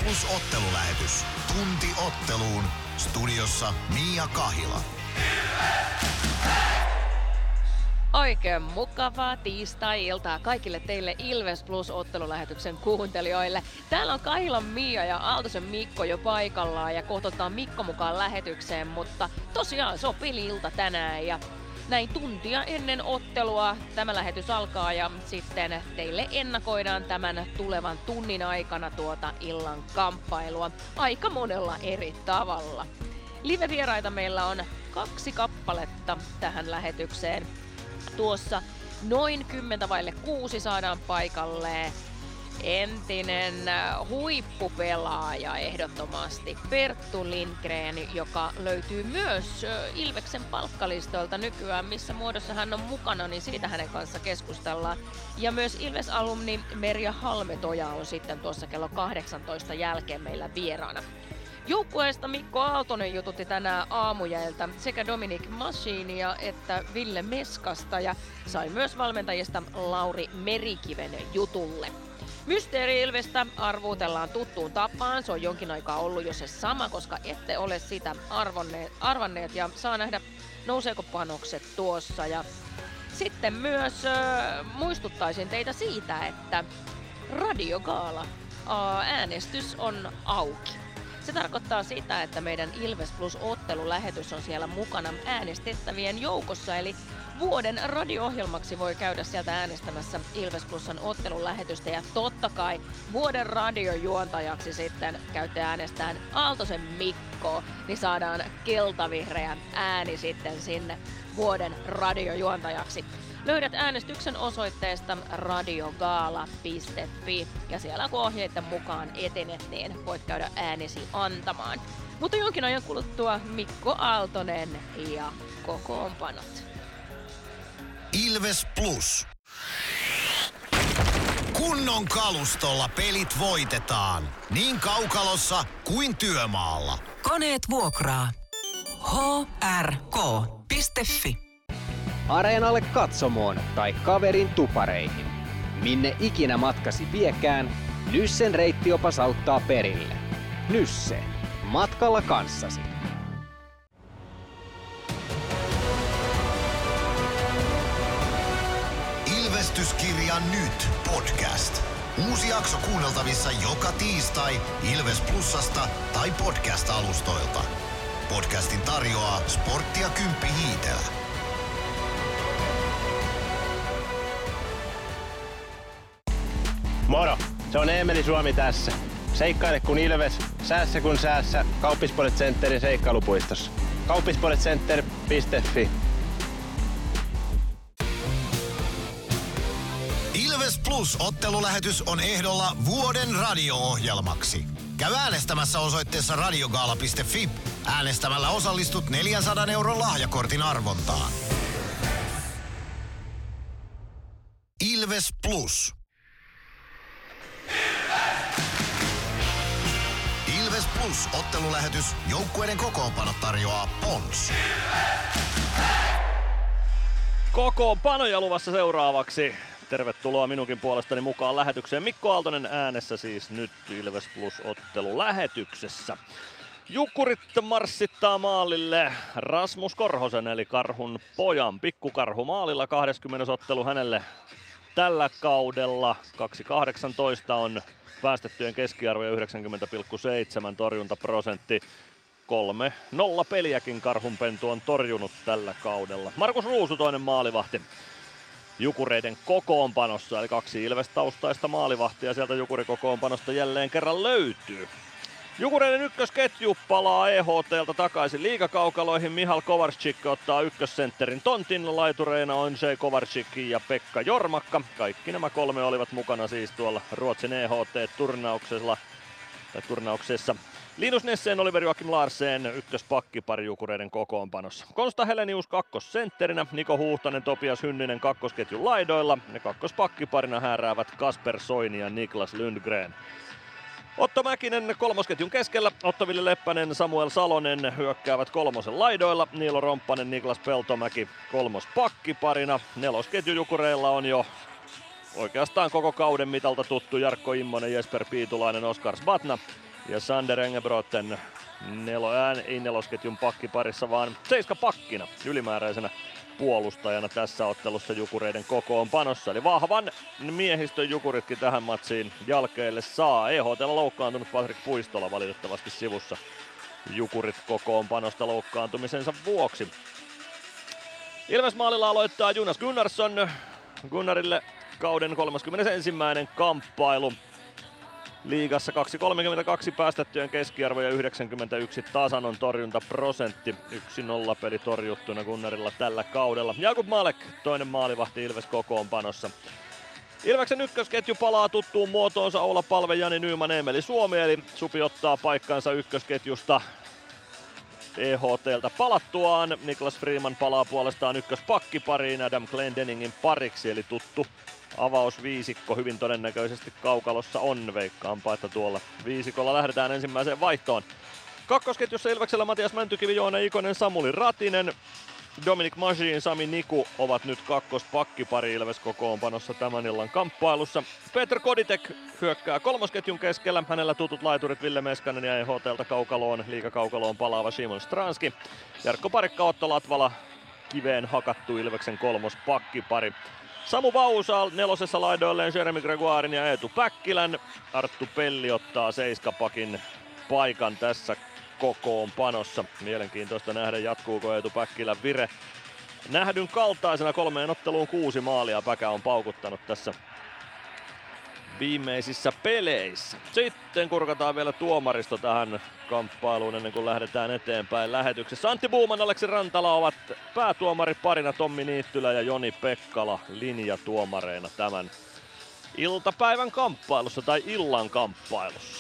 Plus ottelulähetys. Tunti otteluun. Studiossa Mia Kahila. Oikein mukavaa tiistai-iltaa kaikille teille Ilves Plus ottelulähetyksen kuuntelijoille. Täällä on Kahilan Mia ja Aaltosen Mikko jo paikallaan ja kohta otetaan Mikko mukaan lähetykseen, mutta tosiaan se on peli-ilta tänään ja näin tuntia ennen ottelua tämä lähetys alkaa ja sitten teille ennakoidaan tämän tulevan tunnin aikana tuota illan kamppailua aika monella eri tavalla. Live-vieraita meillä on 2 kappaletta tähän lähetykseen. Tuossa noin 6 saadaan paikalle entinen huippupelaaja ehdottomasti Perttu Lindgren, joka löytyy myös Ilveksen palkkalistoilta nykyään, missä muodossa hän on mukana, niin siitä hänen kanssa keskustellaan. Ja myös Ilves-alumni Merja Halmetoja on sitten tuossa kello 18 jälkeen meillä vieraana. Joukkueesta Mikko Aaltonen jututti tänään aamujäiltä sekä Dominic Machinia että Ville Meskasta ja sai myös valmentajista Lauri Merikiven jutulle. Mysteeri Ilvestä arvuutellaan tuttuun tapaan, se on jonkin aikaa ollut jo se sama, koska ette ole sitä arvanneet ja saa nähdä nouseeko panokset tuossa. Ja sitten myös muistuttaisin teitä siitä, että Radiogaala äänestys on auki. Se tarkoittaa sitä, että meidän Ilves Plus ottelulähetys on siellä mukana äänestettävien joukossa, eli vuoden radio-ohjelmaksi voi käydä sieltä äänestämässä Ilves Plusan ottelulähetystä ja totta kai vuoden radiojuontajaksi sitten käytte äänestään Aaltosen Mikko, niin saadaan keltavihreä ääni sitten sinne vuoden radiojuontajaksi. Löydät äänestyksen osoitteesta radiogaala.fi ja siellä kun ohjeiden mukaan etenet, niin voit käydä äänesi antamaan. Mutta jonkin ajan kuluttua Mikko Aaltonen ja kokoonpanot. Ilves Plus. Kunnon kalustolla pelit voitetaan. Niin kaukalossa kuin työmaalla. Koneet vuokraa. hrk.fi. Areenalle, katsomoon tai kaverin tupareihin. Minne ikinä matkasi viekään, Nyssen reittiopas auttaa perille. Nysse. Matkalla kanssasi. Ilvestyskirja nyt podcast. Uusi jakso kuunneltavissa joka tiistai Ilves Plusasta tai podcast-alustoilta. Podcastin tarjoaa Sporttia Kymppi Hiitelä. Moro! Se on Eemeli Suomi tässä. Seikkaile kun Ilves, säässä kun säässä. Kauppisports Centerin seikkailupuistossa. Kauppisportscenter.fi. Ilves Plus ottelulähetys on ehdolla vuoden radio-ohjelmaksi. Käy äänestämässä osoitteessa radiogaala.fi. Äänestämällä osallistut 400 € lahjakortin arvontaan. Ilves Plus. Ilves Plus ottelulähetys. Joukkueiden kokoonpanot tarjoaa Pons. Kokoonpanoja luvassa seuraavaksi. Tervetuloa minunkin puolestani mukaan lähetykseen. Mikko Aaltonen äänessä siis nyt Ilves Plus ottelulähetyksessä. Jukurit marssittaa maalille Rasmus Korhosen eli Karhun pojan. Pikkukarhu maalilla 20. ottelu hänelle tällä kaudella. 2.18 on päästettyjen keskiarvo ja 90,7 torjuntaprosentti. 3-0 peliäkin Karhunpentu on torjunut tällä kaudella. Markus Ruusu toinen maalivahti Jukureiden kokoonpanossa, eli 2 Ilves-taustaista maalivahtia sieltä Jukuri-kokoonpanosta jälleen kerran löytyy. Jukureiden ykkösketju palaa EHT:ltä takaisin liigakaukaloihin. Mihal Kovarczyk ottaa ykkössentterin tontin. Laitureina on Jay Kovarczyk ja Pekka Jormakka. Kaikki nämä 3 olivat mukana siis tuolla Ruotsin EHT-turnauksessa. Linus Nesseen, Oliver Joakim Larsen, ykköspakkipari Jukureiden kokoonpanossa. Konsta Helenius kakkosentterinä, Niko Huuhtanen, Topias Hynninen kakkosketjun laidoilla. Ja kakkospakkiparina hääräävät Kasper Soini ja Niklas Lundgren. Otto Mäkinen kolmosketjun keskellä, Otto-Ville Leppänen, Samuel Salonen hyökkäävät kolmosen laidoilla. Niilo Romppanen, Niklas Peltomäki kolmospakkiparina. Nelosketju Jukureilla on jo oikeastaan koko kauden mitalta tuttu Jarkko Immonen, Jesper Piitulainen, Oskar Sbatna. Ja Sander Engebroten ei nelosketjun pakkiparissa, vaan seiskapakkina ylimääräisenä puolustajana tässä ottelussa Jukureiden kokoonpanossa. Eli vahvan miehistön Jukuritkin tähän matsiin jalkeille saa. EHT:llä loukkaantunut Patrik Puistola valitettavasti sivussa Jukurit kokoonpanosta loukkaantumisensa vuoksi. Ilves maalilla aloittaa Jonas Gunnarsson. Gunnarille kauden 31. kamppailu. Liigassa 2.32 päästettyjen keskiarvo ja 91 tasanon torjuntaprosentti. 1-0 peli torjuttuna Gunnarilla tällä kaudella. Jakub Malek, toinen maalivahti Ilves kokoonpanossa. Ilveksen ykkösketju palaa tuttuun muotoonsa. Oula Palve, Jani Nyman, Emeli Suomi, eli Supi ottaa paikkansa ykkösketjusta EHT:ltä palattuaan. Niklas Freeman palaa puolestaan ykköspakkipariin Adam Glendeningin pariksi, eli tuttu avausviisikko hyvin todennäköisesti kaukalossa on. Veikkaanpa, että tuolla viisikolla lähdetään ensimmäiseen vaihtoon. Kakkosketjussa Ilveksellä Matias Mäntykivi, Joona Ikonen, Samuli Ratinen. Dominic Majin, Sami Niku ovat nyt kakkospakkipari Ilves kokoonpanossa tämän illan kamppailussa. Peter Koditek hyökkää kolmosketjun keskellä. Hänellä tutut laiturit Ville Meskanen ja EHT:ltä kaukaloon, liigakaukaloon palaava Simon Stranski. Jarkko Parikka, Otto Latvala, kiveen hakattu Ilveksen kolmospakkipari. Samu Vausal nelosessa laidoilleen Jeremy Gregoirin ja Eetu Päkkilän. Arttu Pelli ottaa seiskapakin paikan tässä kokoonpanossa. Mielenkiintoista nähdä, jatkuuko Eetu Päkkilän vire. Nähdyn kaltaisena 3 otteluun 6 maalia Päkä on paukuttanut tässä viimeisissä peleissä. Sitten kurkataan vielä tuomaristo tähän kamppailuun ennen kuin lähdetään eteenpäin lähetyksessä. Antti Buuman, Aleksi Rantala ovat päätuomariparina, Tommi Niittylä ja Joni Pekkala linjatuomareina tämän iltapäivän kamppailussa tai illan kamppailussa.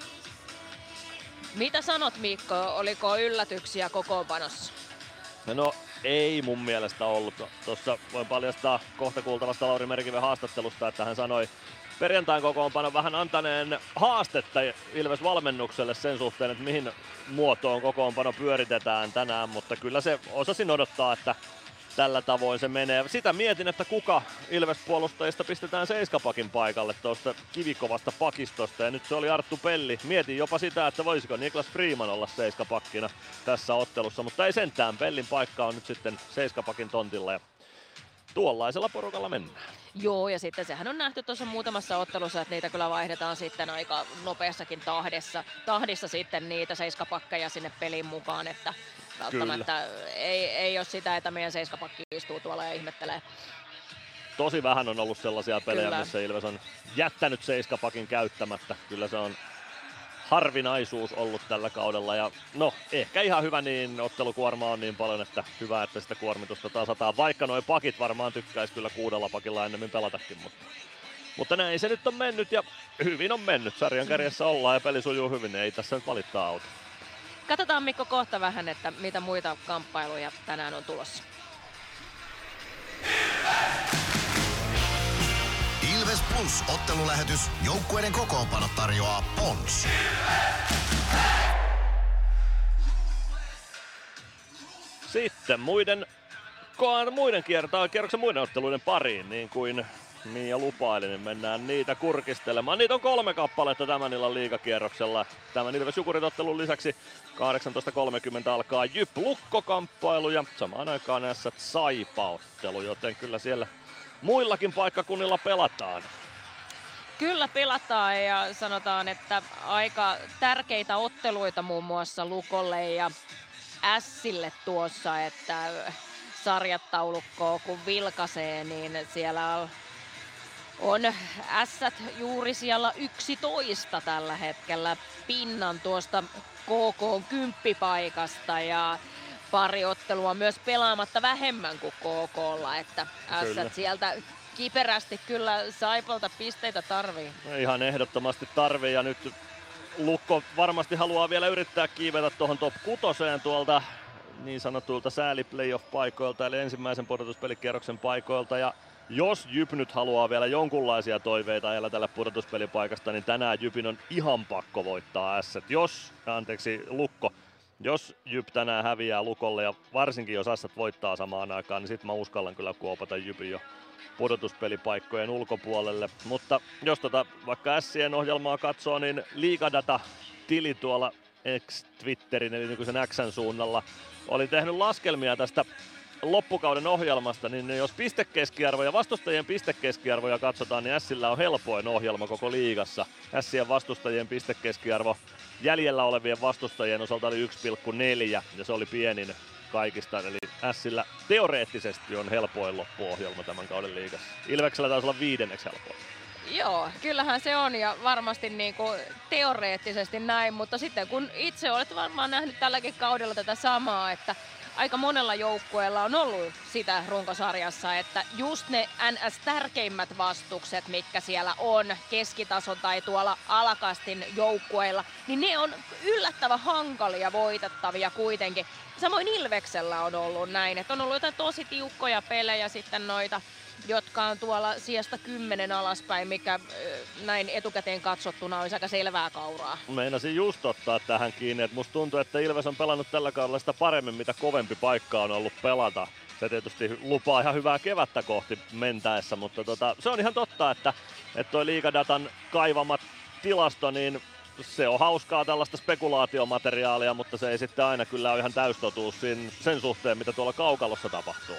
Mitä sanot, Mikko? Oliko yllätyksiä kokoonpanossa? No ei mun mielestä ollut. Tuossa voin paljastaa kohta kuultavasta Lauri Merkiven haastattelusta, että hän sanoi perjantain kokoonpanon vähän antaneen haastetta Ilves valmennukselle sen suhteen, että mihin muotoon kokoonpano pyöritetään tänään, mutta kyllä se osasin odottaa, että tällä tavoin se menee. Sitä mietin, että kuka Ilves-puolustajista pistetään seiskapakin paikalle tuosta kivikovasta pakistosta, ja nyt se oli Arttu Pelli. Mietin jopa sitä, että voisiko Niklas Freeman olla seiskapakkina tässä ottelussa, mutta ei sentään. Pellin paikka on nyt sitten seiskapakin tontilla, ja tuollaisella porukalla mennään. Joo, ja sitten sehän on nähty tuossa muutamassa ottelussa, että niitä kyllä vaihdetaan sitten aika nopeassakin tahdissa sitten niitä seiskapakkeja sinne pelin mukaan, että välttämättä ei ole sitä, että meidän seiskapakki istuu tuolla ja ihmettelee. Tosi vähän on ollut sellaisia pelejä, Kyllä. missä Ilves on jättänyt seiskapakin käyttämättä. Kyllä se on harvinaisuus ollut tällä kaudella, ja no ehkä ihan hyvä, niin ottelukuorma on niin paljon, että hyvä, että sitä kuormitusta tasataan, vaikka noi pakit varmaan tykkäis kyllä 6 pakilla ennemmin pelatakin, mutta näin se nyt on mennyt, ja hyvin on mennyt. Sarjan kärjessä ollaan ja peli sujuu hyvin, ei tässä nyt valittaa auta. Katsotaan, Mikko, kohta vähän, että mitä muita kamppailuja tänään on tulossa. Ilves Plus -ottelulähetys. Joukkueiden kokoonpano tarjoaa Pons. Sitten kierroksen muiden otteluiden pariin, niin kuin Mia lupaili, niin mennään niitä kurkistelemaan. Niitä on 3 kappaletta tämän illan liigakierroksella. Tämän Ilves Jukurit-ottelun lisäksi 18.30 alkaa Jyp Lukko-kamppailu ja samaan aikaan Saipa-ottelu, joten kyllä siellä muillakin paikkakunnilla pelataan. Kyllä pelataan, ja sanotaan, että aika tärkeitä otteluita muun muassa Lukolle ja Ässille tuossa, että sarjataulukkoa kun vilkaisee, niin siellä on Ässät juuri siellä 11 tällä hetkellä pinnan tuosta KK:n 10-paikasta, ja pari ottelua myös pelaamatta vähemmän kuin KK:lla, että Ässät sieltä kiperästi kyllä Saipalta pisteitä tarvii. Ihan ehdottomasti tarvii, ja nyt Lukko varmasti haluaa vielä yrittää kiivetä tuohon top 6 tuolta niin sanottuilta sääli playoff-paikoilta, eli ensimmäisen pudotuspelikierroksen paikoilta, ja jos Jyp nyt haluaa vielä jonkunlaisia toiveita elätellä pudotuspelipaikasta, niin tänään Jypin on ihan pakko voittaa Lukko. Jos Jyp tänään häviää Lukolle, ja varsinkin jos Ässät voittaa samaan aikaan, niin sit mä uskallan kyllä kuopata Jypin jo pudotuspelipaikkojen ulkopuolelle. Mutta jos vaikka Ässien ohjelmaa katsoo, niin liigadata tili tuolla X-Twitterin eli nykyisen X:n suunnalla oli tehnyt laskelmia tästä loppukauden ohjelmasta, niin jos pistekeskiarvo ja vastustajien pistekeskiarvoja katsotaan, niin Sillä on helpoin ohjelma koko liigassa. Sien vastustajien pistekeskiarvo jäljellä olevien vastustajien osalta oli 1,4 ja se oli pienin kaikista, eli Sillä teoreettisesti on helpoin loppuohjelma tämän kauden liigassa. Ilveksellä taisi olla 5. helpoin. Joo, kyllähän se on ja varmasti niinku teoreettisesti näin, mutta sitten kun itse olet varmaan nähnyt tälläkin kaudella tätä samaa, että aika monella joukkueella on ollut sitä runkosarjassa, että just ne NS-tärkeimmät vastukset, mitkä siellä on keskitason tai tuolla alakastin joukkueilla, niin ne on yllättävän hankalia voitettavia kuitenkin. Samoin Ilveksellä on ollut näin, että on ollut jotain tosi tiukkoja pelejä sitten noita, jotka on tuolla sijasta 10 alaspäin, mikä näin etukäteen katsottuna olisi aika selvää kauraa. Meinasin just ottaa tähän kiinni, että musta tuntuu, että Ilves on pelannut tällä kaudella sitä paremmin, mitä kovempi paikka on ollut pelata. Se tietysti lupaa ihan hyvää kevättä kohti mentäessä, mutta se on ihan totta, että toi Liigadatan kaivamat tilasto, niin se on hauskaa tällaista spekulaatiomateriaalia, mutta se ei sitten aina kyllä ole ihan täystotuus sen suhteen, mitä tuolla kaukalossa tapahtuu.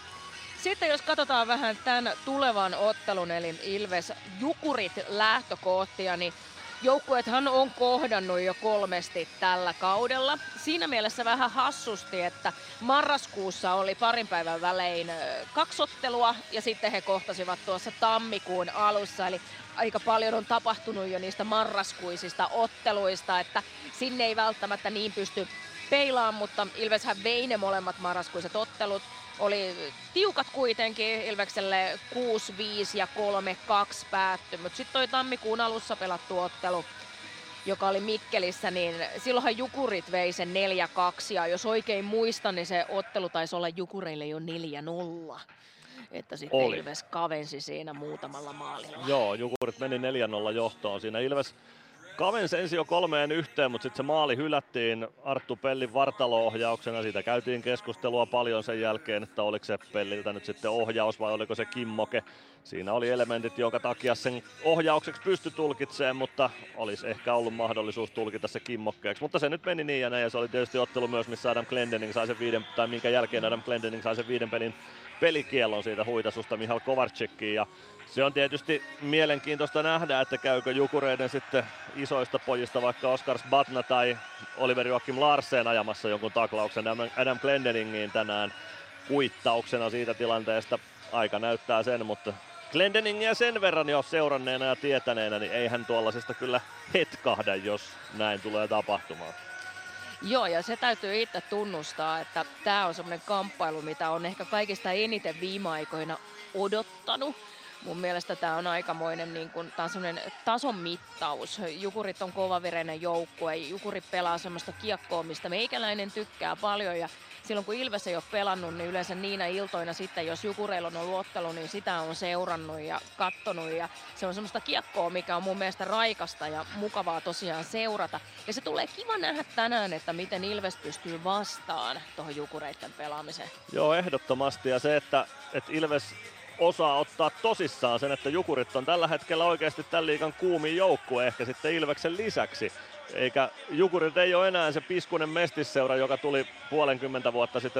Sitten jos katsotaan vähän tämän tulevan ottelun, eli Ilves Jukurit lähtökohtia, niin joukkueethan on kohdannut jo 3 tällä kaudella. Siinä mielessä vähän hassusti, että marraskuussa oli parin päivän välein 2 ottelua ja sitten he kohtasivat tuossa tammikuun alussa. Eli aika paljon on tapahtunut jo niistä marraskuisista otteluista, että sinne ei välttämättä niin pysty peilaamaan, mutta Ilveshän vei ne molemmat marraskuiset ottelut. Oli tiukat kuitenkin, Ilvekselle 6-5 ja 3-2 päättyi, mutta sitten toi tammikuun alussa pelattu ottelu, joka oli Mikkelissä, niin silloinhan Jukurit vei sen 4-2 ja jos oikein muistan, niin se ottelu taisi olla Jukureille jo 4-0. Että sitten oli. Ilves kavensi siinä muutamalla maalilla. Joo, Jukurit meni 4-0 johtoon. Siinä Ilves kavensi ensin jo 3-1, mutta sitten se maali hylättiin Arttu Pellin vartalo-ohjauksena. Siitä käytiin keskustelua paljon sen jälkeen, että oliko se Pelliltä nyt sitten ohjaus vai oliko se kimmoke. Siinä oli elementit, jonka takia sen ohjaukseksi pystyi tulkitsemaan, mutta olisi ehkä ollut mahdollisuus tulkita se kimmokkeeksi. Mutta se nyt meni niin ja näin, ja se oli tietysti ottelu myös, missä Adam Glendening sai sen 5, tai minkä jälkeen Adam Glendening sai sen 5 pelin pelikiellon siitä huitasusta Michal Kovarczykiin. Ja se on tietysti mielenkiintoista nähdä, että käykö Jukureiden sitten isoista pojista vaikka Oskar Zbatna tai Oliver Joakim Larsen ajamassa jonkun taklauksen Adam Glendeningiin tänään kuittauksena siitä tilanteesta. Aika näyttää sen, mutta Glendeningiä sen verran jo seuranneena ja tietäneenä, niin eihän tuollaisesta kyllä hetkahda, jos näin tulee tapahtumaan. Joo, ja se täytyy itse tunnustaa, että tämä on semmoinen kamppailu, mitä on ehkä kaikista eniten viime aikoina odottanut. Mun mielestä tämä on aikamoinen tää on semmoinen tason mittaus. Jukurit on kovavereinen joukkue, Jukurit pelaa semmoista kiekkoa, mistä meikäläinen tykkää paljon ja silloin kun Ilves ei ole pelannut, niin yleensä niinä iltoina sitten, jos Jukureilla on ollut ottelu, niin sitä on seurannut ja kattonut ja se on semmoista kiekkoa, mikä on mun mielestä raikasta ja mukavaa tosiaan seurata. Ja se tulee kiva nähdä tänään, että miten Ilves pystyy vastaan tuohon Jukureiden pelaamiseen. Joo, ehdottomasti ja se, että Ilves osaa ottaa tosissaan sen, että Jukurit on tällä hetkellä oikeasti tämän liigan kuumin joukkue ehkä sitten Ilveksen lisäksi. Eikä Jukurit ei ole enää se piskunen mestisseura, joka tuli puolentusinaa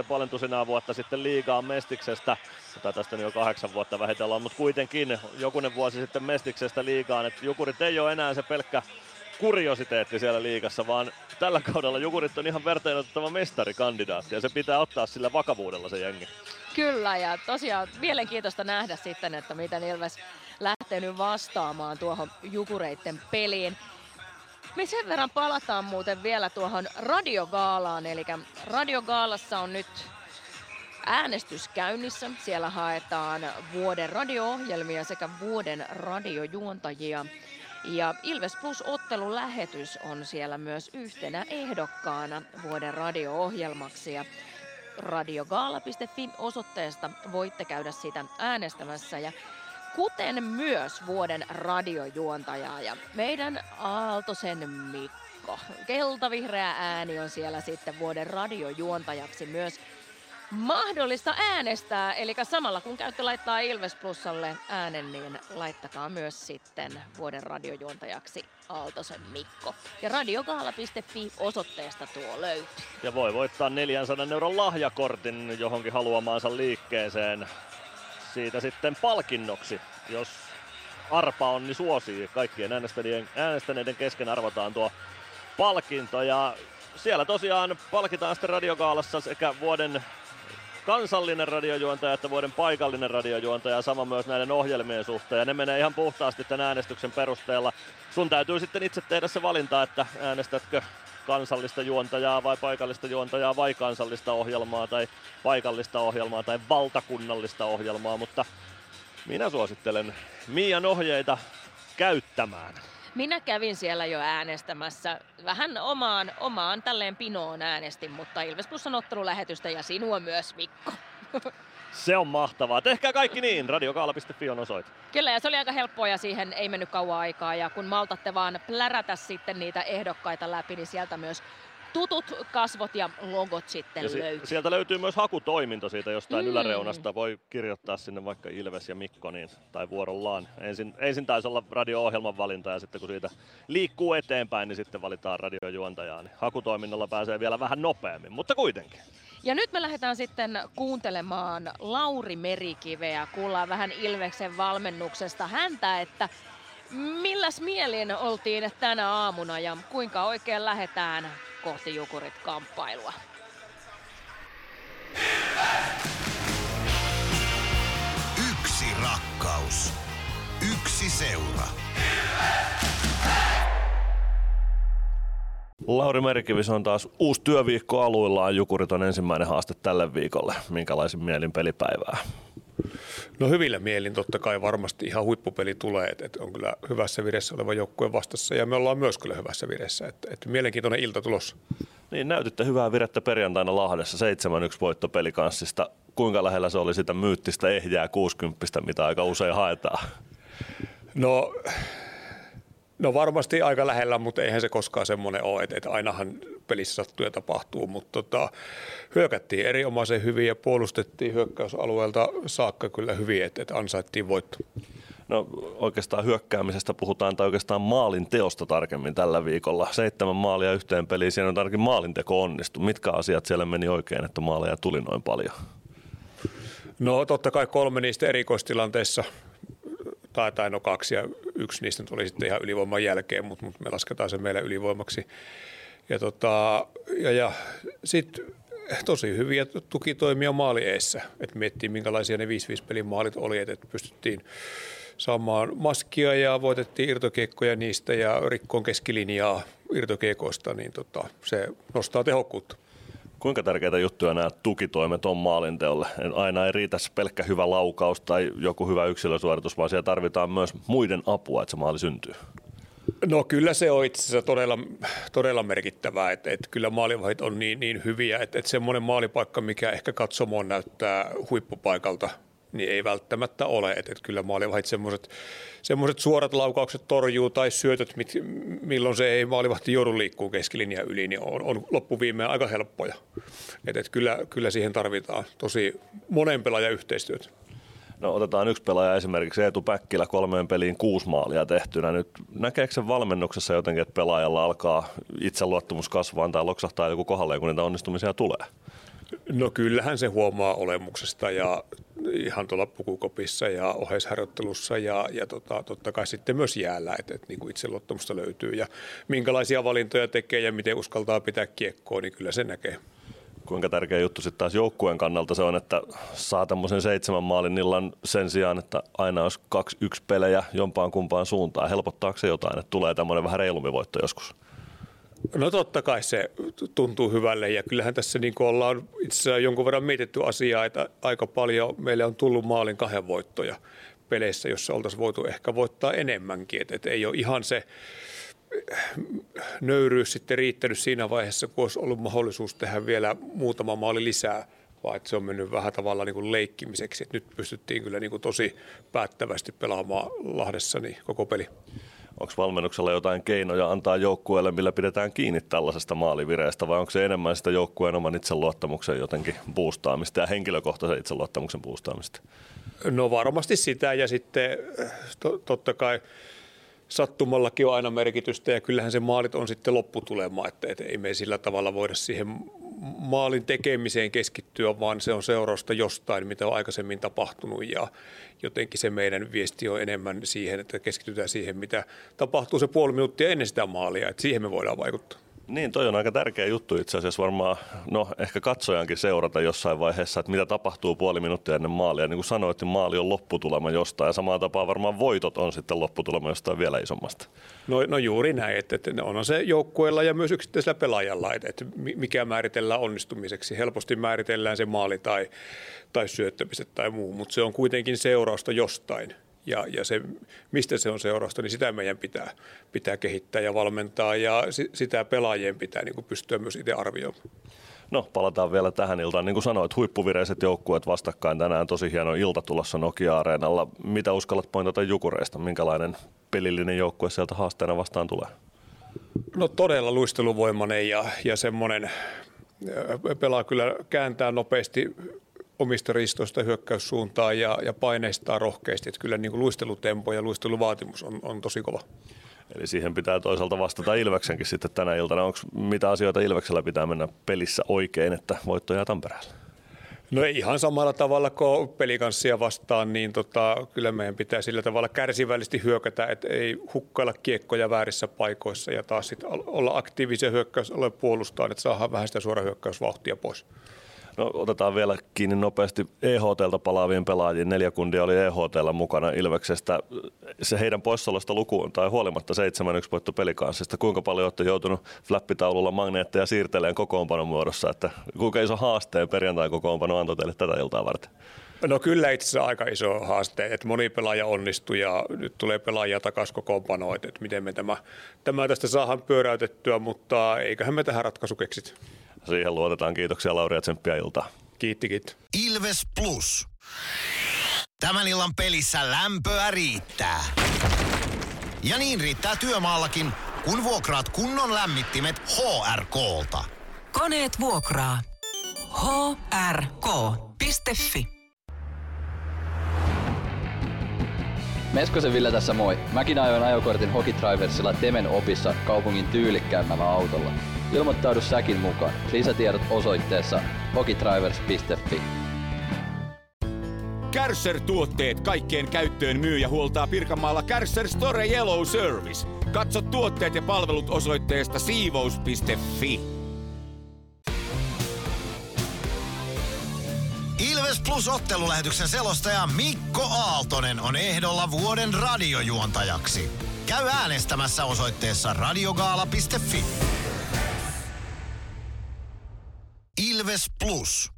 vuotta sitten liigaan Mestiksestä. Tai tästä nyt jo 8 vuotta vähitellen, mutta kuitenkin jokunen vuosi sitten Mestiksestä liigaan. Että Jukurit ei ole enää se pelkkä kuriositeetti siellä liigassa, vaan tällä kaudella Jukurit on ihan vertailtava mestarikandidaatti ja se pitää ottaa sillä vakavuudella se jengi. Kyllä, ja tosiaan mielenkiintoista nähdä sitten, että miten Ilves lähtee nyt vastaamaan tuohon Jukureitten peliin. Me sen verran palataan muuten vielä tuohon radiogaalaan, eli radiogaalassa on nyt äänestys käynnissä. Siellä haetaan vuoden radio-ohjelmia sekä vuoden radiojuontajia. Ja Ilves Plus -ottelun lähetys on siellä myös yhtenä ehdokkaana vuoden radio-ohjelmaksi. Ja radiogaala.fi osoitteesta voitte käydä sitä äänestämässä ja kuten myös vuoden radiojuontajaa ja meidän Aaltosen Mikko. Keltavihreä ääni on siellä sitten vuoden radiojuontajaksi myös mahdollista äänestää. Eli samalla kun käytte laittaa Ilves Plusalle äänen, niin laittakaa myös sitten vuoden radiojuontajaksi Aaltosen Mikko. Ja radiogaala.fi osoitteesta tuo löytyy. Ja voi voittaa 400 € lahjakortin johonkin haluamaansa liikkeeseen. Siitä sitten palkinnoksi, jos arpa on, niin suosii. Kaikkien äänestäneiden kesken arvotaan tuo palkinto. Ja siellä tosiaan palkitaan sitten Radiogaalassa sekä vuoden kansallinen radiojuontaja että vuoden paikallinen radiojuontaja, sama myös näiden ohjelmien suhteen. Ja ne menee ihan puhtaasti tämän äänestyksen perusteella. Sun täytyy sitten itse tehdä se valinta, että äänestätkö kansallista juontajaa vai paikallista juontajaa vai kansallista ohjelmaa tai paikallista ohjelmaa tai valtakunnallista ohjelmaa, mutta minä suosittelen Miian ohjeita käyttämään. Minä kävin siellä jo äänestämässä. Vähän omaan tälleen pinoon äänestin, mutta Ilves Plusan ottelulähetystä ja sinua myös, Mikko. Se on mahtavaa. Tehkää kaikki niin. Radiogaala.fi on osoite. Kyllä, ja se oli aika helppoa ja siihen ei mennyt kauan aikaa. Ja kun maltatte vaan plärätä sitten niitä ehdokkaita läpi, niin sieltä myös tutut kasvot ja logot sitten löytyy. Sieltä löytyy myös hakutoiminto siitä jostain yläreunasta. Voi kirjoittaa sinne vaikka Ilves ja Mikko niin, tai vuorollaan. Ensin taisi olla radio-ohjelman valinta ja sitten kun siitä liikkuu eteenpäin, niin sitten valitaan radiojuontajaa. Niin hakutoiminnalla pääsee vielä vähän nopeammin, mutta kuitenkin. Ja nyt me lähdetään sitten kuuntelemaan Lauri Merikiveä. Kuullaan vähän Ilveksen valmennuksesta häntä, että milläs mielin oltiin tänä aamuna ja kuinka oikein lähdetään kohti Jukurit-kamppailua. Yksi rakkaus. Yksi seura. Lauri Merikivi, on taas uusi työviikko aluillaan. Jukurit on ensimmäinen haaste tälle viikolle. Minkälaisin mielin pelipäivää? No hyvillä mielin totta kai varmasti ihan huippupeli tulee, että on kyllä hyvässä viressä oleva joukkue vastassa ja me ollaan myös kyllä hyvässä viressä, että mielenkiintoinen ilta tulossa. Niin, näytitte hyvää virettä perjantaina Lahdessa, 7-1 voitto Pelikanssista. Kuinka lähellä se oli sitä myyttistä ehjää 60, mitä aika usein haetaan? No varmasti aika lähellä, mutta eihän se koskaan semmoinen ole, että ainahan pelissä sattuu ja tapahtuu, mutta hyökättiin erinomaisen hyvin ja puolustettiin hyökkäysalueelta saakka kyllä hyvin, että ansaittiin voitto. No oikeastaan hyökkäämisestä puhutaan tai oikeastaan maalin teosta tarkemmin tällä viikolla. 7 maalia yhteen peliin, siinä on ainakin maalinteko onnistu. Mitkä asiat siellä meni oikein, että maaleja tuli noin paljon? No totta kai 3 niistä erikoistilanteissa. Tai no 2 ja 1 niistä tuli sitten ihan ylivoiman jälkeen, mutta me lasketaan se meille ylivoimaksi. Ja sitten tosi hyviä tukitoimia maali eessä, että miettii minkälaisia ne 5-5 pelin maalit oli, että pystyttiin saamaan maskia ja voitettiin irtokiekkoja niistä ja rikkoon keskilinjaa irtokiekoista, niin se nostaa tehokkuutta. Kuinka tärkeitä juttuja nämä tukitoimet on maalinteolle? Aina ei riitä pelkkä hyvä laukaus tai joku hyvä yksilösuoritus, vaan siellä tarvitaan myös muiden apua, että se maali syntyy. No kyllä se on itse asiassa todella merkittävää, että kyllä maalivahdit on niin hyviä, että semmoinen maalipaikka, mikä ehkä katsomoon näyttää huippupaikalta, niin ei välttämättä ole. Että kyllä maalivahdit semmoiset suorat laukaukset torjuu tai syötöt, milloin se ei maalivahti joudu liikkuun keskilinjan yli, niin on loppuviimeen aika helppoja. Että kyllä siihen tarvitaan tosi monen pelaajan yhteistyötä. No otetaan yksi pelaaja esimerkiksi Eetu Päkkilä, 3 peliin 6 maalia tehtynä. Nyt näkeekö sen valmennuksessa jotenkin, että pelaajalla alkaa itseluottamus kasvaa tai loksahtaa joku kohdalleen, kun niitä onnistumisia tulee? No kyllähän se huomaa olemuksesta ja ihan tuolla pukukopissa ja oheisharjoittelussa ja totta kai sitten myös jäällä, että niin kuin itseluottamusta löytyy ja minkälaisia valintoja tekee ja miten uskaltaa pitää kiekkoa, niin kyllä se näkee. Kuinka tärkeä juttu sitten taas joukkueen kannalta se on, että saa tämmöisen 7 maalin illan sen sijaan, että aina olisi 2-1 pelejä jompaan kumpaan suuntaan. Helpottaako se jotain, että tulee tämmöinen vähän reilumpi voitto joskus? No totta kai se tuntuu hyvälle ja kyllähän tässä niin kuin ollaan itse asiassa jonkun verran mietitty asiaa, että aika paljon meille on tullut maalin 2 voittoja peleissä, jossa oltaisiin voitu ehkä voittaa enemmänkin. Että ei ole ihan se nöyryys sitten riittänyt siinä vaiheessa, kun olisi ollut mahdollisuus tehdä vielä muutama maali lisää, vaan että se on mennyt vähän tavalla niin kuin leikkimiseksi. Että nyt pystyttiin kyllä niin kuin tosi päättävästi pelaamaan Lahdessa niin koko peli. Onko valmennuksella jotain keinoja antaa joukkueelle, millä pidetään kiinni tällaisesta maalivireestä, vai onko se enemmän sitä joukkueen oman itseluottamuksen jotenkin boostaamista ja henkilökohtaisen itseluottamuksen boostaamista? No varmasti sitä, ja sitten totta kai sattumallakin on aina merkitystä, ja kyllähän se maalit on sitten lopputulema, että ei me sillä tavalla voida siihen maalin tekemiseen keskittyä, vaan se on seurausta jostain, mitä on aikaisemmin tapahtunut, ja jotenkin se meidän viesti on enemmän siihen, että keskitytään siihen, mitä tapahtuu se puoli minuuttia ennen sitä maalia, että siihen me voidaan vaikuttaa. Niin, toi on aika tärkeä juttu itse asiassa varmaan, ehkä katsojankin seurata jossain vaiheessa, että mitä tapahtuu puoli minuuttia ennen maalia. Niin kuin sanoit, niin maali on lopputulema jostain, ja samaan tapaan varmaan voitot on sitten lopputulema jostain vielä isommasta. No juuri näin, että on se joukkueella ja myös yksittäisellä pelaajalla, että mikä määritellään onnistumiseksi. Helposti määritellään se maali tai syöttämiset tai muu, mutta se on kuitenkin seurausta jostain. Ja se, mistä se on seurausta, niin sitä meidän pitää kehittää ja valmentaa, ja sitä pelaajien pitää niin kuin pystyä myös itse arvioimaan. No, palataan vielä tähän iltaan. Niin kuin sanoit, huippuvireiset joukkueet vastakkain tänään. Tosi hieno ilta tulossa Nokia-areenalla. Mitä uskallat pointata Jukureista? Minkälainen pelillinen joukkue sieltä haasteena vastaan tulee? No todella luisteluvoimainen ja semmoinen pelaa kyllä kääntää nopeasti omista ristoista hyökkäyssuuntaan ja paineistaa rohkeasti. Että kyllä niin kuin luistelutempo ja luisteluvaatimus on tosi kova. Eli siihen pitää toisaalta vastata Ilveksenkin sitten tänä iltana. Onko mitä asioita Ilveksellä pitää mennä pelissä oikein, että voitto jää Tampereelle? No ei ihan samalla tavalla kuin Pelikanssia vastaan, niin kyllä meidän pitää sillä tavalla kärsivällisesti hyökätä, että ei hukkailla kiekkoja väärissä paikoissa ja taas sit olla aktiivisia hyökkäysalueen puolustaan, että saadaan vähän sitä suora hyökkäysvauhtia pois. No, otetaan vielä kiinni nopeasti EHT:ltä palaavien pelaajien. 4 kundia oli EHT:llä mukana Ilveksestä. Se heidän poissaolosta lukuun tai huolimatta 7-1 voitto Pelikanssista. Kuinka paljon olette joutunut flappitaululla magneetteja siirtelemään kokoonpanon muodossa? Että kuinka iso haasteen perjantai-kokoonpano antoi teille tätä iltaa varten? No kyllä itse asiassa aika iso haaste, että moni pelaaja onnistui ja nyt tulee pelaajia takaisin kokoonpanoon, että miten me tämä tästä saadaan pyöräytettyä, mutta eiköhän me tähän ratkaisu keksit. Siihen luotetaan. Kiitoksia Lauri ja tsemppiä iltaa. Kiitti. Ilves Plus. Tämän illan pelissä lämpöä riittää. Ja niin riittää työmaallakin, kun vuokraat kunnon lämmittimet HRK:lta. Koneet vuokraa. hrk.fi. Meskosen Ville tässä moi. Mäkin ajoin ajokortin Hokitriversilla Temen opissa kaupungin tyylikkäämmällä autolla. Ilmoittaudu säkin mukaan. Lisätiedot osoitteessa hokitrivers.fi. Kärcher-tuotteet kaikkeen käyttöön myy ja huoltaa Pirkanmaalla Kärcher Store Yellow Service. Katso tuotteet ja palvelut osoitteesta siivous.fi. Ilves Plus -ottelulähetyksen selostaja Mikko Aaltonen on ehdolla vuoden radiojuontajaksi. Käy äänestämässä osoitteessa radiogaala.fi. Ilves Plus.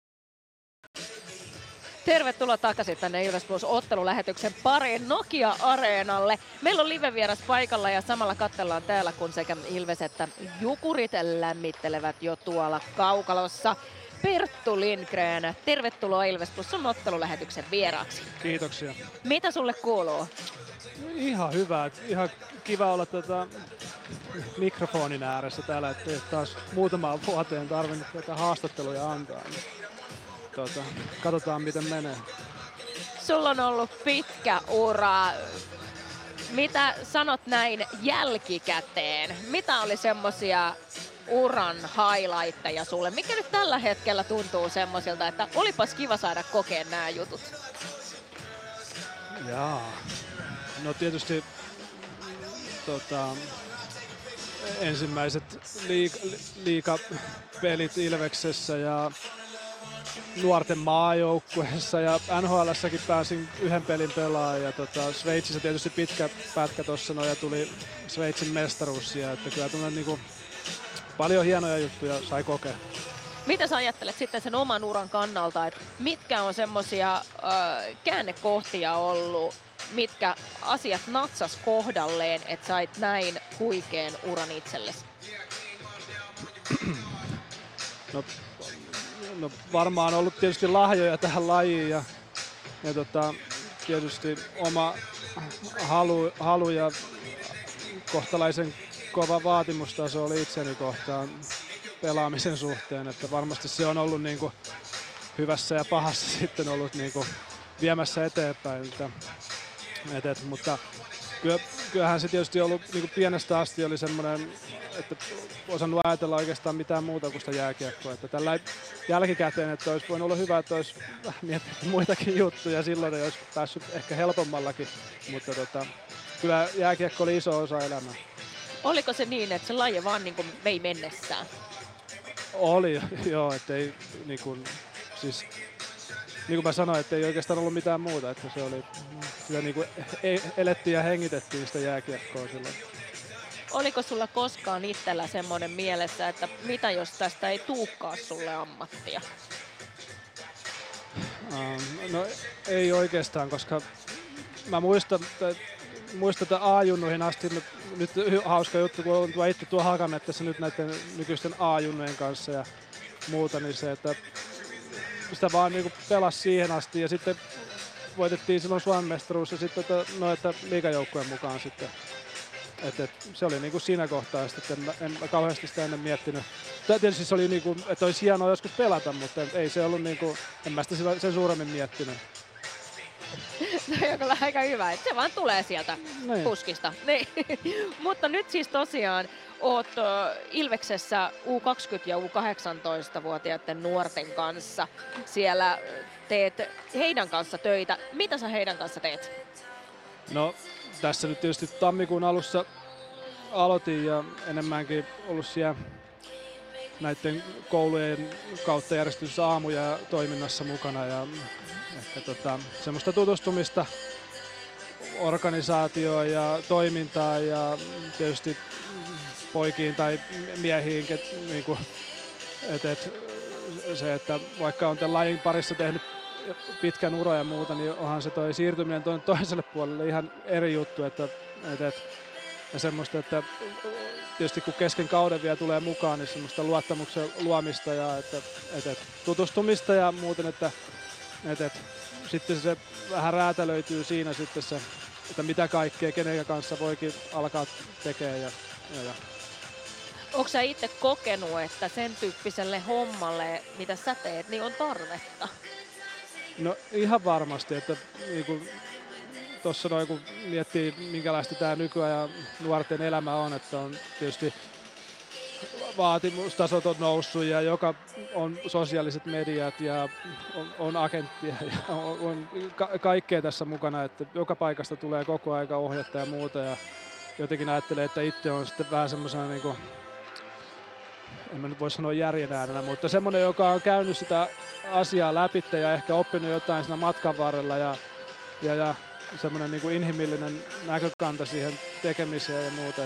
Tervetuloa takaisin tänne Ilves Plus -ottelulähetyksen pariin Nokia-areenalle. Meillä on live-vieras paikalla ja samalla katsellaan täällä, kun sekä Ilves että Jukurit lämmittelevät jo tuolla kaukalossa. Perttu Lindgren, tervetuloa Ilves Plus -ottelulähetyksen vieraaksi. Kiitoksia. Mitä sulle kuuluu? Ihan hyvä. Ihan kiva olla mikrofonin ääressä täällä, ettei taas muutamaan vuoteen tarvinnut haastatteluja antaa. Katsotaan miten menee. Sulla on ollut pitkä ura. Mitä sanot näin jälkikäteen? Mitä oli semmosia uran highlightteja sulle? Mikä nyt tällä hetkellä tuntuu semmoisilta, että olipas kiva saada kokea nämä jutut? Jaa. No tietysti ensimmäiset liigapelit Ilveksessä ja nuorten maajoukkueessa ja NHL:ssäkin pääsin yhden pelin pelaamaan ja Sveitsissä tietysti pitkä pätkä tuossa ja tuli Sveitsin mestaruussia, että kyllä niinku paljon hienoja juttuja sai kokea. Mitä sä ajattelet sitten sen oman uran kannalta, että mitkä on semmosia käännekohtia ollut, mitkä asiat natsas kohdalleen, että sait näin huikean uran itsellesi? No varmaan on ollut tietysti lahjoja tähän lajiin ja tietysti oma halu ja kohtalaisen kova vaatimustaso oli itseni kohtaan pelaamisen suhteen, että varmasti se on ollut niin kuin hyvässä ja pahassa sitten ollut niin kuin viemässä eteenpäin. Mutta kyllähän se tietysti ollut niin kuin pienestä asti oli semmoinen, että osannut ajatella oikeastaan mitään muuta kuin sitä jääkiekkoa. Että tällä jälkikäteen, että olisi voinut olla hyvä, että olisi miettinyt muitakin juttuja, silloin ei olisi päässyt ehkä helpommallakin, mutta kyllä jääkiekko oli iso osa elämää. Oliko se niin, että se laji vaan niin kuin vei mennessään? Oli, joo, ettei niin kuin, siis niin kuin mä sanoin, että ei oikeastaan ollut mitään muuta, että se oli, sitä niin kuin elettiin ja hengitettiin sitä jääkiekkoa silloin. Oliko sulla koskaan itsellä semmoinen mielessä, että mitä jos tästä ei tuukkaa sulle ammattia? No ei oikeastaan, koska mä muistan että A-junnuihin asti, nyt hauska juttu, kun olen itse tuo Hakamettässä nyt näiden nykyisten A-junnujen kanssa ja muuta, niin se, että sitä vaan niin pelasi siihen asti ja sitten voitettiin silloin Suomen mestaruus ja sitten että liigajoukkueen mukaan sitten. Että se oli niinku siinä kohtaa, että en kauheasti sitä ennen miettinyt. Tietysti se oli niinku, että olisi hienoa joskus pelata, mutta ei se ollut niinku, en mä sitä sen suuremmin miettinyt. Se on kyllä aika hyvä, että se vaan tulee sieltä puskista. Niin. Mutta nyt siis tosiaan oot Ilveksessä U20 ja U18-vuotiaiden nuorten kanssa. Siellä teet heidän kanssa töitä. Mitä sä heidän kanssa teet? No tässä nyt tietysti tammikuun alussa aloitin ja enemmänkin ollut siellä näiden koulujen kautta järjestetyssä aamuja ja toiminnassa mukana ja ehkä semmoista tutustumista organisaatioon ja toimintaan ja tietysti poikiin tai miehiin, niinku, se, että vaikka on tämän lajin parissa tehnyt pitkän ura ja muuta, niin onhan se toi siirtyminen tuonne toiselle puolelle ihan eri juttu, ja semmoista, että tietysti kun kesken kauden vielä tulee mukaan, niin semmoista luottamuksen luomista ja tutustumista ja muuten, että sitten se vähän räätälöityy siinä sitten se, että mitä kaikkea kenen kanssa voikin alkaa tekemään ja. Onko sä itse kokenut, että sen tyyppiselle hommalle, mitä sä teet, niin on tarvetta? No ihan varmasti, että niinku, tuossa noin kun miettii minkälaista tämä nykyajan nuorten elämä on, että on tietysti vaatimustasot on noussut ja joka on sosiaaliset mediat ja on agenttia ja on kaikkea tässä mukana, että joka paikasta tulee koko aika ohjetta ja muuta ja jotenkin ajattelee, että itse on sitten vähän semmoisena niinku, en mä nyt voi sanoa järjen äänenä, mutta semmoinen, joka on käynyt sitä asiaa läpi ja ehkä oppinut jotain siinä matkan varrella ja semmoinen niin kuin inhimillinen näkökanta siihen tekemiseen ja muuta.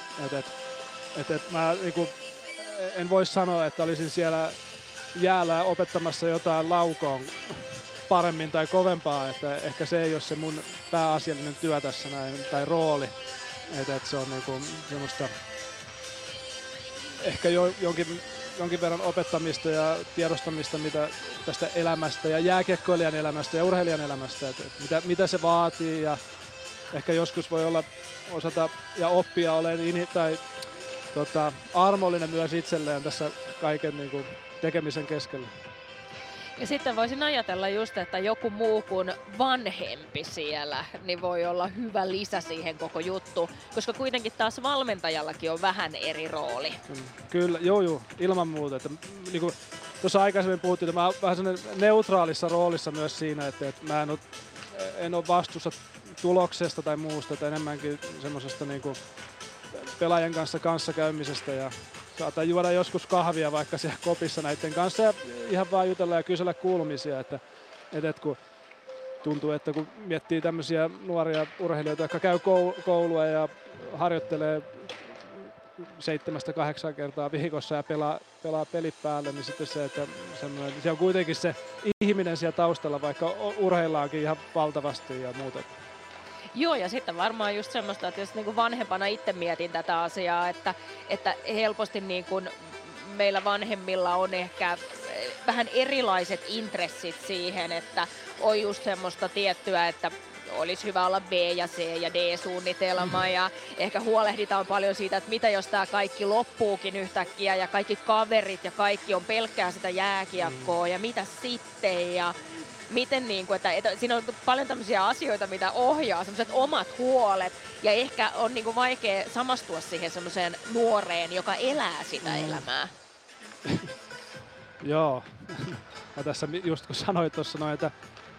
Mä niin kuin, en voi sanoa, että olisin siellä jäällä opettamassa jotain laukoon paremmin tai kovempaa, että ehkä se ei ole se mun pääasiallinen työ tässä näin, tai rooli. Että se on niin kuin semmoista ehkä jonkin verran opettamista ja tiedostamista mitä tästä elämästä ja jääkiekkoilijan elämästä ja urheilijan elämästä, että mitä se vaatii ja ehkä joskus voi olla osata ja oppia olen armollinen myös itselleen tässä kaiken niin kuin tekemisen keskellä. Ja sitten voisin ajatella just, että joku muu kuin vanhempi siellä, niin voi olla hyvä lisä siihen koko juttu, koska kuitenkin taas valmentajallakin on vähän eri rooli. Kyllä, joo, ilman muuta. Että, niin kuin tuossa aikaisemmin puhuttiin, että mä oon vähän sellainen neutraalissa roolissa myös siinä, että mä en ole vastuussa tuloksesta tai muusta, että enemmänkin semmoisesta niin kuin pelaajan kanssa kanssakäymisestä ja saatan juoda joskus kahvia vaikka siellä kopissa näiden kanssa ja ihan vaan jutella ja kysellä kuulumisia, että kun tuntuu, että kun miettii tämmöisiä nuoria urheilijoita, jotka käy koulua ja harjoittelee 7-8 kertaa viikossa ja pelaa pelit päälle, niin sitten se, että se on kuitenkin se ihminen siellä taustalla, vaikka urheillaankin ihan valtavasti ja muuta. Joo, ja sitten varmaan just semmoista, että jos niin kuin vanhempana itse mietin tätä asiaa, että helposti niin kuin meillä vanhemmilla on ehkä vähän erilaiset intressit siihen, että on just semmoista tiettyä, että olisi hyvä olla B ja C ja D-suunnitelma ja ehkä huolehditaan paljon siitä, että mitä jos tämä kaikki loppuukin yhtäkkiä ja kaikki kaverit ja kaikki on pelkkää sitä jääkiekkoa ja mitä sitten ja miten että siinä on paljon tämmöisiä asioita, mitä ohjaa, semmoiset omat huolet ja ehkä on vaikea samastua siihen semmoiseen nuoreen, joka elää sitä elämää. Joo. Mä tässä just kun sanoit tuossa noin, että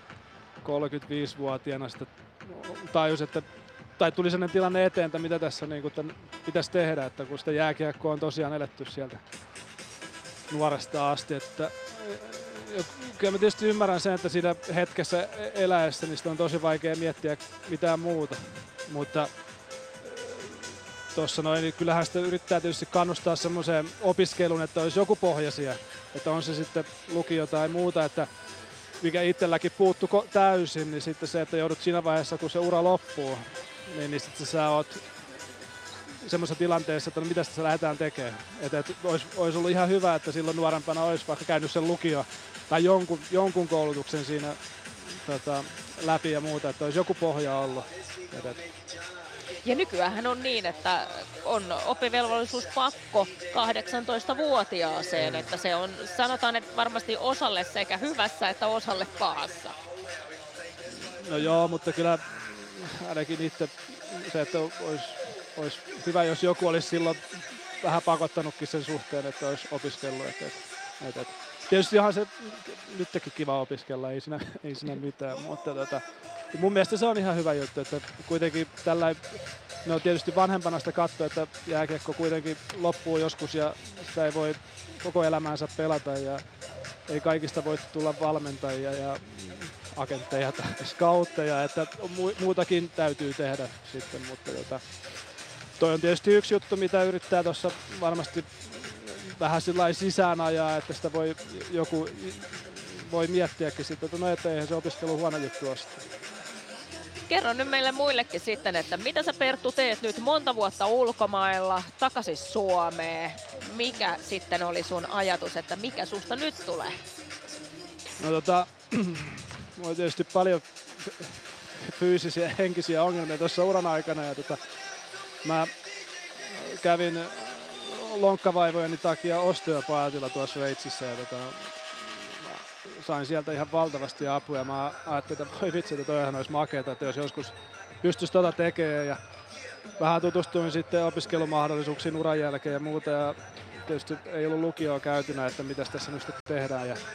35-vuotiaana sitten tajusin, tai tuli sellainen tilanne eteen, että mitä tässä pitäisi tehdä, että kun sitä jääkiekkoa on tosiaan eletty sieltä nuoresta asti, että kyllä mä tietysti ymmärrän sen, että siinä hetkessä eläessä niin on tosi vaikea miettiä mitään muuta, mutta tuossa noin, niin kyllähän sitä yrittää tietysti kannustaa semmoiseen opiskeluun, että olisi joku pohjaisia, että on se sitten lukio tai muuta, että mikä itselläkin puuttuu täysin, niin sitten se, että joudut siinä vaiheessa, kun se ura loppuu, niin sitten sä oot semmoisessa tilanteessa, että no mitä sitä lähdetään tekemään. Että olisi ollut ihan hyvä, että silloin nuorempana olisi vaikka käynyt sen lukio tai jonkun koulutuksen siinä läpi ja muuta, että olisi joku pohja ollut. Ja nykyäänhän on niin, että on oppivelvollisuus pakko 18-vuotiaaseen, että se on, sanotaan, että varmasti osalle sekä hyvässä että osalle pahassa. No joo, mutta kyllä ainakin itse se, että olisi hyvä, jos joku olisi silloin vähän pakottanutkin sen suhteen, että olisi opiskellut. Tietysti ihan se nytkin kiva opiskella, ei siinä mitään, mutta mun mielestä se on ihan hyvä juttu, että kuitenkin tällä no tietysti vanhempana sitä katsoo, että jääkiekko kuitenkin loppuu joskus ja sitä ei voi koko elämäänsä pelata ja ei kaikista voi tulla valmentajia ja agentteja tai scoutteja, että muutakin täytyy tehdä sitten, mutta toi on tietysti yksi juttu, mitä yrittää tuossa varmasti vähän sillain sisään ajaa, että sitä joku voi miettiäkin sitten, että no eihän se opiskelu huono juttu ole sitten. Kerro nyt meille muillekin sitten, että mitä sä Perttu teet nyt monta vuotta ulkomailla, takaisin Suomeen. Mikä sitten oli sun ajatus, että mikä susta nyt tulee? No mulla on tietysti paljon fyysisiä ja henkisiä ongelmia tuossa uran aikana ja mä kävin lonkkavaivojeni takia osteopaatilla tuossa Sveitsissä ja sain sieltä ihan valtavasti apua ja mä ajattelin, että voi vitsi, että toihan olisi makeeta, että jos joskus pystyisi tekemään ja vähän tutustuin sitten opiskelumahdollisuuksiin uran jälkeen ja muuta ja tietysti ei ollut lukioa käytynä, että mitä tässä nyt tehdään ja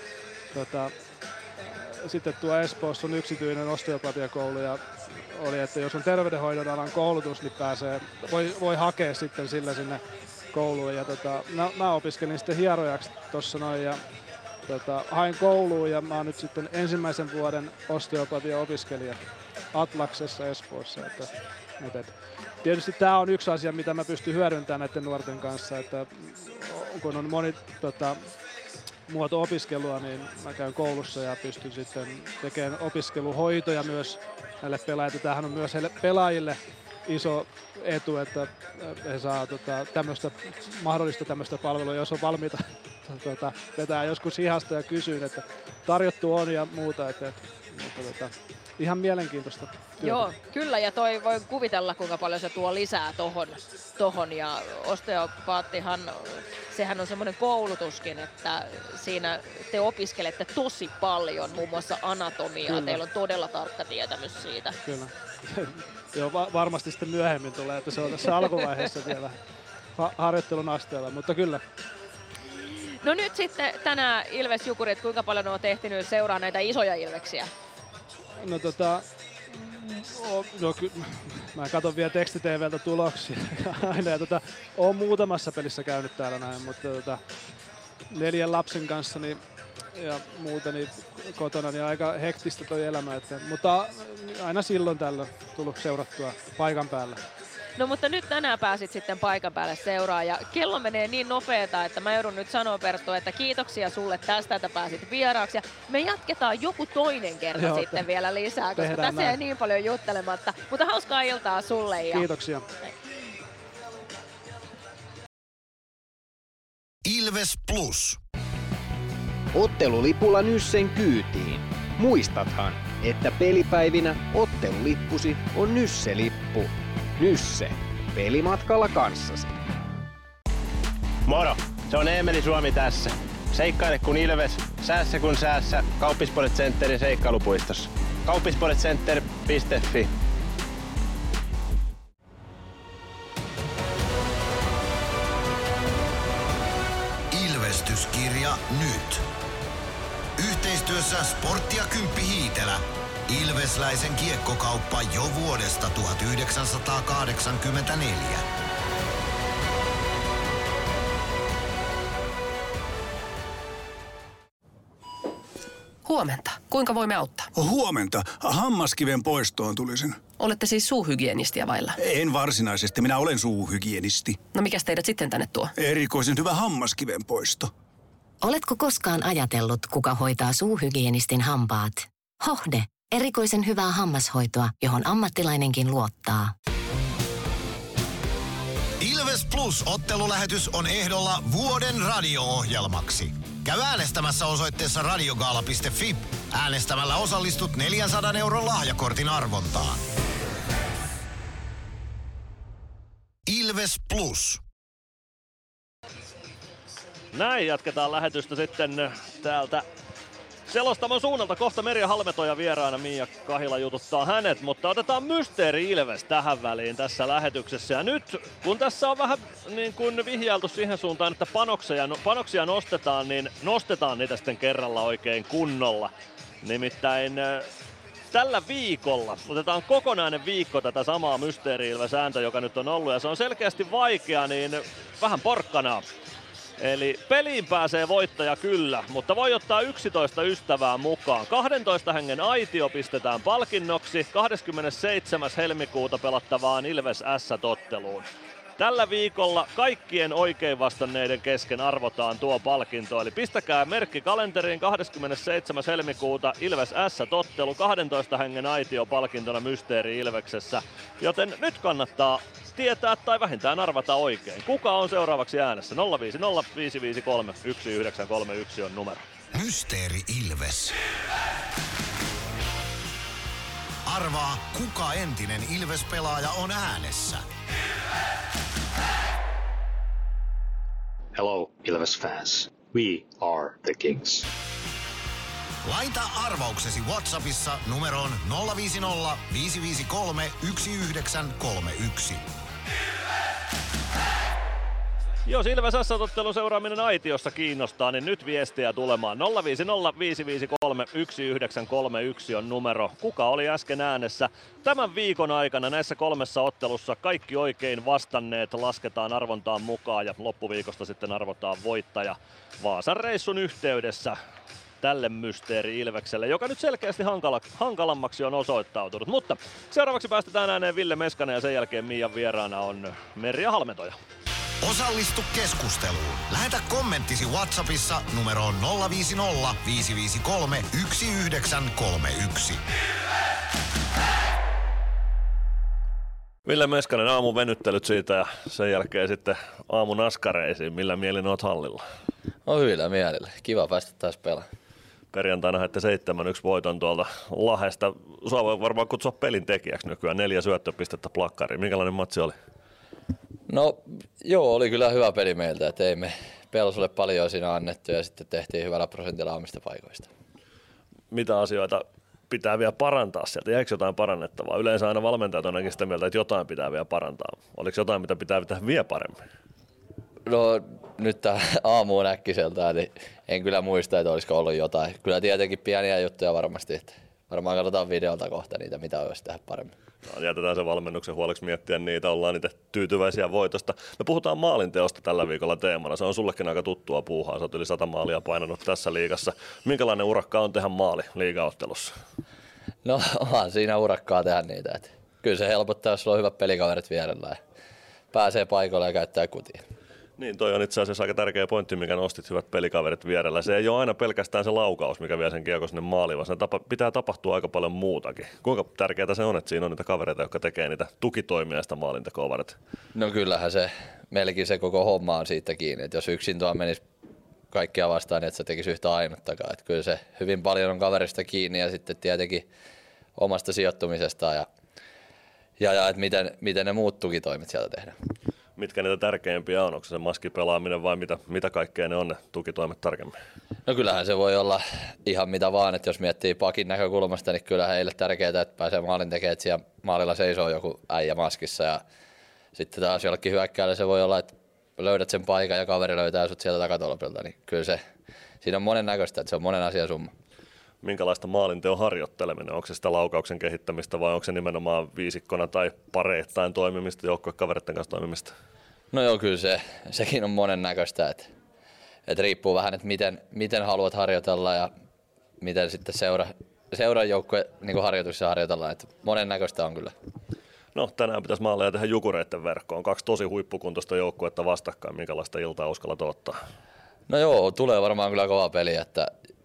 sitten tuo Espoossa on yksityinen osteopatiakoulu ja oli, että jos on terveydenhoidon alan koulutus, niin voi hakea sitten sillä sinne kouluun ja mä opiskelin sitten hierojaksi tuossa noin ja hain kouluun ja mä oon nyt sitten ensimmäisen vuoden osteopatia-opiskelija Atlaksessa Espoossa. Tietysti tää on yksi asia, mitä mä pystyn hyödyntämään näiden nuorten kanssa, että kun on moni muoto opiskelua, niin mä käyn koulussa ja pystyn sitten tekemään opiskeluhoitoja myös näille pelaajille. Tämähän on myös heille pelaajille iso etu, että he saa mahdollista tämmöistä palvelua, jos on valmiita vetää joskus hihasta ja kysyyn, että tarjottu on ja muuta, mutta ihan mielenkiintoista työtä. Joo, kyllä ja toi voi kuvitella kuinka paljon se tuo lisää tohon ja osteopaattihan, sehän on semmoinen koulutuskin, että siinä te opiskelette tosi paljon, muun muassa anatomiaa, kyllä. Teillä on todella tarkka tietämys siitä. Kyllä. Joo, varmasti sitten myöhemmin tulee, että se on tässä alkuvaiheessa vielä harjoittelun asteella, mutta kyllä. No nyt sitten tänään Ilves Jukurit, kuinka paljon olet ehtinyt seuraa näitä isoja Ilveksiä? Mä katson vielä teksti-TV:ltä tuloksia aina ja oon muutamassa pelissä käynyt täällä näin, mutta 4 lapsen kanssa ja muuten niin kotona niin aika hektistä toi elämä, mutta aina silloin tällöin tullut seurattua paikan päällä. No mutta nyt tänään pääsit sitten paikan päälle seuraan ja kello menee niin nopeeta, että mä joudun nyt sanoa Perttu, että kiitoksia sulle tästä, että pääsit vieraaksi ja me jatketaan joku toinen kerta sitten vielä lisää, koska tässä ei niin paljon juttelematta, mutta hauskaa iltaa sulle. Ja kiitoksia. Ilves Plus. Ottelulipulla Nyssen kyytiin. Muistathan, että pelipäivinä ottelulippusi on Nysse-lippu. Nysse. Pelimatkalla kanssasi. Moro! Se on Eemeli Suomi tässä. Seikkaile kun ilves, säässä kun säässä. Kauppisports Centerin seikkailupuistossa. Kauppisportscenter.fi. Ilvestyskirja nyt. Yhteistyössä Sportti ja Kymppi Hiitelä. Ilvesläisen kiekkokauppa jo vuodesta 1984. Huomenta. Kuinka voimme auttaa? Huomenta. Hammaskiven poistoon tulisin. Olette siis suuhygienistiä vailla? En varsinaisesti. Minä olen suuhygienisti. No mikäs teidät sitten tänne tuo? Erikoisen hyvä hammaskiven poisto. Oletko koskaan ajatellut, kuka hoitaa suuhygienistin hampaat? Hohde. Erikoisen hyvää hammashoitoa, johon ammattilainenkin luottaa. Ilves Plus -ottelulähetys on ehdolla vuoden radio-ohjelmaksi. Käy äänestämässä osoitteessa radiogaala.fi. Äänestämällä osallistut 400 € lahjakortin arvontaan. Ilves Plus. Näin jatketaan lähetystä sitten täältä selostamon suunnalta. Kohta Merja Halmetoja vieraana, Mia Kahila jututtaa hänet, mutta otetaan Mysteeri Ilves tähän väliin tässä lähetyksessä. Ja nyt kun tässä on vähän niin kuin vihjailtu siihen suuntaan, että panoksia nostetaan, niin nostetaan niitä sitten kerralla oikein kunnolla. Nimittäin tällä viikolla otetaan kokonainen viikko tätä samaa Mysteeri Ilves ääntä, joka nyt on ollut, ja se on selkeästi vaikea, niin vähän porkkanaa. Eli peliin pääsee voittaja kyllä, mutta voi ottaa 11 ystävää mukaan. 12 hengen aitio pistetään palkinnoksi 27. helmikuuta pelattavaan Ilves S-otteluun. Tällä viikolla kaikkien oikein vastanneiden kesken arvotaan tuo palkinto, eli pistäkää merkki kalenteriin 27. helmikuuta Ilves S-ottelu, 12 hengen aitio palkintona Mysteeri Ilveksessä, joten nyt kannattaa tietää tai vähintään arvata oikein. Kuka on seuraavaksi äänessä? 050 553 1931 on numero. Mysteeri Ilves. Arvaa, kuka entinen Ilves-pelaaja on äänessä. Hello, Ilves fans. We are the Kings. Laita arvauksesi WhatsAppissa numeroon 050 553 1931. Jos Ilves S-ottelun seuraaminen aitiossa kiinnostaa, niin nyt viestiä tulemaan. 050 553 1931 on numero. Kuka oli äsken äänessä? Tämän viikon aikana näissä 3 ottelussa kaikki oikein vastanneet lasketaan arvontaan mukaan ja loppuviikosta sitten arvotaan voittaja Vaasan reissun yhteydessä tälle Mysteeri Ilvekselle, joka nyt selkeästi hankalammaksi on osoittautunut. Mutta seuraavaksi päästetään ääneen Ville Meskanen ja sen jälkeen Mian vieraana on Merja Halmetoja. Osallistu keskusteluun. Lähetä kommenttisi WhatsAppissa numeroon 050 553 1931. Ville Meskanen, aamun venyttelyt siitä ja sen jälkeen sitten aamun askareisiin. Millä mielin oot hallilla? No hyvillä mielillä. Kiva päästä taas pelaamaan. Perjantaina haitte 7-1 voiton tuolta Lahdesta. Sua voi varmaan kutsua pelin tekijäksi nykyään. 4 syöttöpistettä plakkariin. Minkälainen matsi oli? No joo, oli kyllä hyvä peli meiltä. Et ei me Pelsulle paljon siinä annettu ja sitten tehtiin hyvällä prosentilla omista paikoista. Mitä asioita pitää vielä parantaa sieltä? Jäikö jotain parannettavaa? Yleensä aina valmentajat on ainakin sitä mieltä, että jotain pitää vielä parantaa. Oliko jotain, mitä pitää tehdä vielä paremmin? No nyt tähän aamuun äkkiseltään, niin en kyllä muista, että olisiko ollut jotain. Kyllä tietenkin pieniä juttuja varmasti, että varmaan katsotaan videolta kohta niitä, mitä olisi tehdä paremmin. No, jätetään se valmennuksen huoleksi miettiä niitä, ollaan niitä tyytyväisiä voitosta. Me puhutaan maalinteosta tällä viikolla teemana. Se on sullekin aika tuttua puuhaa. Sä oot yli 100 maalia painanut tässä liigassa. Minkälainen urakka on tehdä maali liigaottelussa? No onhan siinä urakkaa tehdä niitä. Että kyllä se helpottaa, jos sulla on hyvät pelikaverit vierellä ja pääsee paikalle ja käyttää kutia. Niin, toi on itse asiassa aika tärkeä pointti, mikä nostit, hyvät pelikaverit vierellä. Se ei ole aina pelkästään se laukaus, mikä vie sen kiekko sinne maaliin, vaan sen pitää tapahtua aika paljon muutakin. Kuinka tärkeää se on, että siinä on niitä kavereita, jotka tekee niitä tukitoimia sitä maalintekoa varten? No kyllähän se, melkein se koko homma on siitä kiinni, että jos yksin tuo menisi kaikkia vastaan, niin että se tekisi yhtä ainuttakaan. Että kyllä se hyvin paljon on kaverista kiinni ja sitten tietenkin omasta sijoittumisesta ja että miten ne muut tukitoimet sieltä tehdään. Mitkä niitä tärkeimpiä on? Onko se maskipelaaminen vai mitä kaikkea ne on ne tukitoimet tarkemmin? No kyllähän se voi olla ihan mitä vaan, että jos miettii pakin näkökulmasta, niin kyllä heille tärkeää, että pääsee maalin tekemään, että siellä maalilla seisoo joku äijä maskissa ja sitten taas jollekin hyökkäällä se voi olla, että löydät sen paikan ja kaveri löytää sut sieltä takatolpilta, niin kyllä se, siinä on monen näköistä, että se on monen asian summa. Minkälaista maalinteon harjoitteleminen? Onko se sitä laukauksen kehittämistä vai onko se nimenomaan viisikkona tai pareittain toimimista, joukkuekavereiden kanssa toimimista? No joo, kyllä sekin on monen näköistä, että riippuu vähän, että miten haluat harjoitella ja miten sitten seuran joukkue niin harjoituksessa harjoitellaan, että monen näköistä on kyllä. No tänään pitäisi maaleja tehdä Jukureiden verkkoon. 2 tosi huippukuntoista joukkuetta vastakkain. Minkälaista iltaa uskallat ottaa? No joo, tulee varmaan kyllä kova peli, että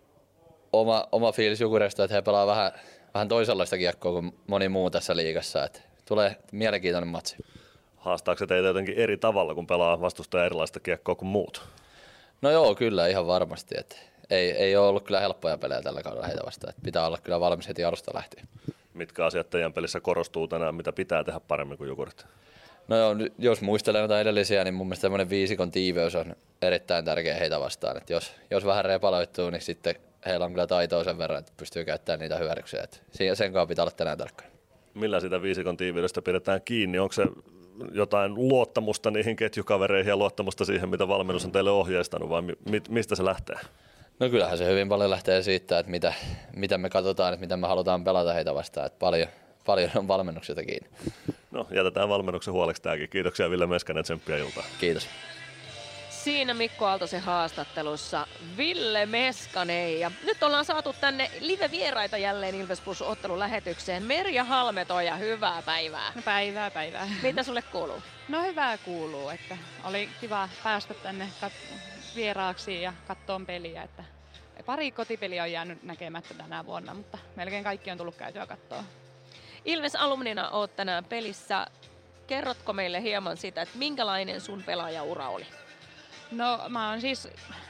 oma fiilis Jukureista, että he pelaa vähän toisenlaista kiekkoa kuin moni muu tässä liigassa. Että tulee mielenkiintoinen matsi. Haastaako se teitä jotenkin eri tavalla, kun pelaa vastustaja erilaista kiekkoa kuin muut? No joo, kyllä ihan varmasti. Että ei ole ollut kyllä helppoja pelejä tällä kaudella heitä vastaan. Että pitää olla kyllä valmis heti alusta lähtien. Mitkä asiat teidän pelissä korostuu tänään, mitä pitää tehdä paremmin kuin Jukurit? No joo, jos muistelen jotain edellisiä, niin mun mielestä tämmöinen viisikon tiiveys on erittäin tärkeä heitä vastaan. Että jos vähän repaloittuu, niin sitten heillä on kyllä taitoa sen verran, että pystyy käyttämään niitä hyödyksiä. Että sen kanssa pitää olla tänään tarkkana. Millä sitä viisikon tiiviydestä pidetään kiinni? Onko se jotain luottamusta niihin ketjukavereihin ja luottamusta siihen, mitä valmennus on teille ohjeistanut, vai mistä se lähtee? No kyllähän se hyvin paljon lähtee siitä, että mitä me katsotaan, että mitä me halutaan pelata heitä vastaan. Että paljon on valmennuksesta kiinni. No jätetään valmennuksen huoleksi tämäkin. Kiitoksia Ville Meskanen, tsemppiä iltaa. Kiitos. Siinä Mikko Aaltosen haastattelussa Ville Meskanen. Ja nyt ollaan saatu tänne live-vieraita jälleen Ilves Plus -ottelun lähetykseen. Merja Halmetoja, hyvää päivää. No päivää. Mitä sulle kuuluu? No hyvää kuuluu, että oli kiva päästä tänne vieraaksi ja katsomaan peliä. Että pari kotipeliä on jäänyt näkemättä tänä vuonna, mutta melkein kaikki on tullut käytyä katsoa. Ilves-alumnina oot tänään pelissä. Kerrotko meille hieman sitä, että minkälainen sun pelaajaura oli? No mä oon siis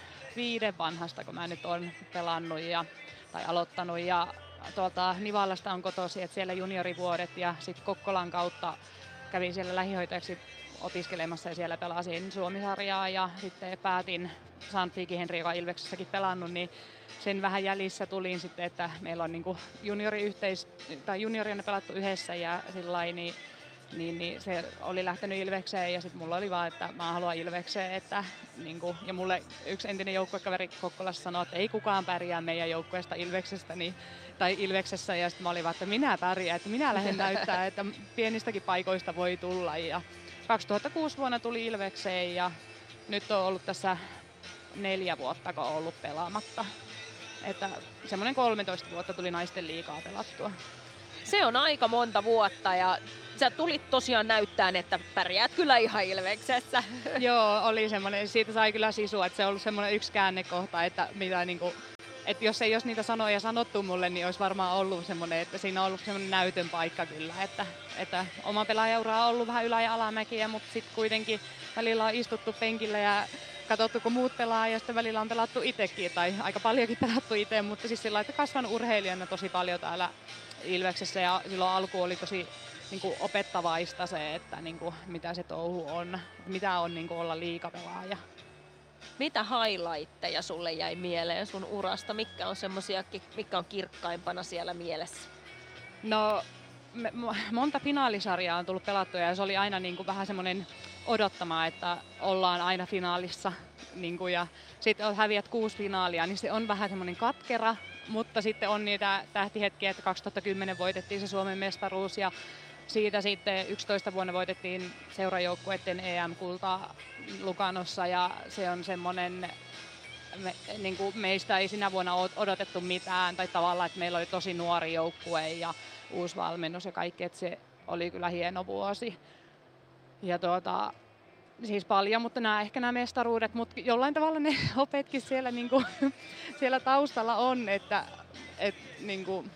5 vanhasta, kun mä nyt oon pelannut tai aloittanut ja tuolta Nivallasta on kotoisin, että siellä juniorivuodet ja sitten Kokkolan kautta kävin siellä lähihoitajaksi opiskelemassa ja siellä pelasin Suomi-sarjaa ja sitten päätin Sandvikin Henri, joka on Ilveksessäkin pelannut, niin sen vähän jäljissä tulin sitten, että meillä on niinku juniorina pelattu yhdessä ja sillain, niin se oli lähtenyt Ilvekseen ja sitten mulla oli vaan, että mä haluan Ilvekseen, että niinku, ja mulle yksi entinen joukkuekaveri Kokkolassa sanoi, että ei kukaan pärjää meidän joukkueesta Ilveksestä tai Ilveksessä ja sitten mä olin vaan, että minä pärjään, että minä lähden näyttää, että pienistäkin paikoista voi tulla ja 2006 vuonna tuli Ilvekseen ja nyt on ollut tässä 4 vuotta, kun on ollut pelaamatta. Että semmoinen 13 vuotta tuli naisten liigaa pelattua. Se on aika monta vuotta ja sä tulit tosiaan näyttämään, että pärjäät kyllä ihan Ilveksessä. Joo, oli semmoinen, siitä sai kyllä sisua, että se on ollut semmoinen yksi käännekohta, että mitä niinku, että jos ei olisi niitä sanoja sanottu mulle, niin olisi varmaan ollut semmoinen, että siinä on ollut semmoinen näytön paikka kyllä, että oma pelaajaura on ollut vähän ylä- ja alamäkiä, mutta sitten kuitenkin välillä on istuttu penkillä ja katsottu, kun muut pelaa ja sitten välillä on pelattu itsekin, tai aika paljonkin pelattu itse, mutta siis sillä lailla, että kasvanut urheilijana tosi paljon täällä Ilveksessä ja silloin alku oli tosi niin kuin opettavaista se, että niin kuin, mitä se touhu on, mitä on niin kuin olla liigapelaaja. Mitä highlightteja sulle jäi mieleen sun urasta? Mitkä on semmosiakin, mikä on kirkkaimpana siellä mielessä? No monta finaalisarjaa on tullut pelattua ja se oli aina niin kuin vähän semmoinen odottama, että ollaan aina finaalissa niin kuin, ja sitten häviät 6 finaalia, niin se on vähän semmoinen katkera, mutta sitten on niitä tähtihetkiä, että 2010 voitettiin se Suomen mestaruus ja siitä sitten 11 vuonna voitettiin seurajoukkueiden EM-kultaa Luganossa ja se on semmoinen, niin kuin meistä ei sinä vuonna odotettu mitään tai tavallaan, että meillä oli tosi nuori joukkue ja uusi valmennus ja kaikki, että se oli kyllä hieno vuosi. Ja siis paljon, mutta ehkä nämä mestaruudet, mutta jollain tavalla ne opetkin siellä, niin kuin, siellä taustalla on, että niin kuin,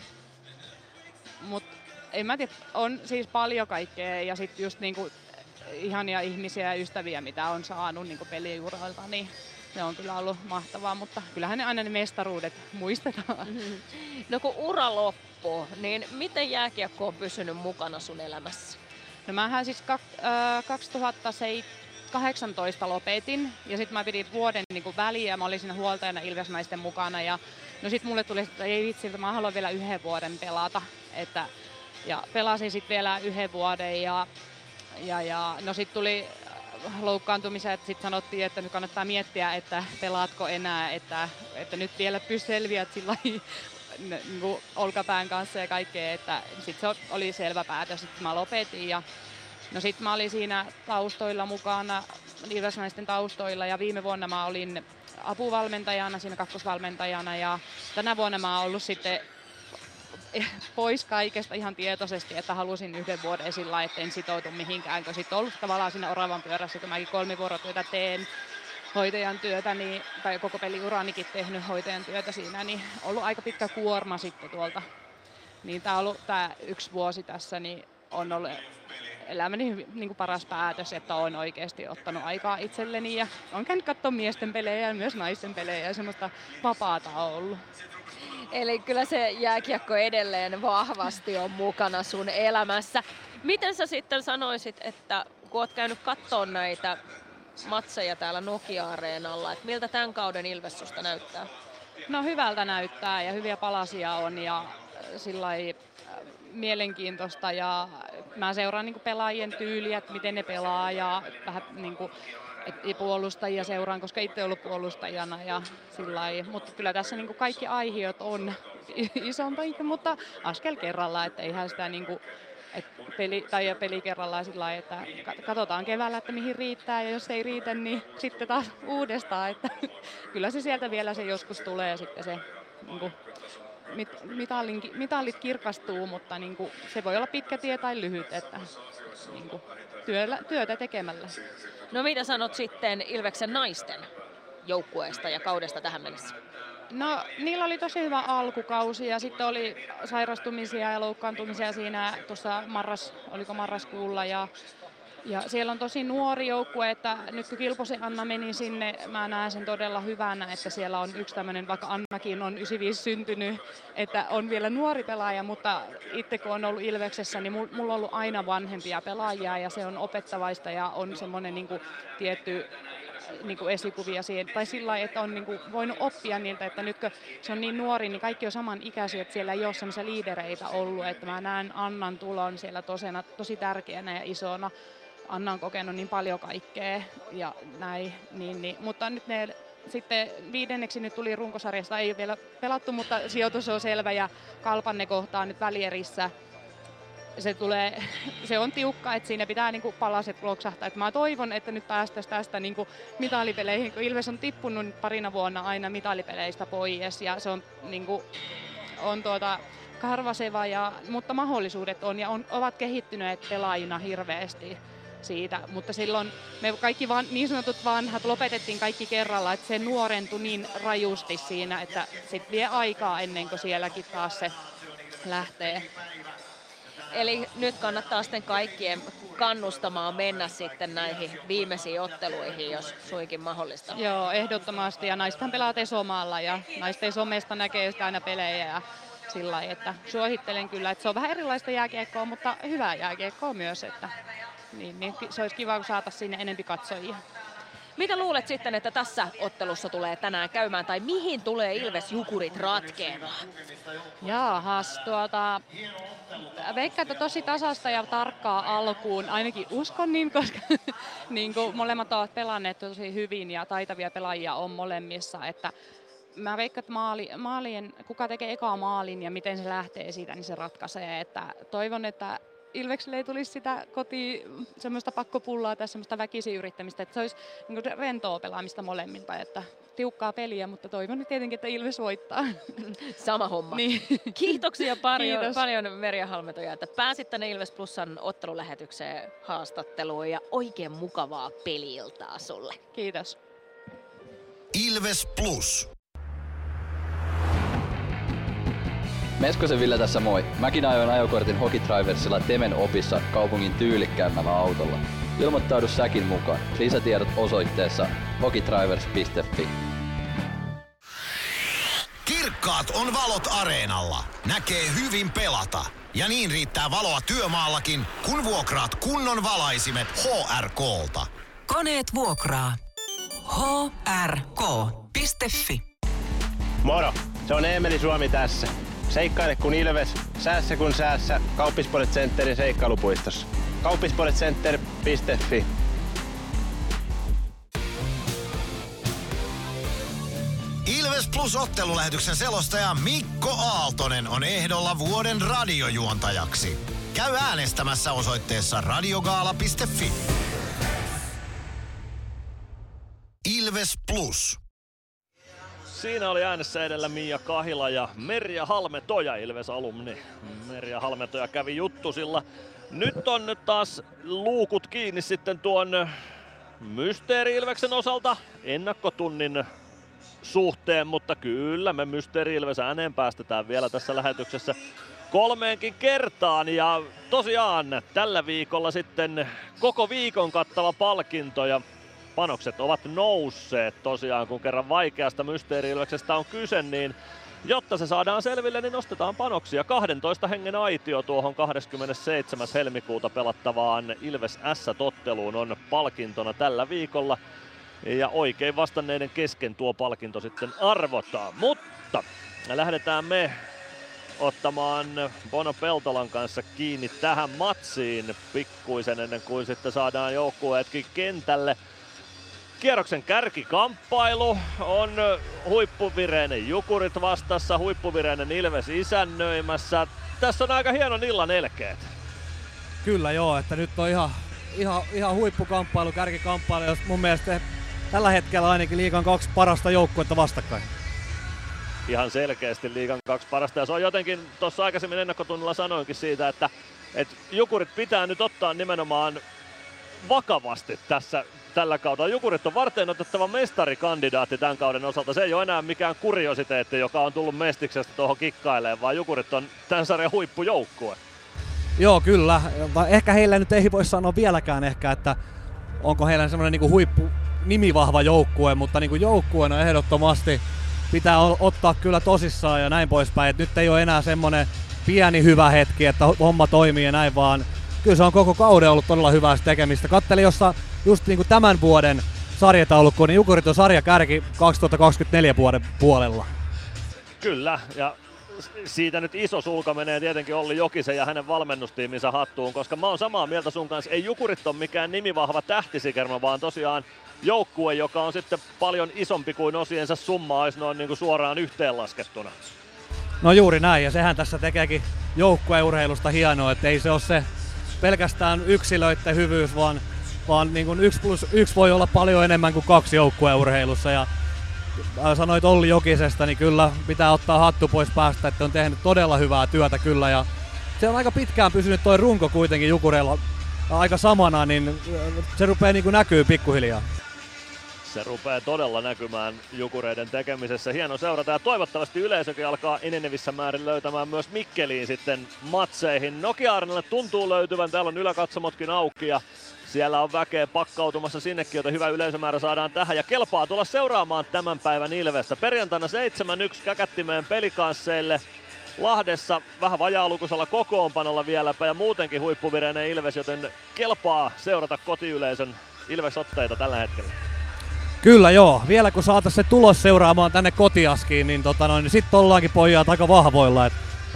mutta en mä tiedä, on siis paljon kaikkea ja sitten just niin kuin ihania ihmisiä ja ystäviä, mitä on saanut niin kuin peliuralta, niin se on kyllä ollut mahtavaa, mutta kyllähän ne aina ne mestaruudet muistetaan. No kun ura loppuu, niin miten jääkiekko on pysynyt mukana sun elämässä? No mähän siis 2018 lopetin ja sitten mä pidin vuoden niin väliä ja mä olin siinä huoltajana Ilves-naisten mukana ja no sit mulle tuli, että ei vitsi, että mä haluan vielä 1 vuoden pelata, ja pelasin sitten vielä 1 vuoden ja no sit tuli loukkaantumisia, että sitten sanottiin, että nyt kannattaa miettiä, että pelaatko enää, että nyt vielä selviät sillä niin olkapään kanssa ja kaikkea, että sitten se oli selvä päätös, että mä lopetin ja no sitten mä olin siinä taustoilla mukana, Ilves-naisten taustoilla ja viime vuonna mä olin apuvalmentajana, siinä kakkosvalmentajana ja tänä vuonna mä oon ollut sitten pois kaikesta ihan tietoisesti, että halusin 1 vuoden sillä, että en sitoutu mihinkään, kun sitten ollut tavallaan siinä oravan pyörässä, kun mäkin 3 vuorotyötä teen hoitajan työtä, niin, tai koko peliuranikin tehnyt hoitajan työtä siinä, niin ollut aika pitkä kuorma sitten tuolta. Niin tää on ollut tää 1 vuosi tässä, niin on ollut elämäni niin kuin paras päätös, että olen oikeasti ottanut aikaa itselleni ja olen käynyt katsomaan miesten pelejä ja myös naisten pelejä ja semmoista vapaata on ollut. Eli kyllä se jääkiekko edelleen vahvasti on mukana sun elämässä. Miten sä sitten sanoisit, että kun oot käynyt katsomaan näitä matseja täällä Nokia-areenalla, että miltä tämän kauden Ilves susta näyttää? No hyvältä näyttää ja hyviä palasia on ja sillai mielenkiintoista ja mä seuraan niinku pelaajien tyyliä, että miten ne pelaa ja vähän niinku puolustajia seuraan, koska itse ollut puolustajana ja sillai, mutta kyllä tässä niinku kaikki aihiot on isompi, mutta askel kerrallaan, että eihän sitä niinku peli kerrallaan sillai, että katsotaan keväällä, että mihin riittää ja jos ei riitä, niin sitten taas uudestaan, että kyllä se sieltä vielä se joskus tulee sitten se niinku mitallit kirkastuu, mutta niinku, se voi olla pitkä tie tai lyhyt, että niinku, työtä tekemällä. No mitä sanot sitten Ilveksen naisten joukkueesta ja kaudesta tähän mennessä? No niillä oli tosi hyvä alkukausi ja sitten oli sairastumisia ja loukkaantumisia siinä tuossa marraskuulla ja siellä on tosi nuori joukkue, että nyt kun Kilposen Anna meni sinne, mä näen sen todella hyvänä, että siellä on yksi tämmöinen, vaikka Annakin on 95 syntynyt, että on vielä nuori pelaaja, mutta itse kun on ollut Ilveksessä, niin mulla on ollut aina vanhempia pelaajia ja se on opettavaista ja on semmoinen niin kuin tietty niin kuin esikuvia siihen, tai sillä lailla, että on niin kuin voinut oppia niiltä, että nyt kun se on niin nuori, niin kaikki on samanikäisiä, että siellä ei ole semmoisia liidereitä ollut, että mä näen Annan tulon siellä tosi tärkeänä ja isona. Anna on kokenut niin paljon kaikkea ja näin, niin. Mutta nyt ne sitten 5. nyt tuli runkosarjasta, ei ole vielä pelattu, mutta sijoitus on selvä ja Kalpan ne kohtaa nyt välierissä. Se on tiukka, että siinä pitää niinku palaset loksahtaa. Et mä toivon, että nyt päästäisiin tästä niinku mitalipeleihin, kun Ilves on tippunut parina vuonna aina mitalipeleistä pois ja se on niinku, karvaseva, mutta mahdollisuudet on ja ovat kehittyneet pelaajina hirveästi siitä, mutta silloin me kaikki niin sanotut vanhat lopetettiin kaikki kerralla, että se nuorentui niin rajusti siinä, että sit vie aikaa ennen kuin sielläkin taas se lähtee. Eli nyt kannattaa sitten kaikkien kannustamaan mennä sitten näihin viimeisiin otteluihin, jos suinkin mahdollista. Joo, ehdottomasti. Ja naisethan pelaa Tesomaalla ja naisten somesta näkee aina pelejä ja sillä lailla, että suosittelen kyllä, että se on vähän erilaista jääkiekkoa, mutta hyvää jääkiekkoa myös, että niin se olisi kiva, kun saataisiin sinne enempi katsojia. Mitä luulet sitten, että tässä ottelussa tulee tänään käymään, tai mihin tulee Ilves-Jukurit ratkeamaan? Jaahas, veikkaan, että tosi tasasta ja tarkkaa alkuun, ainakin uskon niin, koska niin kuin molemmat ovat pelanneet tosi hyvin ja taitavia pelaajia on molemmissa, että mä veikkaan, että kuka tekee ekaa maalin ja miten se lähtee siitä, niin se ratkaisee, että toivon, että Ilvekselle ei tulisi sitä semmoista pakkopullaa tai semmoista väkisin-yrittämistä, että se olisi niin kuin rentoa pelaamista molemmilta, että tiukkaa peliä, mutta toivon tietenkin, että Ilves voittaa. Sama homma. Niin. Kiitoksia paljon Merja Halmetoja, että pääsit tänne Ilves Plusan ottelulähetykseen haastatteluun ja oikein mukavaa peli-iltaa sulle. Kiitos. Ilves Plus. Meskosen Ville tässä moi. Mäkin ajoin ajokortin Hockey Driversilla Temen opissa kaupungin tyylikkäämmällä autolla. Ilmoittaudu säkin mukaan. Lisätiedot osoitteessa hokitrivers.fi. Kirkkaat on valot areenalla. Näkee hyvin pelata. Ja niin riittää valoa työmaallakin, kun vuokraat kunnon valaisimet HRK:lta. Koneet vuokraa. hrk.fi. Moro, se on Eemeli Suomi tässä. Seikkaile kun ilves, säässä kun säässä. Kauppisports Centerin seikkailupuistossa. Kauppisportscenter.fi. Ilves Plus -ottelulähetyksen selostaja Mikko Aaltonen on ehdolla vuoden radiojuontajaksi. Käy äänestämässä osoitteessa radiogaala.fi. Ilves Plus. Siinä oli äänessä edellä Mia Kahila ja Merja Halmetoja, Ilves-alumni. Merja Halmetoja kävi juttusilla. Nyt on taas luukut kiinni sitten tuon Mysteeri-Ilveksen osalta ennakkotunnin suhteen, mutta kyllä me Mysteeri-Ilves ääneen päästetään vielä tässä lähetyksessä 3 kertaan. Ja tosiaan tällä viikolla sitten koko viikon kattava palkinto ja panokset ovat nousseet tosiaan, kun kerran vaikeasta Mysteeri-Ilveksestä on kyse, niin jotta se saadaan selville, niin nostetaan panoksia. 12 hengen aitio tuohon 27. helmikuuta pelattavaan Ilves S-totteluun on palkintona tällä viikolla. Ja oikein vastanneiden kesken tuo palkinto sitten arvotaan. Mutta lähdetään me ottamaan Bono Peltolan kanssa kiinni tähän matsiin pikkuisen ennen kuin sitten saadaan joukkueetkin kentälle. Kierroksen kärkikamppailu on huippuvireinen Jukurit vastassa, huippuvireinen Ilves isännöimässä. Tässä on aika hieno illan elkeet. Kyllä joo, että nyt on ihan huippukamppailu, kärkikamppailu, jos mun mielestä tällä hetkellä ainakin liigan 2 parasta joukkuetta vastakkain. Ihan selkeästi liigan 2 parasta, ja se on jotenkin, tuossa aikaisemmin ennakkotunnilla sanoinkin siitä, että Jukurit pitää nyt ottaa nimenomaan vakavasti tällä kaudella. Jukurit on varteenotettava mestarikandidaatti tämän kauden osalta. Se ei ole enää mikään kuriositeetti, joka on tullut Mestiksestä tuohon kikkailemaan, vaan Jukurit on tämän sarjan huippujoukkue. Joo, kyllä. Ehkä heillä nyt ei voi sanoa vieläkään ehkä, että onko heillä semmoinen niinku huippu nimivahva joukkue, mutta niinku joukkueena ehdottomasti pitää ottaa kyllä tosissaan ja näin poispäin. Et nyt ei ole enää semmoinen pieni hyvä hetki, että homma toimii ja näin, vaan kyllä se on koko kauden ollut todella hyvää tekemistä. Kattelin jossa just niinku tämän vuoden sarjataulukko, niin Jukurit on sarjakärki 2024 vuoden puolella. Kyllä, ja siitä nyt iso sulka menee tietenkin Olli Jokisen ja hänen valmennustiiminsä hattuun, koska mä oon samaa mieltä sun kanssa. Ei Jukurit ole mikään nimivahva tähtisikerma, vaan tosiaan joukkue, joka on sitten paljon isompi kuin osiensa summa olisi noin niin kuin suoraan yhteenlaskettuna. No juuri näin, ja sehän tässä tekeekin joukkueurheilusta hienoa, että ei se ole se pelkästään yksilöiden hyvyys, vaan niin kuin 1+1 voi olla paljon enemmän kuin 2 joukkueurheilussa. Ja sanoit Olli Jokisesta, niin kyllä pitää ottaa hattu pois päästä, että on tehnyt todella hyvää työtä kyllä. Ja se on aika pitkään pysynyt toi runko kuitenkin Jukureilla aika samana, niin se rupeaa niin kuin näkyy pikkuhiljaa. Se rupeaa todella näkymään Jukureiden tekemisessä. Hieno seurata ja toivottavasti yleisökin alkaa enenevissä määrin löytämään myös Mikkeliin sitten matseihin. Nokia-areenalle tuntuu löytyvän, täällä on yläkatsomotkin auki ja siellä on väkeä pakkautumassa sinnekin, joten hyvä yleisömäärä saadaan tähän ja kelpaa tulla seuraamaan tämän päivän Ilvestä. Perjantaina 7-1 Käkättimeen Pelikansseille. Lahdessa vähän vajaalukuisella kokoonpanolla vieläpä ja muutenkin huippuvireinen Ilves, joten kelpaa seurata kotiyleisön Ilves-otteita tällä hetkellä. Kyllä joo, vielä kun saataisiin se tulos seuraamaan tänne Kotiaskiin, niin, niin sitten ollaankin pojat aika vahvoilla.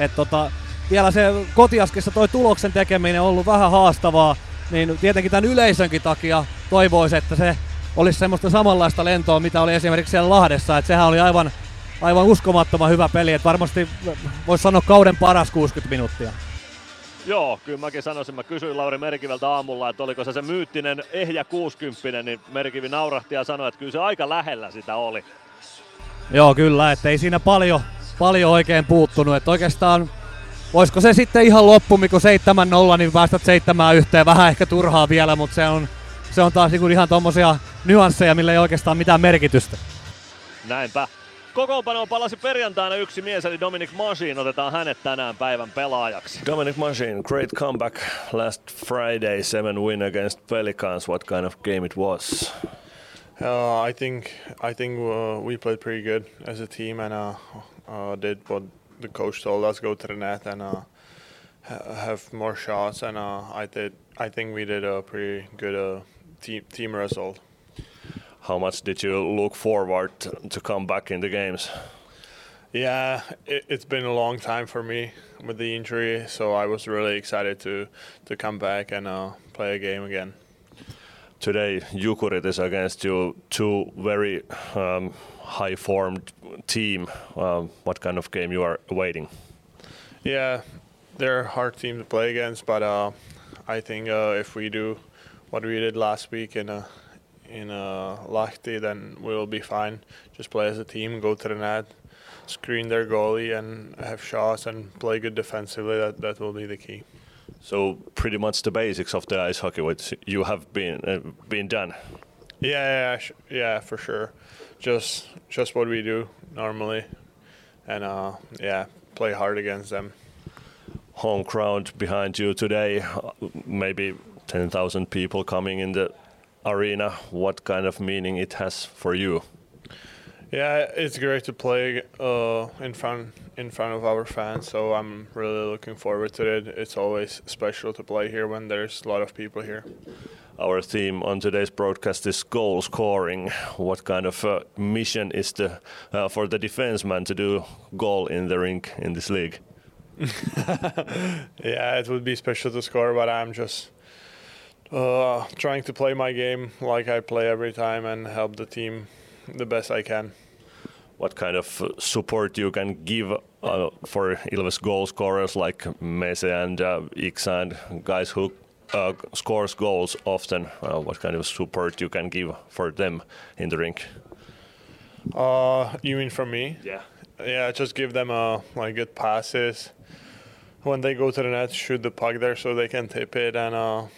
Vielä se Kotiaskissa toi tuloksen tekeminen on ollut vähän haastavaa, niin tietenkin tämän yleisönkin takia toivoisi, että se olisi semmoista samanlaista lentoa, mitä oli esimerkiksi siellä Lahdessa. Että sehän oli aivan uskomattoman hyvä peli, että varmasti voisi sanoa kauden paras 60 minuuttia. Joo, kyllä mäkin sanoisin. Mä kysyin Lauri Merkiveltä aamulla, että oliko se myyttinen ehjä 60, niin Merkivi naurahti ja sanoi, että kyllä se aika lähellä sitä oli. Joo, kyllä, ettei siinä paljon oikein puuttunut. Että oikeastaan, voisiko se sitten ihan loppu, kun 7-0, niin päästät 7-1, vähän ehkä turhaa vielä, mutta se on taas ihan tommosia nyansseja, millä ei oikeastaan mitään merkitystä. Näinpä. Kokoonpanoon palasi perjantaina yksi mies, eli Dominic Masin. Otetaan hänet tänään päivän pelaajaksi. Dominic Masin, great comeback last Friday, 7 win against Pelicans. What kind of game it was? I think we played pretty good as a team and did what the coach told us, go to the net and have more shots. And I think we did a pretty good team result. How much did you look forward to come back in the games? Yeah, it's been a long time for me with the injury, so I was really excited to come back and play a game again. Today, Jukurit is against you, two very high-formed team. What kind of game you are awaiting? Yeah, they're a hard team to play against, but I think if we do what we did last week in Lahti, then we'll be fine. Just play as a team, go to the net, screen their goalie and have shots and play good defensively. That will be the key. So pretty much the basics of the ice hockey which you have been done. Yeah, for sure. Just what we do normally, and play hard against them. Home crowd behind you today, maybe 10,000 people coming in the arena. What kind of meaning it has for you? Yeah, it's great to play in front of our fans, so I'm really looking forward to it. It's always special to play here when there's a lot of people here. Our theme on today's broadcast is goal scoring. What kind of mission is for the defenseman to do goal in the rink in this league? Yeah, it would be special to score, but I'm just trying to play my game like I play every time and help the team the best I can. What kind of support you can give for Ilves goal scorers like Mese and Iksand, guys who scores goals often? What kind of support you can give for them in the rink? You mean from me? Yeah. Yeah, just give them good passes. When they go to the net, shoot the puck there so they can tip it, and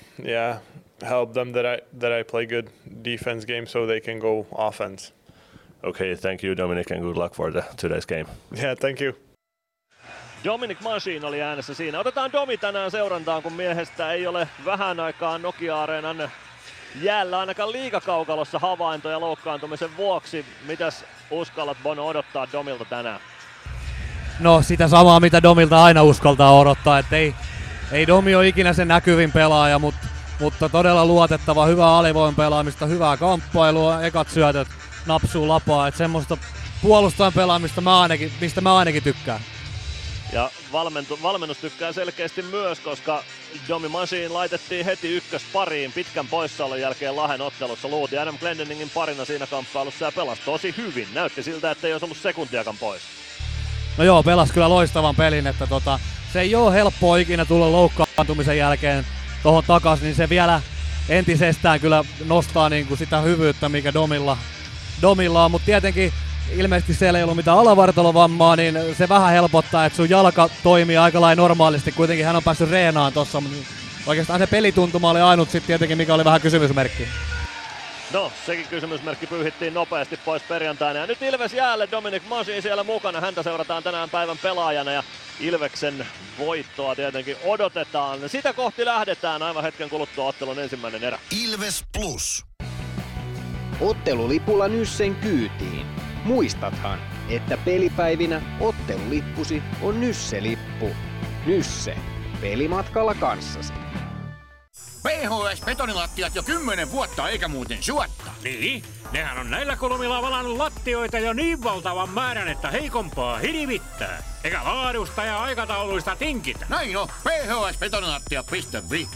help them that I play good defense game so they can go offense. Okay, thank you Dominic and good luck for today's game. Yeah, thank you. Dominic Masin oli äänessä siinä. Otetaan Domi tänään seurantaan, kun miehestä ei ole vähän aikaa Nokia-areenan jäällä ainakaan liigakaukalossa havaintoja loukkaantumisen vuoksi. Mitäs uskallat Bono odottaa Domilta tänään? No sitä samaa mitä Domilta aina uskaltaa odottaa, että ei Domi ole ikinä sen näkyvin pelaaja, mutta todella luotettava, hyvää alivoiman pelaamista, hyvää kamppailua, ekat syötöt napsuu lapaa, että semmoista puolustajan pelaamista mistä mä ainakin tykkään. Ja valmennus tykkää selkeästi myös, koska Domi Masin laitettiin heti ykköspariin pitkän poissaolon jälkeen Lahden ottelussa. Luuti Adam Glendeningin parina siinä kamppailussa ja pelasi tosi hyvin. Näytti siltä, että ei olisi ollut sekuntiakaan pois. No joo, pelasi kyllä loistavan pelin, että se ei ole helppoa ikinä tulla loukkaantumisen jälkeen tuohon takaisin, niin se vielä entisestään kyllä nostaa niinku sitä hyvyyttä, mikä Domilla on, mutta tietenkin ilmeisesti siellä ei ollut mitään alavartalovammaa, niin se vähän helpottaa, että sun jalka toimii aika lailla normaalisti. Kuitenkin hän on päässyt reenaan tossa, mutta oikeastaan se pelituntuma oli ainut sitten tietenkin, mikä oli vähän kysymysmerkki. No, sekin kysymysmerkki pyyhittiin nopeasti pois perjantaina. Ja nyt Ilves jäälle, Dominic Masin siellä mukana. Häntä seurataan tänään päivän pelaajana ja Ilveksen voittoa tietenkin odotetaan. Sitä kohti lähdetään aivan hetken kuluttua ottelun ensimmäinen erä. Ilves Plus. Ottelulipulla Nyssen kyytiin. Muistathan, että pelipäivinä ottelulippusi on Nysse-lippu. Nysse. Pelimatkalla kanssasi. PHS-betonilattiat jo 10 vuotta eikä muuten suotta. Niin, nehän on näillä kolmilla valannut lattioita jo niin valtavan määrän, että heikompaa hirvittää. Eikä laadusta ja aikatauluista tinkitä. Näin on, phsbetonilattia.fi.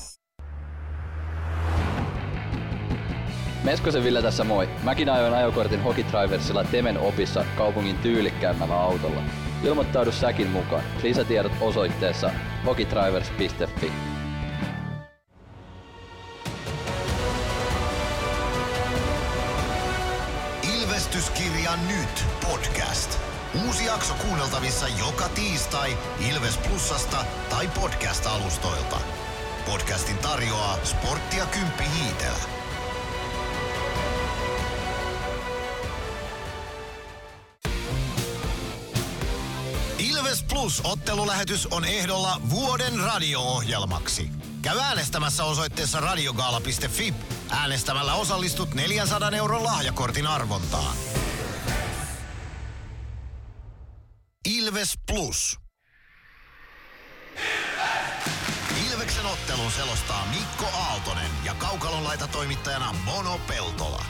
Meskosen Ville tässä moi. Mäkin ajoin ajokortin Hokitriversilla Temen opissa kaupungin tyylikkäämmällä autolla. Ilmoittaudu säkin mukaan. Lisätiedot osoitteessa hokitrivers.fi. Ilvestyskirja nyt podcast. Uusi jakso kuunneltavissa joka tiistai Ilves Plusasta tai podcast-alustoilta. Podcastin tarjoaa Sporttia Kymppi Hiitelä. Plus-ottelulähetys on ehdolla vuoden radio-ohjelmaksi. Käy äänestämässä osoitteessa radiogaala.fi. Äänestämällä osallistut 400 € lahjakortin arvontaan. Ilves Plus. Ilveksen ottelun selostaa Mikko Aaltonen ja Kaukalon laitatoimittajana Mono Peltola.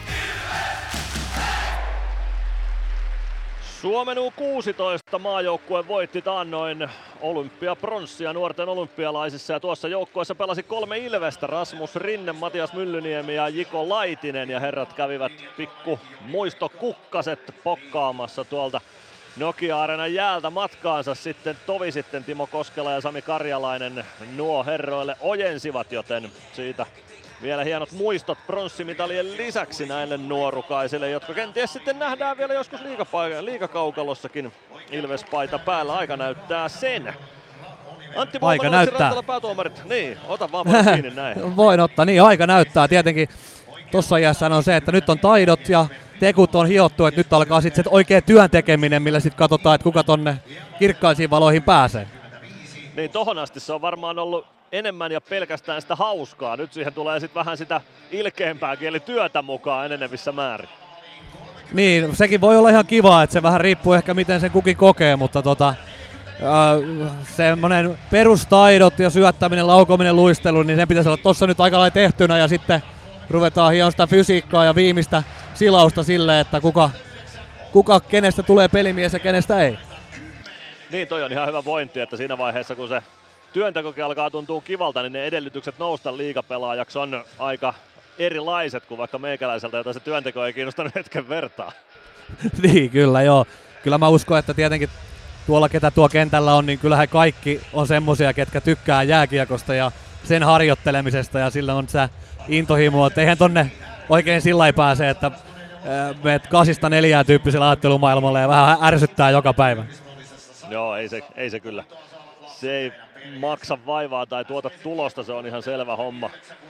Suomen U16 maajoukkue voitti taannoin olympiapronssia nuorten olympialaisissa ja tuossa joukkueessa pelasi 3 Ilvestä, Rasmus Rinne, Matias Myllyniemi ja Jiko Laitinen ja herrat kävivät pikku muistokukkaset pokkaamassa tuolta Nokia-areenan jäältä matkaansa sitten Timo Koskela ja Sami Karjalainen nuo herroille ojensivat, joten siitä vielä hienot muistot pronssimitalien lisäksi näille nuorukaisille, jotka kenties sitten nähdään vielä joskus liigakaukalossakin Ilves-paita päällä. Aika näyttää sen. Antti aika näyttää. Päätuomarit. Niin, ota vaan kiinni näin. Voin ottaa, niin aika näyttää. Tietenkin tuossa iässä on se, että nyt on taidot ja tekut on hiottu, että nyt alkaa sitten se oikea työn tekeminen, millä sitten katsotaan, että kuka tonne kirkkaisiin valoihin pääsee. Niin, tohon asti se on varmaan ollut enemmän ja pelkästään sitä hauskaa. Nyt siihen tulee sitten vähän sitä ilkeämpääkin, eli työtä mukaan enenevissä määrin. Niin, sekin voi olla ihan kiva, että se vähän riippuu ehkä miten sen kukin kokee, mutta semmoinen perustaidot ja syöttäminen, laukominen, luistelu, niin sen pitäisi olla tossa nyt aika lailla tehtynä ja sitten ruvetaan hieman sitä fysiikkaa ja viimeistä silausta sille, että kuka kenestä tulee pelimies ja kenestä ei. Niin, toi on ihan hyvä pointti, että siinä vaiheessa kun se työntekokin alkaa tuntua kivalta, niin ne edellytykset nousta liigapelaajaksi on aika erilaiset kuin vaikka meikäläiseltä, jota se työnteko ei kiinnostanut hetken vertaa. Niin, kyllä joo. Kyllä mä uskon, että tietenkin tuolla ketä tuo kentällä on, niin kyllähän kaikki on semmosia, ketkä tykkää jääkiekosta ja sen harjoittelemisesta ja sillä on se intohimo, että eihän tonne oikein sillä ei pääse, että meet 8-4 tyyppisellä ajattelumaailmalla ja vähän ärsyttää joka päivä. Joo, ei se kyllä. Se ei maksa vaivaa tai tuota tulosta, se on ihan selvä homma.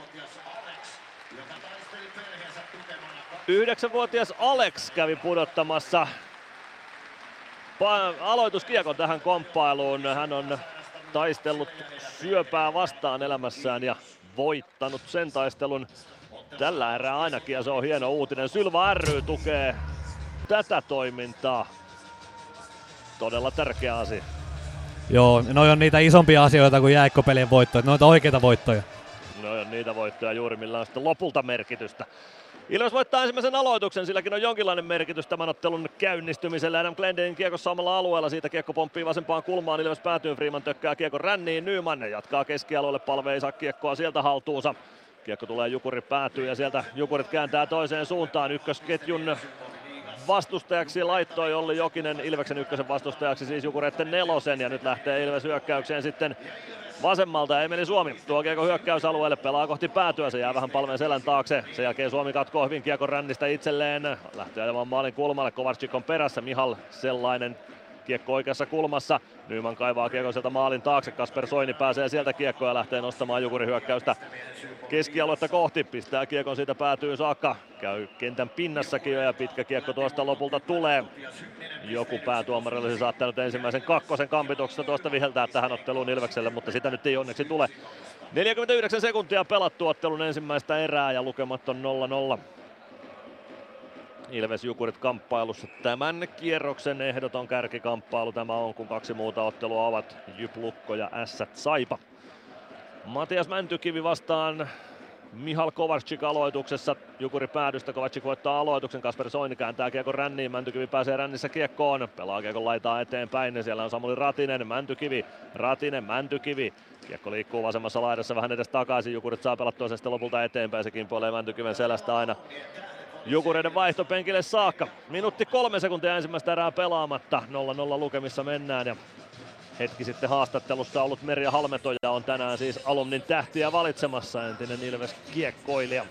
9-vuotias Alex kävi pudottamassa aloituskiekon tähän komppailuun. Hän on taistellut syöpää vastaan elämässään ja voittanut sen taistelun tällä erää ainakin, ja se on hieno uutinen. Sylva ry tukee tätä toimintaa. Todella tärkeä asia. Joo, noi on niitä isompia asioita kuin jääkkopelien voittoja, noita oikeita voittoja. No on niitä voittoja juuri, millä on sitten lopulta merkitystä. Ilves voittaa ensimmäisen aloituksen, silläkin on jonkinlainen merkitys tämän ottelun käynnistymisellä. Adam Glendenin kiekossa omalla alueella, siitä kiekko pomppii vasempaan kulmaan, Ilves päätyy, Freeman tökkää kiekon ränniin, Nyman jatkaa keskialueelle, Palve ei saa kiekkoa sieltä haltuunsa. Kiekko tulee Jukuri päätyy ja sieltä Jukurit kääntää toiseen suuntaan, ykkösketjun vastustajaksi laittoi Olli Jokinen, Ilveksen ykkösen vastustajaksi siis Jukureitten 4, ja nyt lähtee Ilves hyökkäykseen sitten vasemmalta. Emeli Suomi tuo kiekko hyökkäysalueelle, pelaa kohti päätyä, se jää vähän Palven selän taakse. Sen jälkeen Suomi katkoo hyvin kiekon rännistä itselleen, lähtee ajamaan maalin kulmalle, Kovarczyk on perässä, Mihal sellainen. Kiekko oikeassa kulmassa, Nyman kaivaa kiekon sieltä maalin taakse, Kasper Soini pääsee sieltä kiekkoa ja lähtee nostamaan Jukurin hyökkäystä keskialuetta kohti, pistää kiekon siitä päätyyn saakka, käy kentän pinnassakin jo ja pitkä kiekko tuosta lopulta tulee. Joku päätuomari olisi saattanut ensimmäisen kakkosen kampituksesta tuosta viheltää tähän otteluun Ilvekselle, mutta sitä nyt ei onneksi tule. 49 sekuntia pelattu ottelun ensimmäistä erää ja lukemat on 0-0. Ilves Jukurit kamppailussa tämän kierroksen ehdoton kärkikamppailu tämä on, kun kaksi muuta ottelua ovat Jyp Lukko ja Ässät Saipa. Matias Mäntykivi vastaan Mihal Kovarczyk aloituksessa. Jukuri päädystä, Kovarczyk voittaa aloituksen, Kasper Soini kääntää kiekon ränniin, Mäntykivi pääsee rännissä kiekkoon, pelaa kiekon laitaa eteenpäin, siellä on Samuli Ratinen, Mäntykivi. Kiekko liikkuu vasemmassa laidassa vähän edes takaisin, Jukurit saa pelattua sen sitten lopulta eteenpäin, se kimpoilee Mäntykiven selästä aina Jukureiden vaihtopenkille saakka. Minuutti 3 sekuntia ensimmäistä erää pelaamatta. 0-0 lukemissa mennään ja hetki sitten haastattelussa ollut Merja Halmetoja on tänään siis Alumnin tähtiä valitsemassa, entinen Ilves kiekkoilija.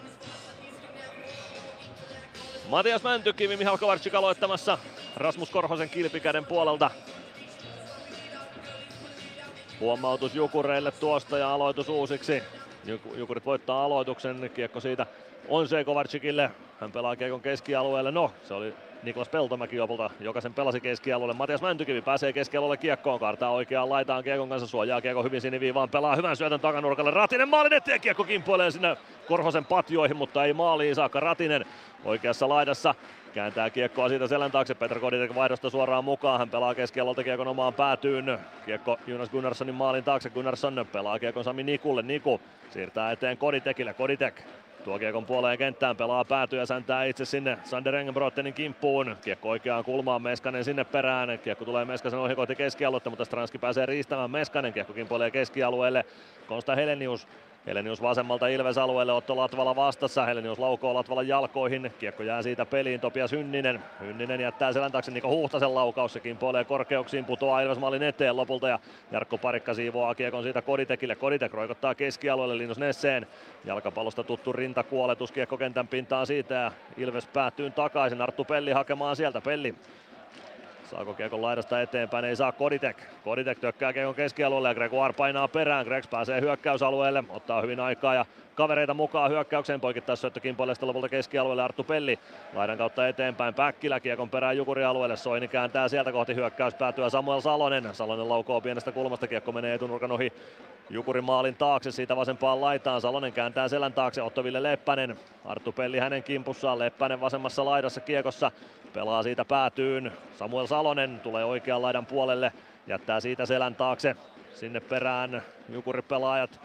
Matias Mäntykivi, Mihal Kovarczyk aloittamassa Rasmus Korhosen kilpikäden puolelta. Huomautus Jukureille tuosta ja aloitus uusiksi. Jukurit voittaa aloituksen, kiekko siitä on se Kovarczykille. Hän pelaa kiekon keskialueelle. No, se oli Niklas Peltomäki lopulta jokaisen pelasi keskialueelle. Matias Mäntykivi pääsee keskialueelle kiekkoon, kaartaa oikeaan laitaan Kiekon kanssa, suojaa Kiekko hyvin siniviivaan, pelaa hyvän syötön takanurkalle. Ratinen maalin eteen, Kiekko kimpoilee sinne Korhosen patjoihin, mutta ei maaliin saakka. Ratinen oikeassa laidassa kääntää Kiekkoa siitä selän taakse. Petr Koditek vaihdosta suoraan mukaan. Hän pelaa keskialueelta Kiekon omaan päätyyn. Kiekko Jonas Gunnarssonin maalin taakse. Gunnarsson pelaa Kiekon Sami Nikulle. Niku siirtää eteen Koditekille. Koditek tuo Kiekon puoleen kenttään, pelaa päätyä ja säntää itse sinne Sander Engenbrotenin kimppuun. Kiekko oikeaan kulmaan, Meskanen sinne perään. Kiekko tulee Meskasen ohi kohti keskialuetta, mutta Stranski pääsee riistämään Meskanen. Kiekko kimpoilee keskialueelle. Konsta Helenius. Helenius vasemmalta Ilves-alueelle, Otto Latvala vastassa. Helenius laukoo Latvalan jalkoihin. Kiekko jää siitä peliin, Topias Hynninen. Hynninen jättää selän taakse Niko Huhtasen laukaus. Se kimpoilee korkeuksiin, putoaa Ilves-maalin eteen lopulta. Ja Jarkko Parikka siivoaa Kiekon siitä Koditekille. Koditek roikottaa keskialueelle Linus Nesseen. Jalkapallosta tuttu rintakuoletus Kiekko kentän pintaan siitä. Ja Ilves päätyy takaisin. Arttu Pelli hakemaan sieltä. Pelli. Saako Kiekon laidasta eteenpäin? Ei saa Koditek. Koditek tökkää Kiekon keskialueelle ja Gregoire painaa perään. Gregs pääsee hyökkäysalueelle, ottaa hyvin aikaa ja kavereita mukaan hyökkäykseen. Poikittaissyöttö kimpoilee sitten lopulta keskialueelle Arttu Pelli. Laidan kautta eteenpäin Päkkilä Kiekon perään Jukuri-alueelle. Soini kääntää sieltä kohti hyökkäyspäätyä Samuel Salonen. Salonen laukoo pienestä kulmasta. Kiekko menee etunurkan ohi Jukurin maalin taakse, siitä vasempaan laitaan. Salonen kääntää selän taakse, Otto-Ville Leppänen. Arttu Pelli hänen kimpussaan, Leppänen vasemmassa laidassa kiekossa. Pelaa siitä päätyyn. Samuel Salonen tulee oikean laidan puolelle, jättää siitä selän taakse. Sinne perään Jukuri-pelaajat.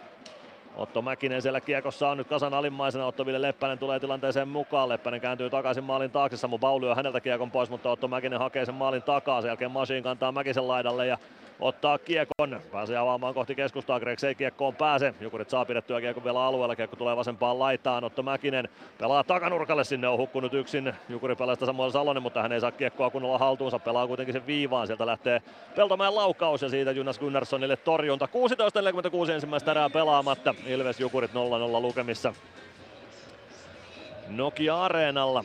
Otto Mäkinen siellä kiekossa on nyt kasan alimmaisena. Otto-Ville Leppänen tulee tilanteeseen mukaan. Leppänen kääntyy takaisin maalin taakse. Samu Bauli on häneltä kiekon pois, mutta Otto Mäkinen hakee sen maalin takaa. Sen jälkeen Masiin kantaa Mäkisen laidalle ja ottaa kiekon. Pääsee avaamaan kohti keskustaa. Gregs ei kiekkoon pääse. Jukurit saa pidettyä kiekon vielä alueella. Kiekko tulee vasempaan laitaan. Otto Mäkinen pelaa takanurkalle. Sinne on hukkunut yksin Jukuri-pelaajasta Samuel Salonen, mutta hän ei saa kiekkoa kunnolla haltuunsa. Pelaa kuitenkin sen viivaan. Sieltä lähtee Peltomäen laukaus ja siitä Jonas Gunnarssonille torjunta. 16:46 ensimmäistä erää pelaamatta. Ilves Jukurit 0-0 lukemissa Nokia-areenalla.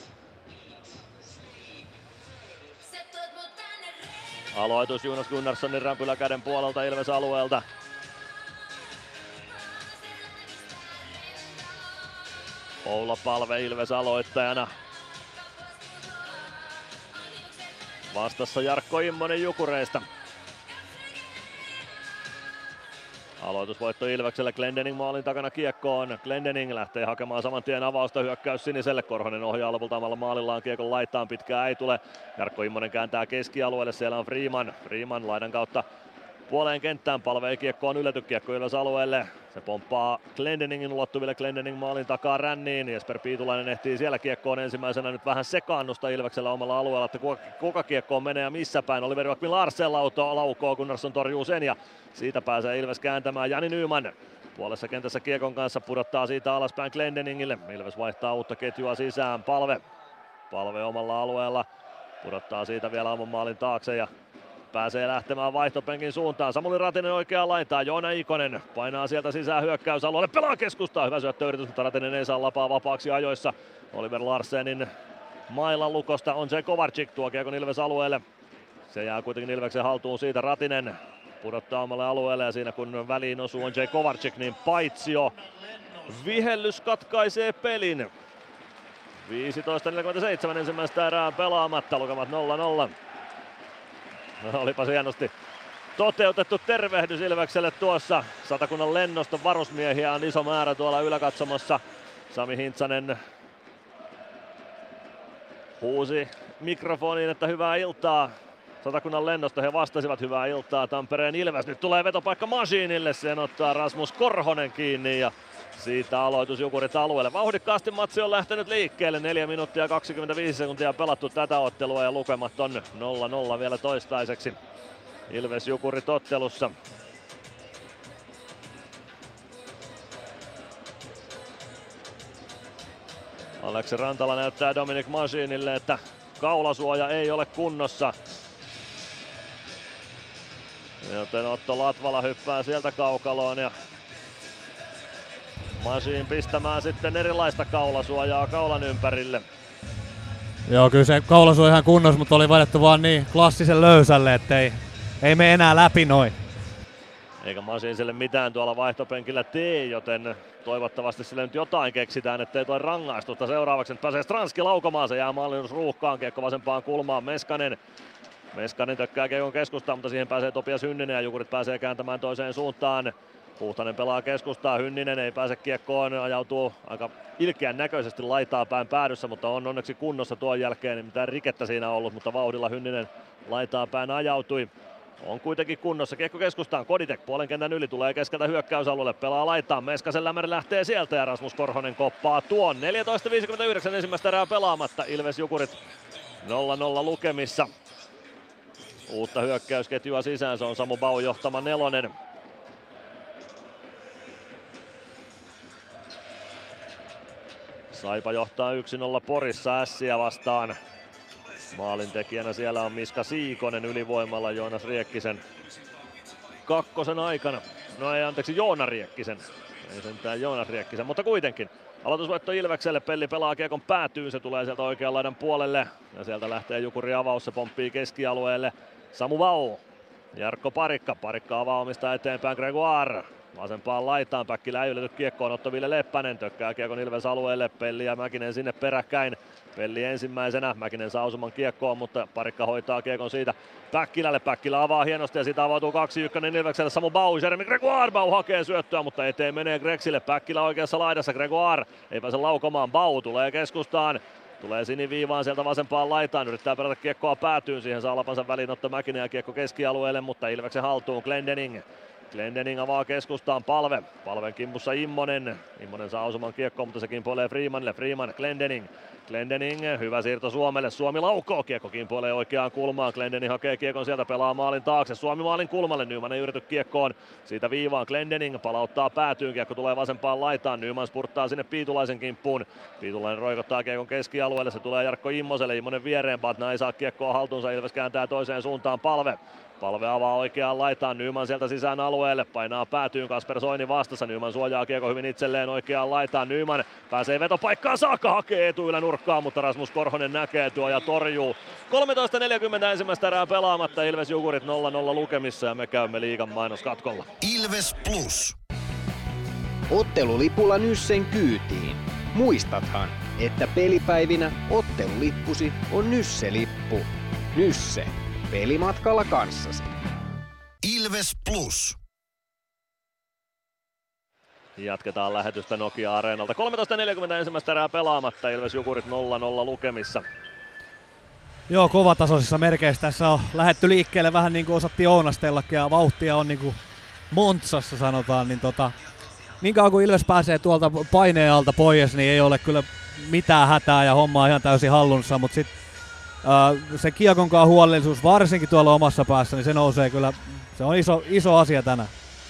Aloitus Jonas Gunnarssonin rämpyläkäden puolelta Ilves-alueelta. Oula Palve Ilves aloittajana. Vastassa Jarkko Immonen Jukureista. Aloitusvoitto Ilvekselle, Glendening maalin takana kiekkoon. Glendening lähtee hakemaan saman tien avausta, hyökkäys siniselle. Korhonen ohjaa lopulta omalla maalillaan kiekon laitaan, pitkää ei tule. Jarkko Immonen kääntää keskialueelle, siellä on Freeman. Freeman laidan kautta puoleen kenttään, Palve ei kiekkoon ylety, kiekko Ilves alueelle. Se pomppaa Glendeningin ulottuville, Glendening maalin takaa ränniin. Jesper Piitulainen ehtii siellä kiekkoon ensimmäisenä, nyt vähän sekaannusta Ilveksellä omalla alueella, että kuka kiekkoon menee ja missä päin. Oliver Joakim Larsen laukoo, Gunnarsson torjuu sen ja siitä pääsee Ilves kääntämään. Jani Nyman puolessa kentässä kiekon kanssa pudottaa siitä alaspäin Glendeningille. Ilves vaihtaa uutta ketjua sisään, Palve omalla alueella pudottaa siitä vielä oman maalin taakse ja pääsee lähtemään vaihtopenkin suuntaan. Samuli Ratinen oikeaan laitaan. Joona Ikonen painaa sieltä sisään hyökkäysalueelle. Pelaa keskustaa. Hyvä syöttöyritys, mutta Ratinen ei saa lapaa vapaaksi ajoissa. Oliver Larsenin mailan lukosta on Jay Kovarczyk. Tuo kiekon Ilves alueelle. Se jää kuitenkin Ilveksen haltuun siitä. Ratinen pudottaa omalle alueelle ja siinä kun väliin osuu on Jay Kovarczyk, niin paitsio. Vihellys katkaisee pelin. 15:47 ensimmäistä erää pelaamatta. Lukemat 0-0. No, olipa hienosti toteutettu tervehdys Ilvekselle tuossa. Satakunnan lennosta varusmiehiä on iso määrä tuolla yläkatsomossa. Sami Hintsanen huusi mikrofoniin, että hyvää iltaa. Satakunnan lennosta he vastasivat hyvää iltaa. Tampereen Ilves. Nyt tulee vetopaikka Masiinille. Sen ottaa Rasmus Korhonen kiinni ja siitä aloitus Jukurit alueelle. Vauhdikkaasti matsi on lähtenyt liikkeelle. 4 minuuttia 25 sekuntia pelattu tätä ottelua ja lukemat on 0-0 vielä toistaiseksi. Ilves Jukurit ottelussa. Aleksi Rantala näyttää Dominic Masiinille, että kaulasuoja ei ole kunnossa. Joten Otto Latvala hyppää sieltä kaukaloon ja Masiin pistämään sitten erilaista kaulasuojaa kaulan ympärille. Joo, kyllä se kaulasuoja ihan kunnossa, mutta oli vedetty vaan niin klassisen löysälle, että ei mene enää läpi noin. Eikä Masinselle mitään tuolla vaihtopenkillä tee, joten toivottavasti sille nyt jotain keksitään, ettei toi rangaistusta. Seuraavaksi nyt pääsee Stranski laukomaan, se jää maalin ruuhkaan, kiekko vasempaan kulmaan, Meskanen tökkää kiekon keskustaan, mutta siihen pääsee Topias Hynninen ja Jukurit pääsee kääntämään toiseen suuntaan. Huhtanen pelaa keskustaa, Hynninen ei pääse kiekkoon, ajautuu aika ilkeän näköisesti laitaa päin päädyssä, mutta on onneksi kunnossa tuon jälkeen, niin mitään rikettä siinä ollut, mutta vauhdilla Hynninen laitaa päin ajautui. On kuitenkin kunnossa, kiekko keskustaan, Koditek puolen kentän yli, tulee keskeltä hyökkäysalueelle, pelaa laitaan, Meskasen lämäri lähtee sieltä ja Rasmus Korhonen koppaa tuon. 14.59 ensimmäistä erää pelaamatta, Ilves Jukurit 0-0 lukemissa. Uutta hyökkäysketjua sisään, se on Samu Bau johtama nelonen. Saipa johtaa 1-0 Porissa Ässiä vastaan. Maalintekijänä siellä on Miska Siikonen ylivoimalla Joonas Riekkisen kakkosen aikana. No ei, anteeksi, Joona Riekkisen. Ei sentään Joonas Riekkisen, mutta kuitenkin. Aloitusvoitto Ilvekselle, Pelli pelaa kiekon päätyyn, se tulee sieltä oikean laidan puolelle. Ja sieltä lähtee Jukuri avaus, se pomppii keskialueelle. Samu Vau, Jarkko Parikka avaa omista eteenpäin Gregoire. Vasempaan laitaan, Päkkilä ei ylety kiekkoon, Otto Ville Leppänen tökkää kiekon Ilves alueelle, Pelli ja Mäkinen sinne peräkkäin. Pelli ensimmäisenä, Mäkinen saa osuman kiekkoon, mutta Parikka hoitaa kiekon siitä Päkkilälle. Päkkilä avaa hienosti ja siitä avautuu 2-1 Ilvekselle. Samu Bau, Jeremy Gregoire, Bau hakee syöttöä, mutta eteen menee Greksille. Päkkilä oikeassa laidassa, Gregoire ei pääse laukomaan, Bau tulee keskustaan. Tulee siniviivaan sieltä vasempaan laitaan, yrittää perätä kiekkoa päätyyn, siihen saa lapansa väliinotto Mäkinen ja kiekko keskialueelle, mutta Ilveksen haltuun Glendening. Glendening avaa keskustaan Palven kimpussa Immonen saa osuman kiekkoon, mutta se kimpoilee Freemanille, Glendening, hyvä siirto Suomelle, Suomi laukoo, kiekko kimpoilee oikeaan kulmaan, Glendening hakee kiekon sieltä, pelaa maalin taakse, Suomi maalin kulmalle, Nyman ei yrity kiekkoon, siitä viivaan Glendening palauttaa päätyyn, kiekko tulee vasempaan laitaan, Nyman spurttaa sinne Piitulaisen kimppuun, Piitulainen roikottaa kiekon keskialueelle, se tulee Jarkko Immoselle, Immonen viereen, Batna ei saa kiekkoa haltuunsa, Ilves kääntää toiseen suuntaan, Palve avaa oikeaan laitaan, Nyman sieltä sisään alueelle, painaa päätyyn, Kasper Soini vastassa, Nyman suojaa kiekko hyvin itselleen oikeaan laitaan, Nyman pääsee vetopaikkaan saakka, hakee etuylänurkkaan, mutta Rasmus Korhonen näkee tuo ja torjuu. 13.40 ensimmäistä erää pelaamatta, Ilves Jukurit 0-0 lukemissa ja me käymme liigan mainoskatkolla. Ilves Plus. Ottelulipulla Nyssen kyytiin. Muistathan, että pelipäivinä ottelulippusi on Nysse-lippu. Nysse. Pelimatkalla kanssasi. Ilves Plus. Jatketaan lähetystä Nokia-areenalta. 13.40 ensimmäistä erää pelaamatta. Ilves Jukurit 0-0 lukemissa. Joo, kovatasoisissa merkeissä tässä on lähdetty liikkeelle vähän niin kuin osattiin ounastellakin ja vauhtia on niin kuin montsassa sanotaan. Niin kauan kuin Ilves pääsee tuolta paineen alta pois, niin ei ole kyllä mitään hätää ja homma on ihan täysin hallunsa, mutta sitten se kiekonkaan huolellisuus, varsinkin tuolla omassa päässä, niin se nousee kyllä, se on iso asia tänään.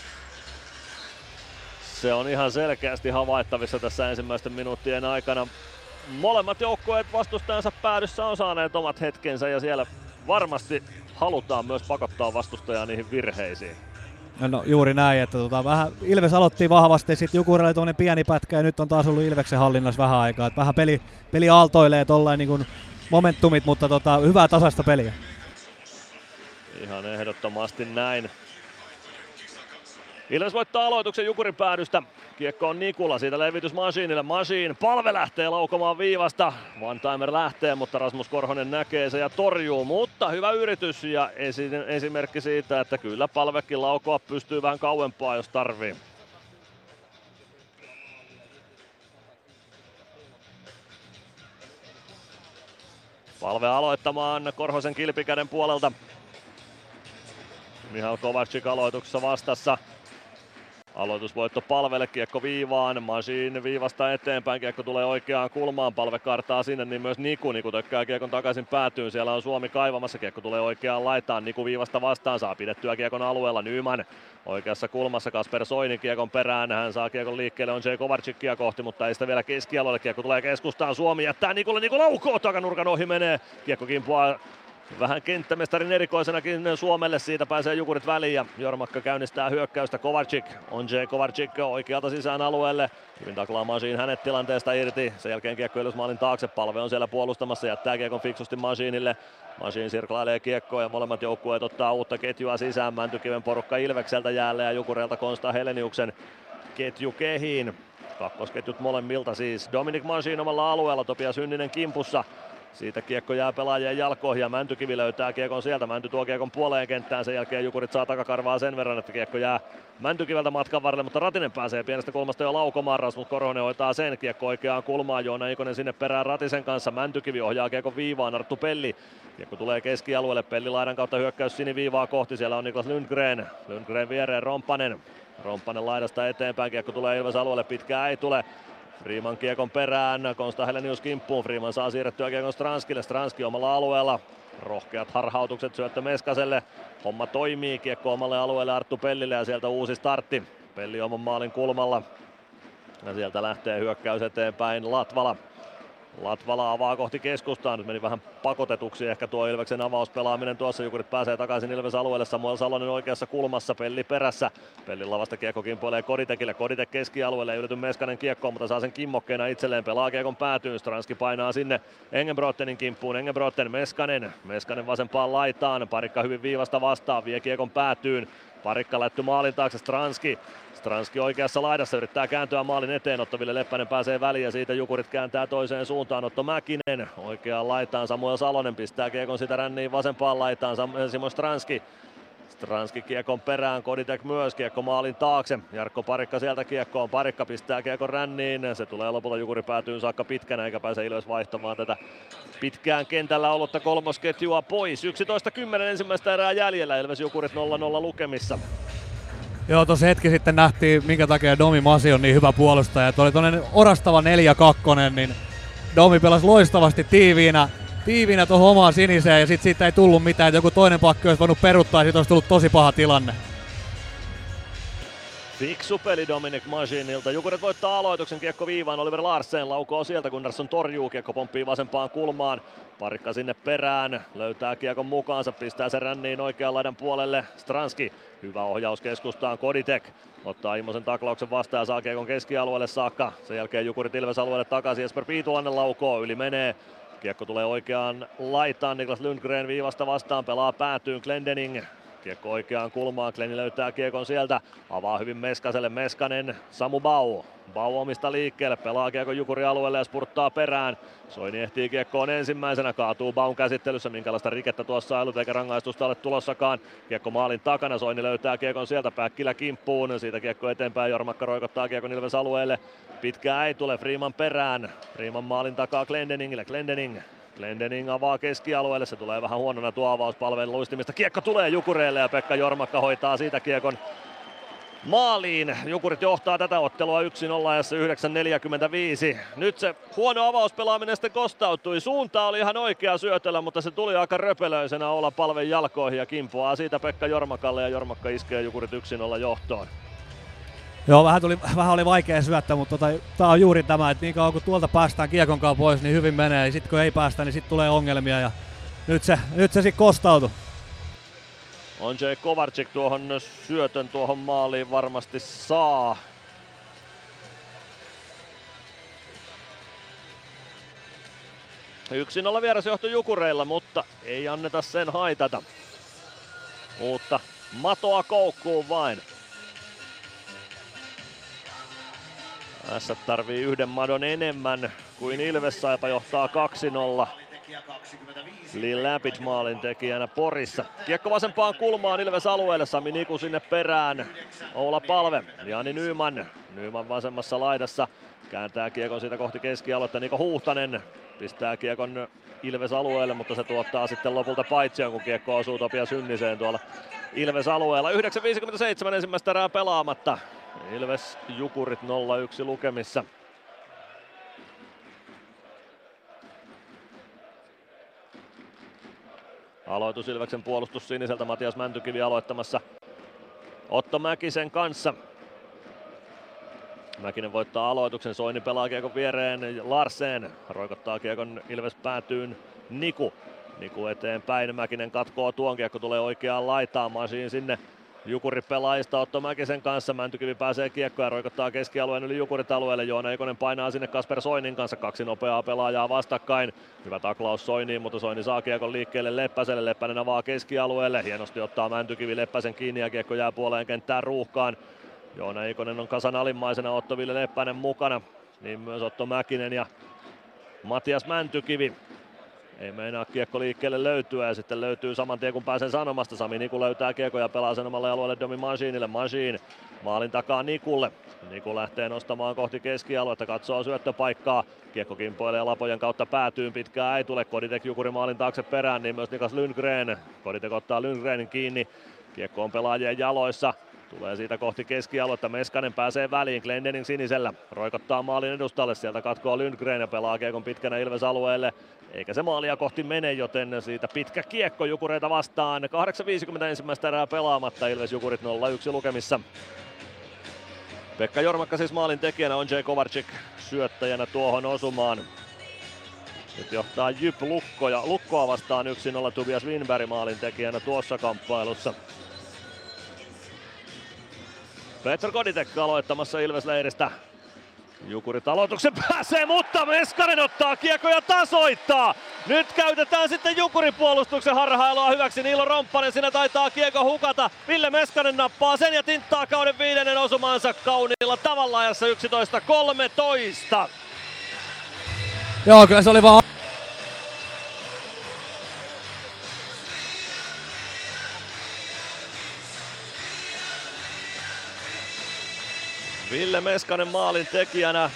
Se on ihan selkeästi havaittavissa tässä ensimmäisten minuuttien aikana. Molemmat joukkueet vastustajansa päädyssä on saaneet omat hetkensä ja siellä varmasti halutaan myös pakottaa vastustajaa niihin virheisiin. No juuri näin, että vähän Ilves aloitti vahvasti, sitten Jukurille tuonne pieni pätkä ja nyt on taas ollut Ilveksen hallinnassa vähän aikaa. Että vähän peli aaltoilee tollain niin kuin momentumit, mutta hyvää tasaista peliä. Ihan ehdottomasti näin. Ilves voittaa aloituksen Jukurin päädystä. Kiekko on Nikula, siitä levitys Masiinille. Masiin, Palve lähtee laukomaan viivasta. One-timer lähtee, mutta Rasmus Korhonen näkee se ja torjuu. Mutta hyvä yritys ja esimerkki siitä, että kyllä Palvekin laukoa pystyy vähän kauempaa, jos tarvii. Palve aloittamaan Korhosen kilpikäden puolelta. Mihal Kovacic aloituksessa vastassa. Aloitusvoitto Palvelle, kiekko viivaan, Masiin viivasta eteenpäin, kiekko tulee oikeaan kulmaan, Palve kartaa sinne, niin myös Niku tökkää kiekon takaisin päätyyn, siellä on Suomi kaivamassa, kiekko tulee oikeaan laitaan, Niku viivasta vastaan, saa pidettyä kiekon alueella, Nyman oikeassa kulmassa, Kasper Soini kiekon perään, hän saa kiekon liikkeelle, on J. Kovacicia kohti, mutta ei sitä vielä keskialueelle, kiekko tulee keskustaan, Suomi jättää Nikulle, Niku laukoo, takanurkan ohi menee, kiekko kimpoaa Vähän kenttämestarin erikoisenakin Suomelle, siitä pääsee Jukurit väliin ja Jormakka käynnistää hyökkäystä. Kovarczyk, Ondřej Kovarczyk oikealta sisään alueelle. Hyvin taklaa Masin hänet tilanteesta irti. Sen jälkeen kiekko Ilves-maalin taakse, Palve on siellä puolustamassa, jättää kiekon fiksusti Masinille. Masin sirklailee kiekkoa ja molemmat joukkueet ottaa uutta ketjua sisään. Mäntykiven porukka Ilvekseltä jälleen ja Jukureilta Konsta Heleniuksen ketju kehiin. Kakkosketjut molemmilta siis. Dominic Masin omalla alueella, Topias Hynninen kimpussa. Siitä kiekko jää pelaajien jalkoihin ja Mäntykivi löytää kiekon sieltä. Mänty tuo kiekon puoleen kenttään, sen jälkeen Jukurit saa takakarvaa sen verran, että kiekko jää Mäntykiveltä matkan varrelle, mutta Ratinen pääsee pienestä kulmasta jo laukomaan. Rasmus Korhonen hoitaa sen, kiekko oikeaan kulmaan, Joona Ikonen sinne perään Ratisen kanssa. Mäntykivi ohjaa kiekon viivaan, Arttu Pelli. Kiekko tulee keskialueelle, Pelli laidan kautta hyökkäys siniviivaa kohti, siellä on Niklas Lundgren. Lundgren viereen Romppanen. Romppanen laidasta eteenpäin, kiekko tulee Ilves alueelle, pitkään ei tule. Freeman kiekon perään, Konsta Helenius kimppuun, Freeman saa siirrettyä kiekon Stranskille, Stranski omalla alueella. Rohkeat harhautukset syöttö Meskaselle, homma toimii, kiekko omalle alueelle Arttu Pellille ja sieltä uusi startti. Pelli oman maalin kulmalla ja sieltä lähtee hyökkäys eteenpäin Latvala. Latvala avaa kohti keskustaa, nyt meni vähän pakotetuksi ehkä tuo Ilveksen avauspelaaminen tuossa, Jukurit pääsee takaisin Ilves alueelle, Samuel Salonen oikeassa kulmassa, Pelli perässä. Pellin lavasta kiekko kimpoilee Koditekille, Koditek keskialueelle, ei ylity Meskanen kiekkoon, mutta saa sen kimmokkeena itselleen, pelaa kiekon päätyyn, Stranski painaa sinne Engenbrotenin kimppuun, Engenbroten Meskanen vasempaan laitaan, Parikka hyvin viivasta vastaan, vie kiekon päätyyn, Parikka lätty maalin taakse, Stranski oikeassa laidassa yrittää kääntyä maalin eteen, Otto Ville Leppänen pääsee väliin ja siitä Jukurit kääntää toiseen suuntaan. Otto Mäkinen oikeaan laitaan, Samuel Salonen pistää kiekon sitä ränniin vasempaan laitaan, Simo Stranski kiekon perään, Koditek myös, kiekko maalin taakse, Jarkko Parikka sieltä kiekkoon, Parikka pistää kiekon ränniin, se tulee lopulta Jukuri päätyyn saakka pitkänä eikä pääse Ilves vaihtamaan tätä pitkään kentällä ollutta kolmosketjua pois. 11:10 ensimmäistä erää jäljellä, Ilves Jukurit 0-0 lukemissa. Joo, tuossa hetki sitten nähtiin, minkä takia Domi Masi on niin hyvä puolustaja. Tuo oli tuollainen orastava 4-2, niin Domi pelasi loistavasti tiiviinä tuohon omaan siniseen ja sitten siitä ei tullut mitään, että joku toinen pakki olisi voinut peruttaa ja siitä olisi tullut tosi paha tilanne. Fiksu peli Dominic Masinilta. Jukurit voittaa aloituksen, kiekko viivaan, Oliver Larsen laukoo sieltä, Gunnarsson torjuu, kiekko pomppii vasempaan kulmaan. Parikka sinne perään, löytää kiekon mukaansa, pistää sen ränniin oikean laidan puolelle. Stranski, hyvä ohjaus keskustaan, Koditek ottaa Immosen taklauksen vastaan ja saa kiekon keskialueelle saakka. Sen jälkeen Jukurit Ilves alueelle takaisin, Jesper Piitulainen laukoo, yli menee. Kiekko tulee oikeaan laitaan, Niklas Lundgren viivasta vastaan, pelaa päätyyn Glendening. Kiekko oikeaan kulmaan, Glenni löytää kiekon sieltä, avaa hyvin Meskaselle, Meskanen, Samu Bau. Bau omista liikkeelle, pelaa kiekon Jukuri alueelle ja spurttaa perään. Soini ehtii kiekkoon ensimmäisenä, kaatuu Baun käsittelyssä, minkälaista rikettä tuossa ei ollut eikä rangaistusta ole tulossakaan. Kiekko maalin takana, Soini löytää kiekon sieltä, Päkkilä kimppuun, siitä kiekko eteenpäin, Jormakka roikottaa kiekon Ilves alueelle. Pitkää ei tule, Freeman perään, Freeman maalin takaa Glendeningille, Glendening avaa keskialueelle, se tulee vähän huonona tuo avaus Palveen luistimista. Kiekko tulee Jukureille ja Pekka Jormakka hoitaa siitä kiekon maaliin. Jukurit johtaa tätä ottelua 1-0 ajassa 9.45. Nyt se huono avauspelaaminen sitten kostautui. Suunta oli ihan oikea syötöllä, mutta se tuli aika röpelöisenä olla Palven jalkoihin ja kimpoaa siitä Pekka Jormakalle ja Jormakka iskee Jukurit 1-0 johtoon. Joo, vähän oli vaikea syöttää, mutta tää on juuri tämä, että niin kauan kun tuolta päästään kiekonkaan pois, niin hyvin menee. Ja sitten kun ei päästä, niin sitten tulee ongelmia ja nyt se sitten kostautui. Ondřej Kovarczyk tuohon syötön tuohon maaliin varmasti saa. Yksin olla vierasjohto Jukureilla, mutta ei anneta sen haitata. Uutta matoa koukkuun vain. Tässä tarvii yhden madon enemmän kuin Ilves, Saipa johtaa 2-0. Lee Lapid maalin tekijänä Porissa. Kiekko vasempaan kulmaan Ilves alueelle, Sami Niku sinne perään. Oula Palve, Jani Nyman vasemmassa laidassa. Kääntää kiekon siitä kohti keskialuetta, Niko Huhtanen pistää kiekon Ilves alueelle, mutta se tuottaa sitten lopulta paitsion, kun kiekko osuu Topias Hynniseen tuolla Ilves alueella. 9.57 ensimmäistä erää pelaamatta. Ilves Jukurit 0-1 lukemissa. Aloitus Ilveksen puolustus siniseltä, Matias Mäntykivi aloittamassa Otto Mäkisen kanssa. Mäkinen voittaa aloituksen, Soini pelaa kiekon viereen, Larsen roikottaa kiekon Ilves päätyyn, Niku Niku eteenpäin, Mäkinen katkoo tuon, kiekko tulee oikeaan laitaan, Masiin sinne Jukuri-pelaajista Otto Mäkisen kanssa. Mäntykivi pääsee kiekkoon ja roikottaa keskialueen yli Jukurit alueelle. Joona Ikonen painaa sinne Kasper Soinin kanssa. 2 nopeaa pelaajaa vastakkain. Hyvä taklaus Soiniin, mutta Soini saa kiekon liikkeelle Leppäselle. Leppänen avaa keskialueelle. Hienosti ottaa Mäntykivi Leppäsen kiinni ja kiekko jää puoleen kenttään ruuhkaan. Joona Ikonen on kasan alimmaisena, Otto Ville Leppänen mukana. Niin myös Otto Mäkinen ja Matias Mäntykivi. Ei meinaa kiekko liikkeelle löytyä ja sitten löytyy saman tien kun pääsen sanomasta. Sami Niku löytää kiekko ja pelaa sen omalle alueelle Domi Masinille. Masin maalin takaa Nikulle. Niku lähtee nostamaan kohti keskialuetta, katsoo syöttöpaikkaa. Kiekko kimpoilee Lapojen kautta päätyyn, pitkää ei tule. Koditek Jukuri maalin taakse perään, niin myös Nikas Lundgren. Koditek ottaa Lundgrenin kiinni. Kiekko on pelaajien jaloissa. Tulee siitä kohti keskialuetta, Meskanen pääsee väliin, Glendening sinisellä, roikottaa maalin edustalle, sieltä katkoo Lundgren ja pelaa kiekon pitkänä Ilves alueelle. Eikä se maalia kohti mene, joten siitä pitkä kiekko Jukureita vastaan. 8.50 ensimmäistä erää pelaamatta, Ilves Jukurit 0-1 lukemissa. Pekka Jormakka siis maalin tekijänä, on J. Kovarczyk syöttäjänä tuohon osumaan. Nyt johtaa Jyp Lukkoa vastaan 1-0 Tobias Winberg maalin tekijänä tuossa kamppailussa. Petr Koditek aloittamassa Ilves-leiristä. Jukurit aloituksen pääsee, mutta Meskanen ottaa kiekko ja tasoittaa. Nyt käytetään sitten Jukuri-puolustuksen harhailua hyväksi. Niilo Romppanen siinä taitaa kiekko hukata. Ville Meskanen nappaa sen ja tinttaa kauden 5. osumansa kauniilla tavalla ajassa 11.13. Joo, kyllä se oli vaan... Ville Meskanen maalin tekijänä.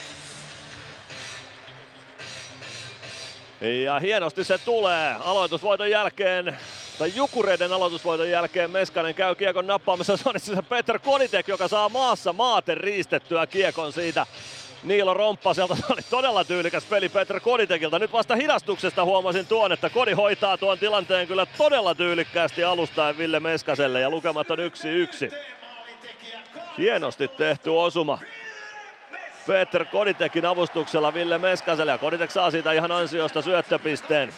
Ja hienosti se tulee aloitusvoiton jälkeen, tai Jukureiden aloitusvoiton jälkeen Meskanen käy kiekon nappaamassa. Se on itse asiassa Petr Koditek, joka saa maassa maaten riistettyä kiekon siitä Niilo Romppaselta. Se oli todella tyylikäs peli Petr Koditekilta. Nyt vasta hidastuksesta huomasin tuon, että Kodi hoitaa tuon tilanteen kyllä todella tyylikkäästi alustaen Ville Meskaselle ja lukemat on 1-1. Hienosti tehty osuma Petr Koditekin avustuksella Ville Meskaselle ja Koditek saa siitä ihan ansiosta syöttöpisteen.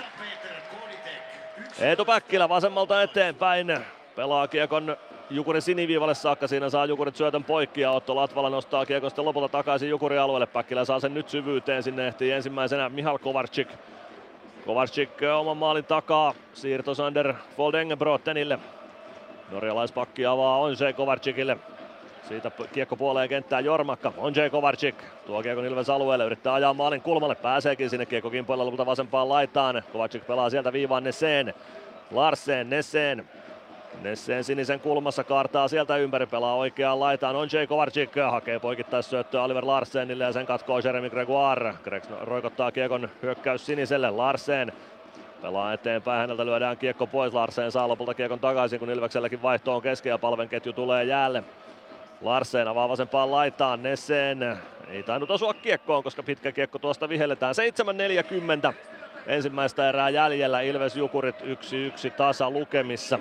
Eetu Päkkilä vasemmalta eteenpäin. Pelaa kiekon Jukurin siniviivalle saakka. Siinä saa Jukurit syötön poikki ja Otto Latvala nostaa kiekon sitten lopulta takaisin Jukurin alueelle. Päkkilä saa sen nyt syvyyteen. Sinne ehtii ensimmäisenä Michal Kovarczyk. Kovarczyk oman maalin takaa. Siirto Sander Foldengenbrottenille. Norjalaispakki avaa Ondřej Kovarčykille. Siitä kiekko puoleen kenttään Jormakka. Ondřej Kovarczyk tuo kiekon Ilves alueelle, yrittää ajaa maalin kulmalle, pääseekin sinne kiekko kimpoilla lopulta vasempaan laitaan. Kovarczyk pelaa sieltä viivaan Nesen. Larsen, Nesen sinisen kulmassa, kaartaa sieltä ympäri, pelaa oikeaan laitaan. Ondřej Kovarczyk hakee poikittaissyöttöä Oliver Larsenille ja sen katkoo Jeremy Gregoire. Greg roikottaa kiekon hyökkäys siniselle, Larsen. Pelaa eteenpäin, häneltä lyödään kiekko pois, Larsen saa lopulta kiekon takaisin, kun Ilvekselläkin vaihto on kesken ja Palven ketju tulee jäälle. Larsen avaa vasempaan laitaan, Nesen ei tainnut osua kiekkoon, koska pitkä kiekko tuosta vihelletään. 7.40 ensimmäistä erää jäljellä, Ilves Jukurit 1-1 tasa lukemissa.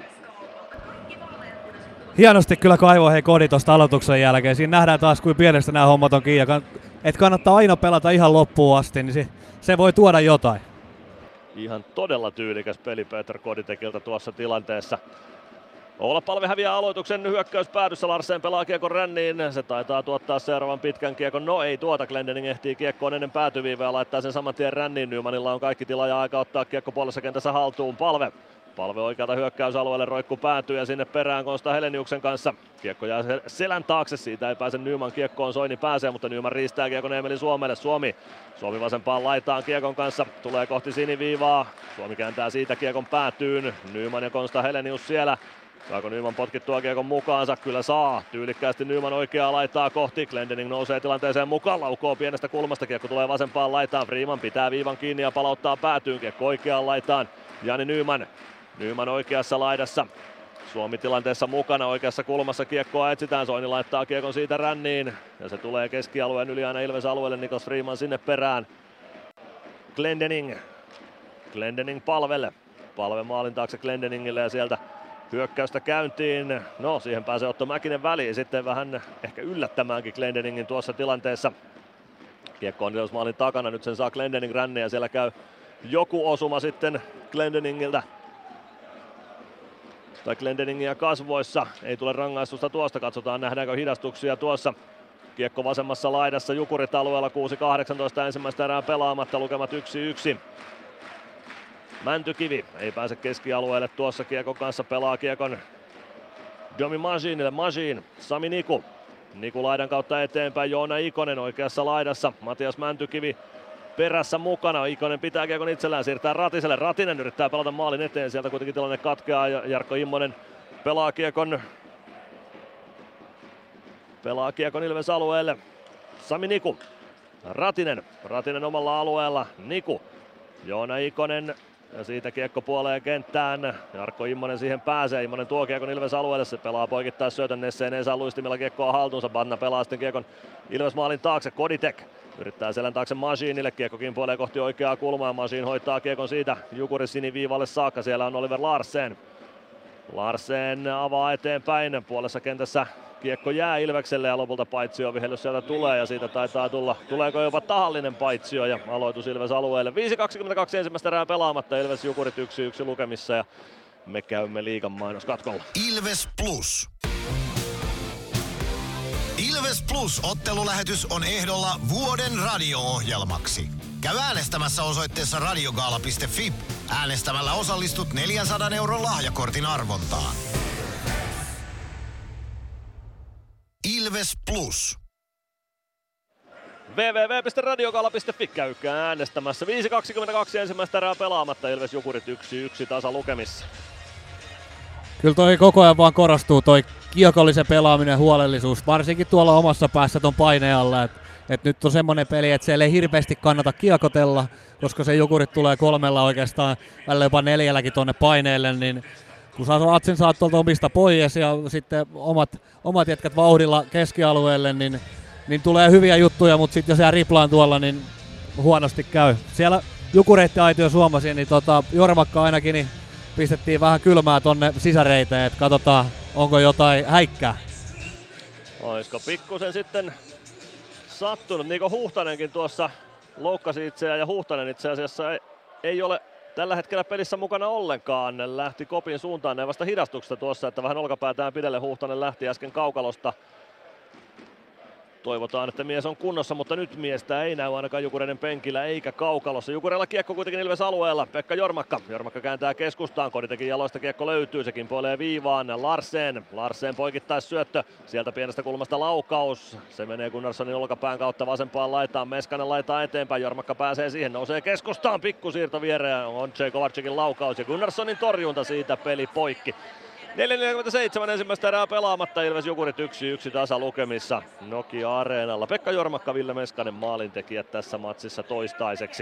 Hienosti kyllä kaivoi hei Kodi tuosta aloituksen jälkeen. Siinä nähdään taas kuin pienestä nämä hommat on kiinni. Että kannattaa aina pelata ihan loppuun asti, niin se voi tuoda jotain. Ihan todella tyylikäs peli Petr Koditekilta tuossa tilanteessa. Oula Palve häviää aloituksen hyökkäyspäädyssä, Larsen pelaa kiekon ränniin, se taitaa tuottaa seuraavan pitkän kiekon, no ei tuota, Glendening ehtii kiekkoon ennen päätyviivää ja laittaa sen saman tien ränniin, Nymanilla on kaikki tila ja aika ottaa kiekko puolessa kentässä haltuun, Palve oikealta hyökkäysalueelle roikkuu päätyy ja sinne perään Konsta Heleniuksen kanssa. Kiekko jää selän taakse, siitä ei pääse Nyman kiekkoon, Soini pääsee, mutta Nyman riistää kiekon Emeli Suomelle. Suomi vasempaan laitaan kiekon kanssa, tulee kohti siniviivaa, Suomi kääntää siitä kiekon päätyyn, Nyman ja Konsta Helenius siellä. Saako Nyman potkittua kiekon mukaansa? Kyllä saa. Tyylikkäästi Nyman oikeaa laitaa kohti. Glendening nousee tilanteeseen mukaan. Laukoo pienestä kulmasta. Kiekko tulee vasempaan laitaan. Freeman pitää viivan kiinni ja palauttaa päätyyn. Kiekko oikeaan laitaan. Jani Nyman. Nyman oikeassa laidassa. Suomi tilanteessa mukana. Oikeassa kulmassa kiekkoa etsitään. Soini laittaa kiekon siitä ränniin. Ja se tulee keskialueen yli aina Ilves alueelle. Niklas Freeman sinne perään. Glendening Palvelle. Palve maalin taakse Glendeningille ja sieltä hyökkäystä käyntiin. No, siihen pääsee Otto Mäkinen väliin. Sitten vähän ehkä yllättämäänkin Glendeningin tuossa tilanteessa. Kiekko on Ilves maalin takana. Nyt sen saa Glendening ränniin ja siellä käy joku osuma sitten Glendeningiltä. Tai Glendeningia kasvoissa. Ei tule rangaistusta tuosta. Katsotaan nähdäänkö hidastuksia tuossa. Kiekko vasemmassa laidassa Jukurit alueella 6.18 ensimmäistä erää pelaamatta. Lukemat 1-1. Mäntykivi ei pääse keskialueelle tuossa kiekon kanssa. Pelaa kiekon Domi Majinille. Majin, Sami Niku. Niku laidan kautta eteenpäin. Joona Ikonen oikeassa laidassa. Matias Mäntykivi perässä mukana. Ikonen pitää kiekon itsellään, siirtää Ratiselle. Ratinen yrittää pelata maalin eteen. Sieltä kuitenkin tilanne katkeaa ja Jarkko Immonen pelaa kiekon Ilves alueelle. Sami Niku. Ratinen omalla alueella. Niku. Joona Ikonen. Ja siitä kiekko puoleen kenttään. Jarkko Immonen siihen pääsee. Immonen tuo kiekon Ilves alueelle. Se pelaa poikittais syötön Nesseen. Ei saa luistimilla kiekkoa haltuunsa. Banna pelaa sitten kiekon Ilves maalin taakse. Koditek yrittää selän taakse Majinille. Kiekko kimpoilee kohti oikeaa kulmaa. Majin hoitaa kiekon siitä Jukurin siniviivalle saakka. Siellä on Oliver Larsen. Larsen avaa eteenpäin. Puolessa kentässä kiekko jää Ilvekselle ja lopulta paitsioovihellys sieltä tulee ja siitä taitaa tulla. Tuleeko jopa tahallinen paitsio ja aloitus Ilves alueelle. 5.22 ensimmäistä erää pelaamatta. Ilves Jukurit 1-1 lukemissa ja me käymme liigan mainoskatkolla. Ilves Plus. Ilves Plus -ottelulähetys on ehdolla vuoden radio-ohjelmaksi. Käy äänestämässä osoitteessa radiogaala.fi. Äänestämällä osallistut 400 € lahjakortin arvontaan. Ilves Plus. www.radiogaala.fi. Käykää äänestämässä. 5.22 ensimmäistä erää pelaamatta. Ilves Jukurit 1-1 tasa lukemissa. Kyllä toi koko ajan vaan korostuu toi kiekollisen pelaaminen, huolellisuus, varsinkin tuolla omassa päässä ton paineen alla. Et nyt on semmonen peli, että siellä ei hirveästi kannata kiekotella, koska se Jukurit tulee 3 oikeastaan, välillä jopa 4 tonne paineelle, niin kun Atsen saat tuolta omista pois ja sitten omat jätkät vauhdilla keskialueelle, niin tulee hyviä juttuja, mutta sitten jos jää riplaan tuolla, niin huonosti käy. Siellä Jukureitten aitio suomasi, niin Jormakka ainakin niin pistettiin vähän kylmää tonne sisäreiteen, että katsotaan onko jotain häikkää. Olisiko pikkusen sitten sattunut, niin kuin Huhtanenkin tuossa loukkasi itseään ja Huhtanen itse asiassa ei ole tällä hetkellä pelissä mukana ollenkaan. Lähti kopin suuntaan ne vasta hidastuksesta tuossa, että vähän olkapäätään pidelle. Huhtanen lähti äsken kaukalosta. Toivotaan, että mies on kunnossa, mutta nyt miestä ei näy ainakaan Jukureiden penkillä eikä kaukalossa. Jukureilla kiekko kuitenkin Ilves alueella. Pekka Jormakka. Jormakka kääntää keskustaan. Koditekin jaloista kiekko löytyy. Se kimpoilee viivaan. Larsen poikittais syöttö. Sieltä pienestä kulmasta laukaus. Se menee Gunnarssonin olkapään kautta vasempaan laitaan. Meskanen laitaa eteenpäin. Jormakka pääsee siihen. Nousee keskustaan. Pikkusiirto viereen. On J. Kovacikin laukaus ja Gunnarssonin torjunta siitä peli poikki. 4.47 ensimmäistä erää pelaamatta. Ilves Jukurit 1-1 tasa lukemissa Nokia-areenalla. Pekka Jormakka, Ville Meskanen maalintekijät tässä matsissa toistaiseksi.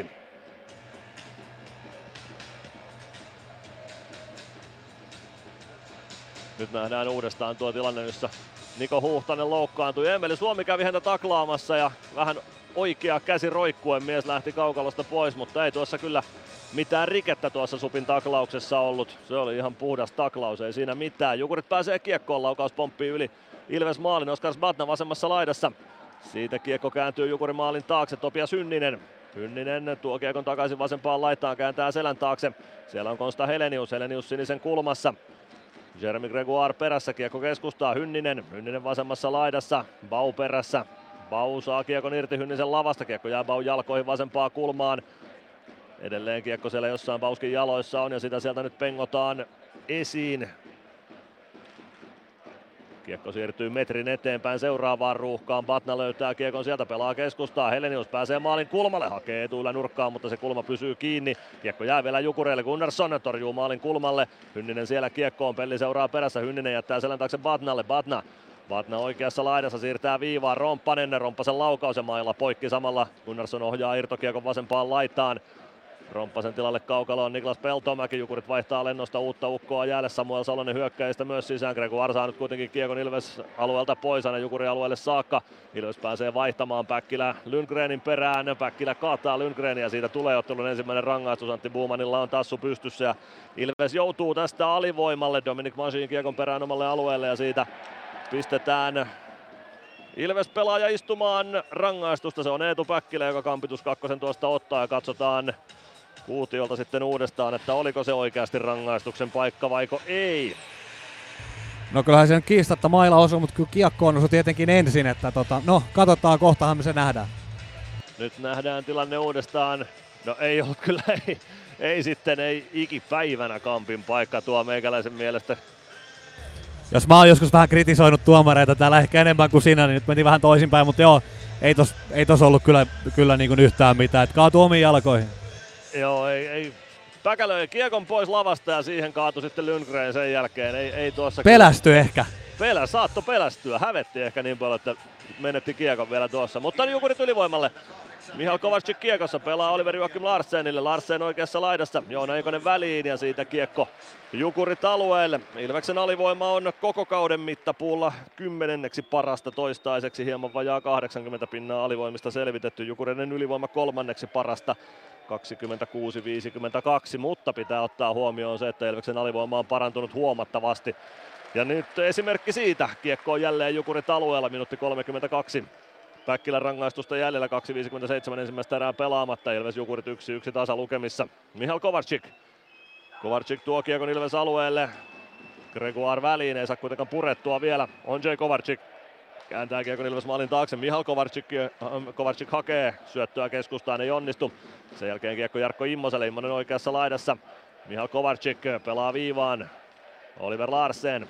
Nyt nähdään uudestaan tuo tilanne, jossa Niko Huhtanen loukkaantui. Emeli Suomi kävi häntä taklaamassa ja vähän oikea käsi roikkuen mies lähti kaukalosta pois, mutta ei tuossa kyllä mitään rikettä tuossa Supin taklauksessa ollut. Se oli ihan puhdas taklaus, ei siinä mitään. Jukurit pääsee kiekkoon, laukaus pomppii yli Ilves maalin. Oskar Zbatna vasemmassa laidassa. Siitä kiekko kääntyy Jukurin maalin taakse. Topias Hynninen. Hynninen tuo kiekon takaisin vasempaan laitaan, kääntää selän taakse. Siellä on Konsta Helenius sinisen kulmassa. Jeremy Gregoire perässä, kiekko keskustaa. Hynninen vasemmassa laidassa. Bau perässä. Bau saa kiekon irti Hynnisen lavasta. Kiekko jää Baun jalkoihin vasempaan kulmaan. Edelleen kiekko siellä jossain Bauskin jaloissa on ja sitä sieltä nyt pengotaan esiin. Kiekko siirtyy metrin eteenpäin seuraavaan ruuhkaan. Batna löytää kiekon sieltä, pelaa keskustaa. Helenius pääsee maalin kulmalle, hakee etuilla nurkkaan, mutta se kulma pysyy kiinni. Kiekko jää vielä Jukureille. Gunnarsson torjuu maalin kulmalle. Hynninen siellä kiekkoon, Pelli seuraa perässä. Hynninen jättää selän taakse Batnalle. Batna oikeassa laidassa siirtää viivaan. Romppasen laukaus ja mailla poikki samalla. Gunnarsson ohjaa irtokiekon vasempaan laitaan. Romppasen tilalle kaukaloon Niklas Peltomäki. Jukurit vaihtaa lennosta uutta ukkoa jäälle. Samuel Salonen hyökkäistä myös sisään. Gregoire saa nyt kuitenkin kiekon Ilves alueelta pois aina Jukurin alueelle saakka. Ilves pääsee vaihtamaan Päkkilä Lundgrenin perään. Päkkilä kaataa Lundgrenia ja siitä tulee ottelun ensimmäinen rangaistus. Antti Buumanilla on tassu pystyssä ja Ilves joutuu tästä alivoimalle. Dominic Masin kiekon perään omalle alueelle ja siitä pistetään Ilves pelaaja istumaan rangaistusta. Se on Eetu Päkkilä, joka kampitus kakkosen tuosta ottaa ja katsotaan Kuutiolta sitten uudestaan, että oliko se oikeasti rangaistuksen paikka vaiko ei. No kyllähän sen kiistatta maila osui, mutta kyllä kiekkoon osui tietenkin ensin, että no katsotaan, kohtahan me se nähdään. Nyt nähdään tilanne uudestaan. No ei ollut kyllä, ei ikipäivänä Kampin paikka tuo meikäläisen mielestä. Jos mä oon joskus vähän kritisoinut tuomareita täällä ehkä enemmän kuin sinä, niin nyt meni vähän toisinpäin, mutta joo, ei tos ollut kyllä niin kuin yhtään mitään, että kaatui omiin jalkoihin. Joo, ei. Päkä löi kiekon pois lavasta ja siihen kaatui sitten Lundgren sen jälkeen. Ei tuossa pelästyi ehkä. Saatto pelästyä, hävetti ehkä niin paljon, että menetti kiekon vielä tuossa. Mutta Jukurit ylivoimalle. Mihal Kovacic kiekossa pelaa Oliver Joakim Larsenille. Larsen oikeassa laidassa, Joona Ikonen väliin ja siitä kiekko Jukurit alueelle. Ilveksen alivoima on koko kauden mittapuulla 10. parasta toistaiseksi. Hieman vajaa 80 pinnaa alivoimista selvitetty. Jukureiden ylivoima 3. parasta 26-52, mutta pitää ottaa huomioon se, että Ilveksen alivoima on parantunut huomattavasti. Ja nyt esimerkki siitä, kiekko on jälleen Jukurit alueella, minuutti 32. Päkkilän rangaistusta jäljellä, 2.57 ensimmäistä erää pelaamatta, Ilves Jukurit 1-1 tasa lukemissa. Mihal Kovacic. Kovacic tuo kiekon Ilves alueelle. Gregoire väliin, ei saa kuitenkaan purettua vielä. On J. Kovacic. Kääntää kiekon Ilves maalin taakse. Mihal Kovacic hakee syöttöä keskustaan, ei onnistu. Sen jälkeen kiekko Jarkko Immoselle, Immonen oikeassa laidassa. Mihal Kovacic pelaa viivaan. Oliver Larsen,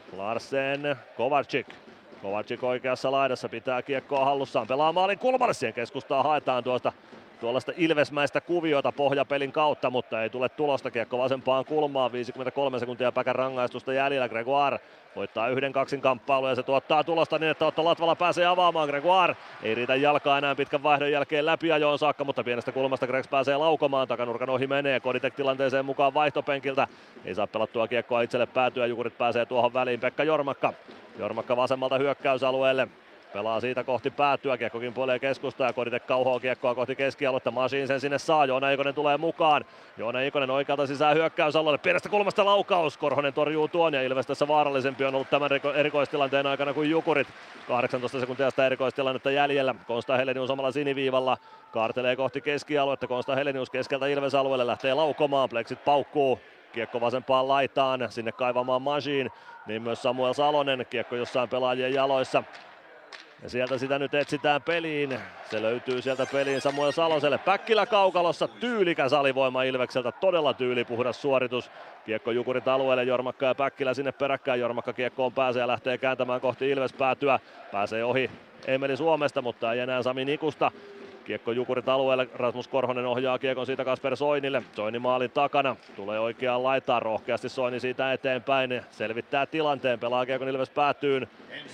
Kovacic. Kovacic oikeassa laidassa, pitää kiekkoa hallussaan, pelaa maalin kulmalle, siihen keskustaan haetaan tuollaista ilvesmäistä kuviota pohjapelin kautta, mutta ei tule tulosta. Kiekko vasempaan kulmaan, 53 sekuntia Päkän rangaistusta jäljellä. Gregoire voittaa 1-2 kamppailu ja se tuottaa tulosta niin, että Otto Latvala pääsee avaamaan. Gregoire ei riitä jalkaa enää pitkän vaihdon jälkeen läpiajoon saakka, mutta pienestä kulmasta Gregs pääsee laukomaan. Takanurkan ohi menee, Koditek tilanteeseen mukaan vaihtopenkiltä. Ei saa pelattua kiekkoa itselle päätyä, Jukurit pääsee tuohon väliin. Pekka Jormakka. Jormakka vasemmalta hyökkäysalueelle. Pelaa siitä kohti päätyä, kiekko kimpoilee keskustaan ja Koditek kauhoo kiekkoa kohti keskialuetta. Masiin sen sinne saa, Joona Ikonen tulee mukaan. Joona Ikonen oikealta sisään hyökkäysalueelle, pienestä kulmasta laukaus. Korhonen torjuu tuon ja Ilves tässä vaarallisempi on ollut tämän erikoistilanteen aikana kuin Jukurit. 18 sekuntia sitä erikoistilannetta jäljellä. Konsta Helenius omalla siniviivalla kaartelee kohti keskialuetta. Konsta Helenius keskeltä Ilves alueelle lähtee laukomaan, pleksit paukkuu. Kiekko vasempaan laitaan, sinne kaivamaan Masiin. Niin myös Samuel Salonen, kiekko jossain pelaajien jaloissa. Ja sieltä sitä nyt etsitään peliin. Se löytyy sieltä peliin Samuel Saloselle. Päkkilä kaukalossa, tyylikäs alivoima Ilvekseltä, todella tyylipuhdas suoritus. Kiekko Jukurit alueelle, Jormakka ja Päkkilä sinne peräkkäin. Jormakka kiekkoon pääsee ja lähtee kääntämään kohti Ilves päätyä. Pääsee ohi Emeli Suomesta, mutta ei enää Sami Nikusta. Kiekko Jukurit alueelle, Rasmus Korhonen ohjaa kiekon siitä Kasper Soinille. Soini maalin takana, tulee oikeaan laitaan, rohkeasti Soini siitä eteenpäin. Selvittää tilanteen, pelaa kiekon Ilves päätyyn.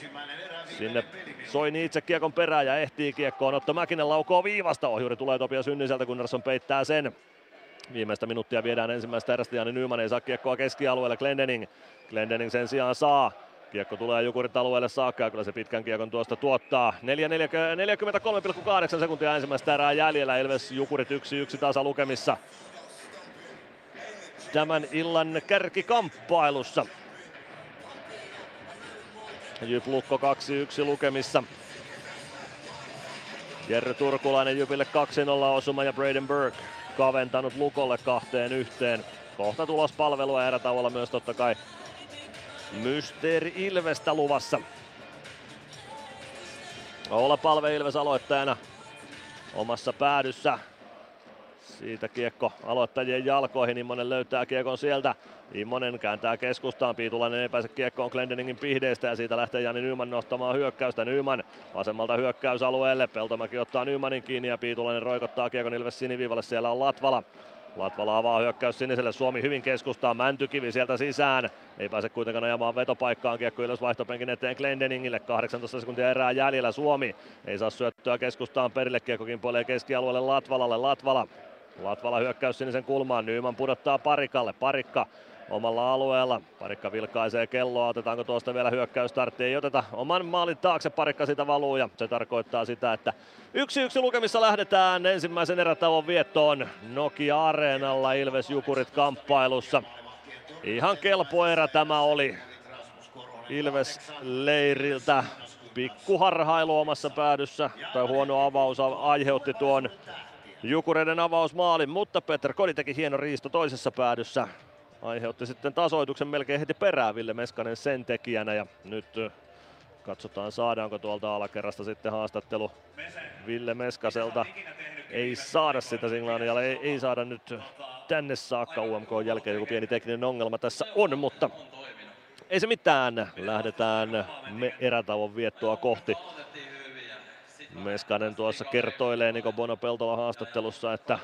Sinne Soini itse kiekon perään ja ehtii kiekkoon. Otto Mäkinen laukoo viivasta, ohjuri tulee Topias Synniseltä, Gunnarsson peittää sen. Viimeistä minuuttia viedään ensimmäistä erästä, Jani Nyman ei saa kiekkoa keskialueelle, Glendening sen sijaan saa. Kiekko tulee Jukurit alueelle saakka ja kyllä se pitkän kiekon tuosta tuottaa. 43,8 sekuntia ensimmäistä erää jäljellä. Ilves Jukurit 1-1 tasa lukemissa. Tämän illan kärkikamppailussa. Jyp Lukko 2-1 lukemissa. Jerry Turkulainen Jypille 2-0 osuma ja Braden Burke kaventanut Lukolle 2-1. Kohta tulospalvelua ja erätauolla myös totta kai Mysteeri Ilvestä luvassa. Oula Palve Ilves aloittajana omassa päädyssä. Siitä kiekko aloittajien jalkoihin, Immonen löytää kiekon sieltä. Immonen kääntää keskustaan, Piitulainen ei pääse kiekkoon Glendeningin pihdeistä ja siitä lähtee Jani Nyman nostamaan hyökkäystä. Nyman vasemmalta hyökkäysalueelle, Peltomäki ottaa Nymanin kiinni ja Piitulainen roikottaa kiekon Ilves siniviivalle, siellä on Latvala. Latvala avaa hyökkäys siniselle, Suomi hyvin keskustaa, Mäntykivi sieltä sisään. Ei pääse kuitenkaan ajamaan vetopaikkaan, kiekko Ilves vaihtopenkin eteen Glendeningille, 18 sekuntia erää jäljellä, Suomi ei saa syöttöä keskustaan perille, kiekko kimpoilee keskialueelle Latvalalle, Latvala hyökkäys sinisen kulmaan, Nyman pudottaa Parikalle, Parikka omalla alueella, Parikka vilkaisee kelloa, otetaanko tuosta vielä hyökkäystartti, ei oteta, oman maalin taakse Parikka sitä valuu ja se tarkoittaa sitä, että 1-1 lukemissa lähdetään ensimmäisen erätauon viettoon Nokia-areenalla Ilves Jukurit kamppailussa. Ihan kelpo erä tämä oli Ilves leiriltä, pikku harhailu omassa päädyssä, tai huono avaus aiheutti tuon Jukureiden avausmaalin, mutta Peter Kodi teki hieno riisto toisessa päädyssä. Aiheutti sitten tasoituksen melkein heti perään Ville Meskanen sen tekijänä ja nyt katsotaan saadaanko tuolta alakerrasta sitten haastattelu Ville Meskaselta. Ei saada sitä signaalia, ei saada nyt tänne saakka. UMK jälkeen joku pieni tekninen ongelma tässä on, mutta ei se mitään. Lähdetään erätauon viettoa kohti. Meskanen tuossa kertoilee Niko Bono-Peltola haastattelussa, että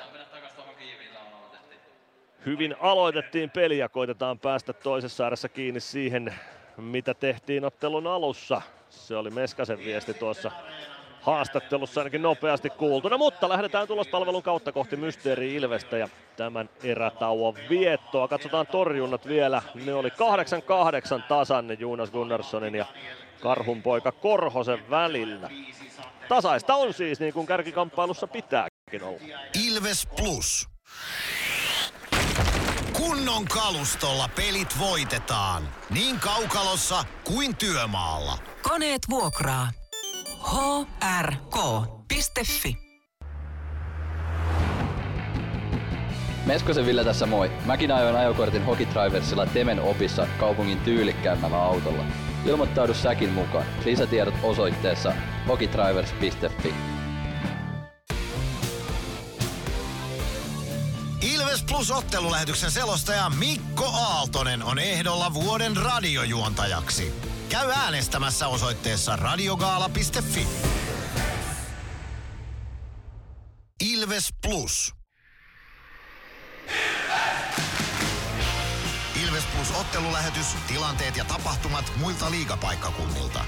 hyvin aloitettiin peli ja koitetaan päästä toisessa erässä kiinni siihen, mitä tehtiin ottelun alussa. Se oli Meskasen viesti tuossa haastattelussa ainakin nopeasti kuultuna, mutta lähdetään tulospalvelun kautta kohti Mysteeri Ilvestä ja tämän erätauon viettoa. Katsotaan torjunnat vielä. Ne oli 8-8 tasan Jonas Gunnarssonin ja Karhunpoika Korhosen välillä. Tasaista on siis niin kuin kärkikamppailussa pitääkin olla. Ilves Plus. Kunnon kalustolla pelit voitetaan. Niin kaukalossa kuin työmaalla. Koneet vuokraa. hrk.fi. Meskosen Ville tässä moi. Mäkin ajoin ajokortin Hokitriversilla Temen opissa kaupungin tyylikkäämmällä autolla. Ilmoittaudu säkin mukaan. Lisätiedot osoitteessa hokitrivers.fi. Ilves Plus -ottelulähetyksen selostaja Mikko Aaltonen on ehdolla vuoden radiojuontajaksi. Käy äänestämässä osoitteessa radiogaala.fi. Ilves Plus. Ilves Plus -ottelulähetys, tilanteet ja tapahtumat muilta liigapaikkakunnilta.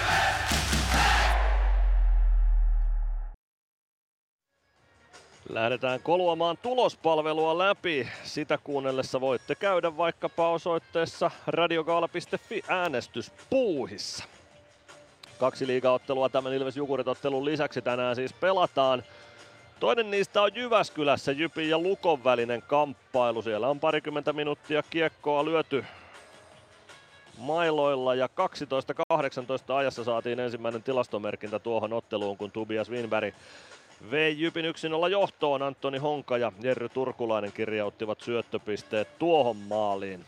Lähdetään koluamaan tulospalvelua läpi. Sitä kuunnellessa voitte käydä vaikkapa osoitteessa radiogaala.fi äänestyspuuhissa. 2 liigaottelua tämän Ilves Jukurit-ottelun lisäksi tänään siis pelataan. Toinen niistä on Jyväskylässä Jypin ja Lukon välinen kamppailu. Siellä on parikymmentä minuuttia kiekkoa lyöty mailoilla ja 12-18 ajassa saatiin ensimmäinen tilastomerkintä tuohon otteluun, kun Tobias Winberg vei Jypin 1-0 johtoon. Antoni Honka ja Jerry Turkulainen kirjauttivat syöttöpisteet tuohon maaliin.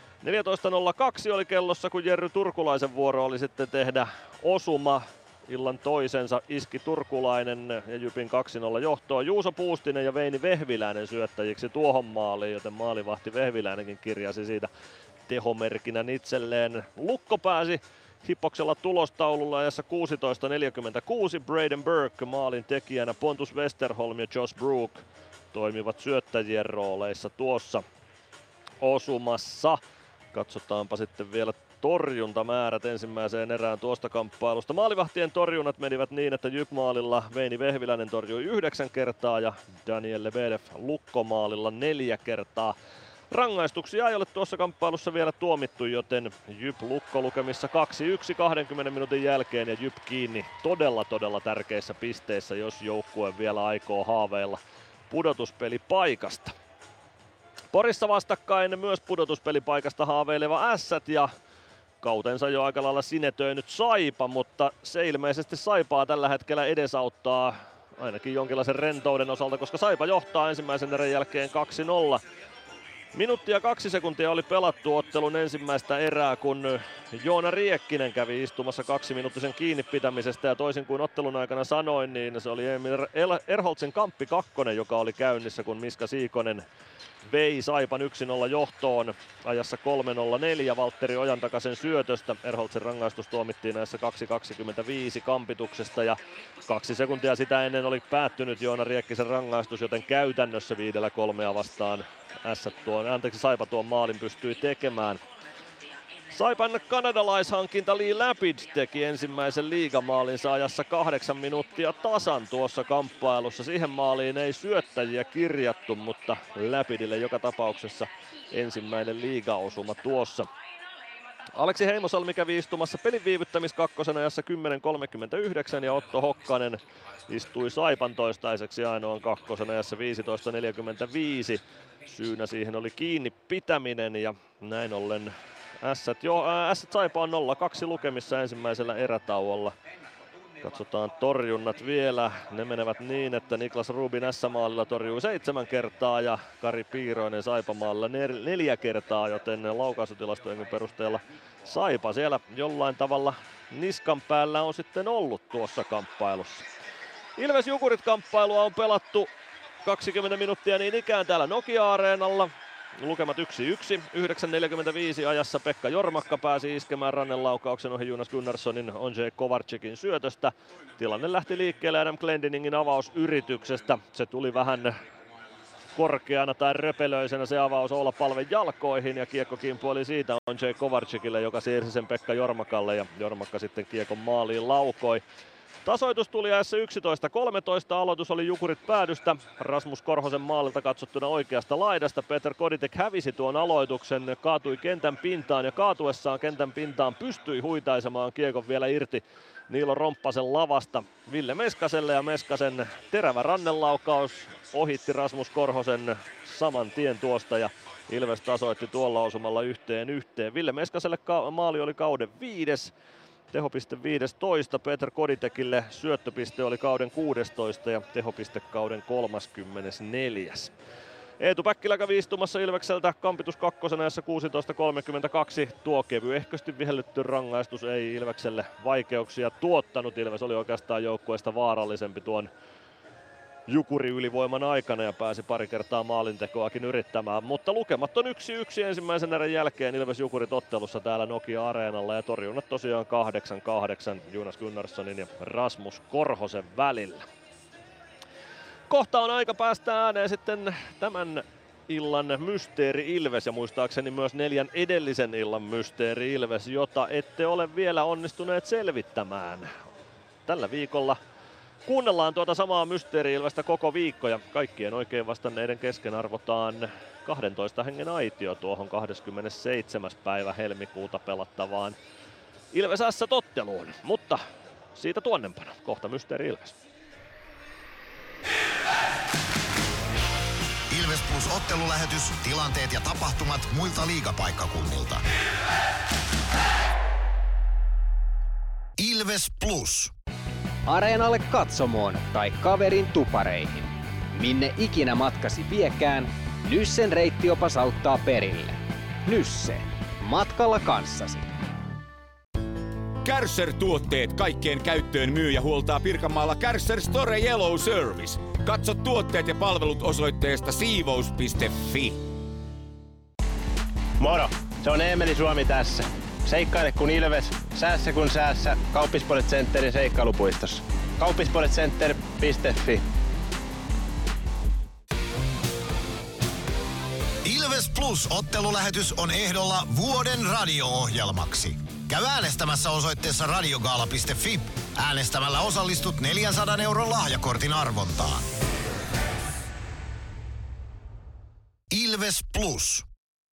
14.02 oli kellossa, kun Jerry Turkulaisen vuoro oli sitten tehdä osuma. Illan toisensa iski Turkulainen ja Jypin 2-0 johtoon. Juuso Puustinen ja Veini Vehviläinen syöttäjiksi tuohon maaliin, joten maalivahti Vehviläinenkin kirjasi siitä tehomerkinnän itselleen. Lukko pääsi Hippoksella tulostaululla ajassa 16.46. Braden Burke maalin tekijänä, Pontus Westerholm ja Josh Brook toimivat syöttäjien rooleissa tuossa osumassa. Katsotaanpa sitten vielä torjuntamäärät ensimmäiseen erään tuosta kamppailusta. Maalivahtien torjunnat menivät niin, että Jyp-maalilla Veini Vehviläinen torjui 9 kertaa ja Daniel Lebedev Lukko-maalilla 4 kertaa. Rangaistuksia ei ole tuossa kamppailussa vielä tuomittu, joten Jyp Lukko lukemissa 2-1 20 minuutin jälkeen ja Jyp kiinni todella tärkeissä pisteissä, jos joukkue vielä aikoo haaveilla pudotuspelipaikasta. Porissa vastakkain myös pudotuspelipaikasta haaveileva Ässät ja kautensa jo aika lailla sinetöinyt Saipa, mutta se ilmeisesti Saipaa tällä hetkellä edesauttaa ainakin jonkinlaisen rentouden osalta, koska Saipa johtaa ensimmäisen erän jälkeen 2-0. Minuuttia 2 sekuntia oli pelattu ottelun ensimmäistä erää, kun Joona Riekkinen kävi istumassa 2-minuuttisen kiinni pitämisestä ja toisin kuin ottelun aikana sanoin, niin se oli Emil Erholtsin kamppi 2, joka oli käynnissä, kun Miska Siikonen vei Saipan 1-0 johtoon ajassa 3.04 Valtteri Ojantakasen syötöstä. Erholtsin rangaistus tuomittiin näissä 2.25 kampituksesta ja 2 sekuntia sitä ennen oli päättynyt Joona Riekkisen rangaistus, joten käytännössä 5-3 vastaan Saipa tuon maalin pystyi tekemään. Saipan kanadalaishankinta Lee Lapid teki ensimmäisen liigamaalinsa ajassa 8 minuuttia tasan tuossa kamppailussa. Siihen maaliin ei syöttäjiä kirjattu, mutta Lapidille joka tapauksessa ensimmäinen liigaosuma tuossa. Aleksi Heimosalmi kävi istumassa pelin viivyttämiskakkosen ajassa 10.39 ja Otto Hokkanen istui Saipan toistaiseksi ainoan kakkosen ajassa 15.45. Syynä siihen oli kiinni pitäminen ja näin ollen Ässät Saipa on 0-2 lukemissa ensimmäisellä erätauolla. Katsotaan torjunnat vielä. Ne menevät niin, että Niklas Rubin S-maalilla torjuu 7 kertaa ja Kari Piiroinen Saipamaalilla 4 kertaa, joten laukaisutilastojen perusteella Saipa siellä jollain tavalla niskan päällä on sitten ollut tuossa kamppailussa. Ilves Jukurit-kamppailua on pelattu 20 minuuttia niin ikään täällä Nokia-areenalla. Lukemat 1-1. 9.45 ajassa Pekka Jormakka pääsi iskemään rannelaukauksen ohi Jonas Gunnarssonin Ondřej Kovarčikin syötöstä. Tilanne lähti liikkeelle Adam Glendeningin avausyrityksestä. Se tuli vähän korkeana tai röpelöisenä se avaus Oula Palven jalkoihin ja kiekko kimpoili siitä Ondřej Kovarčikille, joka siirsi sen Pekka Jormakalle ja Jormakka sitten kiekon maaliin laukoi. Tasoitus tuli ajassa 11.13, aloitus oli Jukurit päädystä. Rasmus Korhosen maalilta katsottuna oikeasta laidasta. Peter Koditek hävisi tuon aloituksen, kaatui kentän pintaan ja kaatuessaan kentän pintaan pystyi huitaisemaan kiekon vielä irti Niilo Romppasen lavasta Ville Meskaselle ja Meskasen terävä rannelaukaus ohitti Rasmus Korhosen saman tien tuosta ja Ilves tasoitti tuolla osumalla 1-1. Ville Meskaselle maali oli kauden 5. Tehopiste 15, Peter Koditekille syöttöpiste oli kauden 16 ja tehopiste kauden 34. Eetu Päkkilä kävi istumassa Ilvekseltä kampitus kakkosena 16.32. Tuo kevyehkösti vihellytty rangaistus ei Ilvekselle vaikeuksia tuottanut. Ilves oli oikeastaan joukkueesta vaarallisempi tuon Jukuri-ylivoiman aikana ja pääsi pari kertaa maalintekoakin yrittämään, mutta lukemat on 1-1 ensimmäisen erän jälkeen Ilves Jukurit ottelussa täällä Nokia-areenalla ja torjunnat tosiaan 8-8 Jonas Gunnarssonin ja Rasmus Korhosen välillä. Kohta on aika päästä ääneen sitten tämän illan Mysteeri Ilves ja muistaakseni myös 4 edellisen illan Mysteeri Ilves, jota ette ole vielä onnistuneet selvittämään. Tällä viikolla kuunnellaan tuota samaa Mysteeri-Ilvestä koko viikko ja kaikkien oikein vastanneiden kesken arvotaan 12 hengen aitio tuohon 27. päivä helmikuuta pelattavaan Ilves S-totteluun. Mutta siitä tuonnempana kohta Mysteeri-Ilves. Ilves Plus ottelulähetys, tilanteet ja tapahtumat muilta liigapaikkakunnilta. Ilves Plus. Areenalle, katsomoon tai kaverin tupareihin. Minne ikinä matkasi viekään, Nyssen reittiopas auttaa perille. Nysse. Matkalla kanssasi. Kärcher-tuotteet kaikkeen käyttöön myy ja huoltaa Pirkanmaalla Kärcher Store Yellow Service. Katso tuotteet ja palvelut osoitteesta siivous.fi. Moro! Se on Eemeli Suomi tässä. Seikkaile kun Ilves, säässä kun säässä. Kauppispoilet Centerin seikkailupuistossa. Kauppispoiletcenter.fi. Ilves Plus ottelulähetys on ehdolla vuoden radio-ohjelmaksi. Käy äänestämässä osoitteessa radiogaala.fi. Äänestämällä osallistut 400 € lahjakortin arvontaan. Ilves Plus.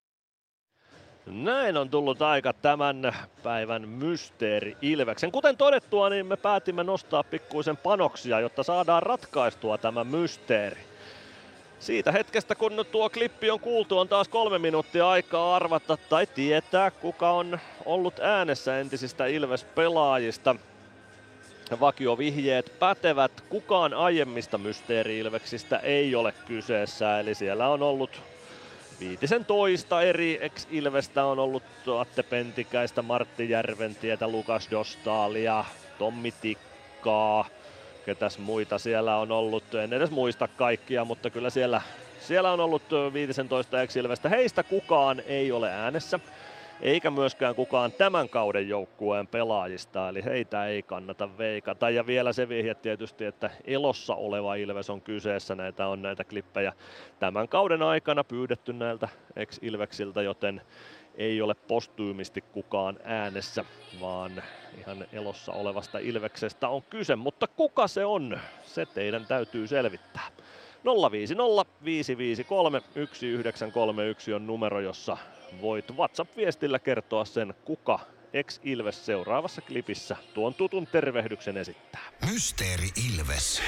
Näin on tullut aika tämän päivän Mysteeri Ilveksen. Kuten todettua, niin me päätimme nostaa pikkuisen panoksia, jotta saadaan ratkaistua tämä mysteeri. Siitä hetkestä, kun tuo klippi on kuultu, on taas 3 minuuttia aikaa arvata tai tietää, kuka on ollut äänessä entisistä Ilves-pelaajista. Vakiovihjeet pätevät. Kukaan aiemmista Mysteeri-Ilveksistä ei ole kyseessä, eli siellä on ollut 15 eri ex-Ilvestä, on ollut Atte Pentikäistä, Martti Järventietä, Lukas Dostalia, Tommi Tikkaa. Ketäs muita siellä on ollut, en edes muista kaikkia, mutta kyllä siellä on ollut 15 ex-Ilvestä. Heistä kukaan ei ole äänessä, eikä myöskään kukaan tämän kauden joukkueen pelaajista, eli heitä ei kannata veikata. Ja vielä se vihje tietysti, että elossa oleva Ilves on kyseessä, näitä on näitä klippejä tämän kauden aikana pyydetty näiltä ex-Ilveksiltä, joten ei ole postyymisti kukaan äänessä, vaan ihan elossa olevasta Ilveksestä on kyse, mutta kuka se on, se teidän täytyy selvittää. 050 553 1931 on numero, jossa voit WhatsApp-viestillä kertoa sen, kuka ex-Ilves seuraavassa klipissä tuon tutun tervehdyksen esittää. Mysteeri Ilves.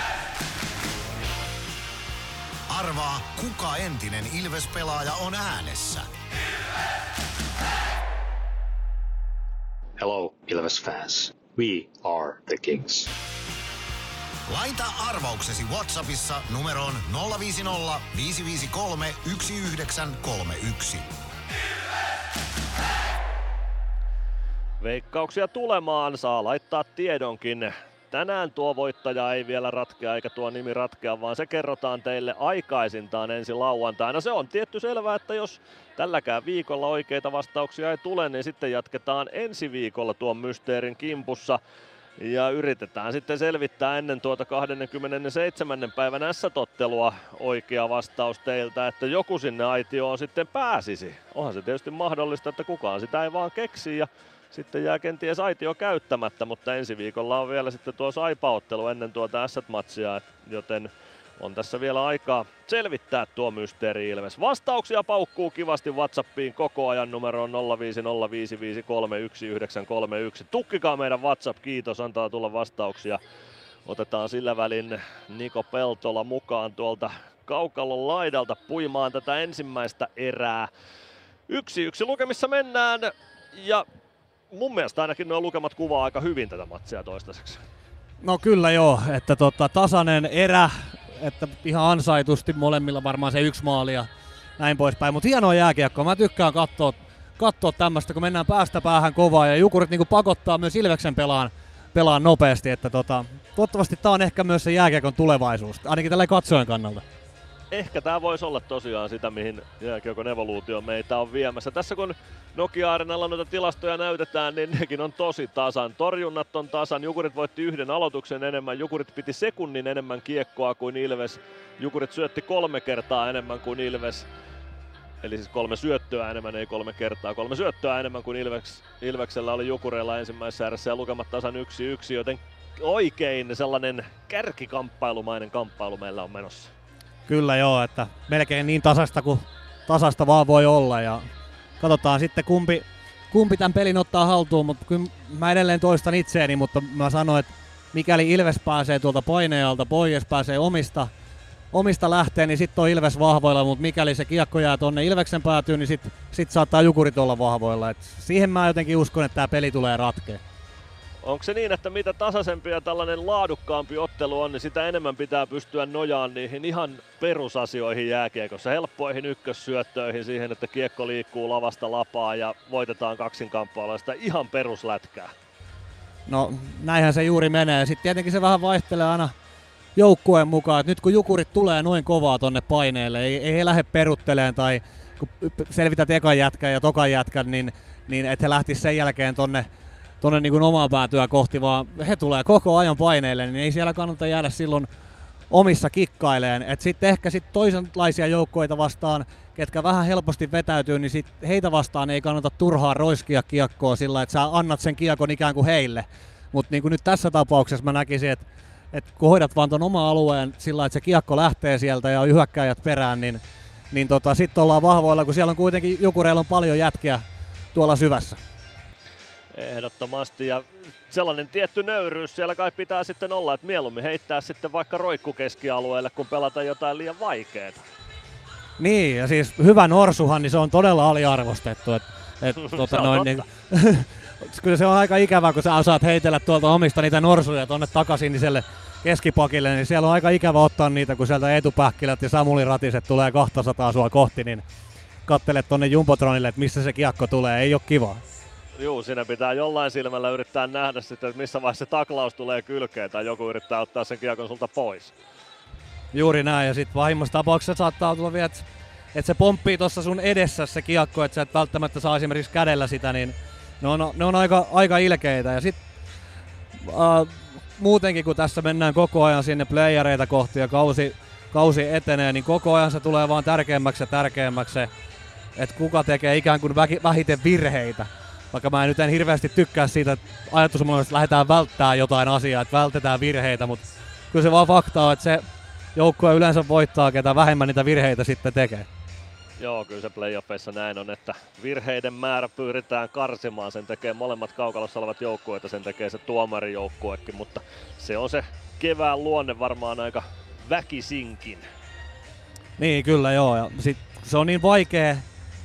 Arvaa, kuka entinen Ilves-pelaaja on äänessä. Hello, Ilves fans. We are the Kings. Laita arvauksesi WhatsAppissa numeroon 050 553 1931. Veikkauksia tulemaan, saa laittaa tiedonkin. Tänään tuo voittaja ei vielä ratkea eikä tuo nimi ratkea, vaan se kerrotaan teille aikaisintaan ensi lauantaina. Se on tietty selvää, että jos tälläkään viikolla oikeita vastauksia ei tule, niin sitten jatketaan ensi viikolla tuon mysteerin kimpussa. Ja yritetään sitten selvittää ennen tuota 27. päivän S-tottelua oikea vastaus teiltä, että joku sinne aitioon sitten pääsisi. Onhan se tietysti mahdollista, että kukaan sitä ei vaan keksi ja sitten jää kenties aitio käyttämättä, mutta ensi viikolla on vielä sitten tuo Saipa-ottelu ennen tuota S-matsia, joten on tässä vielä aikaa selvittää tuo mysteeri Ilves. Vastauksia paukkuu kivasti WhatsAppiin koko ajan numeroon 05055311931. Tukkikaa meidän WhatsApp, kiitos, antaa tulla vastauksia. Otetaan sillä välin Niko Peltola mukaan tuolta kaukalon laidalta puimaan tätä ensimmäistä erää. 1-1 lukemissa mennään ja mun mielestä ainakin nuo lukemat kuvaa aika hyvin tätä matsia toistaiseksi. No kyllä joo, että tasainen erä, että ihan ansaitusti molemmilla varmaan se 1 maali ja näin poispäin, mutta hienoa jääkiekkoa. Mä tykkään katsoa tämmöistä, kun mennään päästä päähän kovaa ja Jukurit niinku pakottaa myös Ilveksen pelaan nopeasti, että toivottavasti tää on ehkä myös se jääkiekon tulevaisuus, ainakin tällä katsojen kannalta. Ehkä tää voisi olla tosiaan sitä, mihin jääkiekon evoluutio meitä on viemässä. Tässä kun Nokia-areenalla noita tilastoja näytetään, niin nekin on tosi tasan. Torjunnat on tasan, Jukurit voitti 1 aloituksen enemmän, Jukurit piti sekunnin enemmän kiekkoa kuin Ilves. Jukurit syötti 3 kertaa enemmän kuin Ilves. Eli siis 3 syöttöä enemmän, ei 3 kertaa. 3 syöttöä enemmän kuin Ilveksellä oli Jukureilla ensimmäisessä erässä ja lukemat tasan 1-1, joten oikein sellainen kärkikamppailumainen kamppailu meillä on menossa. Kyllä joo, että melkein niin tasasta kuin tasasta vaan voi olla ja katsotaan sitten kumpi tämän pelin ottaa haltuun, mutta kyllä mä edelleen toistan itseäni, mutta mä sanoin, että mikäli Ilves pääsee tuolta painealta pois, pääsee omista lähteen, niin sitten on Ilves vahvoilla, mutta mikäli se kiekko jää tonne Ilveksen päätyyn, niin sit saattaa Jukurit olla vahvoilla. Et siihen mä jotenkin uskon, että tämä peli tulee ratkea. Onko se niin, että mitä tasaisempi ja tällainen laadukkaampi ottelu on, niin sitä enemmän pitää pystyä nojaan niihin ihan perusasioihin jääkiekossa, helppoihin ykkössyöttöihin, siihen, että kiekko liikkuu lavasta lapaa ja voitetaan kaksinkamppailua, sitä ihan peruslätkää? No näinhän se juuri menee. Sitten tietenkin se vähän vaihtelee aina joukkueen mukaan, että nyt kun Jukurit tulee noin kovaa tonne paineelle, ei he lähde perutteleen tai kun selvität ekan jätkän ja tokan jätkän, niin et he lähtis sen jälkeen tonne niin kuin omaa päätyä kohti, vaan he tulee koko ajan paineille, niin ei siellä kannata jäädä silloin omissa kikkaileen. Et sitten ehkä toisenlaisia joukkoita vastaan, ketkä vähän helposti vetäytyy, niin sit heitä vastaan ei kannata turhaan roiskia kiekkoa sillä, että sä annat sen kiekon ikään kuin heille. Mutta niin kuin nyt tässä tapauksessa mä näkisin, että kun hoidat vaan ton oma alueen sillä, että se kiekko lähtee sieltä ja hyökkääjät perään, niin sitten ollaan vahvoilla, kun siellä on kuitenkin Jukureilla on paljon jätkiä tuolla syvässä. Ehdottomasti, ja sellainen tietty nöyryys siellä kai pitää sitten olla, että mieluummin heittää sitten vaikka roikku keskialueelle, kun pelata jotain liian vaikeaa. Niin, ja siis hyvä norsuhan, niin se on todella aliarvostettu. Kyllä se on aika ikävää, kun sä osaat heitellä tuolta omista niitä norsuja tonne takaisin keskipakille, niin siellä on aika ikävä ottaa niitä, kun sieltä Eetu Pähkilät ja Samuli Ratiset tulee 200 sua kohti, niin kattelet tonne Jumbotronille, että missä se kiekko tulee, ei ole kivaa. Juu, siinä pitää jollain silmällä yrittää nähdä sitten, että missä vaiheessa se taklaus tulee kylkeen tai joku yrittää ottaa sen kiekon sulta pois. Juuri näin, ja sitten pahimmassa tapauksessa saattaa tulla vielä, että se pomppii tuossa sun edessä se kiekko, että sä et välttämättä saa esimerkiksi kädellä sitä, niin ne on aika ilkeitä. Ja sitten muutenkin, kun tässä mennään koko ajan sinne playereita kohti ja kausi etenee, niin koko ajan se tulee vaan tärkeämmäksi ja tärkeämmäksi, että kuka tekee ikään kuin vähiten virheitä. Vaikka mä en hirveästi tykkää siitä, että ajatusmaailmasta, että lähdetään välttämään jotain asiaa, että vältetään virheitä, mutta kyllä se vaan fakta on, että se joukkue yleensä voittaa, ketä vähemmän niitä virheitä sitten tekee. Joo, kyllä se playoffeissa näin on, että virheiden määrä pyritään karsimaan, sen tekee molemmat kaukalossa olevat joukkueet ja sen tekee se tuomarijoukkuekin, mutta se on se kevään luonne varmaan aika väkisinkin. Niin, kyllä joo, ja sit se on niin vaikea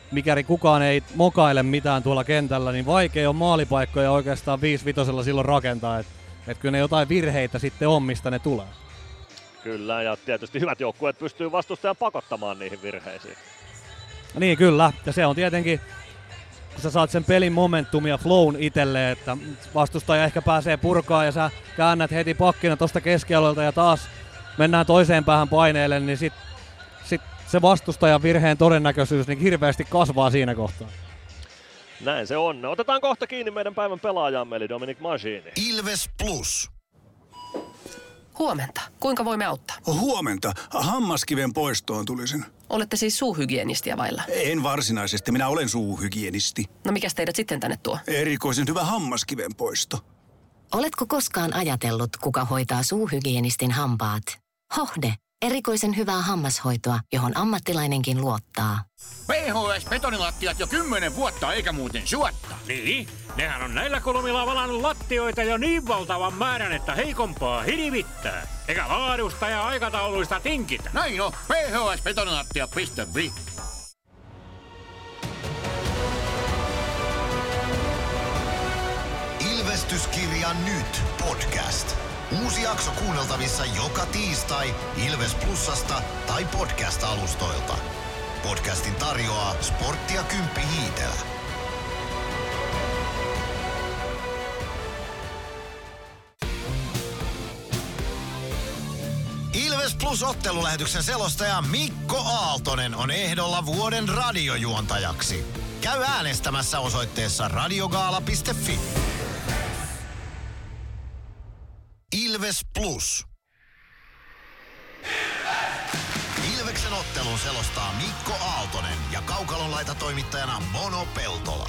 mikäli kukaan ei mokaile mitään tuolla kentällä, niin vaikea on maalipaikkoja oikeastaan 5-5 silloin rakentaa. Et kyllä ne jotain virheitä sitten on, mistä ne tulee. Kyllä, ja tietysti hyvät joukkueet pystyy vastustajan pakottamaan niihin virheisiin. Niin kyllä, ja se on tietenkin, kun sä saat sen pelin momentumia ja flown itselleen, että vastustaja ehkä pääsee purkaa ja sä käännät heti pakkina tosta keskialueelta ja taas mennään toiseen päähän paineelle, niin sit se vastustajan virheen todennäköisyys niin hirveästi kasvaa siinä kohtaa. Näin se on. Otetaan kohta kiinni meidän päivän pelaajamme, eli Dominic Mancini. Ilves Plus. Huomenta. Kuinka voimme auttaa? Huomenta. Hammaskiven poistoon tulisin. Olette siis suuhygienistiä vailla? En varsinaisesti. Minä olen suuhygienisti. No mikäs teidät sitten tänne tuo? Erikoisen hyvä hammaskiven poisto. Oletko koskaan ajatellut, kuka hoitaa suuhygienistin hampaat? Hohde. Erikoisen hyvää hammashoitoa, johon ammattilainenkin luottaa. PHS-betonilattiat jo 10 vuotta eikä muuten suotta. Niin, nehän on näillä kolmilla valannut lattioita jo niin valtavan määrän, että heikompaa hirvittää. Eikä laadusta ja aikatauluista tinkitä. Näin on, phsbetonilattia.fi. Ilvestyskirja nyt podcast. Uusi jakso kuunneltavissa joka tiistai Ilves Plusasta tai podcast-alustoilta. Podcastin tarjoaa Sporttia Kymppi Hiitelä. Ilves Plus -ottelulähetyksen selostaja Mikko Aaltonen on ehdolla vuoden radiojuontajaksi. Käy äänestämässä osoitteessa radiogaala.fi. Ilves Plus. Ilveksen ottelun selostaa Mikko Aaltonen ja kaukalonlaitatoimittajana Mono Peltola.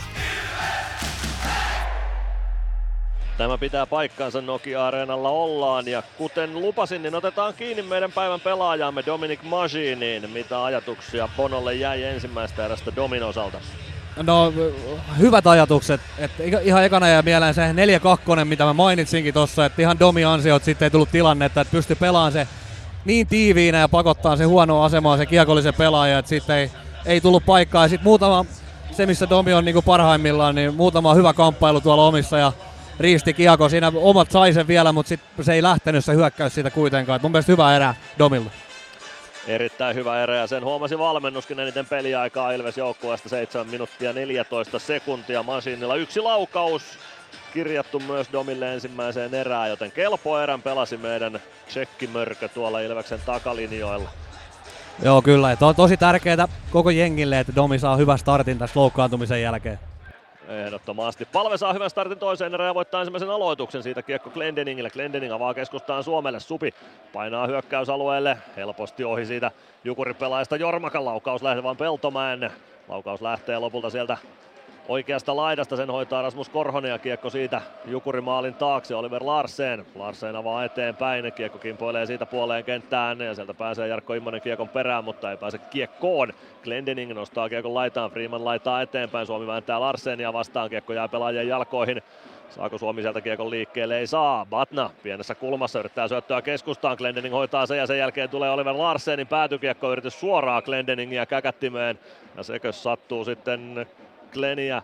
Tämä pitää paikkaansa, Nokia-areenalla ollaan, ja kuten lupasin, niin otetaan kiinni meidän päivän pelaajamme Dominic Manciniin. Mitä ajatuksia Bonolle jäi ensimmäistä erästä Domin osalta? No, hyvät ajatukset. Ihan ekana jäi mieleen se 4-2, mitä mä mainitsinkin tossa, että ihan Domin ansiot sitten ei tullut tilannetta, että pystyi pelaamaan se niin tiiviinä ja pakottaa se huonoa asemaa se kiekollisen pelaaja, että sitten ei tullut paikkaa. Ja sitten muutama, se missä Domi on niinku parhaimmillaan, niin muutama hyvä kamppailu tuolla omissa ja riisti kiekko. Siinä omat sai sen vielä, mutta sitten se ei lähtenyt se hyökkäys siitä kuitenkaan. Et mun mielestä hyvä erä Domilta. Erittäin hyvä erä, ja sen huomasi valmennuskin eniten peliaikaa Ilves joukkueesta 7 minuuttia 14 sekuntia. Mancinilla 1 laukaus kirjattu myös Domille ensimmäiseen erään, joten kelpo erän pelasi meidän tsekkimörkö tuolla Ilveksen takalinjoilla. Joo kyllä, ja on tosi tärkeää koko jengille, että Domi saa hyvän startin tässä loukkaantumisen jälkeen. Ehdottomasti. Palve saa hyvän startin toiseen erään ja voittaa ensimmäisen aloituksen. Siitä kiekko Glendeningille. Glendening avaa keskustaan Suomelle. Supi painaa hyökkäysalueelle. Helposti ohi siitä Jukuri-pelaajasta Jormakan. Laukaus lähtee vaan Peltomäen. Laukaus lähtee lopulta sieltä oikeasta laidasta. Sen hoitaa Rasmus Korhonen ja kiekko siitä Jukuri-maalin taakse. Oliver Larsen. Larsen avaa eteenpäin. Kiekko kimpoilee siitä puoleen kenttään. Ja sieltä pääsee Jarkko Immonen kiekon perään, mutta ei pääse kiekkoon. Glendening nostaa kiekon laitaan. Freeman laitaa eteenpäin. Suomi vääntää Larsenia vastaan. Kiekko jää pelaajien jalkoihin. Saako Suomi sieltä kiekon liikkeelle? Ei saa. Batna pienessä kulmassa yrittää syöttöä keskustaan. Glendening hoitaa sen ja sen jälkeen tulee Oliver Larsenin päätykiekko. Yritys suoraan Glendeningia käkättimeen. Ja sekö sattuu sitten Gleniä.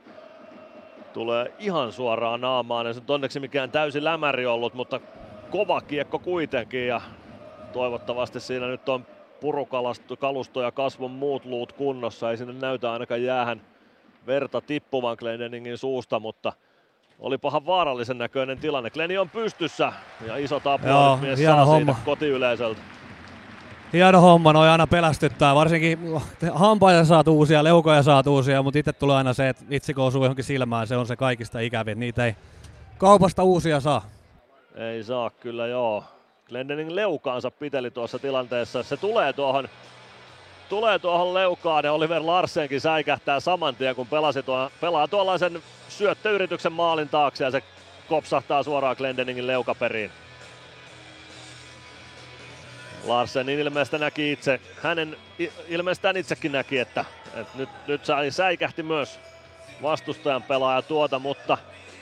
Tulee ihan suoraan naamaan. Ei se nyt onneksi mikään täysin lämäri ollut, mutta kova kiekko kuitenkin. Ja toivottavasti siinä nyt on purukalusto ja kasvon muut luut kunnossa. Ei sinne näytä ainakaan jäähän verta tippuvan Glendeningin suusta, mutta olipahan vaarallisen näköinen tilanne. Gleni on pystyssä ja iso tappio mies saa siitä kotiyleisöltä. Hieno homma, noi aina pelästyttää, varsinkin hampaita saat uusia, leukoja saat uusia, mutta itse tulee aina se, että itse osuu johonkin silmään, se on se kaikista ikävin, niitä ei kaupasta uusia saa. Ei saa kyllä joo. Glendening leukaansa piteli tuossa tilanteessa, se tulee tuohon leukaan ja Oliver Larsenkin säikähtää saman tien kun pelaa tuollaisen syöttöyrityksen maalin taakse ja se kopsahtaa suoraan Glendeningin leukaperiin. Larsen ilmeisesti näki itse, hänen ilmeestään itsekin näki, että nyt säikähti myös vastustajan pelaaja tuota, mutta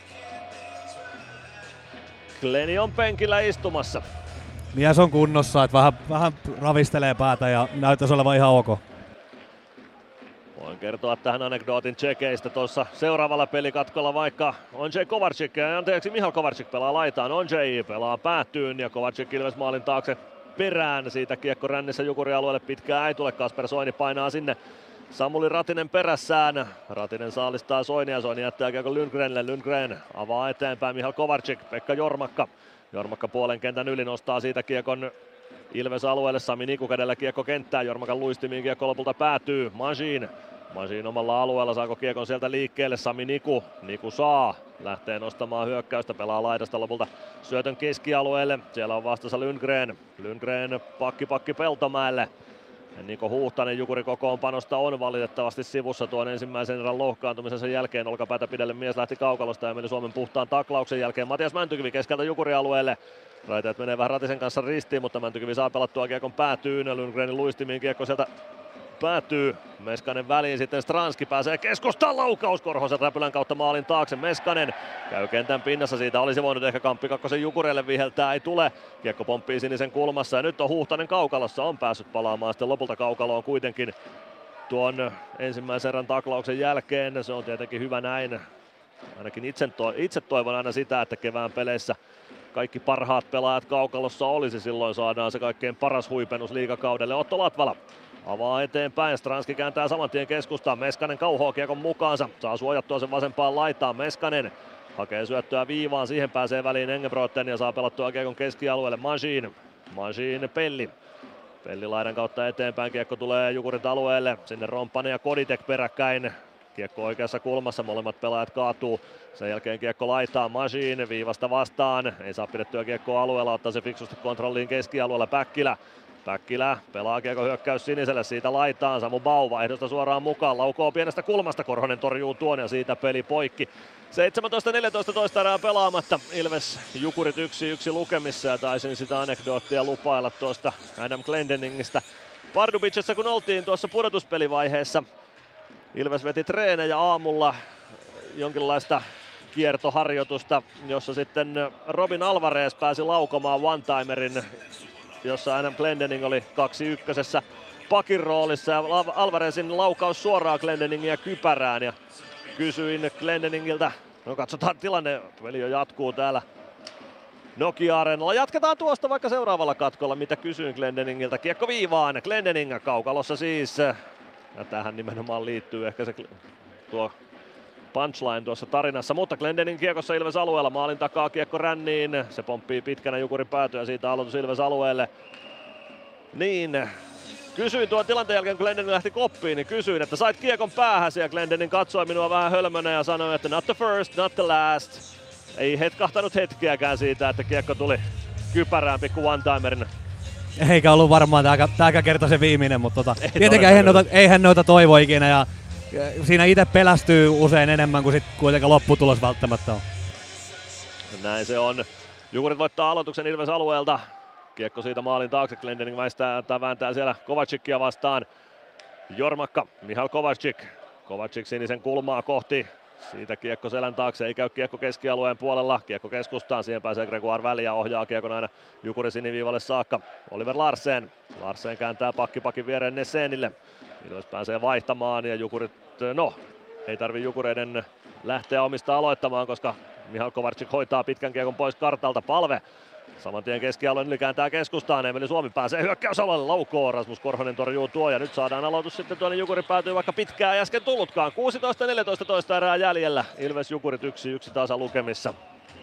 Gleni on penkillä istumassa. Mies on kunnossa, että vähän ravistelee päätä ja näyttäisi olevan ihan ok. Voin kertoa tähän anekdootin tsekeistä tuossa seuraavalla pelikatkolla, vaikka Michal Kovarczyk pelaa laitaan, Ondřej pelaa päätyyn ja Kovarczyk Ilves maalin taakse perään. Siitä kiekko rännissä Jukuri-alueelle, pitkään ei tule, Kasper Soini painaa sinne. Samuli Ratinen perässään. Ratinen saalistaa Soinia, Soini jättää kiekko Lundgrenille. Lundgren avaa eteenpäin Michal Kovarczyk, Pekka Jormakka. Jormakka puolen kentän yli nostaa siitä kiekon Ilves alueelle, Sami Niku kädellä kiekko kenttään, Jormakan luistimiin kiekko lopulta päätyy, Majin omalla alueella, saako kiekon sieltä liikkeelle, Sami Niku saa, lähtee nostamaan hyökkäystä, pelaa laidasta lopulta syötön keskialueelle, siellä on vastassa Lundgren pakki Peltomäelle. Ja Niko Huhtanen Jukuri kokoonpanosta on valitettavasti sivussa tuon ensimmäisen erän lohkaantumisen sen jälkeen. Olkapäätä pidelle mies lähti kaukalosta ja meni Suomen puhtaan taklauksen jälkeen. Matias Mäntykivi keskeltä Jukuri-alueelle. Raiteet menee vähän Ratisen kanssa ristiin, mutta Mäntykivi saa pelattua kiekon päätyyn. Lundgrenin luistimiin kiekko sieltä päätyy. Meskanen väliin, sitten Stranski pääsee keskustaan, laukaus Korhosen räpylän kautta maalin taakse. Meskanen käy kentän pinnassa, siitä olisi voinut ehkä Kamppi Kakkosen Jukureille viheltää, ei tule. Kiekko pomppii sinisen kulmassa ja nyt on Huhtanen kaukalossa, on päässyt palaamaan sitten lopulta kaukaloon kuitenkin tuon ensimmäisen erän taklauksen jälkeen. Se on tietenkin hyvä näin. Ainakin itse toivon aina sitä, että kevään peleissä kaikki parhaat pelaajat kaukalossa olisi, silloin saadaan se kaikkein paras huipennus liigakaudelle. Otto Latvala avaa eteenpäin, Stranski kääntää saman tien keskustaan, Meskanen kauhoo kiekon mukaansa, saa suojattua sen vasempaan laitaan, Meskanen hakee syöttöä viivaan, siihen pääsee väliin Engebroten ja saa pelattua kiekon keskialueelle, Majin Pelli laidan kautta eteenpäin, kiekko tulee Jukurit alueelle, sinne Romppanen ja Koditek peräkkäin, kiekko oikeassa kulmassa, molemmat pelaajat kaatuu, sen jälkeen kiekko laitaan, Majin viivasta vastaan, ei saa pidettyä kiekkoa alueella, ottaa se fiksusti kontrolliin keskialueella, Päkkilä pelaa kiekko hyökkäys siniselle, siitä laitaan, Samu Bauva ehdosta suoraan mukaan, laukoo pienestä kulmasta, Korhonen torjuu tuon ja siitä peli poikki. 17-14 toista erää pelaamatta, Ilves Jukurit 1-1 lukemissa ja taisin sitä anekdoottia lupailla tuosta Adam Glendeningistä. Pardubicissa kun oltiin tuossa pudotuspelivaiheessa, Ilves veti treenejä aamulla, jonkinlaista kiertoharjoitusta, jossa sitten Robin Alvarez pääsi laukomaan one-timerin, jossa Adam Glendening oli 2-1 pakin roolissa ja Alvarezin laukaus suoraan Glendeningia kypärään ja kysyin Glendeningiltä, no katsotaan tilanne, peli jo jatkuu täällä Nokia-areenalla. Jatketaan tuosta vaikka seuraavalla katkolla, mitä kysyin Glendeningiltä. Kiekko viivaan, Glendening kaukalossa siis. Ja tähän nimenomaan liittyy ehkä se tuo punchline tuossa tarinassa, mutta Glendening kiekossa Ilves alueella, maalin takaa kiekko ränniin, se pomppii pitkänä Jukurin päätyä, siitä aloitus Ilves alueelle. Niin, kysyin tuon tilanteen jälkeen, kun Glendening lähti koppiin, niin kysyin, että sait kiekon päähäsi ja Glendening katsoi minua vähän hölmönä ja sanoi, että not the first, not the last. Ei hetkahtanut hetkeäkään siitä, että kiekko tuli kypärään pikku one-timerina. Eikä ollut varmaan tääkään kerta se viimeinen, mutta tietenkään eihän noita toivo ikinä ja siinä itse pelästyy usein enemmän kuin sit kuitenkaan lopputulos välttämättä on. Näin se on. Jukurit voittaa aloituksen Ilves alueelta. Kiekko siitä maalin taakse. Glendening vääntää siellä Kovacicia vastaan. Jormakka, Michal Kovacic. Kovacic sinisen kulmaa kohti. Siitä kiekko selän taakse, ei käy kiekko keskialueen puolella. Kiekko keskustaan, siihen pääsee Gregoire väliin ja ohjaa kiekon aina Jukuri siniviivalle saakka. Oliver Larsen. Larsen kääntää pakin viereen Nessenille. Ilves pääsee vaihtamaan ja Jukurit, ei tarvi Jukureiden lähteä omista aloittamaan, koska Michal Kovacic hoitaa pitkän kiekon pois kartalta. Palve saman tien keskialueen yli kääntää keskustaan. Emeli Suomi pääsee hyökkäysalueelle, laukoo. Rasmus Korhonen torjuu tuo ja nyt saadaan aloitus sitten tuonne Jukuri päätyy, vaikka pitkään ei äsken tullutkaan. 16-14 toista erää jäljellä. Ilves Jukurit 1-1 tasa lukemissa.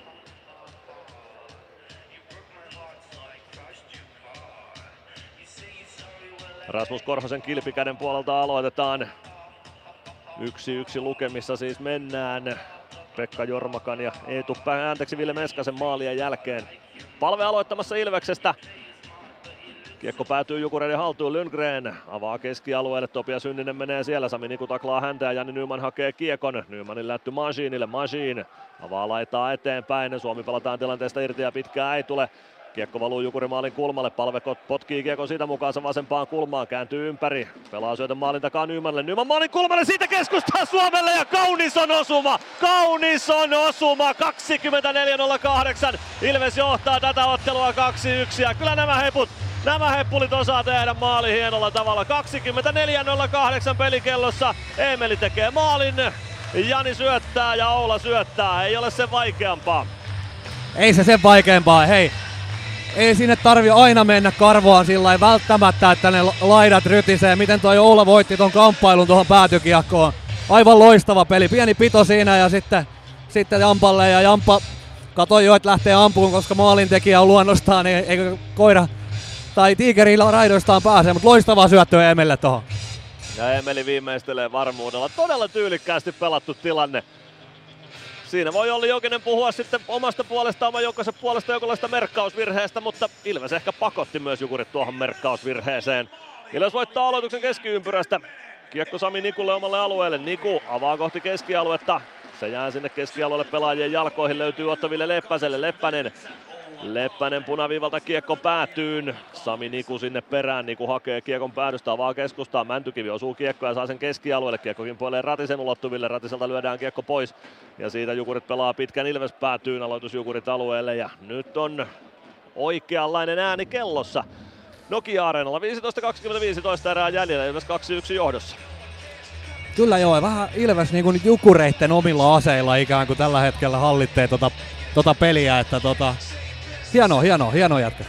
Rasmus Korhosen kilpikäden puolelta aloitetaan. 1-1 lukemissa siis mennään. Pekka Jormakan ja Ville Meskasen maalien jälkeen. Palve aloittamassa Ilveksestä. Kiekko päätyy Jukureiden haltuun, Lundgren avaa keskialueelle, Topias Synninen menee siellä, Sami Niku taklaa häntä ja Janni Nyman hakee kiekon. Nymanin lätty Majinille, Majin avaa laitaa eteenpäin, Suomi pelataan tilanteesta irti ja pitkään ei tule. Kiekko valuu Jukurimaalin kulmalle, Palve potkii kiekon siitä mukaansa vasempaan kulmaan, kääntyy ympäri. Pelaa syötön maalin takaa Nymanille, Nyman maalin kulmalle, siitä keskustaa Suomelle ja kaunis on osuma! Kaunis on osuma! 24-08. Ilves johtaa tätä ottelua 2-1 ja kyllä nämä Nämä heppulit osaa tehdä maali hienolla tavalla. 24.08 pelikellossa. Eemeli tekee maalin. Jani syöttää ja Oula syöttää. Ei ole sen vaikeampaa. Ei se sen vaikeampaa. Hei, ei sinne tarvi aina mennä karvoaan sillä välttämättä, että ne laidat rytisee. Miten toi Oula voitti ton kamppailun tuohon päätykiekkoon. Aivan loistava peli. Pieni pito siinä ja sitten Jampalle. Ja Jamppa katoi jo, että lähtee ampuun, koska maalintekijä on luonnostaan. Niin eikö koira tai tiikerillä raidoistaan pääsee, mutta loistava syöttö Emelille tohon. Ja Emeli viimeistelee varmuudella. Todella tyylikkäästi pelattu tilanne. Siinä voi Olli Jokinen puhua sitten omasta puolestaan, oman joukkonsa puolesta jonkinlaista merkkausvirheestä, mutta Ilves ehkä pakotti myös Jukurit tuohon merkkausvirheeseen. Ilves voittaa aloituksen keskiympyrästä. Kiekko Sami Nikulle omalle alueelle. Niku avaa kohti keskialuetta. Se jää sinne keskialueelle pelaajien jalkoihin. Löytyy Otto-Ville Leppäselle. Leppänen punaviivalta kiekko päätyyn. Sami Niku sinne perään. Niku hakee kiekon päädystä, avaa keskustaa. Mäntykivi osuu kiekkoa ja saa sen keskialueelle. Kiekkokin puoleen Ratisen ulottuville. Ratiselta lyödään kiekko pois. Ja siitä Jukurit pelaa pitkän Ilves päätyyn. Aloitus Jukurit alueelle. Ja nyt on oikeanlainen ääni kellossa. Nokia-areenalla 15.25 erää jäljellä. Ilves 2-1 johdossa. Kyllä joo, vähän Ilves niin kuin Jukureitten omilla aseilla ikään kuin tällä hetkellä hallitsee tota peliä, että hieno jätkä.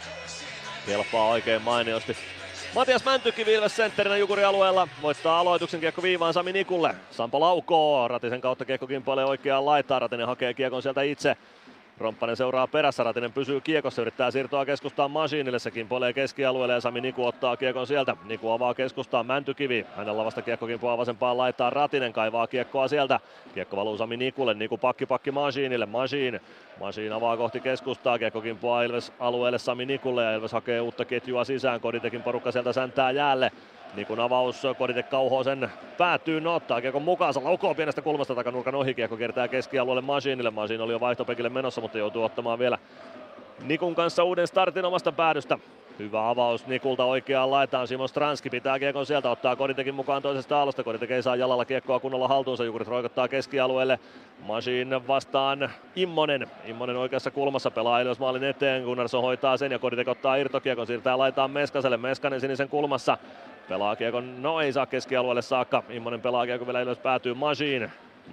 Kelpaa oikein mainiosti. Matias Mäntykivi Ilves sentterinä Jukurin alueella voittaa aloituksen, kiekko viivaan Sami Nikulle. Sampo laukoo, Ratisen kautta kiekko kimpoilee oikeaan laitaan, Ratinen hakee kiekon sieltä itse. Romppanen seuraa perässä, Ratinen pysyy kiekossa, yrittää siirtoa keskustaan Masiinille, se kimpoilee keskialueelle ja Sami Niku ottaa kiekon sieltä. Niku avaa keskustaan, Mäntykivi, hänellä vasta kiekko kimpoaa vasempaan laitaan, Ratinen kaivaa kiekkoa sieltä. Kiekko valuu Sami Nikulle, Niku pakki Masiinille, Masiin avaa kohti keskustaa, kiekko kimpoaa Ilves alueelle Sami Nikulle ja Ilves hakee uutta ketjua sisään, Koditekin porukka sieltä säntää jäälle. Nikun avaus, Kodite kauhoo sen päätyyn, ottaa kiekon mukaansa, laukoo pienestä kulmasta takanurkan ohi, kiekko kiertää keskialueelle Masiinille. Masiin oli jo vaihtopekille menossa, mutta joutuu ottamaan vielä Nikun kanssa uuden startin omasta päädystä. Hyvä avaus Nikulta oikeaan laitaan, Simon Stranski pitää kiekon sieltä, ottaa Koditekin mukaan toisesta aallosta. Kodite ei saa jalalla kiekkoa kunnolla haltuunsa, Jukurit roikottaa keskialueelle. Masiin vastaan Immonen oikeassa kulmassa pelaa Ilves maalin eteen, Gunnarsson hoitaa sen ja Kodite ottaa irtokiekon, siirtää laitaan Meskaselle, Meskanen sinisen kulmassa. Pelaa kiekon, ei saa keskialueelle saakka. Immonen pelaa kiekon vielä Ilves päätyy Masiin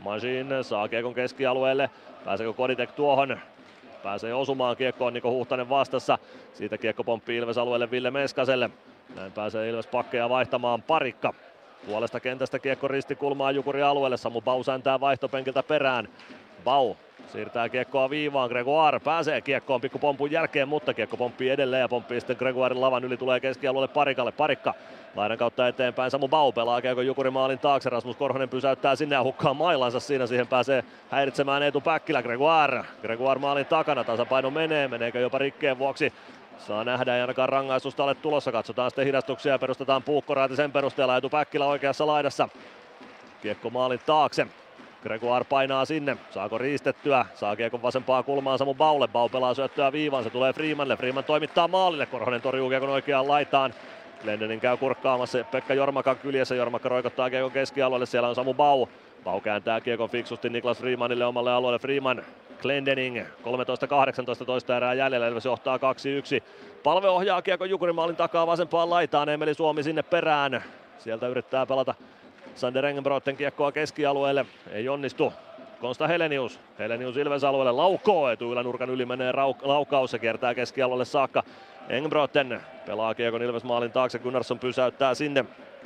saa kiekon keskialueelle. Pääseekö Koditek tuohon? Pääsee osumaan kiekkoon, Niko Huhtanen vastassa. Siitä kiekko pomppii Ilves alueelle Ville Meskaselle. Näin pääsee Ilves pakkeja vaihtamaan Parikka. Puolesta kentästä kiekko ristikulmaa Jukurin alueelle. Samu Bau säntää vaihtopenkiltä perään. Bau siirtää kiekkoa viivaan, Gregoire pääsee kiekkoon pikkupompun jälkeen, mutta kiekko pomppii edelleen ja pomppii sitten Gregoirin lavan yli, tulee keskialueelle Parikalle. Parikka laidan kautta eteenpäin, Samu Bau pelaa kiekko Jukurin maalin taakse, Rasmus Korhonen pysäyttää sinne ja hukkaa mailansa siinä, siihen pääsee häiritsemään Eetu Päkkilä. Gregoire maalin takana, tasapaino meneekö jopa rikkeen vuoksi? Saa nähdä, ei ainakaan rangaistusta ole tulossa, katsotaan sitten hidastuksia ja perustetaan puukkoraati sen perusteella. Eetu Päkkilä oikeassa laidassa, kiekko maalin taakse. Gregoire painaa sinne, saako riistettyä, saa kiekon vasempaa kulmaan Samu Baulle, Bau pelaa syöttöä viivaan, se tulee Freemanille, Freeman toimittaa maalille, Korhonen torjuu kiekon oikeaan laitaan. Glendening käy kurkkaamassa Pekka Jormakan kyljessä, Jormakka roikottaa kiekon keskialueelle, siellä on Samu Bau. Bau kääntää kiekon fiksusti Niklas Freemanille omalle alueelle, Freeman, Glendening, 13-18 toista erää jäljellä, Ilves johtaa 2-1. Palve ohjaa kiekon Jukurin maalin takaa vasempaan laitaan, Emeli Suomi sinne perään, sieltä yrittää pelata Sander Engenbrotten kiekkoa keskialueelle, ei onnistu. Konsta Helenius Ilves alueelle, laukoo, etuylänurkan yli menee laukaus, se kiertää keskialueelle saakka. Engenbrotten pelaa kiekon Ilves maalin taakse, Gunnarsson pysäyttää sinne.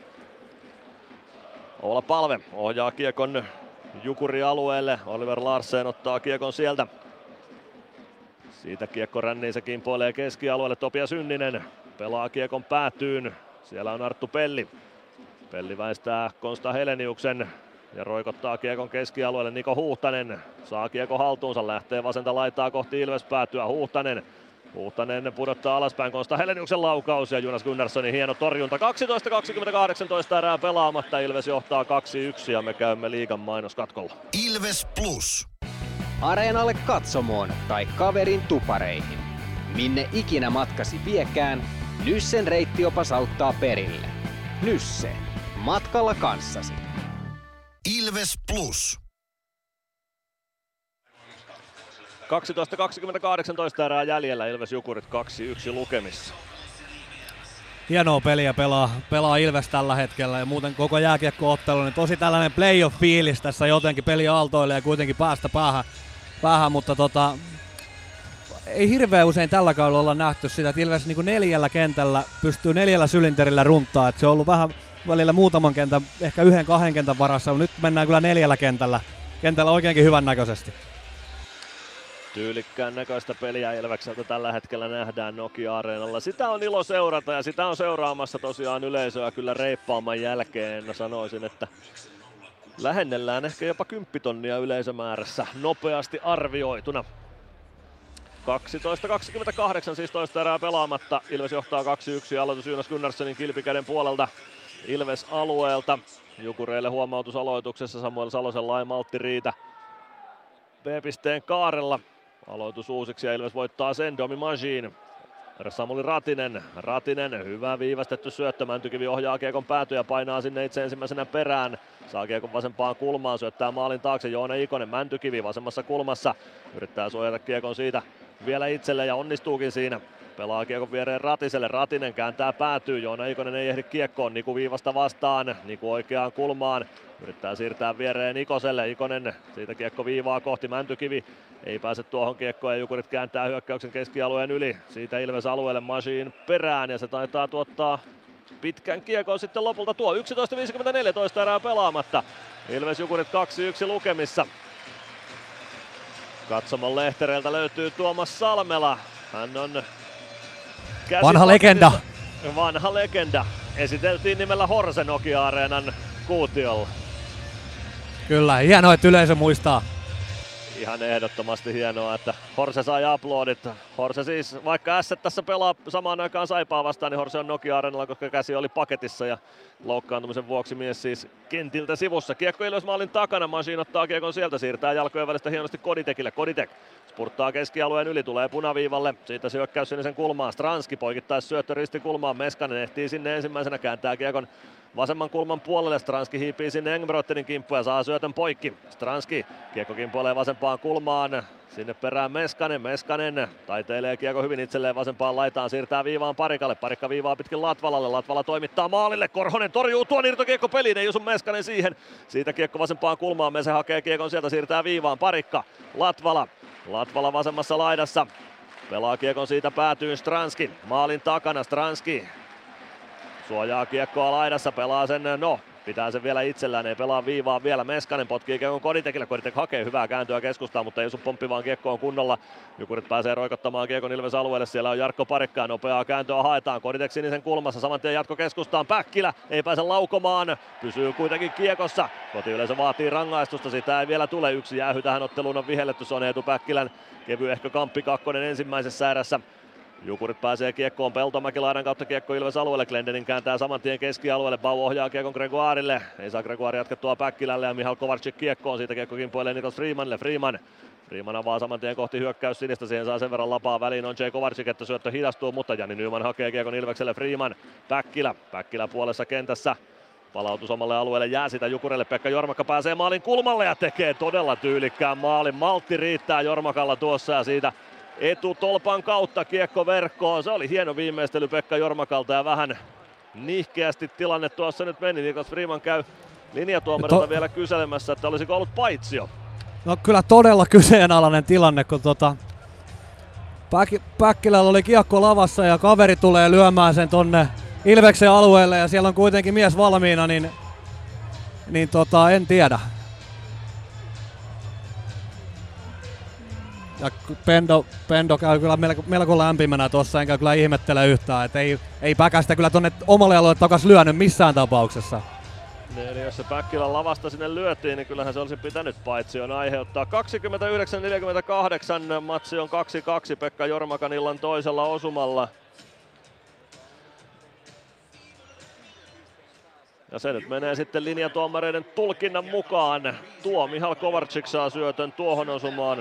Oula Palve ohjaa kiekon Jukuri alueelle, Oliver Larsen ottaa kiekon sieltä. Siitä kiekko rännii, se kimpoilee keskialueelle, Topias Synninen pelaa kiekon päätyyn, siellä on Arttu Pelli. Pelli väistää Konsta Heleniuksen ja roikottaa kiekon keskialueelle. Niko Huhtanen saa kiekon haltuunsa, lähtee vasenta laitaa kohti Ilves päätyä. Huhtanen pudottaa alaspäin, Konsta Heleniuksen laukaus ja Jonas Gunnarssonin hieno torjunta. 12-28 erää pelaamatta, Ilves johtaa 2-1 ja me käymme liigan mainoskatkolla. Ilves Plus. Areenalle, katsomoon tai kaverin tupareihin. Minne ikinä matkasi viekään, Nyssen reittiopas auttaa perille. Nysse. Matkalla kanssasi. Ilves Plus. 12-28 erää jäljellä, Ilves Jukurit 2-1 lukemissa. hienoa peliä pelaa Ilves tällä hetkellä ja muuten koko jääkiekkoottelu, niin tosi tällainen playoff-fiilis tässä jotenkin, peli aaltoilee ja kuitenkin päästä päähän, mutta ei hirveän usein tällä kaudella olla nähty sitä, että Ilves niin kuin 4 kentällä pystyy 4 sylinterillä runtaa, että se on ollut vähän välillä muutaman kentän, ehkä 1-2 kentän varassa, mutta nyt mennään kyllä 4 kentällä oikeinkin hyvän näköisesti. Tyylikkään näköistä peliä Ilvekseltä tällä hetkellä nähdään Nokia-areenalla. Sitä on ilo seurata ja sitä on seuraamassa tosiaan yleisöä kyllä reippaamman jälkeen. Sanoisin, että lähennellään ehkä jopa 10 000 yleisömäärässä nopeasti arvioituna. 12.28 siis toista erää pelaamatta. Ilves johtaa 2-1. Aloitus Jonas Gunnarssonin kilpikäden puolelta Ilves alueelta. Jukureille huomautus aloituksessa. Samuel Salosella ei maltti riitä B-pisteen kaarella. Aloitus uusiksi ja Ilves voittaa sen. Domi Majin. Samuli Ratinen, hyvä viivästetty syöttö. Mäntykivi ohjaa kiekon päätyä ja painaa sinne itse ensimmäisenä perään. Saa kiekon vasempaan kulmaan, syöttää maalin taakse Joona Ikonen. Mäntykivi vasemmassa kulmassa. Yrittää suojata kiekon siitä vielä itselle ja onnistuukin siinä. Pelaa kiekon viereen Ratiselle. Ratinen kääntää päätyy. Joona Ikonen ei ehdi kiekkoon. Niku viivasta vastaan. Niku oikeaan kulmaan. Yrittää siirtää viereen Ikoselle. Ikonen siitä kiekko viivaa kohti. Mäntykivi ei pääse tuohon kiekkoon ja Jukurit kääntää hyökkäyksen keskialueen yli. Siitä Ilves alueelle Machine perään ja se taitaa tuottaa pitkän kiekon sitten lopulta tuo. 11.54 toista erää pelaamatta. Ilves Jukurit 2-1 lukemissa. Katsomon lehtereiltä löytyy Tuomas Salmela. Hän on Vanha legenda. Esiteltiin nimellä Horse Nokia-areenan kuutiolla. Kyllä, hienoa, että yleisö muistaa. Ihan ehdottomasti hienoa, että Horse sai aplodit. Horse siis, vaikka Ässät tässä pelaa samaan aikaan Saipaa vastaan, niin Horse on Nokia-areenalla, koska käsi oli paketissa ja loukkaantumisen vuoksi mies siis kentiltä sivussa. Kiekko Ilves maalin takana, Machine ottaa kiekon sieltä, siirtää jalkojen välistä hienosti Koditekille. Koditek spurttaa keskialueen yli, tulee punaviivalle, siitä syökkäys sinisen kulmaan. Stranski poikittais syöttö ristikulmaan, Meskanen ehtii sinne ensimmäisenä, kääntää kiekon vasemman kulman puolelle. Stranski hiipii sinne Engbrottenin kimppuun ja saa syötön poikki. Stranski kiekko kimpoilee vasempaan kulmaan. Sinne perään Meskanen taiteilee kiekko hyvin itselleen vasempaan laitaan, siirtää viivaan Parikalle. Parikka viivaa pitkin Latvalalle, Latvala toimittaa maalille. Korhonen torjuu tuon irtokiekko peliin, ei osu Meskanen siihen. Siitä kiekko vasempaan kulmaan, Mese hakee kiekon sieltä, siirtää viivaan Parikka. Latvala vasemmassa laidassa. Pelaa kiekon siitä päätyy Stranski. Maalin takana Stranski. Suojaa kiekkoa laidassa, pelaa sen, pitää sen vielä itsellään, ei pelaa viivaa vielä. Meskanen potkii kiekon Koditekille, Koditek hakee hyvää kääntöä keskustaan, mutta ei osu pomppivaan kiekkoon kunnolla. Jukurit pääsee roikottamaan kiekon Ilves alueelle, siellä on Jarkko Parikka ja nopeaa kääntöä haetaan. Koditek sinisen kulmassa, saman tien jatko keskustaan, Päkkilä ei pääse laukomaan, pysyy kuitenkin kiekossa. Kotiyleisö vaatii rangaistusta, sitä ei vielä tule, yksi jäähy tähän otteluun on vihelletty, se on Eetu Päkkilän kevyehkö kamppi kakkonen ensimmäisessä erässä. Jukurit pääsee kiekkoon Peltomäki laidan kautta kiekko Ilves alueelle. Glendening kääntää saman tien keskialueelle. Bau ohjaa kiekon Gregoirille. Ei saa Gregoire jatkettua Päkkilälle ja Mihal Kovarczyk kiekkoon. Siitä kiekko kimpoilee Nikos Freemanille. Freeman avaa saman tien kohti hyökkäys sinistä. Siihen saa sen verran lapaa väliin on Jay Kovarczyk, että syöttö hidastuu, mutta Jani Nyman hakee kiekon Ilvekselle. Freeman. Päkkilä puolessa kentässä. Palautus omalle alueelle jää sitä Jukurelle. Pekka Jormakka pääsee maalin kulmalle ja tekee todella tyylikkään maalin. Maltti riittää Jormakalla tuossa ja siitä etutolpan kautta kiekko verkkoon. Se oli hieno viimeistely Pekka Jormakalta ja vähän nihkeästi tilanne tuossa nyt meni. Nikos Freeman käy linjatuomarilta vielä kyselemässä, että olisiko ollut paitsio. No kyllä todella kyseenalainen tilanne, kun Päkkilällä oli kiekko lavassa ja kaveri tulee lyömään sen tonne Ilveksen alueelle ja siellä on kuitenkin mies valmiina, niin en tiedä. Ja Pendo käy kyllä melko lämpimänä tuossa, enkä kyllä ihmettele yhtään, että ei Päkästä kyllä tonne omalle alueelle takas lyönyt missään tapauksessa. Eli jos se Päkkilän lavasta sinne lyötiin, niin kyllähän se olisi pitänyt paitsion aiheuttaa. 29-48, matsi on 2-2 Pekka Jormakan illan toisella osumalla. Ja se nyt menee sitten linjatuomareiden tulkinnan mukaan. Tuo Mihal Kovarczyk saa syötön tuohon osumaan.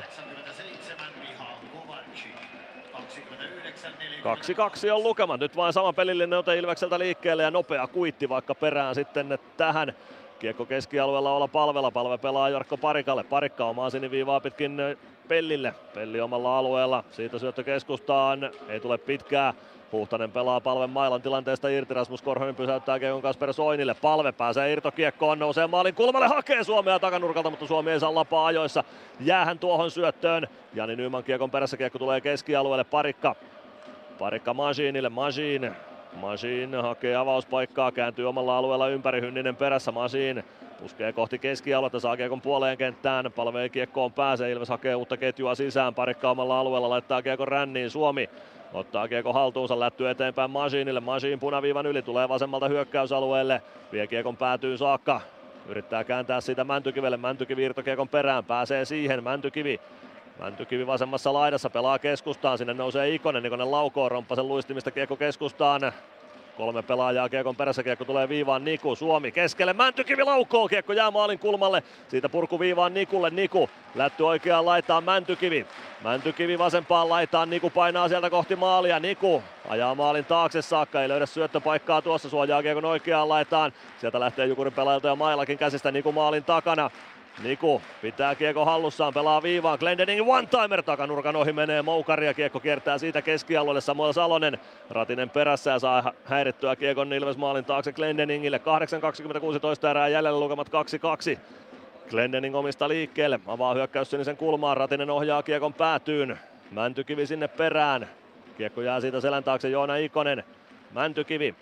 2-2 on lukemat. Nyt vain sama pelillinen ote Ilvekseltä liikkeelle ja nopea kuitti vaikka perään sitten tähän. Kiekko keskialueella olla Palvella. Palve pelaa Jarkko Parikalle. Parikka omaa siniviivaa pitkin Pellille. Pelli omalla alueella. Siitä syöttö keskustaan. Ei tule pitkää. Huhtanen pelaa Palven mailan tilanteesta irti. Rasmus Korhonen pysäyttää kiekon Kasper Soinille. Palve pääsee irtokiekkoon, nousee maalin kulmalle, hakee Suomea takanurkalta, mutta Suomi ei saa lapaa ajoissa. Jäähän tuohon syöttöön. Jani Nyman kiekon perässä, kiekko tulee keskialueelle. Parikka Masinille. Masin hakee avauspaikkaa, kääntyy omalla alueella ympäri, Hynninen perässä. Masin puskee kohti keskialuetta, saa kiekon puoleen kenttään. Palve ei kiekkoon pääse, Ilves hakee uutta ketjua sisään. Parikka omalla alueella laittaa kiekon ränniin. Suomi ottaa kiekko haltuunsa, lättyy eteenpäin Masinille. Masin punaviivan yli, tulee vasemmalta hyökkäysalueelle. Vie kiekon päätyyn saakka. Yrittää kääntää siitä Mäntykivelle. Mäntykivi irtokiekon perään, pääsee siihen. Mäntykivi vasemmassa laidassa, pelaa keskustaan, sinne nousee Ikonen laukoo, Romppasen luistimista kiekko keskustaan. 3 pelaajaa kiekon perässä, kiekko tulee viivaan, Niku, Suomi keskelle, Mäntykivi laukoo, kiekko jää maalin kulmalle, siitä purku viivaan Nikulle, Niku lätty oikeaan laitaan, Mäntykivi vasempaan laitaan, Niku painaa sieltä kohti maalia, Niku ajaa maalin taakse saakka, ei löydä syöttöpaikkaa tuossa, suojaa kiekon oikeaan laitaan, sieltä lähtee Jukurin pelaajilta ja mailakin käsistä, Niku maalin takana. Niku pitää kiekko hallussaan, pelaa viivaan, Glendening one-timer, takanurkan ohi menee Moukari ja kiekko kiertää siitä keskialueelle, Samuel Salonen, Ratinen perässä ja saa häirittyä kiekon Ilves maalin taakse Glendeningille, 8.26 erää jäljellä, lukemat 2-2. Glendening omista liikkeelle, avaa hyökkäys sinisen kulmaan, Ratinen ohjaa kiekon päätyyn, Mäntykivi sinne perään, kiekko jää siitä selän taakse, Joona Ikonen, Mäntykivi,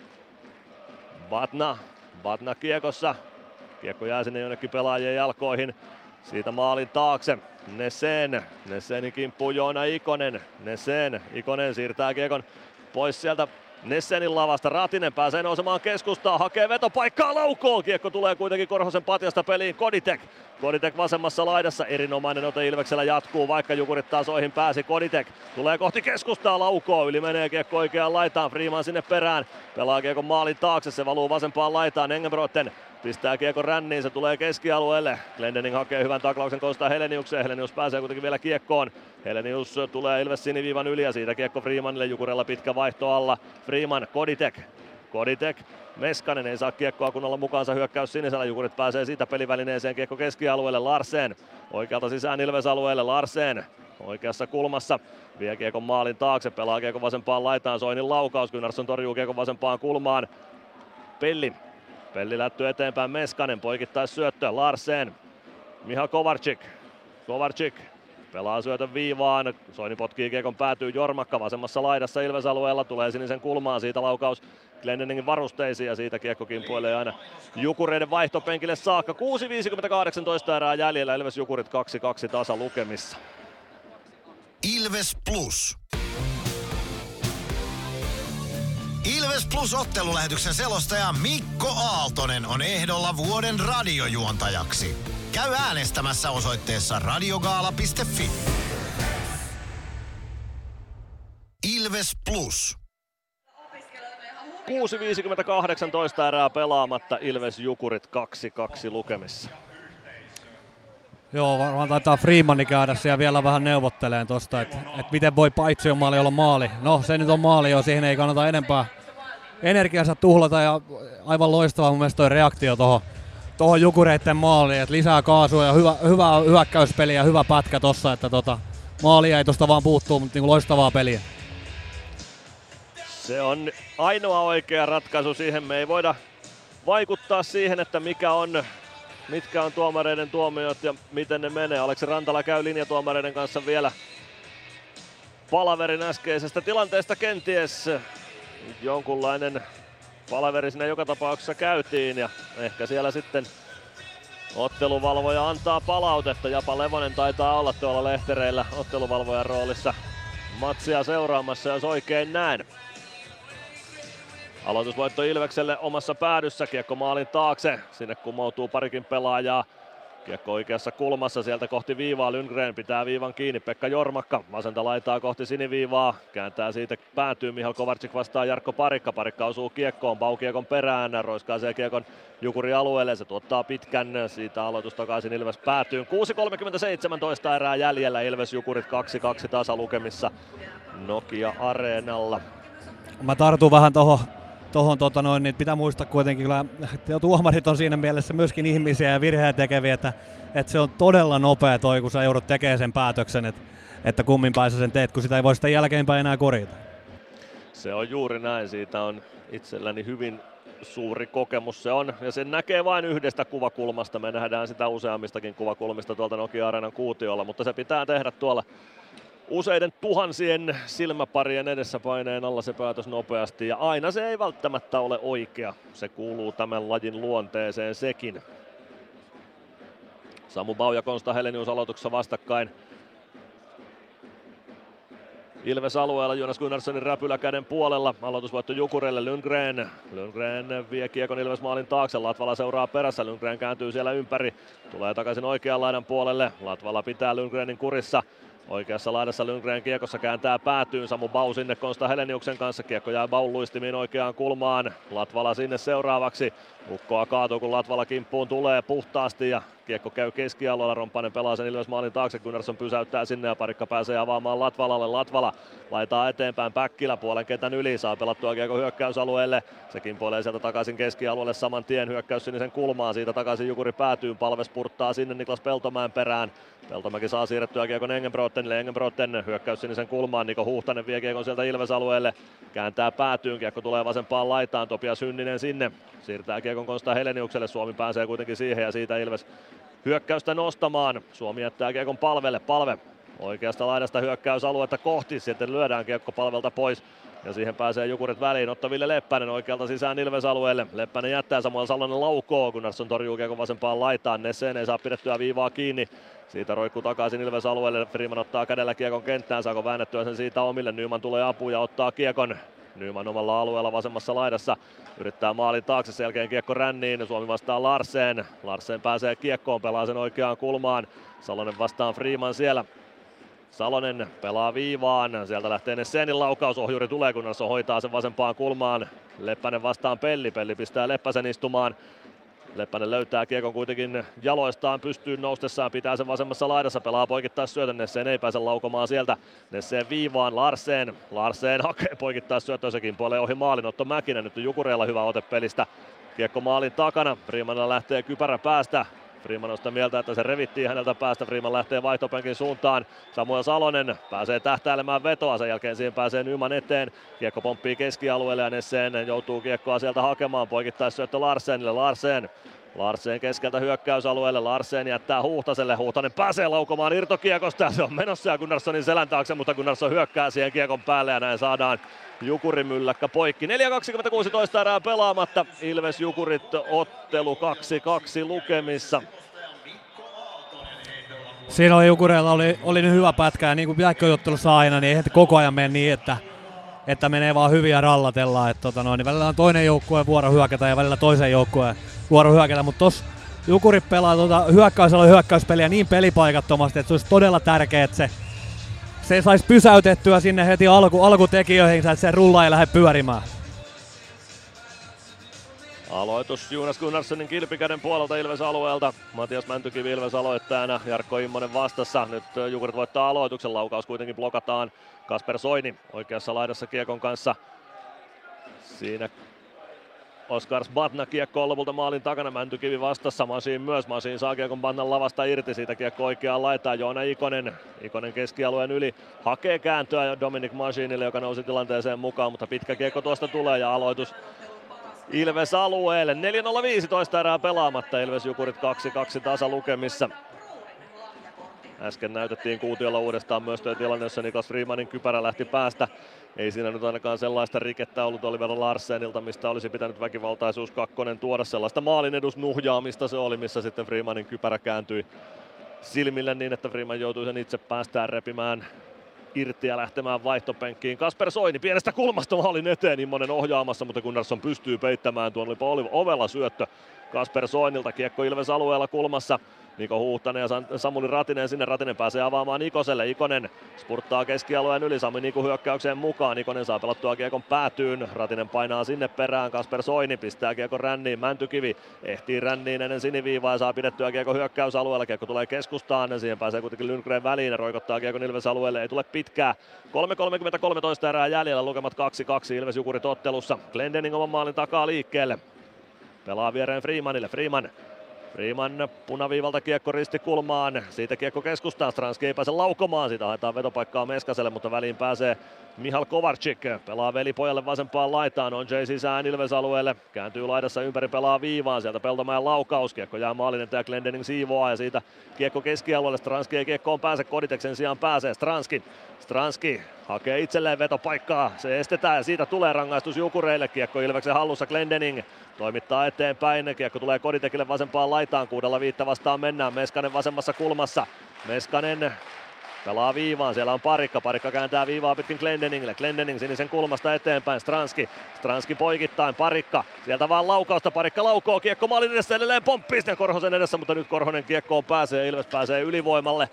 Vatna kiekossa. Kiekko jää sinne jonnekin pelaajien jalkoihin. Siitä maalin taakse. Nessenin kimppuu Joona Ikonen. Ikonen siirtää kiekon pois sieltä Nessenin lavasta. Ratinen pääsee nousemaan keskustaan. Hakee vetopaikkaa laukoon. Kiekko tulee kuitenkin Korhosen patjasta peliin. Koditek vasemmassa laidassa. Erinomainen ote Ilveksellä jatkuu, vaikka Jukurit taas oihin pääsi. Koditek tulee kohti keskustaa, laukoo. Yli menee kiekko oikeaan laitaan. Freeman sinne perään. Pelaa kiekon maalin taakse. Se valuu vasempaan laitaan. Engelbrotten pistää kiekon ränniin, se tulee keskialueelle. Glendening hakee hyvän taklauksen Konsta Heleniukseen. Helenius pääsee kuitenkin vielä kiekkoon. Helenius tulee Ilves siniviivan yli ja siitä kiekko Freemanille. Jukurella pitkä vaihto alla. Freeman, Koditek. Meskanen ei saa kiekkoa kunnolla mukaansa, hyökkäys sinisellä. Jukurit pääsee siitä pelivälineeseen, kiekko keskialueelle. Larsen oikealta sisään Ilves-alueelle. Larsen oikeassa kulmassa. Vie kiekon maalin taakse, pelaa kiekon vasempaan laitaan. Soinin laukaus, Gunnarsson torjuu kiekon vasempaan kulmaan. Pelli lätty eteenpäin, Meskanen poikittais syöttö, Larsen, Miha Kovarczyk pelaa syötön viivaan, Soini potkii kiekon päätyy, Jormakka vasemmassa laidassa Ilves-alueella, tulee sinisen kulmaan, siitä laukaus Glendeningin varusteisiin ja siitä kiekko kimpoilee aina Jukureiden vaihtopenkille saakka. 6.58 erää jäljellä, Ilves Jukurit 2-2 tasa lukemissa. Ilves Plus. Ilves Plus-ottelulähetyksen selostaja Mikko Aaltonen on ehdolla vuoden radiojuontajaksi. Käy äänestämässä osoitteessa radiogaala.fi. Ilves Plus. 6.58 erää pelaamatta, Ilves Jukurit 2-2 lukemissa. Joo, varmaan taitaa Freeman käydä siellä vielä vähän neuvotteleen tosta, että miten voi paitsi maali olla maali. No se nyt on maali jo, siihen ei kannata enempää energiansa tuhlata ja aivan loistava mun mielestä toi reaktio tohon Jukureitten maaliin, että lisää kaasua ja hyvä hyökkäyspeli ja hyvä pätkä tossa, että maalia ei tosta vaan puuttuu, mutta niinku loistavaa peliä. Se on ainoa oikea ratkaisu siihen, me ei voida vaikuttaa siihen, että mitkä on tuomareiden tuomiot ja miten ne menee. Aleksi Rantala käy linjatuomareiden kanssa vielä palaverin äskeisestä tilanteesta kenties. Jonkunlainen palaveri siinä joka tapauksessa käytiin ja ehkä siellä sitten otteluvalvoja antaa palautetta. Japa Levonen taitaa olla tuolla lehtereillä otteluvalvojan roolissa matsia seuraamassa, jos oikein näin. Aloitusvoitto Ilvekselle omassa päädyssä, kiekko maalin taakse, sinne kumoutuu parikin pelaajaa. Kiekko oikeassa kulmassa, sieltä kohti viivaa, Lundgren pitää viivan kiinni, Pekka Jormakka vasenta laitaa kohti siniviivaa, kääntää siitä päätyy, Mihail Kovarczyk vastaa Jarkko Parikka, Parikka osuu kiekkoon, Pau kiekon perään, roiskaisee kiekon Jukurin alueelle, se tuottaa pitkän, siitä aloitus takaisin Ilves päätyy. 6.37 erää jäljellä, Ilves Jukurit 2-2 tasa lukemissa Nokia-areenalla. Mä tartun vähän tohon niin pitää muistaa kuitenkin, kyllä tuomarit on siinä mielessä myöskin ihmisiä ja virheitä tekeviä, että se on todella nopea toi, kun sä joudut tekemään sen päätöksen, että kummin päin sä sen teet, kun sitä ei voi sitten jälkeenpäin enää korjata. Se on juuri näin, siitä on itselläni hyvin suuri kokemus se on, ja sen näkee vain yhdestä kuvakulmasta. Me nähdään sitä useammistakin kuvakulmista tuolta Nokia-areenan kuutiolla, mutta se pitää tehdä tuolla useiden tuhansien silmäparien edessä paineen alla se päätös nopeasti, ja aina se ei välttämättä ole oikea. Se kuuluu tämän lajin luonteeseen sekin. Samu Bau ja Konsta Helenius aloituksessa vastakkain. Ilves alueella Jonas Gunnarssonin räpylä käden puolella. Aloitusvoitto Jukurelle. Lundgren vie kiekon Ilves maalin taakse. Latvala seuraa perässä. Lundgren kääntyy siellä ympäri. Tulee takaisin oikean laidan puolelle. Latvala pitää Lundgrenin kurissa. Oikeassa laidassa Lundgren kiekossa kääntää päätyyn. Samu Bau sinne Konsta Heleniuksen kanssa. Kiekko jää Baun luistimiin oikeaan kulmaan. Latvala sinne seuraavaksi. Ukkoa kaatuu kun Latvala kimppuun tulee puhtaasti ja kiekko käy keskialueella. Rompanen pelaa sen Ilves maalin taakse. Gunnarsson pysäyttää sinne ja Parikka pääsee avaamaan Latvalalle. Latvala laitaa eteenpäin. Päkkilä puolen kentän yli. Saa pelattua kiekko hyökkäysalueelle. Se kimpoilee sieltä takaisin keskialueelle saman tien. Hyökkäys sinisen kulmaan. Siitä takaisin Jukuri päätyy. Palve spurttaa sinne Niklas Peltomäen perään. Peltomäki saa siirrettyä kiekon Engenbrotenille. Engenbroten hyökkäys sinisen kulmaan. Niko Huhtanen vie kiekon sieltä Ilves-alueelle. Kääntää päätyyn. Kiekko tulee vasempaan laitaan. Topias Hynninen sinne. Siirtää kiekon Konsta Heleniukselle. Suomi pääsee kuitenkin siihen ja siitä Ilves hyökkäystä nostamaan. Suomi jättää kiekon Palvelle. Palve oikeasta laidasta hyökkäysaluetta kohti. Sitten lyödään kiekko Palvelta pois. Ja siihen pääsee Jukurit väliin. Otto Ville Leppänen oikealta sisään Ilves-alueelle. Leppänen jättää, Samuel Salonen laukoo. Gunnarsson torjuu kiekon vasempaan laitaan. Nesseen ei saa pidettyä viivaa kiinni. Siitä roikkuu takaisin Ilves-alueelle. Freeman ottaa kädellä kiekon kenttään. Saako väännettyä sen siitä omille? Nyman tulee apuun ja ottaa kiekon. Nyman omalla alueella vasemmassa laidassa. Yrittää maalin taakse, sen jälkeen kiekko ränniin. Suomi vastaa Larsen. Larsen pääsee kiekkoon, pelaa sen oikeaan kulmaan. Salonen vastaan Freeman siellä. Salonen pelaa viivaan. Sieltä lähtee Nessenin laukaus. Ohjuri tulee, kun Narsson hoitaa sen vasempaan kulmaan. Leppänen vastaan Pelli. Pelli pistää Leppäsen istumaan. Leppänen löytää kiekon kuitenkin jaloistaan pystyyn noustessaan, pitää sen vasemmassa laidassa, pelaa poikittais syötön, Nesseen ei pääse laukomaan sieltä. Nesseen viivaan, Larsen hakee poikittais syötön, sekin puolee ohi maalin. Otto Mäkinen, nyt on Jukureilla hyvä ote pelistä. Kiekko maalin takana, Freemanilla lähtee kypärä päästä. Freeman on sitä mieltä, että se revittiin häneltä päästä. Freeman lähtee vaihtopenkin suuntaan. Samuel Salonen pääsee tähtäilemään vetoa. Sen jälkeen siihen pääsee Nyman eteen. Kiekko pomppii keskialueelle ja Nesseen joutuu kiekkoa sieltä hakemaan. Poikittais syöttö Larsenille. Larsen keskeltä hyökkäysalueelle. Larsen jättää Huhtaselle. Huhtanen pääsee laukomaan irtokiekosta. Se on menossa ja Gunnarssonin selän taakse, mutta Gunnarsson hyökkää siihen kiekon päälle ja näin saadaan Jukurimylläkkä poikki. 4.26 erää pelaamatta. Ilves Jukurit ottelu 2-2 lukemissa. Siinä oli Jukureilla oli nyt hyvä pätkä ja niin kuin jääkiekko-ottelussa aina, niin eihän koko ajan mene niin, että menee vaan hyvin ja rallatellaan. Niin välillä on toinen joukkue vuoro hyökätä ja välillä toisen joukkueen vuoro hyökätä, mutta tossa Jukurit pelaa hyökkäyspeliä niin pelipaikattomasti, että se olisi todella tärkeää, että se saisi pysäytettyä sinne heti alkutekijöihin, että se rulla ei lähde pyörimään. Aloitus Jonas Gunnarssonin kilpikäden puolelta Ilves-alueelta. Matias Mäntykivi Ilves aloittajana, Jarkko Immonen vastassa. Nyt Jukurit voittaa aloituksen, laukaus kuitenkin blokataan. Kasper Soini oikeassa laidassa kiekon kanssa. Siinä Oskar Zbatna kiekko on lopulta maalin takana, Mäntykivi vastassa, Masin myös. Masin saa kiekon Batnan lavasta irti, siitä kiekko oikeaan laitaan. Joona Ikonen keskialueen yli hakee kääntöä Dominic Masinille, joka nousi tilanteeseen mukaan, mutta pitkä kiekko tuosta tulee ja aloitus Ilves alueelle. 4.015 erää pelaamatta, Ilves Jukurit 2-2 tasalukemissa. Äsken näytettiin kuutiolla uudestaan myös tuo tilanne, jossa Niklas Freemanin kypärä lähti päästä. Ei siinä nyt ainakaan sellaista rikettä ollut Oliver Larsenilta, mistä olisi pitänyt väkivaltaisuus 2 tuoda. Sellaista maalin edusnuhjaamista se oli, missä sitten Freemanin kypärä kääntyi silmille niin, että Freeman joutui sen itse päästään repimään irti ja lähtemään vaihtopenkkiin. Kasper Soini pienestä kulmasta maalin eteen, Immonen ohjaamassa, mutta Gunnarsson pystyy peittämään tuon. Olipa ovella syöttö Kasper Soinilta, kiekko Ilves alueella kulmassa. Niko Huhtanen ja Samuli Ratinen sinne. Ratinen pääsee avaamaan Ikoselle. Ikonen spurttaa keskialueen yli. Sami Niku hyökkäykseen mukaan. Ikonen saa pelattua kiekon päätyyn. Ratinen painaa sinne perään. Kasper Soini pistää kiekon ränniin. Mäntykivi ehtii ränniin ennen siniviivaa ja saa pidettyä kiekon hyökkäysalueella. Kiekko tulee keskustaan. Siihen pääsee kuitenkin Lundgren väliin ja roikottaa kiekon Ilves alueelle. Ei tule pitkää. 3.33 erää jäljellä. Lukemat 2-2 Ilves Jukurit ottelussa. Glendening oman maalin takaa liikkeelle. Pelaa viereen Freemanille. Freeman punaviivalta kiekko ristikulmaan, siitä kiekko keskustaan, Stranski ei pääse laukomaan, siitä haetaan vetopaikkaa Meskaselle, mutta väliin pääsee Mihal Kovarczyk, pelaa velipojalle vasempaan laitaan, on Jay sisään Ilves-alueelle, kääntyy laidassa ympäri, pelaa viivaan, sieltä Peltomäen laukaus, kiekko jää maalin eteen ja Glendening siivoaa ja siitä kiekko keskialueelle, Stranski ei kiekkoon pääse, Koditek sen sijaan pääsee, Stranski hakee itselleen vetopaikkaa, se estetään ja siitä tulee rangaistus Jukureille, kiekko Ilveksen hallussa, Glendening toimittaa eteenpäin, kiekko tulee Koditekille vasempaan laitaan, 6-5 vastaan mennään, Meskanen vasemmassa kulmassa, Meskanen pelaa viivaan, siellä on Parikka kääntää viivaa pitkin Glendeningille, Glendening sinisen kulmasta eteenpäin, Stranski poikittain, Parikka, sieltä vaan laukausta, Parikka laukoo, kiekko maalin edessä, edelleen pomppii sitten Korhosen edessä, mutta nyt Korhonen kiekkoon pääsee, Ilves pääsee ylivoimalle,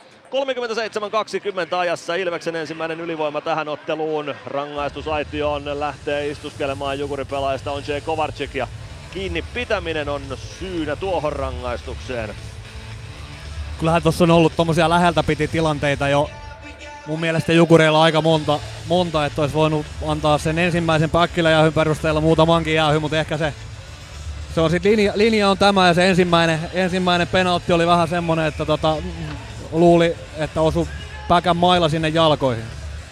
37-20 ajassa Ilveksen ensimmäinen ylivoima tähän otteluun, rangaistusaitioon lähtee istuskelemaan Jukuri-pelaajista on Jay Kovarczyk ja kiinni pitäminen on syynä tuohon rangaistukseen. Kyllähän tuossa on ollut tommosia läheltä piti tilanteita jo mun mielestä Jukureilla aika monta, että olisi voinut antaa sen ensimmäisen päkkiläjähyn perusteella muutamankin jäähy, mutta ehkä se on sit linja on tämä ja se ensimmäinen penaltti oli vähän semmonen, että luuli, että osui päkän mailla sinne jalkoihin.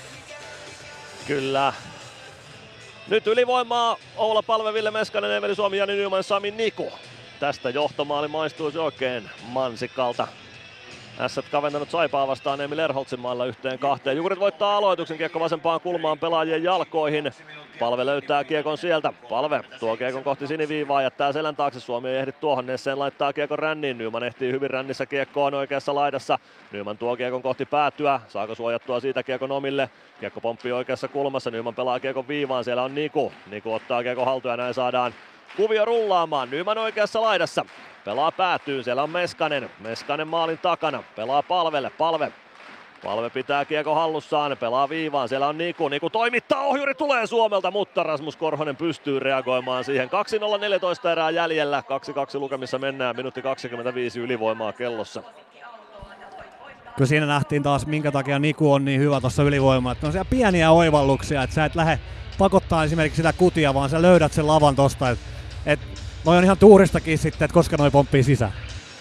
Kyllä. Nyt ylivoimaa Oula Palve, Ville Meskanen, Emeli Suomi, Jani Nyman, Sami Niku. Tästä johtomaali maistuisi oikein mansikalta. Ässät kaventanut Saipaa vastaan Emil Erholtsin mailla 1-2. Jukurit voittaa aloituksen, kiekko vasempaan kulmaan pelaajien jalkoihin. Palve löytää kiekon sieltä. Palve tuo kiekon kohti siniviivaa, jättää selän taakse. Suomi ei ehdi tuohon. Nessen laittaa kiekon ränniin. Nyman ehtii hyvin rännissä kiekkoon oikeassa laidassa. Nyman tuo kiekon kohti päätyä. Saako suojattua siitä kiekon omille? Kiekko pomppii oikeassa kulmassa. Nyman pelaa kiekon viivaan. Siellä on Niku. Niku ottaa kiekon haltuun ja näin saadaan kuvio rullaamaan. Nyman oikeassa laidassa. Pelaa päätyyn, siellä on Meskanen maalin takana, pelaa Palvelle, Palve pitää kiekko hallussaan, pelaa viivaan, siellä on Niku toimittaa, ohjuri tulee Suomelta, mutta Rasmus Korhonen pystyy reagoimaan siihen. 2:0 erää jäljellä, 2-2 lukemissa mennään, minuutti 25 ylivoimaa kellossa. Kyllä siinä nähtiin taas, minkä takia Niku on niin hyvä tuossa ylivoimalla, että on siellä pieniä oivalluksia, että sä et lähde pakottaa esimerkiksi sitä kutia, vaan sä löydät sen lavan tosta, että noi on ihan tuuristakin sitten, että koska noi pomppii sisään.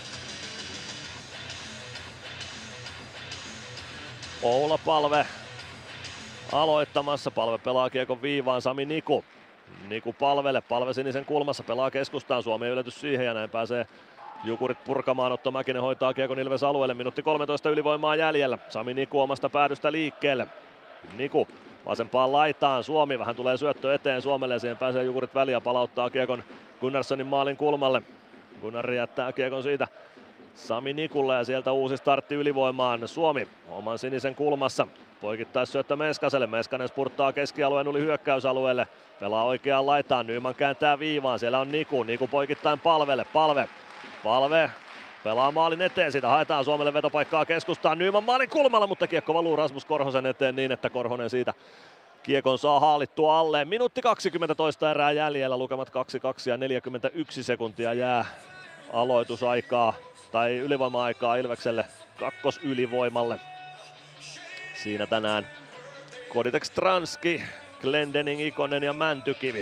Oula Palve aloittamassa. Palve pelaa kiekon viivaan. Sami Niku. Niku Palvelle. Palve sinisen kulmassa. Pelaa keskustaan. Suomi ei ylety siihen ja näin pääsee Jukurit purkamaan. Otto Mäkinen hoitaa kiekon Ilves alueelle. Minuutti 13 ylivoimaa jäljellä. Sami Niku omasta päädystä liikkeelle. Niku vasempaan laitaan. Suomi vähän tulee syöttö eteen Suomelle ja siihen pääsee Jukurit väliin ja palauttaa kiekon Gunnarssonin maalin kulmalle. Gunnari jättää kiekon siitä Sami Nikulle ja sieltä uusi startti ylivoimaan. Suomi oman sinisen kulmassa. Poikittais syöttö Meskaselle. Meskanen spurttaa keskialueen yli hyökkäysalueelle. Pelaa oikeaan laitaan. Nyman kääntää viivaan. Siellä on Niku. Niku poikittain Palvelle. Palve pelaa maalin eteen. Siitä haetaan Suomelle vetopaikkaa keskustaan. Nyman maalin kulmalla, mutta kiekko valuu Rasmus Korhosen eteen niin, että Korhonen siitä kiekon saa haalittua alle. Minuutti 20 erää jäljellä. Lukemat 2-2 ja 41 sekuntia jää aloitusaikaa tai ylivoima-aikaa Ilvekselle kakkosylivoimalle. Siinä tänään Koditek, Stranski, Glendening, Ikonen ja Mäntykivi.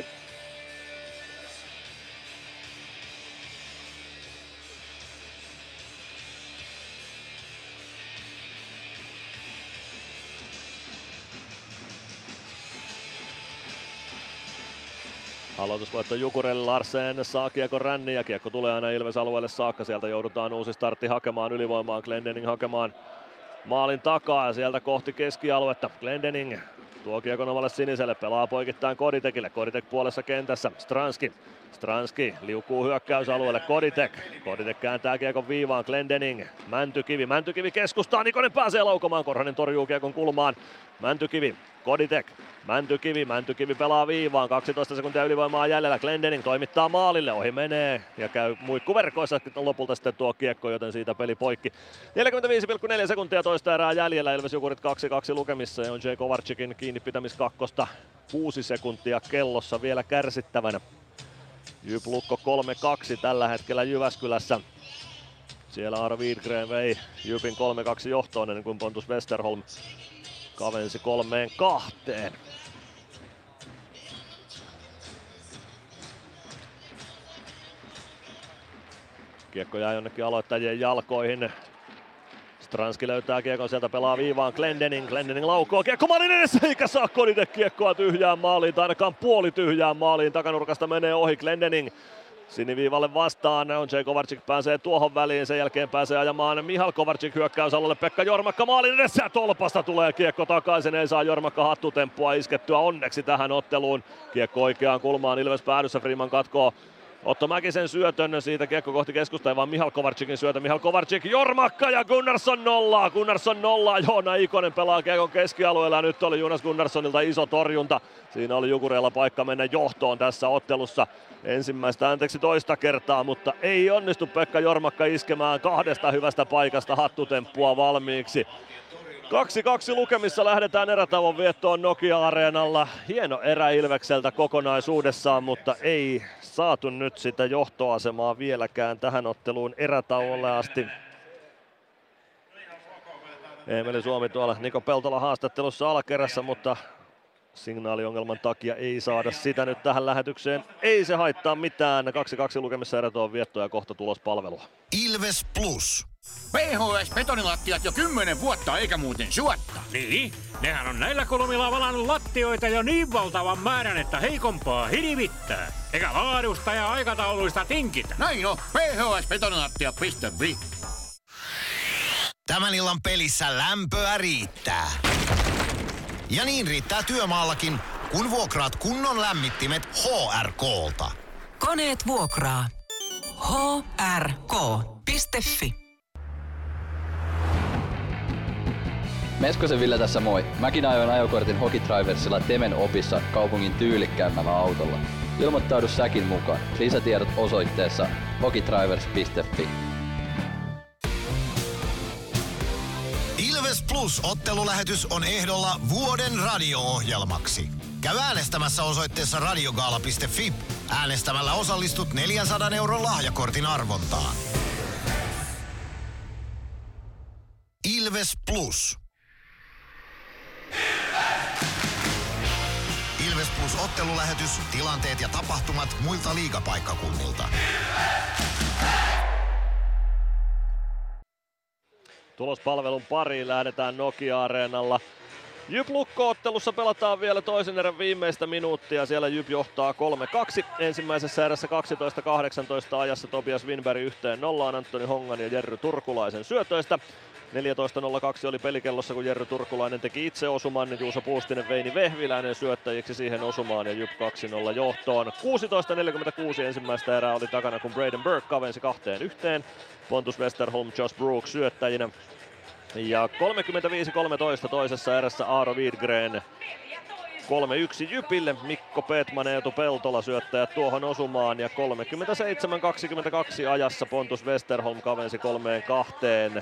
Aloitusvoitto Jukurelle, Larsen saa kiekon ränniin ja kiekko tulee aina Ilves alueelle saakka. Sieltä joudutaan uusi startti hakemaan ylivoimaan, Glendening hakemaan maalin takaa ja sieltä kohti keskialuetta. Glendening tuo kiekon omalle siniselle, pelaa poikittain Koditekille. Koditek puolessa kentässä, Stranski liukuu hyökkäysalueelle, Koditek kääntää kiekon viivaan, Glendening, Mäntykivi keskustaan, Ikonen pääsee laukomaan, Korhonen torjuu kiekon kulmaan, Mäntykivi pelaa viivaan, 12 sekuntia ylivoimaa jäljellä, Glendening toimittaa maalille, ohi menee ja käy muikkuverkoissa lopulta sitten tuo kiekko, joten siitä peli poikki. 45,4 sekuntia toista erää jäljellä, Ilves Jukurit 2-2 lukemissa ja on Jay Kovarczykin kiinnipitämiskakkosta 6 sekuntia kellossa vielä kärsittävänä. Jyp Lukko 3-2 tällä hetkellä Jyväskylässä. Siellä Aaro Widgren vei Jypin 3-2 johtoon ennen kuin Pontus Westerholm kavensi 3-2. Kiekko jää jonnekin aloittajien jalkoihin. Stranski löytää kiekon, sieltä pelaa viivaan Glendening. Glendening laukoo, kiekko maalin edessä, eikä saa Kodite kiekkoa tyhjään maaliin, tai ainakaan puoli tyhjään maaliin. Takanurkasta menee ohi Glendening. Siniviivalle vastaan, Ondřej Kovarčík pääsee tuohon väliin, sen jälkeen pääsee ajamaan Michal Kovarčík hyökkäysalueelle, Pekka Jormakka maalin edessä, tolpasta tulee kiekko takaisin, ei saa Jormakka hattutemppua iskettyä onneksi tähän otteluun. Kiekko oikeaan kulmaan, Ilves päädyssä, Freeman katkoo Otto Mäkisen syötön, siitä kiekko kohti keskusta, ei vaan Michal Kovarčíkin syötö, Michal Kovarčík, Jormakka ja Gunnarsson nollaa, Joona Ikonen pelaa kiekon keskialueella ja nyt oli Jonas Gunnarssonilta iso torjunta. Siinä oli Jukureilla paikka mennä johtoon tässä ottelussa toista kertaa, mutta ei onnistu Pekka Jormakka iskemään kahdesta hyvästä paikasta hattutemppua valmiiksi. 2-2 lukemissa lähdetään erätauon viettoon Nokia-areenalla. Hieno erä Ilvekseltä kokonaisuudessaan, mutta ei saatu nyt sitä johtoasemaa vieläkään tähän otteluun erätauolle asti. Eemeli Suomi tuolla Niko Peltola haastattelussa alakerrassa, mutta signaaliongelman takia ei saada sitä nyt tähän lähetykseen. Ei se haittaa mitään. 2-2 lukemissa erätauon viettoa ja kohta tulospalvelua. Ilves Plus. PHS-betonilattiat jo 10 vuotta eikä muuten suotta. Niin, nehän on näillä kolmilla valannut lattioita jo niin valtavan määrän, että heikompaa hirvittää. Eikä laadusta ja aikatauluista tinkitä. Näin on, phsbetonilattia.fi. Tämän illan pelissä lämpöä riittää. Ja niin riittää työmaallakin, kun vuokraat kunnon lämmittimet HRK:lta. Koneet vuokraa. hrk.fi. Meskosen Ville tässä moi. Mäkin ajoin ajokortin Hokitriversilla Temen opissa kaupungin tyylikkäämmällä autolla. Ilmoittaudu säkin mukaan. Lisätiedot osoitteessa hokitrivers.fi. Ilves Plus -ottelulähetys on ehdolla vuoden radio-ohjelmaksi. Käy äänestämässä osoitteessa radiogaala.fi. Äänestämällä osallistut 400 € lahjakortin arvontaan. Ilves Plus. Ilves Plus -ottelulähetys, tilanteet ja tapahtumat muilta liigapaikkakunnilta. Tulospalvelun pariin lähdetään Nokia-areenalla. Jyp Lukko-ottelussa pelataan vielä toisen erän viimeistä minuuttia. Siellä Jyp johtaa 3-2. Ensimmäisessä erässä 12-18 ajassa Tobias Winberg 1-0 Antoni Hongan ja Jerry Turkulaisen syötöistä. 14.02 oli pelikellossa, kun Jerry Turkulainen teki itse osuman, niin Juuso Puustinen Veini Vehviläinen syöttäjiksi siihen osumaan ja Jyp 2-0 johtoon. 16.46 ensimmäistä erää oli takana, kun Braden Burke kavensi 2-1. Pontus Westerholm, Josh Brooks syöttäjinä. Ja 35-13 toisessa erässä Aaro Widgren 3-1 Jypille. Mikko Petman, Eetu Peltola syöttäjät tuohon osumaan ja 37-22 ajassa Pontus Westerholm kavensi 3-2.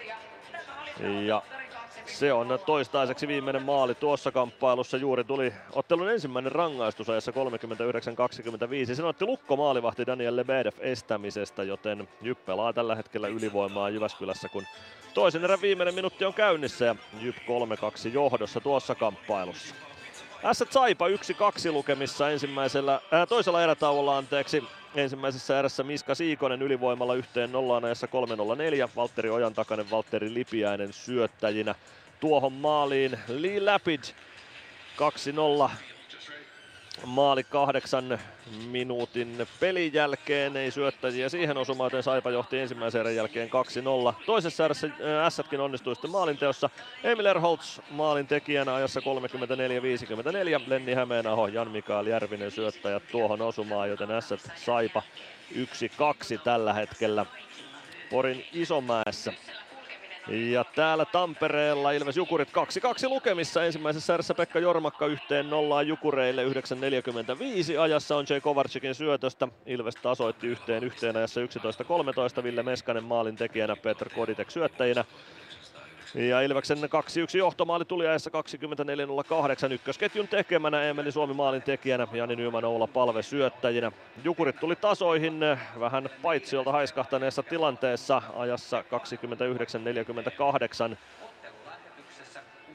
Ja se on toistaiseksi viimeinen maali tuossa kamppailussa. Juuri tuli ottelun ensimmäinen rangaistusajassa 39-25. Sen otti Lukko maalivahti Daniel Lebedev estämisestä, joten Jyp pelaa tällä hetkellä ylivoimaa Jyväskylässä, kun toisen erän viimeinen minuutti on käynnissä ja Jyp 3-2 johdossa tuossa kamppailussa. Ässät Saipa 1-2 lukemissa toisella erätauolla Ensimmäisessä erässä Miska Siikonen ylivoimalla 1-0 ajassa 3-0-4. Valtteri Ojantakainen, Valtteri Lipiäinen syöttäjinä. Tuohon maaliin Lee Lapid 2-0. Maali 8 minuutin pelin jälkeen, ei syöttäjiä siihen osumaan, joten Saipa johti ensimmäisen erän jälkeen 2-0. Toisessa erässä Ässätkin onnistui sitten maalinteossa. Emil Erholtz maalin tekijänä ajassa 34-54. Lenni Hämeenaho, Jan-Mikael Järvinen syöttäjät tuohon osumaan, joten Ässät Saipa 1-2 tällä hetkellä Porin Isomäessä. Ja täällä Tampereella Ilves Jukurit 2-2 lukemissa. Ensimmäisessä erässä Pekka Jormakka 1-0 Jukureille 9.45 ajassa on Jay Kovarčíkin syötöstä. Ilves tasoitti 1-1 ajassa 11.13. Ville Meskanen maalin tekijänä, Petr Koditek syöttäjinä. Ja Ilveksen 2-1 johtomaali tuli ajassa 24.08 ykkösketjun tekemänä, Eemeli Suomi maalin tekijänä, Jani Nyman, Oula Palve syöttäjinä. Jukurit tuli tasoihin vähän paitsiolta haiskahtaneessa tilanteessa ajassa 29.48.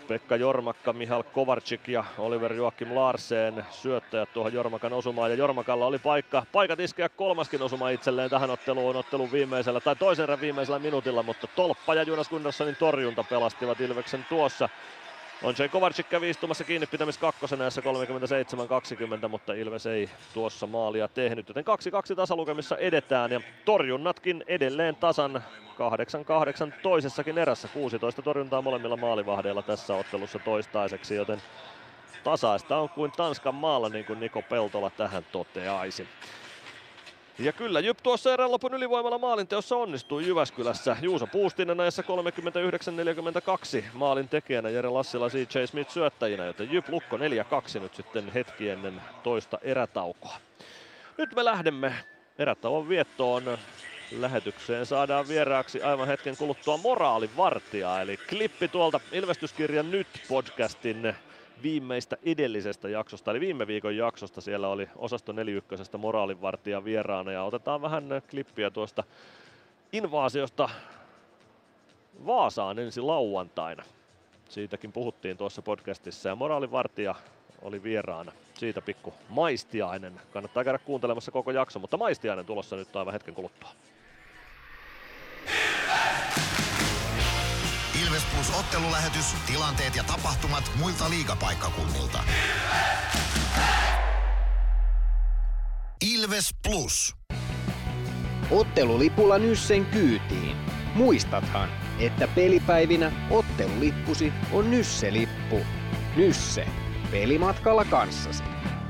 Pekka Jormakka, Mihail Kovarczyk ja Oliver Joakim Larsen syöttäjät tuohon Jormakan osumaan. Ja Jormakalla oli paikat iskeä kolmaskin osuma itselleen tähän ottelun viimeisellä tai toisen erän viimeisellä minuutilla, mutta tolppa ja Jonas Gunnarssonin torjunta pelastivat Ilveksen tuossa. Andrzej Kovarczyk kävi istumassa kiinni pitämis kakkosena 37-20, mutta Ilves ei tuossa maalia tehnyt, joten 2-2 tasalukemissa edetään ja torjunnatkin edelleen tasan 8-8 toisessakin erässä. 16 torjuntaa molemmilla maalivahdeilla tässä ottelussa toistaiseksi, joten tasaista on kuin Tanskan maalla, niin kuin Niko Peltola tähän toteaisi. Ja kyllä Jyp tuossa erän lopun ylivoimalla maalinteossa onnistui Jyväskylässä. Juuso Puustinen ajassa 39-42 maalin tekijänä, Jere Lassila, C.J. Smith syöttäjinä, joten Jyp Lukko 4-2 nyt sitten hetki ennen toista erätaukoa. Nyt me lähdemme erätauon viettoon. Lähetykseen saadaan vieraaksi aivan hetken kuluttua moraalivartija, eli klippi tuolta Ilvestyskirjan Nyt podcastin viimeistä edellisestä jaksosta, eli viime viikon jaksosta. Siellä oli osasto 41 moraalinvartija vieraana ja otetaan vähän klippiä tuosta invaasiosta Vaasaan ensi lauantaina. Siitäkin puhuttiin tuossa podcastissa ja moraalinvartija oli vieraana. Siitä pikku maistiainen. Kannattaa käydä kuuntelemassa koko jakso, mutta maistiainen tulossa nyt aivan hetken kuluttua. Ilves Plus -ottelulähetys, tilanteet ja tapahtumat muilta liigapaikkakunnilta. Ilves Plus. Ottelulipulla Nyssen kyytiin. Muistathan, että pelipäivinä ottelulippusi on Nysse-lippu. Nysse. Pelimatkalla kanssasi.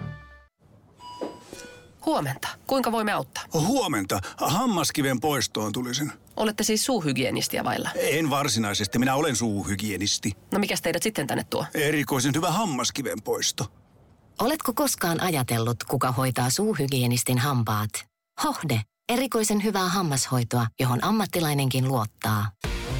Huomenta. Kuinka voimme auttaa? Huomenta. Hammaskiven poistoon tulisin. Olette siis suuhygienistiä vailla? En varsinaisesti. Minä olen suuhygienisti. No mikäs teidät sitten tänne tuo? Erikoisen hyvä hammaskiven poisto. Oletko koskaan ajatellut, kuka hoitaa suuhygienistin hampaat? Hohde. Erikoisen hyvää hammashoitoa, johon ammattilainenkin luottaa.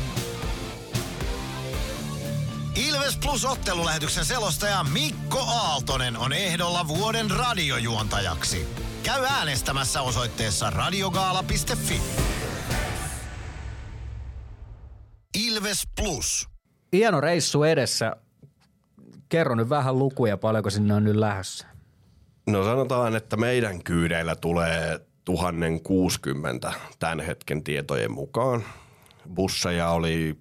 Ilves Plus -ottelulähetyksen selostaja Mikko Aaltonen on ehdolla vuoden radiojuontajaksi. Käy äänestämässä osoitteessa radiogaala.fi. Ilves Plus. Hieno reissu edessä. Kerro nyt vähän lukuja, paljonko sinne on nyt lähdössä. No sanotaan, että meidän kyydeillä tulee 1060 tämän hetken tietojen mukaan. Busseja oli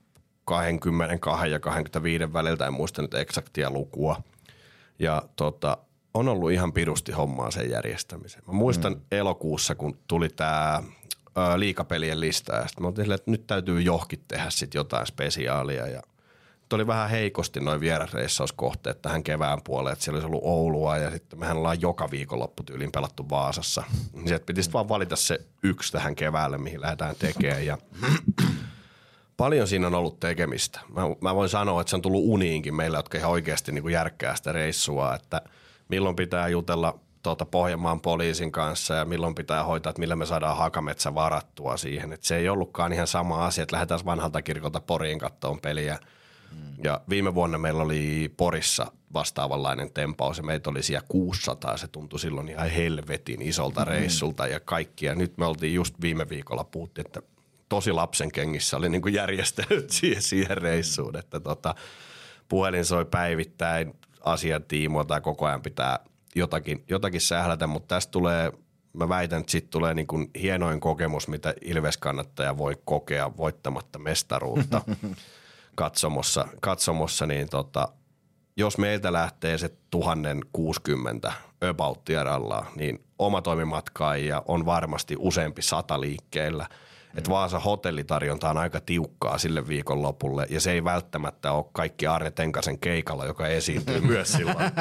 22 ja 25 väliltä, en muista nyt eksaktia lukua. Ja on ollut ihan pirusti hommaa sen järjestämiseen. Mä muistan elokuussa, kun tuli tää liigapelien lista ja sitten mä oltiin silleen, että nyt täytyy johonkin tehdä sit jotain spesiaalia ja oli vähän heikosti noin vierasreissauskohteet tähän kevään puoleen, että siellä olisi ollut Oulua ja sitten mehän ollaan joka viikonloppu tyyliin pelattu Vaasassa. Sieltä piti sitten vaan valita se yksi tähän keväälle, mihin lähdetään tekemään ja paljon siinä on ollut tekemistä. Mä voin sanoa, että se on tullut uniinkin meillä, jotka ihan oikeasti niin kuin järkkää sitä reissua, että milloin pitää jutella Pohjanmaan poliisin kanssa ja milloin pitää hoitaa, että millä me saadaan Hakametsä varattua siihen. Että se ei ollutkaan ihan sama asia, että lähdetään vanhalta kirkolta Poriin kattoon peliä. Ja viime vuonna meillä oli Porissa vastaavanlainen tempaus ja meitä oli siellä 600. Se tuntui silloin ihan helvetin isolta reissulta ja kaikkia. Nyt me oltiin just viime viikolla puhuttiin, että tosi lapsen kengissä oli niin kuin järjestänyt siihen reissuun, että puhelin soi päivittäin asian tiimoilta koko ajan pitää jotakin sählätä, mutta tästä tulee, mä väitän, että siitä tulee niin kuin hienoin kokemus, mitä Ilves-kannattaja voi kokea voittamatta mestaruutta katsomossa, niin jos meiltä lähtee se 1060 about tierallaan, niin oma toimimatkaajia on varmasti useampi 100 liikkeellä. Että Vaasa hotellitarjonta on aika tiukkaa sille viikonlopulle ja se ei välttämättä ole kaikki Arne Tenkasen keikalla, joka esiintyy myös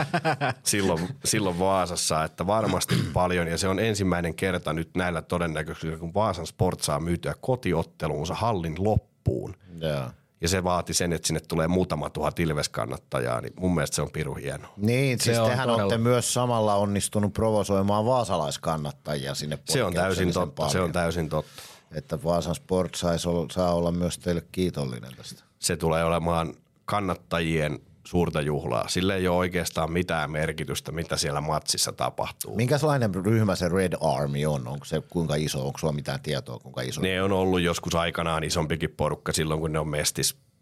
silloin Vaasassa, että varmasti paljon ja se on ensimmäinen kerta nyt näillä todennäköisesti, kun Vaasan Sport saa myytyä kotiotteluunsa hallin loppuun. Yeah. Ja se vaati sen, että sinne tulee muutama tuhat Ilves-kannattajaa, niin mun mielestä se on pirun hieno. Niin, siis tehän olette myös samalla onnistunut provosoimaan vaasalaiskannattajia sinne poikkeuksellisen paljon. Se on täysin totta. Että Vaasan Sport saa olla myös teille kiitollinen tästä. Se tulee olemaan kannattajien suurta juhlaa. Sillä ei ole oikeastaan mitään merkitystä, mitä siellä matsissa tapahtuu. Minkälainen ryhmä se Red Army on? Onko se kuinka iso? Onko sulla mitään tietoa, kuinka iso? Ne on ollut joskus aikanaan isompikin porukka silloin, kun ne on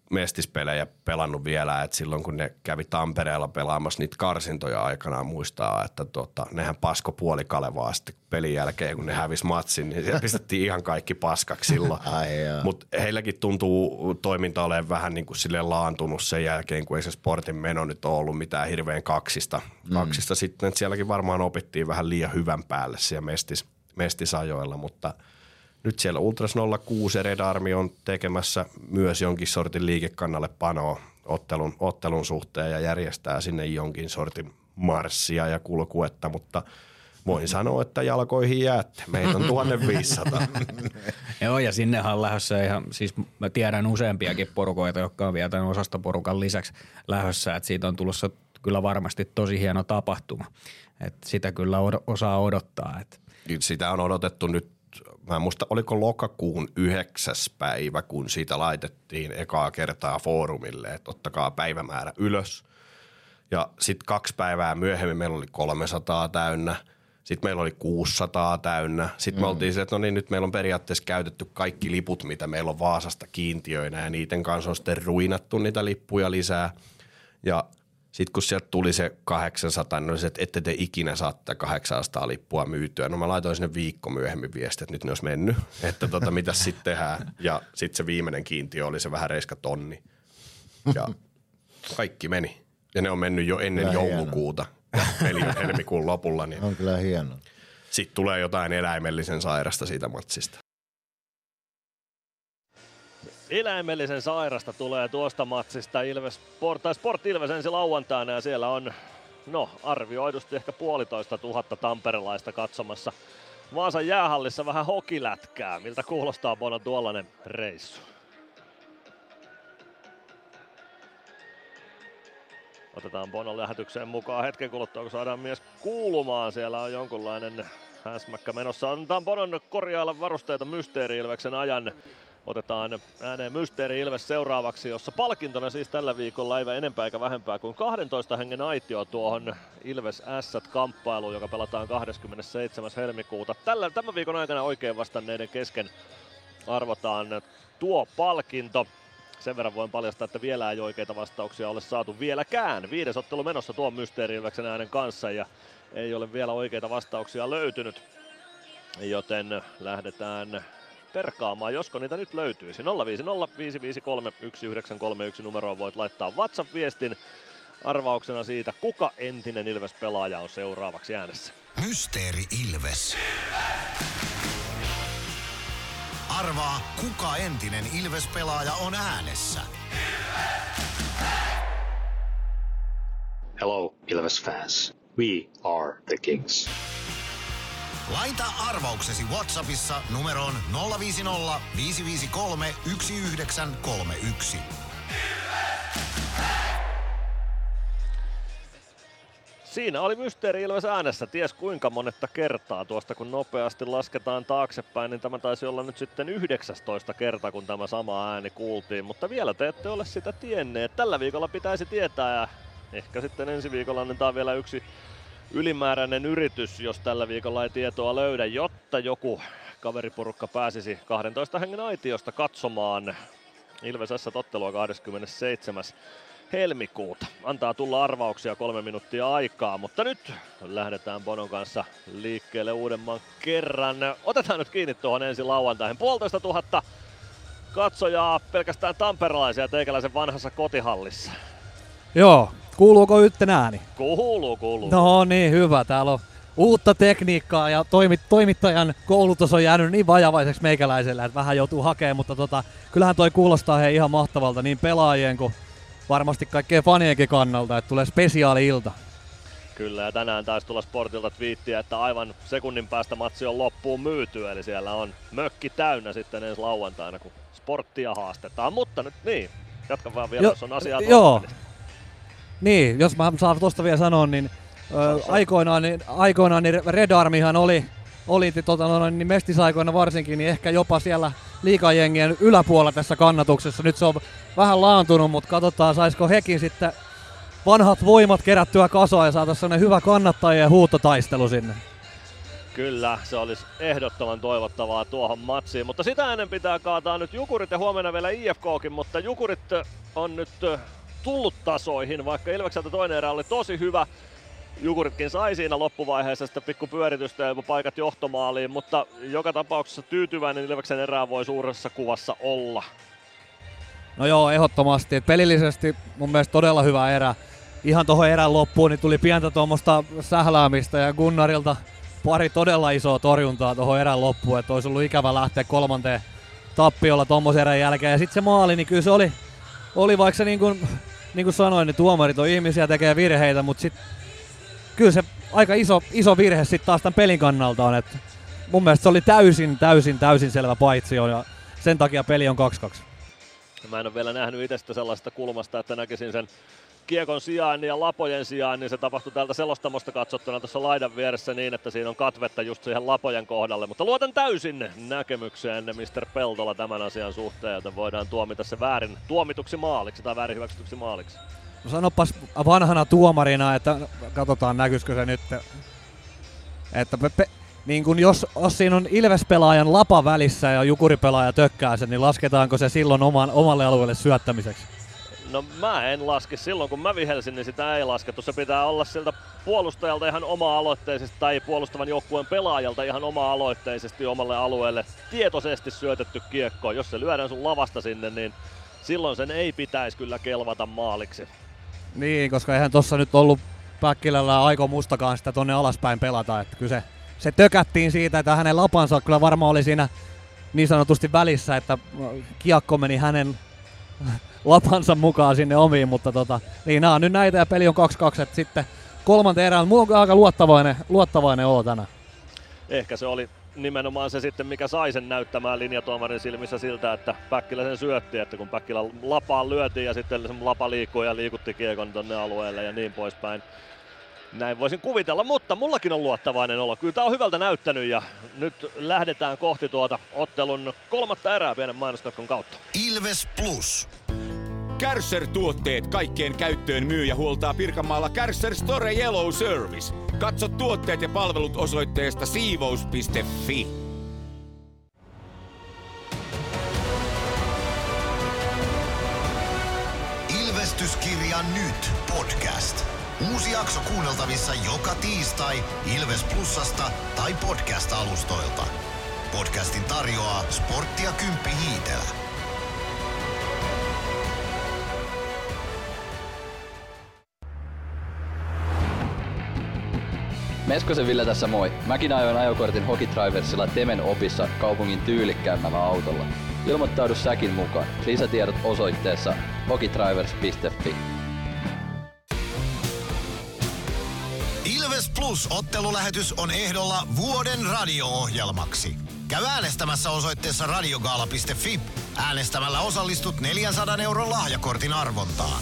mestispelejä pelannut vielä, että silloin kun ne kävi Tampereella pelaamassa niitä karsintoja aikanaan muistaa, että nehän pasko puoli Kalevaa sitten pelin jälkeen, kun ne hävisi matsin, niin siellä pistettiin ihan kaikki paskaksi silloin. Mutta heilläkin tuntuu toiminta olevan vähän niin kuin silleen laantunut sen jälkeen, kun ei se sportin meno nyt ole ollut mitään hirveän kaksista sitten, että sielläkin varmaan opittiin vähän liian hyvän päälle siellä mestisajoilla, mutta nyt siellä Ultras 06 Red Army on tekemässä myös jonkin sortin liikekannallepanoa ottelun suhteen ja järjestää sinne jonkin sortin marssia ja kulkuetta, mutta voin sanoa, että jalkoihin jäätte. Meitä on 1500. Joo, ja sinnehän on lähdössä ihan, siis mä tiedän useampiakin porukoita, jotka on vielä tämän osastoporukan lisäksi lähdössä, että siitä on tulossa kyllä varmasti tosi hieno tapahtuma. Että sitä kyllä osaa odottaa. Että. Sitä on odotettu nyt. Mä en muista, oliko lokakuun 9. päivä, kun siitä laitettiin ekaa kertaa foorumille, että ottakaa päivämäärä ylös. Ja sitten 2 päivää myöhemmin meillä oli 300 täynnä, sitten meillä oli 600 täynnä. Sitten me oltiin se, että no niin, nyt meillä on periaatteessa käytetty kaikki liput, mitä meillä on Vaasasta kiintiöinä ja niiden kanssa on sitten ruinattu niitä lippuja lisää. Ja sitten kun sieltä tuli se 800, niin oli se, että ette te ikinä saatte 800 lippua myytyä. No mä laitoin sinne viikko myöhemmin viesti, että nyt ne olisi mennyt, että mitäs sitten tehdään. Ja sitten se viimeinen kiintiö oli se vähän reiska tonni. Ja kaikki meni. Ja ne on mennyt jo ennen joulukuuta. Ja peli on helmikuun lopulla. Niin on kyllä hienoa. Sitten tulee jotain eläimellisen sairasta siitä matsista. Eläimellisen sairasta tulee tuosta matsista Sport Ilves ensi lauantaina ja siellä on arvioidusti ehkä 1500 tamperelaista katsomassa Vaasan jäähallissa vähän hokilätkää. Miltä kuulostaa Bono tuollainen reissu? Otetaan Bonon lähetykseen mukaan hetken kuluttua, kun saadaan mies kuulumaan. Siellä on jonkunlainen häsmäkkä menossa. Annetaan Bonon korjailla varusteita Mysteeri-Ilveksen ajan. Otetaan ääneen Mysteeri-Ilves seuraavaksi, jossa palkintona siis tällä viikolla ei enempää eikä vähempää kuin 12 hengen aitio tuohon Ilves Ässät-kamppailuun, joka pelataan 27. helmikuuta. Tämän viikon aikana oikein vastanneiden kesken arvotaan tuo palkinto. Sen verran voin paljastaa, että vielä ei oikeita vastauksia ole saatu vieläkään. 5. ottelu menossa tuon Mysteeri-Ilveksen äänen kanssa ja ei ole vielä oikeita vastauksia löytynyt. Joten lähdetään perkaamaan, josko niitä nyt löytyisi. 050 553 1931 numeroon voit laittaa WhatsApp-viestin arvauksena siitä, kuka entinen Ilves-pelaaja on seuraavaksi äänessä. Mysteeri Ilves. Arvaa, kuka entinen Ilves-pelaaja on äänessä. Hello, Ilves fans. We are the Kings. Laita arvauksesi WhatsAppissa numeroon 050 553 1931. Siinä oli Mysteeri Ilves äänessä, ties kuinka monetta kertaa tuosta kun nopeasti lasketaan taaksepäin, niin tämä taisi olla nyt sitten 19 kerta kun tämä sama ääni kuultiin, mutta vielä te ette ole sitä tienneet. Tällä viikolla pitäisi tietää ja ehkä sitten ensi viikolla annetaan vielä yksi ylimääräinen yritys, jos tällä viikolla ei tietoa löydä, jotta joku kaveriporukka pääsisi 12 hengen aitiosta katsomaan Ilves Ässät-ottelua 27. helmikuuta. Antaa tulla arvauksia 3 minuuttia aikaa, mutta nyt lähdetään Bonon kanssa liikkeelle uudemman kerran. Otetaan nyt kiinni tuohon ensi lauantaihin. 1500 katsojaa pelkästään tamperelaisia teikäläisen vanhassa kotihallissa. Joo, kuuluuko yhten ääni? Kuuluu. No niin, hyvä. Täällä on uutta tekniikkaa ja toimittajan koulutus on jäänyt niin vajavaiseksi meikäläiselle, että vähän joutuu hakemaan, mutta kyllähän toi kuulostaa ihan mahtavalta niin pelaajien kuin varmasti kaikkien fanienkin kannalta, että tulee spesiaali-ilta. Kyllä, ja tänään taisi tulla Sportilta twiittiä, että aivan sekunnin päästä matsi on loppuun myyty, eli siellä on mökki täynnä sitten ensi lauantaina, kun Sporttia haastetaan. Mutta nyt niin, jatka vaan vielä, jos on asiaa joo. Niin, jos mä saan tuosta vielä sanoa, niin aikoinaan niin Red Armyhan oli niin mestisaikoina varsinkin, niin ehkä jopa siellä liigajengien yläpuolella tässä kannatuksessa. Nyt se on vähän laantunut, mutta katsotaan saisiko hekin sitten vanhat voimat kerättyä kasaan ja saataisiin sellainen hyvä kannattajien huutotaistelu sinne. Kyllä, se olisi ehdottoman toivottavaa tuohon matsiin, mutta sitä ennen pitää kaataa nyt Jukurit ja huomenna vielä IFKkin, mutta Jukurit on nyt tullut tasoihin, vaikka Ilvekseltä toinen erä oli tosi hyvä. Jukuritkin sai siinä loppuvaiheessa sitä pikku pyöritystä ja paikat johtomaaliin, mutta joka tapauksessa tyytyväinen Ilveksen erää voi suuressa kuvassa olla. No joo, ehdottomasti. Et pelillisesti mun mielestä todella hyvä erä. Ihan tuohon erän loppuun niin tuli pientä tuommoista sähläämistä ja Gunnarilta pari todella isoa torjuntaa tuohon erän loppuun, että olisi ollut ikävä lähteä kolmanteen tappiolla tuommoisen erän jälkeen. Ja sitten se maali, niin kyllä se oli vaikka se niin kuin sanoin, niin tuomarit on ihmisiä, tekee virheitä, mutta sitten kyllä se aika iso virhe sitten taas tämän pelin kannalta on. Että mun mielestä se oli täysin selvä paitsio ja sen takia peli on 2-2. Mä en ole vielä nähnyt itsestä sellaista kulmasta, että näkisin sen kiekon sijaan ja lapojen sijaan, niin se tapahtui täältä selostamosta katsottuna tuossa laidan vieressä niin, että siinä on katvetta just siihen lapojen kohdalle. Mutta luotan täysin näkemykseen Mr. Peltola tämän asian suhteen, joten voidaan tuomita se väärin tuomituksi maaliksi tai väärin hyväksytyksi maaliksi. No sanopas vanhana tuomarina, että katsotaan näkyisikö se nyt, että niin kun jos siinä on Ilves-pelaajan lapa välissä ja Jukuri-pelaaja tökkää sen, niin lasketaanko se silloin omalle alueelle syöttämiseksi? No mä en laske. Silloin kun mä vihelsin, niin sitä ei laskettu. Se pitää olla siltä puolustajalta ihan oma-aloitteisesti tai puolustavan joukkueen pelaajalta ihan oma-aloitteisesti omalle alueelle tietoisesti syötetty kiekko. Jos se lyödään sun lavasta sinne, niin silloin sen ei pitäisi kyllä kelvata maaliksi. Niin, koska eihän tossa nyt ollut Päkkilällä aikomustakaan sitä tonne alaspäin pelata. Että kyllä se tökättiin siitä, että hänen lapansa kyllä varmaan oli siinä niin sanotusti välissä, että kiekko meni hänen lapansa mukaan sinne omiin, mutta niin nämä on nyt näitä ja peli on 2-2, että sitten kolmanteen erään mulla on aika luottavainen olo tänään. Ehkä se oli nimenomaan se sitten, mikä sai sen näyttämään linjatuomarin silmissä siltä, että Päkkilä sen syötti, että kun Päkkilä lapaan lyötiin ja sitten se lapa liikkui ja liikutti kiekon tonne alueelle ja niin poispäin. Näin voisin kuvitella, mutta mullakin on luottavainen olo. Kyllä tää on hyvältä näyttänyt ja nyt lähdetään kohti tuota ottelun kolmatta erää pienen mainoskatkon kautta. Ilves Plus. Kärcher-tuotteet kaikkeen käyttöön myy ja huoltaa Pirkanmaalla Kärcher Store Yellow Service. Katso tuotteet ja palvelut osoitteesta siivous.fi. Ilvestyskirja nyt podcast. Uusi jakso kuunneltavissa joka tiistai Ilves Plusasta tai podcast-alustoilta. Podcastin tarjoaa Sporttia Kymppi Hiitelä. Meskosen Ville tässä moi. Mäkin ajoin ajokortin Hokitriversilla Temen opissa kaupungin tyylikkäämmällä autolla. Ilmoittaudu säkin mukaan. Lisätiedot osoitteessa hokitrivers.fi. Ilves Plus-ottelulähetys on ehdolla vuoden radio-ohjelmaksi. Käy äänestämässä osoitteessa radiogaala.fi. Äänestämällä osallistut 400 € lahjakortin arvontaan.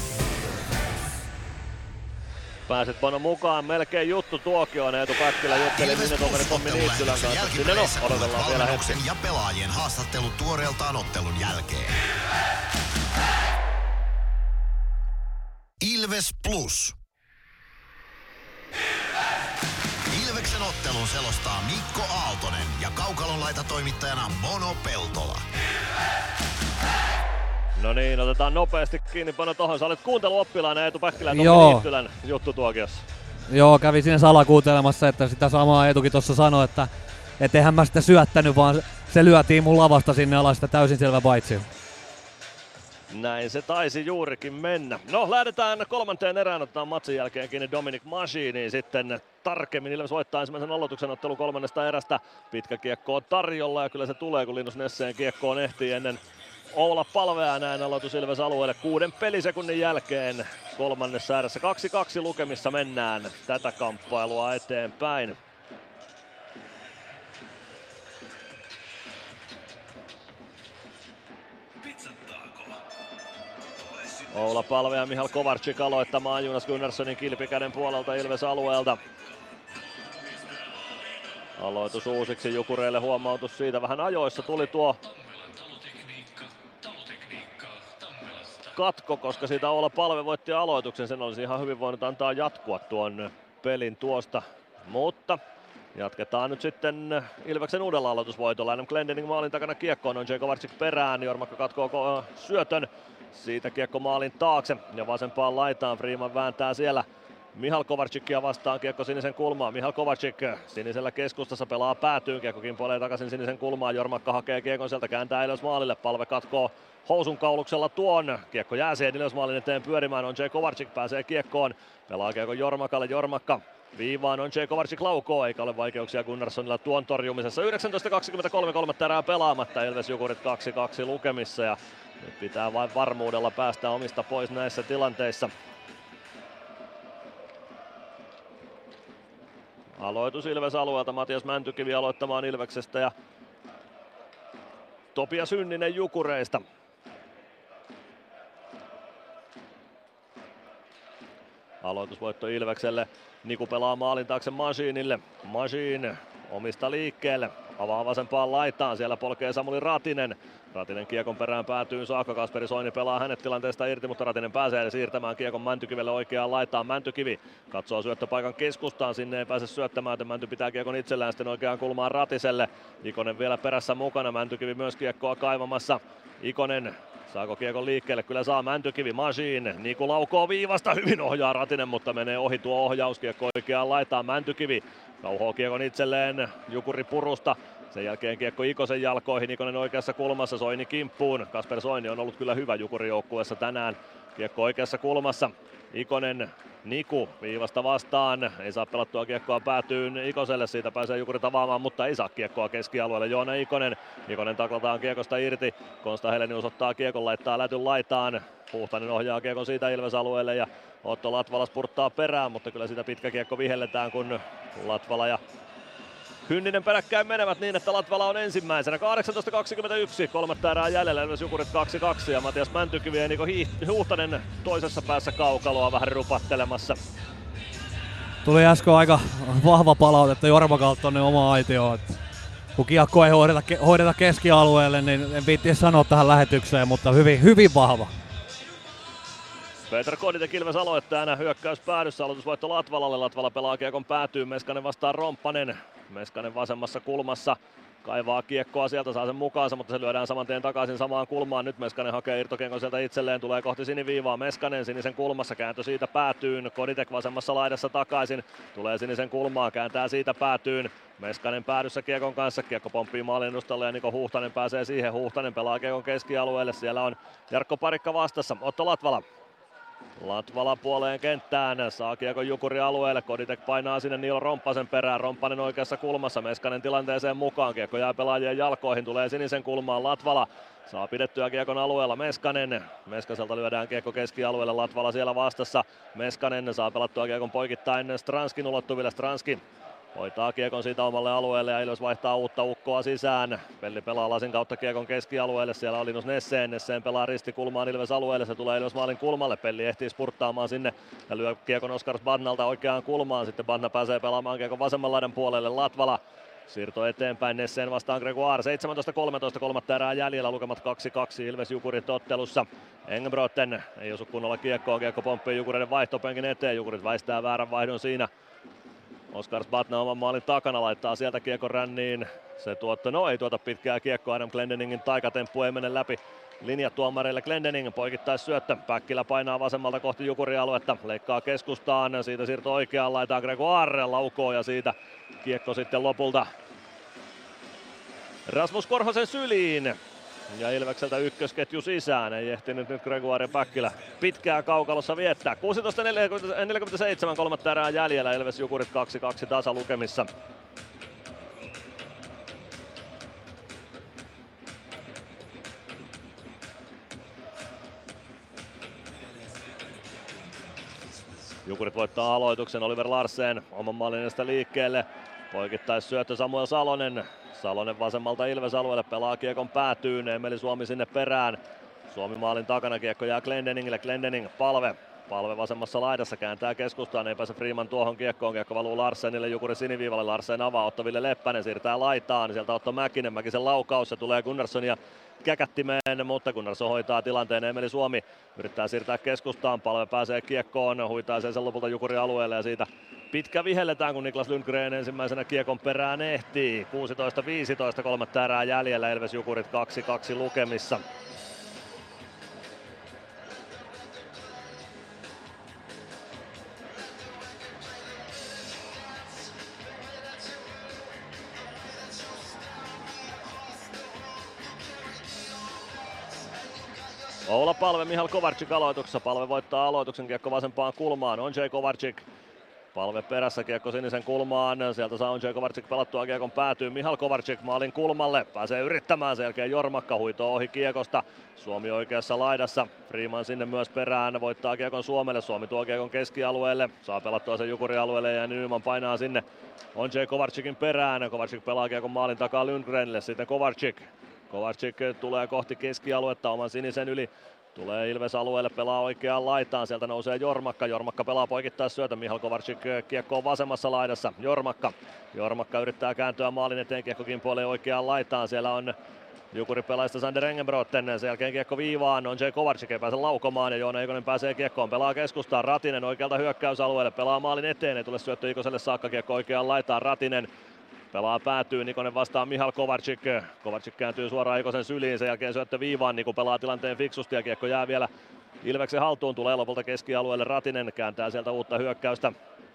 Pääset Pano mukaan, melkein juttu tuokioon. Eetu Päkkilä jutteli minne Tommi Niittylän kanssa. Sinne odotellaan vielä hetki. Ja pelaajien haastattelut tuoreeltaan ottelun jälkeen. Ilves Plus. Ilveksen ottelun selostaa Mikko Aaltonen ja Kaukalon laitatoimittajana Mono Peltola. No niin, otetaan nopeasti kiinni Pano tohon. Sä olet kuunteluoppilaana Eetu Päkkilän ja Tommi Niittylän juttutuokiossa. Joo, kävin siinä salakuuntelemassa, että sitä samaa Eetukin tuossa sanoi, että eihän mä sitä syöttänyt, vaan se lyötiin mun lavasta sinne alas, sitä täysin selvä paitsio. Näin se taisi juurikin mennä. No, lähdetään kolmanteen erään, otetaan matsin jälkeen kiinni Dominic Machiniin sitten tarkemmin. Ilves voittaa ensimmäisen aloituksen ottelu kolmannesta erästä. Pitkä kiekko on tarjolla ja kyllä se tulee, kun Linus Nesseen kiekkoon ehtii ennen Oula Palvea. Näin aloitus Ilves alueelle 6 pelisekunnin jälkeen kolmannessa erässä. 2-2 lukemissa mennään tätä kamppailua eteenpäin. Oula Palve ja Michal Kovarczyk aloittamaan Jonas Gunnarssonin kilpikäden puolelta Ilves alueelta. Aloitus uusiksi Jukureille, huomautus siitä. Vähän ajoissa tuli tuo katko, koska siitä Oula Palve voitti aloituksen. Sen olisi ihan hyvin voinut antaa jatkua tuon pelin tuosta. Mutta Jatketaan nyt sitten Ilveksen uudella aloitusvoitolla. Adam Glendening maalin takana kiekkoon, on J. Kovarczyk perään. Jormakka katkoo syötön. Siitä kiekko maalin taakse ja vasempaan laitaan. Freeman vääntää siellä Michal Kovarczykia vastaan, kiekko sinisen kulmaan. Michal Kovarczyk sinisellä keskustassa pelaa päätyyn. Kiekko kimpoilee takaisin sinisen kulmaan. Jormakka hakee kiekon sieltä, kääntää ylös maalille. Palve katkoo housun kauluksella tuon. Kiekko jää siihen ylös maalin eteen pyörimään. On J. Kovarczyk, pääsee kiekkoon. Pelaa kiekon Jormakalle. Jormakka viivaan, on J. Kovarczyk laukoo, eikä ole vaikeuksia Gunnarssonilla tuon torjumisessa. 19.23, 3 erää pelaamatta, Ilves Jukurit 2-2 lukemissa ja nyt pitää vain varmuudella päästä omista pois näissä tilanteissa. Aloitus Ilves alueelta, Matias Mäntykivi aloittamaan Ilveksestä ja Topias Synninen Jukureista. Aloitusvoitto Ilvekselle. Niku pelaa maalin taakse Machineille. Machine omista liikkeelle. Avaa vasempaan laitaan. Siellä polkee Samuli Ratinen. Ratinen kiekon perään päätyy saakka. Kasperi Soini pelaa hänet tilanteesta irti, mutta Ratinen pääsee siirtämään kiekon Mäntykivelle oikeaan laitaan. Mäntykivi katsoo syöttöpaikan keskustaan. Sinne ei pääse syöttämään, joten Mänty pitää kiekon itsellään sitten oikeaan kulmaan Ratiselle. Ikonen vielä perässä mukana. Mäntykivi myös kiekkoa kaivamassa. Ikonen saako kiekon liikkeelle? Kyllä saa. Mäntykivi, Machine. Niku laukoo viivasta. Hyvin ohjaa Ratinen, mutta menee ohi tuo ohjauskiekko oikeaan laitaan. Mäntykivi kauhoo kiekon itselleen Jukuri purusta. Sen jälkeen kiekko Ikosen jalkoihin. Ikonen oikeassa kulmassa. Soini kimppuun. Kasper Soini on ollut kyllä hyvä Jukurin joukkueessa tänään. Kiekko oikeassa kulmassa. Ikonen, Niku viivasta vastaan. Ei saa pelattua kiekkoa päätyyn Ikoselle. Siitä pääsee Jukurit avaamaan, mutta ei saa kiekkoa keskialueelle. Joona Ikonen. Ikonen taklataan kiekosta irti. Konsta Helenius ottaa kiekon, laittaa lätyn laitaan. Huhtanen ohjaa kiekon siitä Ilves-alueelle ja Otto Latvala spurttaa perään, mutta kyllä sitä pitkä kiekko vihelletään, kun Latvala ja Hynninen peräkkäin menevät niin, että Latvala on ensimmäisenä. 18.21, 3 erää jäljellä, Ilves Jukurit 2-2 ja Matias Mäntykivi ja Niko Huhtanen toisessa päässä kaukaloa vähän rupattelemassa. Tuli äsken aika vahva palautetta Jormakalta tonne omaan aitioon. Kun kiekko ei hoideta keskialueelle, niin en viitti sanoa tähän lähetykseen, mutta hyvin vahva. Peter Koditek Ilves aloittajana, hyökkäys päädyssä, aloitusvoitto Latvalalle. Latvala pelaa kiekon päätyyn, Meskanen vastaan Romppanen. Meskanen vasemmassa kulmassa, kaivaa kiekkoa sieltä, saa sen mukaansa, mutta se lyödään saman tien takaisin samaan kulmaan. Nyt Meskanen hakee irtokiekon sieltä itselleen, tulee kohti siniviivaa. Meskanen sinisen kulmassa, kääntö siitä päätyyn. Koditek vasemmassa laidassa takaisin, tulee sinisen kulmaan, kääntää siitä päätyyn. Meskanen päädyssä kiekon kanssa, kiekko pomppii maalin edustalle ja Niko Huhtanen pääsee siihen. Huhtanen pelaa kiekon keskialueelle, siellä on Jarkko Parikka vastassa. Otto Latvala. Latvala puoleen kenttään, saa kiekon Jukuri alueelle, Koditek painaa sinne Niilo Romppasen perään, Romppanen oikeassa kulmassa, Meskanen tilanteeseen mukaan, kiekko jää pelaajien jalkoihin, tulee sinisen kulmaan, Latvala saa pidettyä kiekon alueella, Meskaselta lyödään kiekko keskialueelle, Latvala siellä vastassa, Meskanen saa pelattua kiekon poikittain Stranskin ulottuville, Stranski hoitaa kiekon siitä omalle alueelle ja Ilves vaihtaa uutta ukkoa sisään. Pelli pelaa lasin kautta kiekon keskialueelle, siellä on Linus Nesseen. Nesseen pelaa ristikulmaan Ilves alueelle, se tulee Ilves maalin kulmalle. Pelli ehtii spurttaamaan sinne ja lyö kiekon Oskar Badnalta oikeaan kulmaan. Sitten Badna pääsee pelaamaan kiekon vasemman laidan puolelle. Latvala siirto eteenpäin, Nesseen vastaan Gregoire. 17.13, 3 erää jäljellä, lukemat 2-2 Ilves Jukurit ottelussa. Engbroten ei osu kunnolla kiekkoa, kiekko pomppii Jukureiden vaihtopenkin eteen. Jukurit väistää väärän vaihdon siinä. Oskar Badna oman maalin takana laittaa sieltä kiekon ränniin. Se ei tuota pitkää kiekkoa. Adam Glendeningin taikatemppu ei mene läpi linjatuomareille. Glendening poikittais syöttö. Päkkilä painaa vasemmalta kohti Jukuri-aluetta. Leikkaa keskustaan. Siitä siirto oikeaan laitaan Gregoire laukoo ja siitä kiekko sitten lopulta Rasmus Korhosen syliin. Ja Ilvekseltä ykkösketju sisään, ei ehtinyt nyt Gregoire Päkkilä pitkää kaukalossa viettää. 16.47, 3 erää jäljellä, Ilves Jukurit 2-2 tasalukemissa. Jukurit voittaa aloituksen, Oliver Larsen oman maalin edestä liikkeelle. Poikittais syöttö Samuel Salonen. Salonen vasemmalta Ilves-alueelle pelaa kiekon päätyyn, Emeli Suomi sinne perään. Suomi maalin takana, kiekko jää Glendeningille, Glendening palve. Palve vasemmassa laidassa kääntää keskustaan, ei pääse Freeman tuohon kiekkoon. Kiekko valuu Larsenille, Jukuri siniviivalle, Larsen avaa, Otto-Ville Leppänen siirtää laitaan. Sieltä Otto Mäkisen laukaus, se tulee Gunnarssonia käkättimeen, mutta Gunnarsson hoitaa tilanteen. Emeli Suomi yrittää siirtää keskustaan, Palve pääsee kiekkoon, huitaa sen lopulta Jukuri alueelle ja siitä pitkä vihelletään, kun Niklas Lundgren ensimmäisenä kiekon perään ehtii. 16-15, kolmatta erää jäljellä, Ilves Jukurit 2-2 lukemissa. Oula Palve, Mihal Kovarczyk aloituksessa. Palve voittaa aloituksen, kiekko vasempaan kulmaan. Ondřej Kovarczyk. Palve perässä, kiekko sinisen kulmaan. Sieltä saa Ondřej Kovarczyk pelattua kiekon päätyyn. Mihal Kovarczyk maalin kulmalle. Pääsee yrittämään, sen jälkeen Jormakka huitoo ohi kiekosta. Suomi oikeassa laidassa. Freeman sinne myös perään. Voittaa kiekon Suomelle. Suomi tuo kiekon keskialueelle. Saa pelattua sen Jukuri alueelle ja Nyman painaa sinne Ondřej Kovarczykin perään. Kovarczyk pelaa kiekon maalin takaa Lundgrenille. Sitten Kovarczyk. Kovarczyk tulee kohti keskialuetta oman sinisen yli. Tulee Ilves alueelle, pelaa oikeaan laitaan, sieltä nousee Jormakka. Jormakka pelaa poikittais syötä, Mihal Kovarczyk kiekko on vasemmassa laidassa. Jormakka yrittää kääntyä maalin eteen, kiekko kimpoilee oikeaan laitaan. Siellä on Jukuri pelaajista Sander Engenbrotten, sen jälkeen kiekko viivaan, Ondřej Kovarczyk ei pääse laukomaan ja Joona Ikonen pääsee kiekkoon, pelaa keskustaan, Ratinen oikealta hyökkäysalueelle, pelaa maalin eteen, ei tule syöttö Ikoselle saakka, kiekko oikeaan laitaan, Ratinen. Pelaa päätyy, Nikonen vastaa Mihal Kovarczyk. Kovarczyk kääntyy suoraan Ikosen syliin, sen jälkeen syöttö viivaan, Niku pelaa tilanteen fiksusti ja kiekko jää vielä Ilveksen haltuun. Tulee lopulta keskialueelle Ratinen, kääntää sieltä uutta hyökkäystä.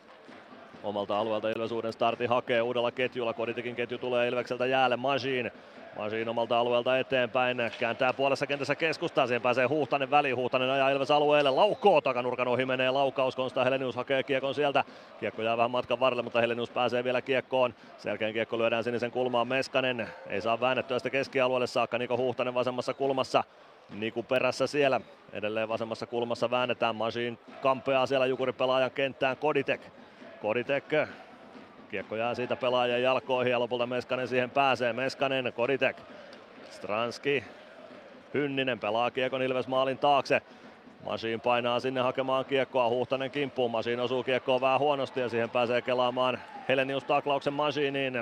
Omalta alueelta Ilves uuden startin hakee uudella ketjulla, Koditekin ketju tulee Ilvekseltä jäälle, Majin omalta alueelta eteenpäin, kääntää puolessa kentässä keskustaan, siihen pääsee Huhtanen väliin, Huhtanen ajaa Ilves alueelle, laukoo takanurkan ohi, menee laukaus, Konsta Helenius hakee kiekon sieltä, kiekko jää vähän matkan varrelle, mutta Helenius pääsee vielä kiekkoon, sen jälkeen kiekko lyödään sinisen kulmaan, Meskanen ei saa väännettyä sitä keskialueelle saakka, Niko Huhtanen vasemmassa kulmassa, Niku perässä siellä, edelleen vasemmassa kulmassa väännetään, Majin kampeaa siellä Jukuri pelaajan kenttään, Koditek. Kiekko jää siitä pelaajan jalkoihin ja lopulta Meskanen siihen pääsee. Meskanen, Koditek, Stranski, Hynninen pelaa kiekon Ilves maalin taakse. Majin painaa sinne hakemaan kiekkoa, Huhtanen kimppuun, Majin osuu kiekkoon vähän huonosti ja siihen pääsee kelaamaan Helenius taklauksen Majiniin.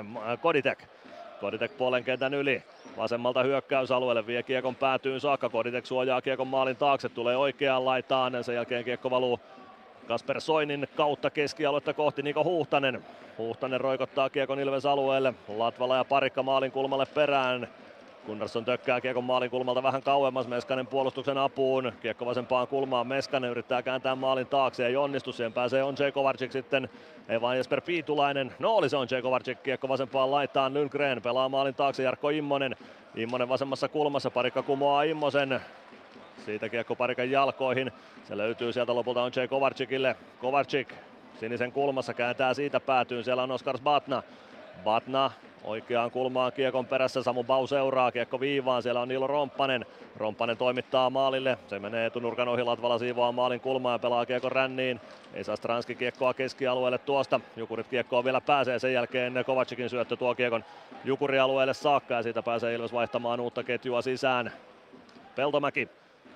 Koditek puolen kentän yli, vasemmalta hyökkäysalueelle, vie kiekon päätyyn saakka, Koditek suojaa kiekon maalin taakse, tulee oikeaan laitaan, sen jälkeen kiekko valuu Kasper Soinin kautta keskialuetta kohti Niko Huhtanen. Huhtanen roikottaa kiekon Ilves alueelle. Latvala ja Parikka maalin kulmalle perään. Gunnarsson tökkää kiekon maalin kulmalta vähän kauemmas. Meskanen puolustuksen apuun. Kiekko vasempaan kulmaan. Meskanen yrittää kääntää maalin taakse. Ei onnistu. Siihen pääsee Ondřej Kovarczyk sitten. Ei vaan Jesper Piitulainen. No oli se Ondřej Kovarczyk. Kiekko vasempaan laitaan. Lundgren pelaa maalin taakse. Jarkko Immonen. Immonen vasemmassa kulmassa. Parikka kumoaa Immosen. Siitä kiekko Parikan jalkoihin. Se löytyy sieltä lopulta Ondřej Kovarčykille. Kovarczyk sinisen kulmassa kääntää siitä päätyyn. Siellä on Oskar Batna oikeaan kulmaan kiekon perässä. Samu Bau seuraa kiekko viivaan. Siellä on Niilo Romppanen. Romppanen toimittaa maalille. Se menee etunurkan ohi. Latvala siivoaa maalin kulmaan ja pelaa kiekon ränniin. Ei saa Stranski kiekkoa keskialueelle tuosta. Jukurit kiekkoa vielä pääsee. Sen jälkeen Kovarczykin syöttö tuo kiekon Jukuri alueelle saakka ja siitä pääsee Ilves vaihtamaan uutta ketjua sisään. Peltomäki.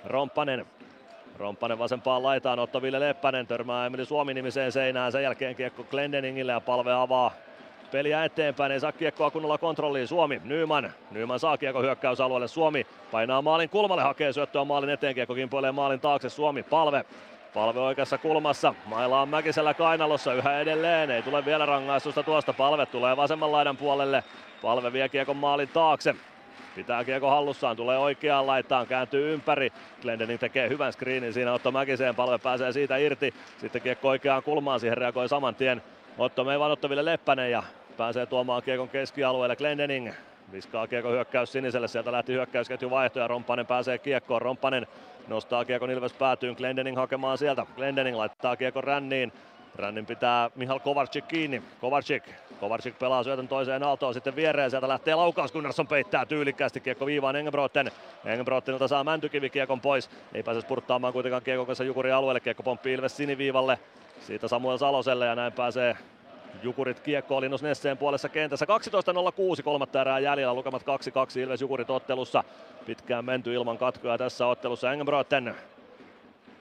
Romppanen vasempaan laitaan, Otto-Ville Leppänen törmää Emeli Suomi-nimiseen seinään, sen jälkeen kiekko Glendeningille ja Palve avaa peliä eteenpäin, ei saa kiekkoa kunnolla kontrolliin, Suomi, Nyman saa kiekko hyökkäysalueelle, Suomi painaa maalin kulmalle, hakee syöttöä maalin eteen, kiekko kimpoilee maalin taakse, Suomi, Palve oikeassa kulmassa, maila on Mäkisellä kainalossa yhä edelleen, ei tule vielä rangaistusta tuosta, Palve tulee vasemman laidan puolelle, Palve vie kiekon maalin taakse. Pitää kiekko hallussaan, tulee oikeaan laitaan, kääntyy ympäri. Glendening tekee hyvän screenin siinä Otto Mäkiseen, Palve pääsee siitä irti. Sitten kiekko oikeaan kulmaan, siihen reagoi saman tien Otto-Ville Leppänen ja pääsee tuomaan kiekon keskialueelle. Glendening viskaa kiekko hyökkäys siniselle, sieltä lähti hyökkäysketju vaihto ja Romppanen pääsee kiekkoon. Romppanen nostaa kiekon Ilves päätyyn, Glendening hakemaan sieltä. Glendening laittaa kiekon ränniin. Rännin pitää Mihal Kovarczyk kiinni. Kovarczyk pelaa syötön toiseen aaltoon, sitten viereen, sieltä lähtee laukaus, Gunnarsson peittää tyylikkäästi, kiekko viivaan Engenbrottenilta saa Mäntykivi kiekon pois, ei pääse spurttaamaan kuitenkaan kiekon kanssa Jukuri alueelle, kiekko pomppii Ilves siniviivalle, siitä Samuel Saloselle ja näin pääsee Jukurit kiekkoon Linus Nesseen puolessa kentässä. 12.06, kolmatta erää jäljellä, lukemat 2-2 Ilves Jukurit ottelussa. Pitkään menty ilman katkoja tässä ottelussa. Engenbrotten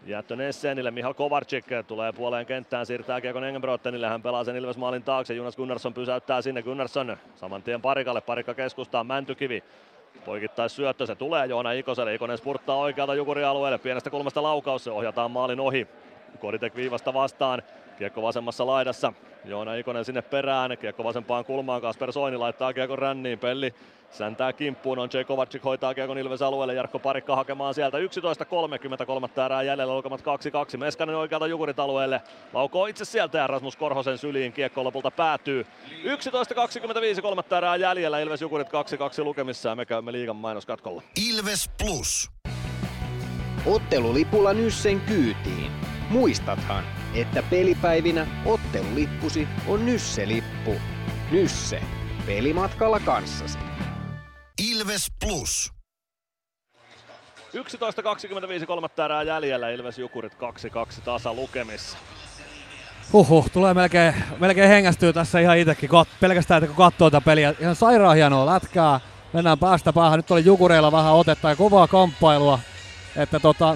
Jättö Nessenille, Michal Kovarczyk tulee puoleen kenttään, siirtää kiekon Engenbrottenille, hän pelaa sen Ilves maalin taakse, Jonas Gunnarsson pysäyttää sinne, Gunnarsson saman tien Parikalle, Parikka keskustaa, Mäntykivi. Poikittais syöttö, se tulee Joona Ikoselle, Ikonen spurttaa oikealta Jukuri-alueelle, pienestä kulmasta laukaus, se ohjataan maalin ohi. Koditek viivasta vastaan, kiekko vasemmassa laidassa, Joona Ikonen sinne perään, kiekko vasempaan kulmaan, Kasper Soini laittaa kiekon ränniin, Pelli säntää kimppuun, on J. Kovacic hoitaa kiekon Ilves alueelle, Jarkko Parikka hakemaan sieltä 11.33 erää jäljellä, lukemat 2-2, Meskanen oikealta Jukurit alueelle, laukoo itse sieltä ja Rasmus Korhosen syliin, kiekko lopulta päätyy. 11.25 kolmatta erää jäljellä, Ilves Jukurit 2-2 lukemissa ja me käymme liigan mainoskatkolla. Ilves Plus. Ottelulipulla Nyssen kyytiin. Muistathan, että pelipäivinä ottelulippusi on Nysse-lippu. Nysse. Pelimatkalla kanssasi. Ilves Plus. 11.25 kolmatta erää jäljellä, Ilves Jukurit 2-2 tasa lukemissa. Tulee melkein hengästyy tässä ihan itsekin, pelkästään kun katsoo tätä peliä. Ihan sairaan hienoa lätkää, mennään päästä päähän. Nyt oli Jukureilla vähän otetta ja kovaa kamppailua. Että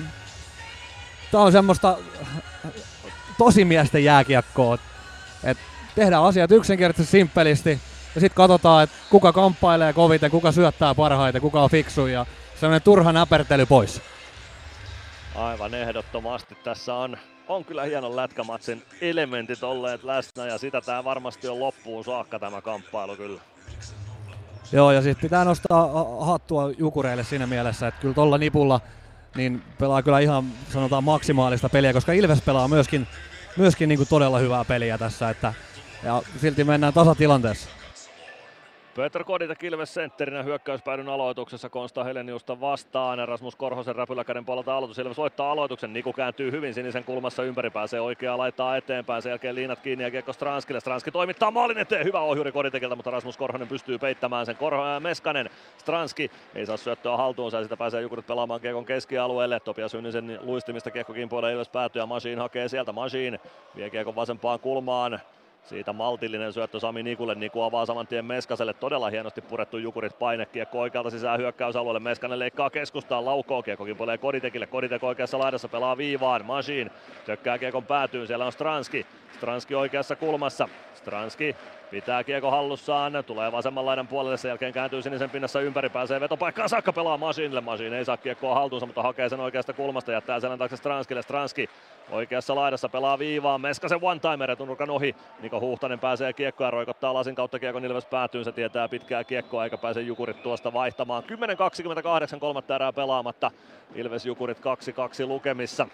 tää on semmoista tosimiesten jääkiekkoa. Et tehdään asiat yksinkertaisesti simppelisti ja sitten katsotaan, että kuka kamppailee koviten, kuka syöttää parhaiten, kuka on fiksu ja semmoinen turha näpertely pois. Aivan ehdottomasti. Tässä on kyllä hienon lätkämatsin elementit olleet läsnä ja sitä tää varmasti on loppuun saakka tämä kamppailu kyllä. Joo, ja siis pitää nostaa hattua Jukureille siinä mielessä, että kyllä tuolla nipulla niin pelaa kyllä ihan sanotaan maksimaalista peliä, koska Ilves pelaa myöskin niin kuin todella hyvää peliä tässä, ja silti mennään tasatilanteessa. Petr Koditek Ilves sentterinä hyökkäyspäädyn aloituksessa Konsta Heleniusta vastaan. Rasmus Korhosen räpyläkäden puolelta aloitus. Ilves voittaa aloituksen. Niku kääntyy hyvin sinisen kulmassa ympäri. Pääsee oikeaa laittaa eteenpäin. Sen jälkeen liinat kiinni ja kiekko Stranskille. Stranski toimittaa maalin eteen. Hyvä ohjuri Koditekilta, mutta Rasmus Korhonen pystyy peittämään sen. Meskanen. Stranski ei saa syöttöä haltuunsa ja sitä pääsee Jukurit pelaamaan kiekon keskialueelle. Topias Hynnisen luistimista kiekko kimpoilee Ilves päätyy ja Machine hakee sieltä. Machine vie kiekon vasempaan kulmaan. Siitä maltillinen syöttö Sami Nikulle, Niku avaa saman tien Meskaselle, todella hienosti purettu Jukurit paine, kiekko oikealta sisään hyökkäysalueelle, Meskanen leikkaa keskustaan, laukoo, kiekko kimpoilee Koditekille, Koditek oikeassa laidassa pelaa viivaan, Machine tökkää kiekon päätyyn, siellä on Stranski oikeassa kulmassa, Stranski pitää kiekko hallussaan, tulee vasemman laidan puolelle, sen jälkeen kääntyy sinisen pinnassa ympäri, pääsee vetopaikkaan saakka, pelaa Machinelle, Machine ei saa kiekkoa haltuunsa, mutta hakee sen oikeasta kulmasta, jättää selän taakse Stranskille, Stranski oikeassa laidassa pelaa viivaan, Meskasen one-timer etunurkan ohi, Niko Huhtanen pääsee kiekkoa ja roikottaa lasin kautta kiekon Ilves päätyyn, se tietää pitkää kiekkoa eikä pääse Jukurit tuosta vaihtamaan. 10.28 kolmatta erää pelaamatta, Ilves Jukurit 2-2 lukemissa.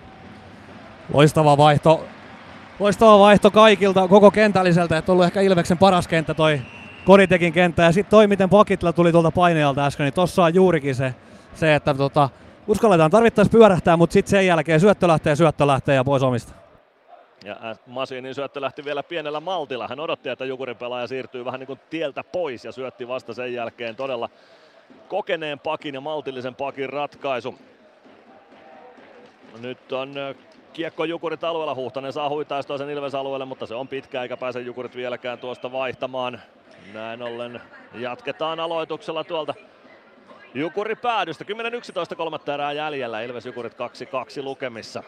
Loistava vaihto kaikilta, koko kentälliseltä, että ollut ehkä Ilveksen paras kenttä toi Koditekin kenttä ja sitten toi miten Pakitla tuli tuolta painealta äsken, niin tossa on juurikin se että uskalletaan tarvittaessa pyörähtää, mutta sitten sen jälkeen syöttö lähtee ja pois omista. Ja Machinin syöttö lähti vielä pienellä maltilla. Hän odotti, että Jukurin pelaaja siirtyy vähän niin kuin tieltä pois ja syötti vasta sen jälkeen todella kokeneen pakin ja maltillisen pakin ratkaisu. Nyt on kiekko Jukurit alueella. Huhtanen saa huitaistoa sen Ilves alueelle, mutta se on pitkä eikä pääse Jukurit vieläkään tuosta vaihtamaan. Näin ollen jatketaan aloituksella tuolta Jukuri päädystä. 10.11 kolmatta erää jäljellä. Ilves Jukurit 2-2 lukemissa.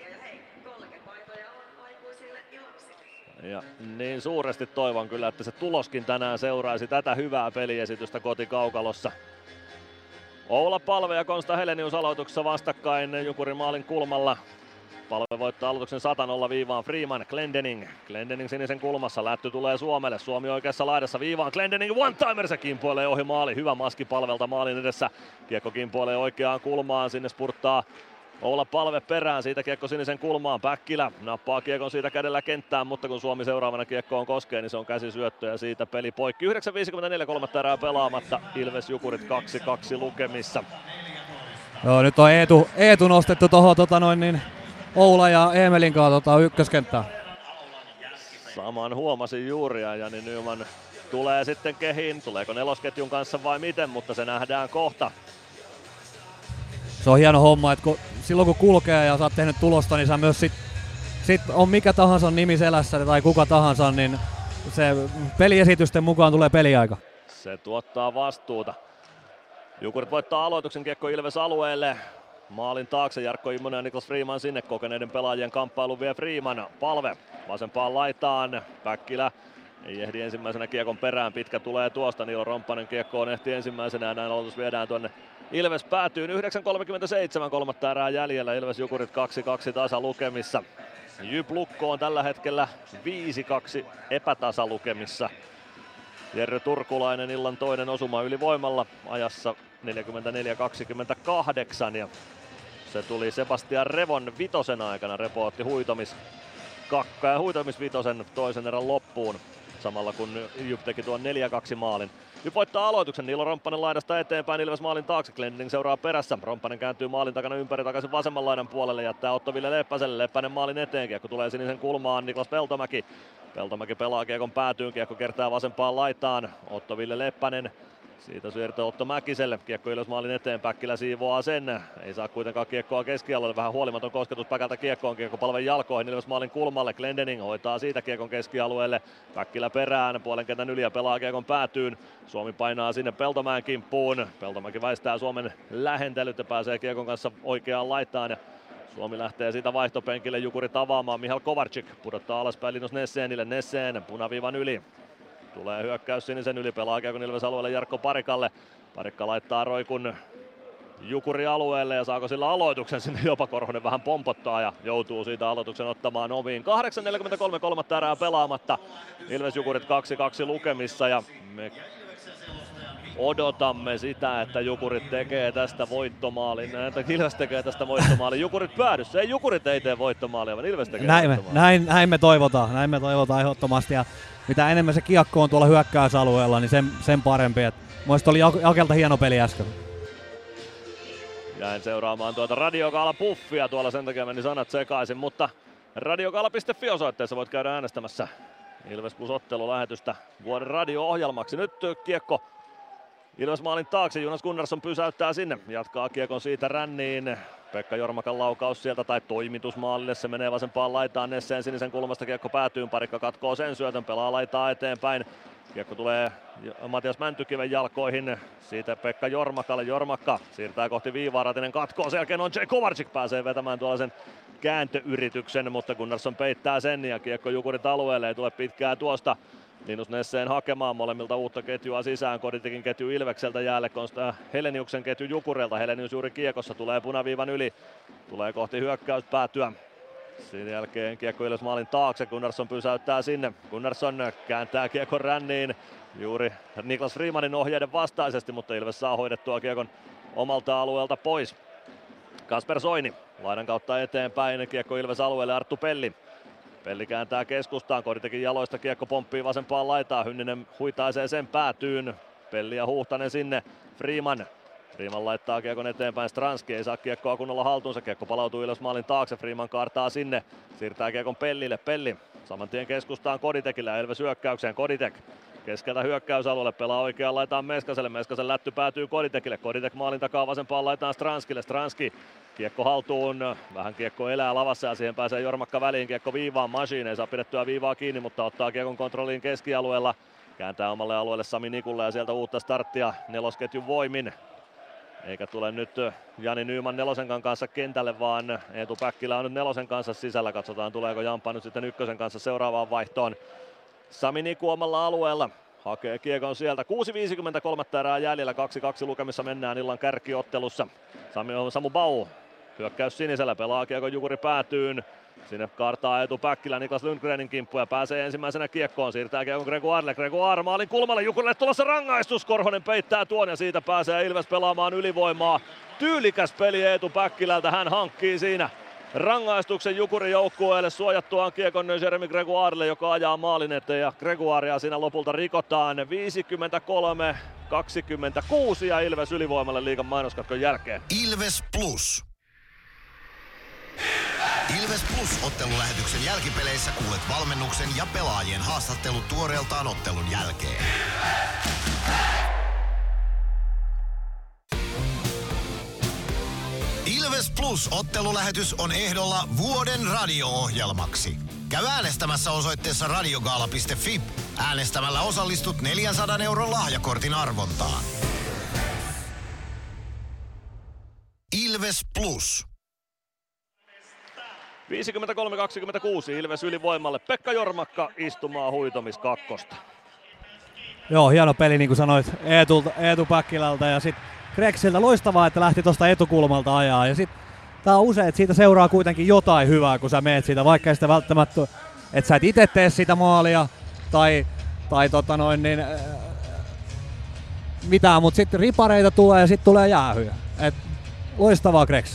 Ja niin suuresti toivon kyllä, että se tuloskin tänään seuraisi tätä hyvää peliesitystä kotikaukalossa. Oula Palve ja Konsta Helenius aloituksessa vastakkain Jukurin maalin kulmalla. Palve voittaa aloituksen 100-0 viivaan Freeman, Glendening sinisen kulmassa, lätty tulee Suomelle, Suomi oikeassa laidassa viivaan, Glendening one-timer, se kimpoilee ohi maali, hyvä maski Palvelta maalin edessä, kiekko kimpoilee oikeaan kulmaan, sinne spurttaa Oula Palve perään, siitä kiekko sinisen kulmaan, Päkkilä nappaa kiekon siitä kädellä kenttään, mutta kun Suomi seuraavana kiekkoon koskee, niin se on käsisyöttö ja siitä peli poikki. 9.54 kolmatta erää pelaamatta, Ilves Jukurit 2-2 lukemissa. Joo, nyt on Eetu nostettu tuohon Oula ja Eemelin kanssa ykköskenttää. Saman huomasin juuri ja Jani Nyman tulee sitten kehiin. Tuleeko nelosketjun kanssa vai miten, mutta se nähdään kohta. Se on hieno homma, että silloin kun kulkee ja sä oot tehnyt tulosta, niin sä myös sit on mikä tahansa nimi selässä tai kuka tahansa, niin se peliesitysten mukaan tulee peliaika. Se tuottaa vastuuta. Jukurit voittaa aloituksen, kiekko Ilves alueelle. maalin taakse. Jarkko Immonen ja Niklas Freeman sinne. Kokeneiden pelaajien kamppailu vie Freeman. Palve vasempaan laitaan. Päkkilä ei ehdi ensimmäisenä kiekon perään. Pitkä tulee tuosta. Niilo Romppanen kiekkoon ehti ensimmäisenä ja näin aloitus viedään tuonne Ilves päätyy. 9.37 kolmatta erää jäljellä. Ilves Jukurit 2-2 tasalukemissa. Jyp Lukko on tällä hetkellä 5-2 epätasalukemissa. Jerry Turkulainen illan toinen osuma ylivoimalla ajassa 44-28 ja se tuli Sebastian Revon vitosen aikana. Repo otti huitomiskakka ja huitomisvitosen toisen erän loppuun samalla kun Jyp teki tuon 4-2 maalin. Jyp voittaa aloituksen, Niilo Romppanen laidasta eteenpäin, Ilves maalin taakse, Glendening seuraa perässä. Romppanen kääntyy maalin takana ympäri takaisin vasemman laidan puolelle, jättää Otto Ville Leppäselle, Leppänen maalin eteen, kiekko tulee sinisen kulmaan, Niklas Peltomäki. Peltomäki pelaa kiekon päätyyn, kiekko kertaa vasempaan laitaan, Otto Ville Leppänen. Siitä siirto Otto Mäkiselle, kiekko Ilves maalin eteen, Päkkilä siivoaa sen, ei saa kuitenkaan kiekkoa keskialueelle, vähän huolimaton kosketus Päkältä kiekkoon, kiekko palven jalkoihin, Ilves maalin kulmalle, Glendening hoitaa siitä kiekon keskialueelle, Päkkilä perään, puolen kentän yli ja pelaa kiekon päätyyn, Suomi painaa sinne Peltomäen kimppuun, Peltomäki väistää Suomen lähentelyt ja pääsee kiekon kanssa oikeaan laitaan ja Suomi lähtee siitä vaihtopenkille, Jukurit avaamaan, Mihail Kovarczyk pudottaa alaspäin Linus Nessenille, Nessen punaviivan yli. Tulee hyökkäys sinisen yli, pelaa kiekon Ilves alueelle Jarkko Parikalle. Parikka laittaa roikun Jukuri alueelle ja saako sillä aloituksen sinne, jopa Korhonen vähän pompottaa ja joutuu siitä aloituksen ottamaan omiin. 8.43 kolmatta erää pelaamatta. Ilves Jukurit 2-2 lukemissa ja me odotamme sitä, että Jukurit tekee tästä voittomaalin. Ilves tekee tästä voittomaalin. Jukurit päädyssä. Ei Jukurit ei tee voittomaalia, vaan Ilves tekee voittomaalin. Näin me toivotaan ehdottomasti. Ja mitä enemmän se kiekko on tuolla hyökkäysalueella, niin sen parempi. Mielestäni oli Akelta hieno peli äsken. Jäin seuraamaan tuota Radiogaala-puffia, tuolla sen takia meni sanat sekaisin, mutta radiogaala.fi osoitteessa voit käydä äänestämässä Ilves Plus -ottelulähetystä vuoden radio-ohjelmaksi. Nyt kiekko Ilves maalin taakse, Jonas Gunnarsson pysäyttää sinne, jatkaa kiekon siitä ränniin. Pekka Jormakan laukaus sieltä tai toimitus maalille, se menee vasempaan laitaan, Nesseen sinisen kulmasta kiekko päätyyn, Parikka katkoo sen syötön, pelaa laitaa eteenpäin. Kiekko tulee Matias Mäntykiven jalkoihin, siitä Pekka Jormakalle, Jormakka siirtää kohti viivaa, Ratinen katkoo, sen jälkeen on Jay Kovarczyk pääsee vetämään tuollaisen kääntöyrityksen, mutta Gunnarsson peittää sen ja kiekko Jukurit alueelle, ei tule pitkää tuosta. Linus Nesseen hakemaan molemmilta uutta ketjua sisään, Koditekin ketju Ilvekseltä jäälle, Konsta Heleniuksen ketju Jukurilta, Helenius juuri kiekossa, tulee punaviivan yli, tulee kohti hyökkäyspäätyä. Sen jälkeen kiekko Ilves maalin taakse, Gunnarsson pysäyttää sinne, Gunnarsson kääntää kiekon ränniin, juuri Niklas Freemanin ohjeiden vastaisesti, mutta Ilves saa hoidettua kiekon omalta alueelta pois. Kasper Soini, laidan kautta eteenpäin, kiekko Ilves alueelle, Arttu Pelli. Pelli kääntää keskustaan, Koditekin jaloista kiekko pomppii vasempaan laitaan, Hynninen huitaisee sen päätyyn, Pelli ja Huhtanen sinne, Freeman laittaa kiekon eteenpäin, Stranski ei saa kiekkoa kunnolla haltuunsa, kiekko palautuu Ilves maalin taakse, Freeman kaartaa sinne, siirtää kiekon Pellille, Pelli saman tien keskustaan Koditekille ja Ilves hyökkäykseen, Koditek keskeltä hyökkäysalueelle, pelaa oikeaan laitaan Meskaselle, Meskasen lätty päätyy Koditekille, Koditek maalin takaa vasempaan laitaan Stranskille, Stranski kiekko haltuun, vähän kiekko elää lavassa ja siihen pääsee Jormakka väliin, kiekko viivaan, Machine ei saa pidettyä viivaa kiinni, mutta ottaa kiekon kontrolliin keskialueella, kääntää omalle alueelle Sami Nikulle ja sieltä uutta starttia nelosketjun voimin. Eikä tule nyt Jani Nyman nelosenkan kanssa kentälle, vaan Eetu Päkkilä on nyt nelosen kanssa sisällä. Katsotaan tuleeko Jampa nyt sitten ykkösen kanssa seuraavaan vaihtoon. Sami Niku omalla alueella hakee kiekon sieltä. 6.53 erää jäljellä, 2-2 lukemissa mennään illan kärkiottelussa. Samu Bau hyökkäys sinisellä, pelaa kiekon Jukuri päätyyn. Sinne kaartaa Eetu Päkkilä Niklas Lundgrenin kimppu ja pääsee ensimmäisenä kiekkoon. Siirtää kiekon Gregoirelle. Gregoire maalin kulmalle. Jukurille tulossa rangaistus. Korhonen peittää tuon ja siitä pääsee Ilves pelaamaan ylivoimaa. Tyylikäs peli Eetu Päkkilältä. Hän hankkii siinä rangaistuksen Jukurin joukkueelle suojattuaan kiekon Jeremy Gregoirelle, joka ajaa maalin eteen ja Gregoirea siinä lopulta rikotaan. 53-26 ja Ilves ylivoimalle liigan mainoskatkon jälkeen. Ilves Plus. Ilves Plus -ottelulähetyksen jälkipeleissä kuulet valmennuksen ja pelaajien haastattelut tuoreeltaan ottelun jälkeen. Ilves Plus -ottelulähetys on ehdolla vuoden radio-ohjelmaksi. Käy äänestämässä osoitteessa radiogaala.fi. Äänestämällä osallistut 400 € lahjakortin arvontaan. Ilves Plus. 53-26 Ilves ylivoimalle. Pekka Jormakka istumaan huitomiskakkosta. Joo, hieno peli niin kuin sanoit Eetu Päkkilältä ja sitten Greksiltä. Loistavaa, että lähti tuosta etukulmalta ajaa. Ja sitten tää on usein, että siitä seuraa kuitenkin jotain hyvää, kun sä meet siitä, vaikka ei sitä välttämättä, että sä et itse tee sitä maalia tai mitään, mutta sitten ripareita tulee ja sitten tulee jäähyä. Et loistavaa Greks.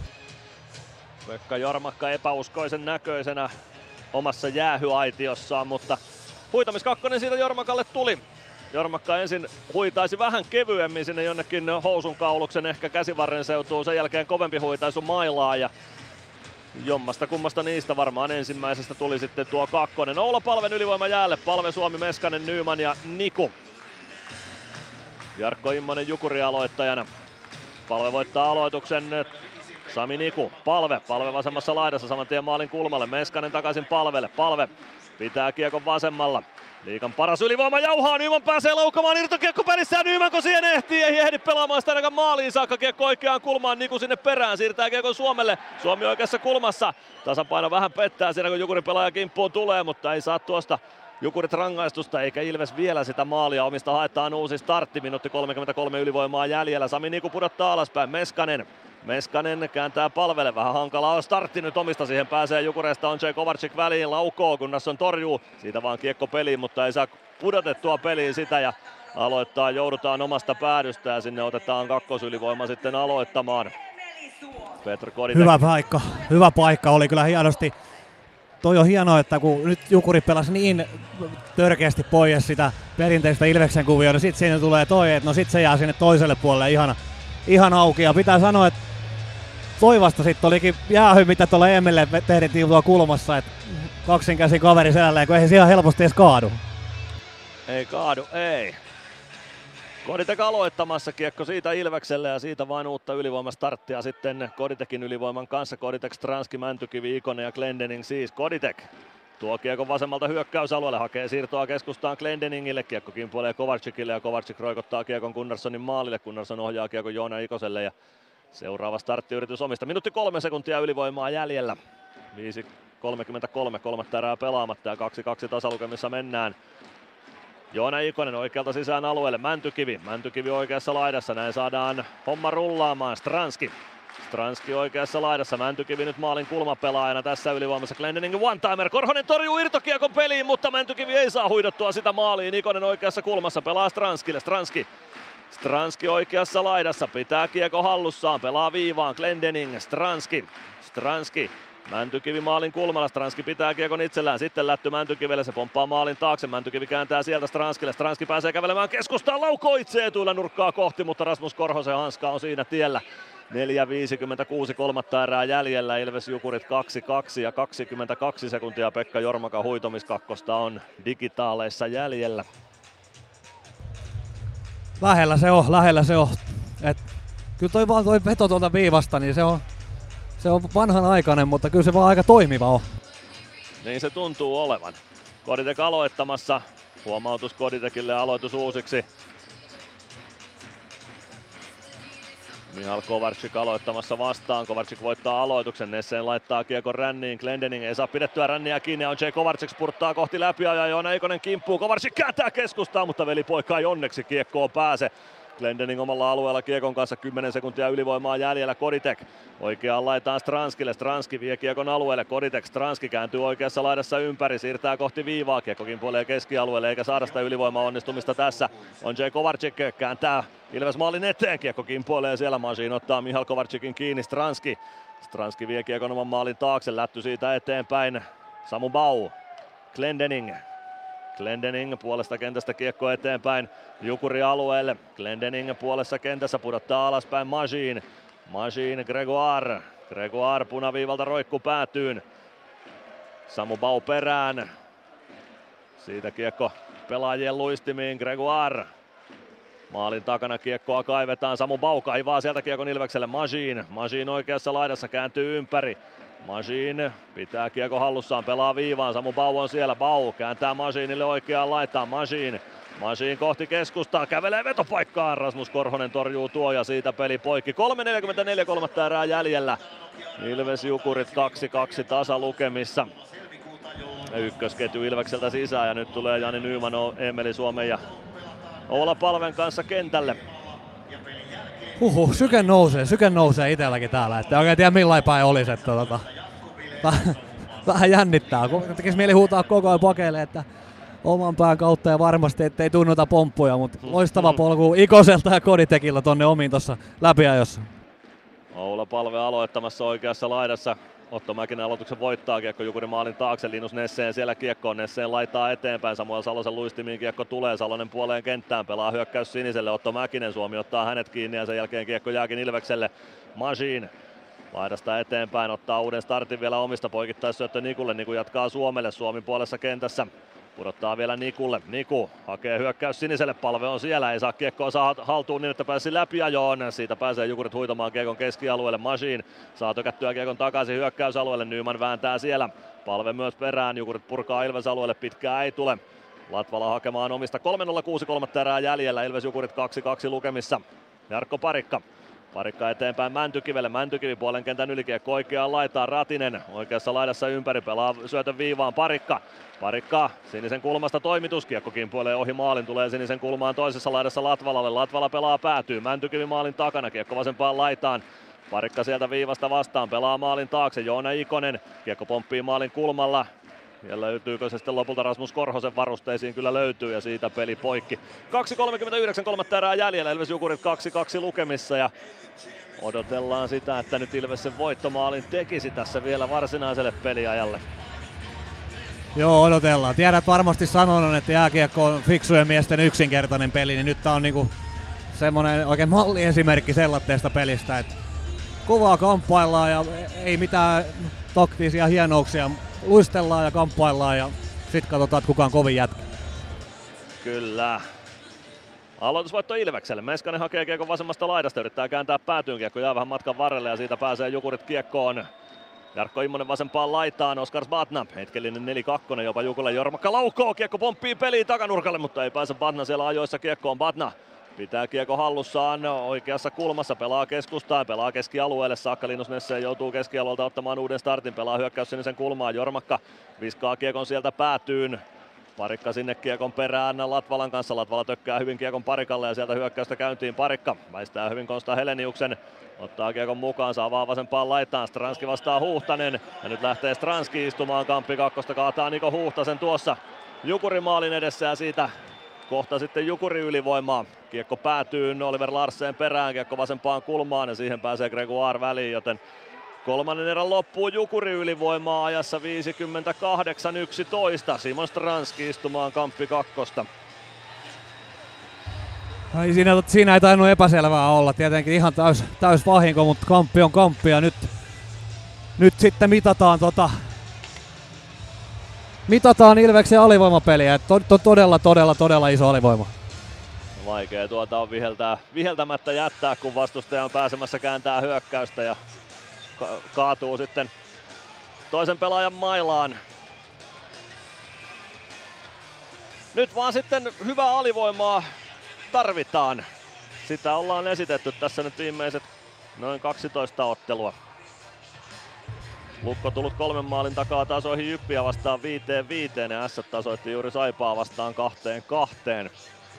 Pekka Jormakka epäuskoisen näköisenä omassa jäähyaitiossaan, mutta huitamiskakkonen siitä Jormakalle tuli. Jormakka ensin huitaisi vähän kevyemmin sinne jonnekin housun kauluksen, ehkä käsivarren seutuun, sen jälkeen kovempi huitaisu mailaa ja jommasta kummasta niistä varmaan ensimmäisestä tuli sitten tuo kakkonen. Oula Palven ylivoima jäälle, Palve, Suomi, Meskanen, Nyman ja Niku. Jarkko Immonen Jukuri aloittajana. Palve voittaa aloituksen. Sami Niku, Palve vasemmassa laidassa saman tien maalin kulmalle. Meskanen takaisin Palvelle. Palve pitää kiekon vasemmalla. Liigan paras ylivoima jauhaa, Nyman pääsee laukamaan irtokiekko pelissä ja Nyman kun siihen ehtii, ei ehdi pelaamaan sitä ainakaan maaliin saakka, kiekko oikeaan kulmaan, Niku sinne perään, siirtää kiekon Suomelle, Suomi oikeassa kulmassa, tasapaino vähän pettää siinä kun Jukurin pelaaja kimppuun tulee, mutta ei saa tuosta Jukurit rangaistusta eikä Ilves vielä sitä maalia, omista haetaan uusi startti, minuutti 33 ylivoimaa jäljellä, Sami Niku pudottaa alaspäin, Meskanen kääntää Palvelle, vähän hankalaa on startti nyt omista, siihen pääsee Jukureista, on J. Kovarczyk väliin, laukoo, Gunnarsson torjuu, siitä vaan kiekko peliin, mutta ei saa pudotettua peliin sitä ja joudutaan omasta päädystä ja sinne otetaan kakkosylivoima sitten aloittamaan. Petr Koditek. Hyvä paikka oli kyllä hienosti. Toi on hienoa, että kun nyt Jukuri pelasi niin törkeästi pois sitä perinteistä Ilveksen kuvioa, niin sitten siinä tulee toi, että no sit se jää sinne toiselle puolelle ihan auki. Ja pitää sanoa, että toi vasta sitten olikin jäähy, mitä tuolla Emelle tehdettiin tuolla kulmassa, että kaksinkäsin kaveri selälleen, kun ei se ihan helposti edes kaadu. Ei kaadu, ei. Koditek aloittamassa, kiekko siitä Ilvekselle ja siitä vain uutta ylivoimastarttia sitten Koditekin ylivoiman kanssa. Koditek, Stranski, Mäntykivi, Ikonen ja Glendening siis. Koditek tuo kiekon vasemmalta hyökkäysalueelle, hakee siirtoa keskustaan Glendeningille, kiekko kimpoilee Kovarczykille ja Kovarczyk roikottaa kiekon Gunnarssonin maalille. Gunnarsson ohjaa kiekon Joona Ikoselle ja seuraava starttiyritys omista. Minuutti 3 sekuntia ylivoimaa jäljellä. 5.33, kolmatta erää pelaamatta ja 2-2 tasalukemissa mennään. Joona Ikonen oikealta sisään alueelle, Mäntykivi oikeassa laidassa, näin saadaan homma rullaamaan, Stranski oikeassa laidassa, Mäntykivi nyt maalin kulmapelaajana tässä ylivoimassa, Glendening one-timer, Korhonen torjuu irtokiekon peliin, mutta Mäntykivi ei saa huidottua sitä maaliin, Ikonen oikeassa kulmassa, pelaa Stranskille, Stranski oikeassa laidassa, pitää kiekko hallussaan, pelaa viivaan, Glendening, Stranski. Mäntykivi maalin kulmalla, Stranski pitää kiekon itsellään, sitten lätty Mäntykivelle, se pomppaa maalin taakse, Mäntykivi kääntää sieltä Stranskille, Stranski pääsee kävelemään keskustaan, laukoo itse etuilla nurkkaa kohti, mutta Rasmus Korhosen hanska on siinä tiellä. 4.56 kolmatta erää jäljellä, Ilves Jukurit 2-2 ja 22 sekuntia Pekka Jormakan huitomiskakkosta on digitaaleissa jäljellä. Lähellä se on. Kyllä toi veto tuolta viivasta, niin se on vanhanaikainen, mutta kyllä se vaan aika toimiva on. Niin se tuntuu olevan. Koditek aloittamassa. Huomautus Koditekille, aloitus uusiksi. Mihal Kovarczyk aloittamassa vastaan. Kovarczyk voittaa aloituksen. Nesseen laittaa kiekon ränniin. Glendening ei saa pidettyä ränniä kiinni. On J. Kovarczyk spurttaa kohti läpiajaa. Joona Ikonen kimppuu. Kovarczyk kääntää keskustaan, mutta velipoika ei onneksi kiekkoon pääse. Glendening omalla alueella kiekon kanssa 10 sekuntia ylivoimaa jäljellä. Koditek oikeaan laitaan Stranskille. Stranski vie kiekon alueelle. Koditek, Stranski kääntyy oikeassa laidassa ympäri. Siirtää kohti viivaa. Kiekko kimpoilee keskialueelle eikä saada sitä ylivoimaa onnistumista tässä. On J. Kovarczyk kääntää Ilves maalin eteen. Kiekko kimpoilee siellä. Masiin ottaa Mihal Kovarczykin kiinni. Stranski vie kiekon oman maalin taakse. Lätty siitä eteenpäin. Samu Bau. Glendening puolesta kentästä kiekko eteenpäin Jukuri alueelle. Glendening puolessa kentässä pudottaa alaspäin Majin Gregoire punaviivalta roikku päätyyn. Samu Bau perään. Siitä kiekko pelaajien luistimiin. Gregoire. Maalin takana kiekkoa kaivetaan. Samu Bau kaivaa sieltä kiekon Ilvekselle. Majin oikeassa laidassa kääntyy ympäri. Majin pitää kiekko hallussaan, pelaa viivaan, Samu Bau on siellä, Bau kääntää Majinille oikeaan laitaan, Machine kohti keskustaa, kävelee vetopaikkaan. Rasmus Korhonen torjuu tuo ja siitä peli poikki. 3.44 kolmatta erää jäljellä. Ilves Jukurit 2-2 tasalukemissa. Ykkösketju Ilvekseltä sisään ja nyt tulee Jani Nyman, Eemeli Suomen ja Oula Palven kanssa kentälle. Syke nousee itselläkin täällä, että oikein tiedä millain päin olisi, että vähän jännittää. Tekisi mieli huutaa koko ajan pakeille, että oman pään kautta ja varmasti ettei tunnuta pomppuja, mutta loistava polku Ikoselta ja Koditekilla tonne omiin tuossa läpiajossa. Oula Palve aloittamassa oikeassa laidassa. Otto Mäkinen aloituksen voittaa, kiekko Jukurin maalin taakse, Linus Nesseen siellä kiekkoon, Nesseen laittaa eteenpäin, Samuel Salosen luistimiin kiekko tulee, Salonen puoleen kenttään, pelaa hyökkäys siniselle, Otto Mäkinen, Suomi ottaa hänet kiinni ja sen jälkeen kiekko jääkin Ilvekselle. Machine laidasta eteenpäin, ottaa uuden startin vielä omista, poikittaisyöttö Nikulle, Niku jatkaa Suomelle, Suomi puolessa kentässä. Pudottaa vielä Nikulle. Niku hakee hyökkäys siniselle, Palve on siellä, ei saa kiekkoa haltuun niin, että pääsi läpiajoon. Siitä pääsee Jukurit huitamaan kiekon keskialueelle. Machine saa tökättyä kiekon takaisin hyökkäysalueelle, Nyman vääntää siellä. Palve myös perään, Jukurit purkaa Ilves alueelle, pitkää ei tule. Latvala hakemaan omista, 3.06 kolmatta erää jäljellä, Ilves Jukurit 2-2 lukemissa. Jarkko Parikka. Parikka eteenpäin Mäntykivelle, Mäntykivi puolen kentän ylikiekko oikeaan laitaan, Ratinen oikeassa laidassa ympäri, pelaa syötön viivaan Parikka sinisen kulmasta toimitus, kiekko kimpoilee ohi maalin, tulee sinisen kulmaan toisessa laidassa Latvalalle, Latvala pelaa päätyy, Mäntykivi maalin takana, kiekko vasempaan laitaan, Parikka sieltä viivasta vastaan, pelaa maalin taakse, Joona Ikonen, kiekko pomppii maalin kulmalla. Ja löytyykö se sitten lopulta Rasmus Korhosen varusteisiin? Kyllä löytyy ja siitä peli poikki. 2.39 kolmatta erää jäljellä, Ilves Jukurit 2-2 lukemissa ja odotellaan sitä, että nyt Ilves sen voittomaalin tekisi tässä vielä varsinaiselle peliajalle. Joo, odotellaan. Tiedät varmasti sanonut, että jääkiekko on fiksujen miesten yksinkertainen peli, niin nyt tää on niinku semmonen oikein malliesimerkki sellaisesta pelistä, että kovaa kamppaillaan ja ei mitään taktisia hienouksia. Luistellaan ja kamppaillaan ja sit katsotaan, että kuka on kovin jätkä. Kyllä. Aloitusvoitto Ilvekselle. Meskanen hakee kiekon vasemmasta laidasta, yrittää kääntää päätyyn, kiekko jää vähän matkan varrelle ja siitä pääsee Jukurit kiekkoon. Jarkko Immonen vasempaan laitaan, Oskar Batna, hetkellinen 4-2 jopa Jukulle, Jormakka laukoo, kiekko pomppii peliin takanurkalle, mutta ei pääse Batna siellä ajoissa kiekkoon. Batna pitää kiekko hallussaan oikeassa kulmassa, pelaa keskustaan, pelaa keskialueelle saakka, Linus Nesseen joutuu keskialueelta ottamaan uuden startin, pelaa hyökkäys sinisen kulmaan, Jormakka viskaa kiekon sieltä päätyyn. Parikka sinne kiekon perään Latvalan kanssa, Latvala tökkää hyvin kiekon Parikalle ja sieltä hyökkäystä käyntiin Parikka. Väistää hyvin Konsta Heleniuksen, ottaa kiekon mukaan, saa vaan vasempaan laitaan, Stranski vastaa Huhtanen ja nyt lähtee Stranski istumaan Kamppi kakkosta, kaataa Niko Huhtasen tuossa Jukurin maalin edessä ja siitä kohta sitten Jukuri ylivoimaa. Kiekko päätyy Oliver Larsen perään, kiekko vasempaan kulmaan ja siihen pääsee Gregoire väliin, joten kolmannen erän loppuun Jukuri ylivoimaa ajassa 58-11. Simon Stranski istumaan Kamppi kakkosta. Siinä ei tainnut epäselvää olla, tietenkin ihan täys vahinko, mutta Kamppi on Kamppi ja nyt sitten mitataan Ilveksen alivoimapeliä. Todella iso alivoima. Vaikea tuota on viheltämättä jättää, kun vastustaja on pääsemässä kääntää hyökkäystä ja kaatuu sitten toisen pelaajan mailaan. Nyt vaan sitten hyvää alivoimaa tarvitaan. Sitä ollaan esitetty tässä nyt viimeiset noin 12 ottelua. Lukko tullut 3 maalin takaa tasoihin Jyppiä vastaan 5-5 ja S tasoitti juuri Saipaa vastaan 2-2.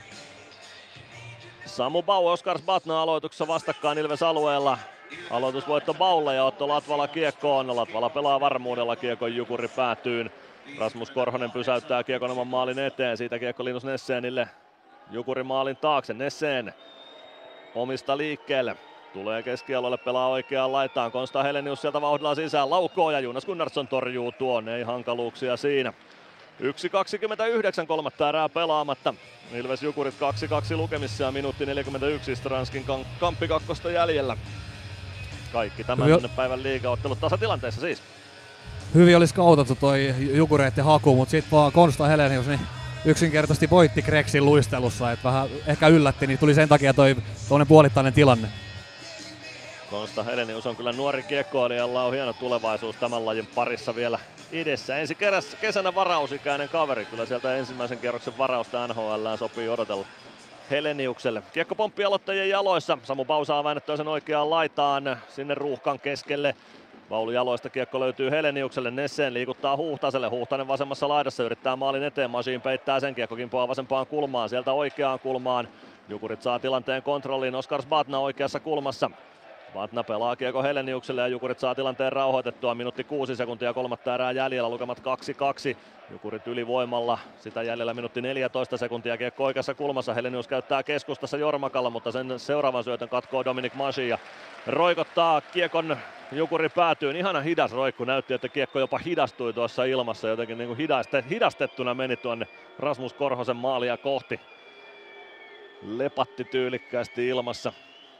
Samu Bau, Oskar Batna aloituksessa vastakkain Ilves alueella. Aloitusvoitto Baulle ja Otto Latvala kiekkoon. Latvala pelaa varmuudella kiekon Jukuri päätyyn. Rasmus Korhonen pysäyttää kiekon oman maalin eteen. Siitä kiekko Linus Nesseenille Jukuri maalin taakse. Nesseen omista liikkeelle. Tulee keskialueelle, pelaa oikeaan laitaan. Konsta Helenius sieltä vauhdilla sisään. Laukoo ja Jonas Gunnarsson torjuu tuon. Ei hankaluuksia siinä. 1.29 kolmatta erää pelaamatta. Ilves Jukurit 2-2 lukemissa ja minuutti 41 Stranskin Kamppi kakkosta jäljellä. Kaikki tämän päivän liigaottelut tasatilanteessa siis. Hyvin olisi kautattu toi Jukureiden haku, mutta sit vaan Konsta Helenius niin yksinkertaisesti voitti Greksin luistelussa, että vähän ehkä yllätti, niin tuli sen takia tuonne puolittainen tilanne. Konsta Helenius on kyllä nuori kiekkoilija, jolla on hieno tulevaisuus tämän lajin parissa vielä edessä. Ensi kesänä varausikäinen kaveri. Kyllä sieltä ensimmäisen kierroksen varausta NHL:ään sopii odotella Heleniukselle. Kiekko pomppii aloittajien jaloissa. Samu Pausaa väännettyä sen oikeaan laitaan sinne ruuhkan keskelle. Vaulu jaloista kiekko löytyy Heleniukselle. Nessen liikuttaa Huhtaselle. Huhtanen vasemmassa laidassa yrittää maalin eteen. Masiin peittää sen. Kiekko kimpoaa vasempaan kulmaan. Sieltä oikeaan kulmaan. Jukurit saa tilanteen kontrolliin. Oskar Zbatna oikeassa kulmassa. Zbatna pelaa kiekko Heleniukselle ja Jukurit saa tilanteen rauhoitettua. Minuutti 6 sekuntia, kolmatta erää jäljellä. Lukemat 2-2. Jukurit ylivoimalla. Sitä jäljellä minuutti 14 sekuntia. Kiekko oikeassa kulmassa. Helenius käyttää keskustassa Jormakalla, mutta sen seuraavan syötön katkoo Dominic Masin ja roikottaa kiekon Jukuri päätyyn. Ihana hidas roikku. Näytti, että kiekko jopa hidastui tuossa ilmassa. Jotenkin niin kuin hidastettuna meni tuonne Rasmus Korhosen maalia kohti. Lepatti tyylikkäästi ilmassa.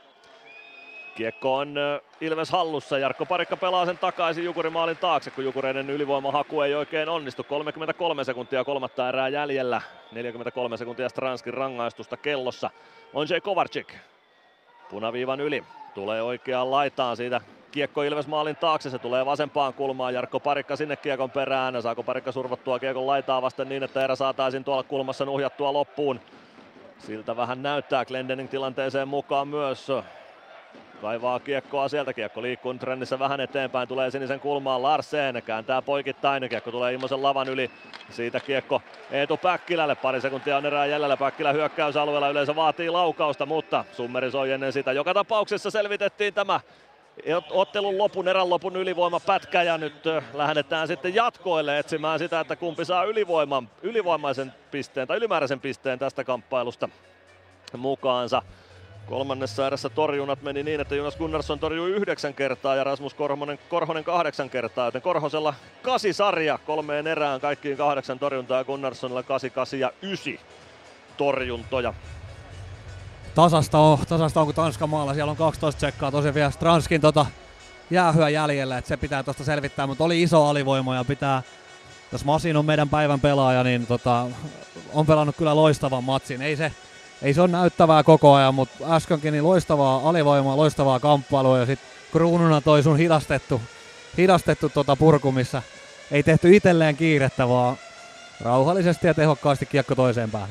Kiekko on Ilves hallussa. Jarkko Parikka pelaa sen takaisin Jukurimaalin taakse, kun Jukureiden ylivoimahaku ei oikein onnistu. 33 sekuntia kolmatta erää jäljellä. 43 sekuntia Stranskin rangaistusta kellossa. On Jay Kovarczyk. Punaviivan yli. Tulee oikeaan laitaan siitä. Kiekko Ilves maalin taakse, se tulee vasempaan kulmaan. Jarkko Parikka sinne kiekon perään. Saako Parikka survottua kiekon laitaa vasten niin, että erä saataisiin tuolla kulmassa nuhjattua loppuun. Siltä vähän näyttää. Glendening tilanteeseen mukaan myös. Kaivaa kiekkoa sieltä, kiekko liikkuu trendissä vähän eteenpäin, tulee sinisen kulmaan Larsen, kääntää poikittain, kiekko tulee Immosen lavan yli, siitä kiekko Eetu Päkkilälle, pari sekuntia on erää jäljellä, Päkkilä hyökkäysalueella, yleensä vaatii laukausta, mutta Summeri soi ennen sitä. Joka tapauksessa selvitettiin tämä ottelun lopun, erän lopun ylivoimapätkä ja nyt lähdetään sitten jatkoille etsimään sitä, että kumpi saa ylivoimaisen pisteen tai ylimääräisen pisteen tästä kamppailusta mukaansa. Kolmannessa erässä torjunnat meni niin, että Jonas Gunnarsson torjui 9 kertaa ja Rasmus Korhonen 8 kertaa, joten Korhosella 8 sarja 3 erään, kaikkiin 8 torjuntaa ja Gunnarssonilla 8, 8 ja 9 torjuntoja. Tasasta on kuin Tanskan maalla, siellä on 12 tsekkaa, tosiaan vielä Stranskin jäähyä jäljellä, että se pitää tuosta selvittää, mutta oli iso alivoima ja pitää, jos Masin on meidän päivän pelaaja, niin on pelannut kyllä loistavan matsin, ei se ole näyttävää koko ajan, mutta äskenkin niin loistavaa alivoimaa, loistavaa kamppailua ja sitten kruununa toi sun hidastettu purku, missä ei tehty itselleen kiirettä, vaan rauhallisesti ja tehokkaasti kiekko toiseen päähän.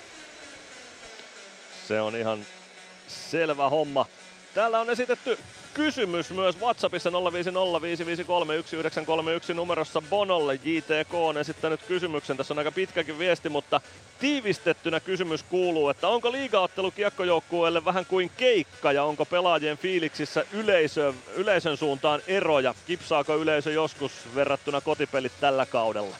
Se on ihan selvä homma. Täällä on esitetty kysymys myös WhatsAppissa 0505531 numerossa Bonolle. JTK on esittänyt kysymyksen. Tässä on aika pitkäkin viesti, mutta tiivistettynä kysymys kuuluu, että onko liigaottelu kiekkojoukkueelle vähän kuin keikka ja onko pelaajien fiiliksissä yleisön suuntaan eroja? Kipsaako yleisö joskus verrattuna kotipelit tällä kaudella?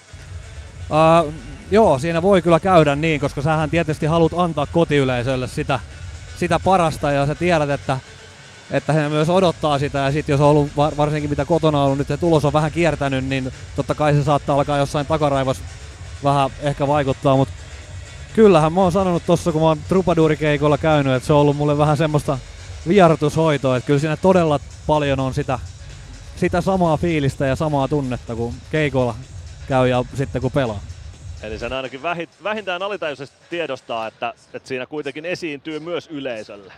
Joo, siinä voi kyllä käydä niin, koska sähän tietysti haluat antaa kotiyleisölle sitä parasta ja sä tiedät, että he myös odottaa sitä ja sitten jos on ollut varsinkin mitä kotona on ollut, nyt se tulos on vähän kiertänyt, niin totta kai se saattaa alkaa jossain takaraivossa vähän ehkä vaikuttaa, mutta kyllähän mä oon sanonut tossa, kun mä oon Troubadourikeikolla käynyt, että se on ollut mulle vähän semmoista vierotushoitoa, että kyllä siinä todella paljon on sitä samaa fiilistä ja samaa tunnetta, kun keikolla käy ja sitten kun pelaa. Eli sen ainakin vähintään alitajuisesti tiedostaa, että siinä kuitenkin esiintyy myös yleisölle.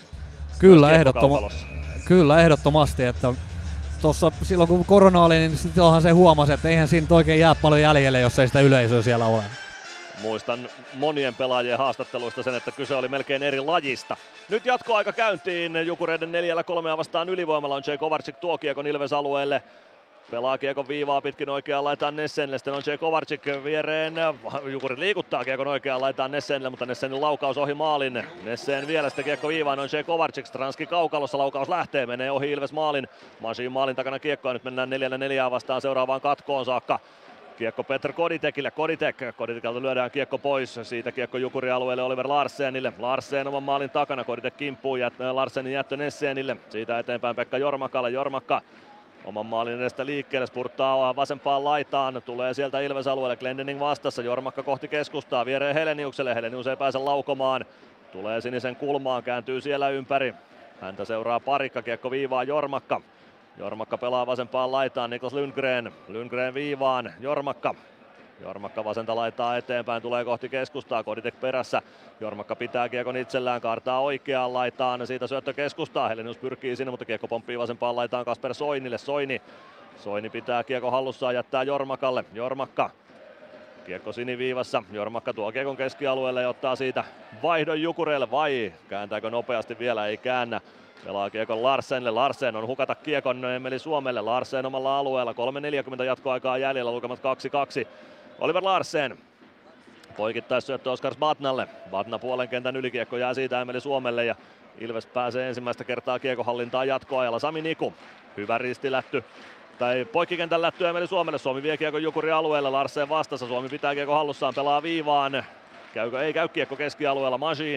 Kyllä ehdottomasti, että tuossa silloin kun korona oli, niin silloinhan se huomasi, että eihän siinä oikein jää paljon jäljelle, jos ei sitä yleisöä siellä ole. Muistan monien pelaajien haastatteluista sen, että kyse oli melkein eri lajista. Nyt jatkoaika käyntiin. Jukureiden 4-3 vastaan ylivoimalla on Jay Kovarczyk tuo kiekon Ilves alueelle. Pelaa kiekon viivaa pitkin oikeaan laitaan Nessenille, sitten on Jay Kovarczyk viereen. Jukuri liikuttaa kiekon oikeaan laitaan Nessenille, mutta Nessenin laukaus ohi maalin. Nessen vielä sitten kiekko viivaan, on Jay Kovarczyk, Stranski kaukalossa, laukaus lähtee, menee ohi Ilves maalin. Masin maalin takana kiekkoa, nyt mennään 4-4 vastaan seuraavaan katkoon saakka. Kiekko Petr Koditekille, Koditekelta lyödään kiekko pois, siitä kiekko Jukuri alueelle Oliver Larsenille. Larsen oman maalin takana, Koditek kimppuu, Larsenin jättö Nessenille, siitä eteenpäin Pekka Jormakalle, Jormakka oman maalin edestä liikkeelle, spurttaa vasempaan laitaan, tulee sieltä Ilves alueelle, Glendening vastassa, Jormakka kohti keskustaa, viereen Heleniukselle, Helenius ei pääse laukomaan, tulee sinisen kulmaan, kääntyy siellä ympäri, häntä seuraa Parikka, kiekko viivaan Jormakka. Jormakka pelaa vasempaan laitaan, Niklas Lundgren viivaan, Jormakka vasenta laitaa eteenpäin, tulee kohti keskustaa, Koditek perässä, Jormakka pitää kiekon itsellään, kaartaa oikeaan laitaan, siitä syöttö keskustaa, Helenius pyrkii sinne, mutta kiekko pomppii vasempaan laitaan Kasper Soinille, Soini pitää kiekon hallussaan, jättää Jormakalle, Jormakka. Kiekko siniviivassa, Jormakka tuo kiekon keskialueelle ja ottaa siitä vaihdon Jukureille, vai kääntääkö nopeasti vielä, ei käännä. Pelaa kiekon Larsenille, Larsen on hukata kiekon Emeli Suomelle, Larsen omalla alueella, 3.40 jatkoaikaa jäljellä, lukemat 2-2. Oliver Larsen poikittaissyöttö Oskar Batnalle, Batna puolen kentän ylikiekko jää siitä Emeli Suomelle ja Ilves pääsee ensimmäistä kertaa kiekohallintaan jatkoajalla. Sami Niku, hyvä ristilätty. Tai poikkikentän lätty Emeli Suomelle, Suomi vie kiekon Jukurin alueelle, Larsen vastassa, Suomi pitää kiekon hallussaan, pelaa viivaan. Ei käy kiekko keskialueella,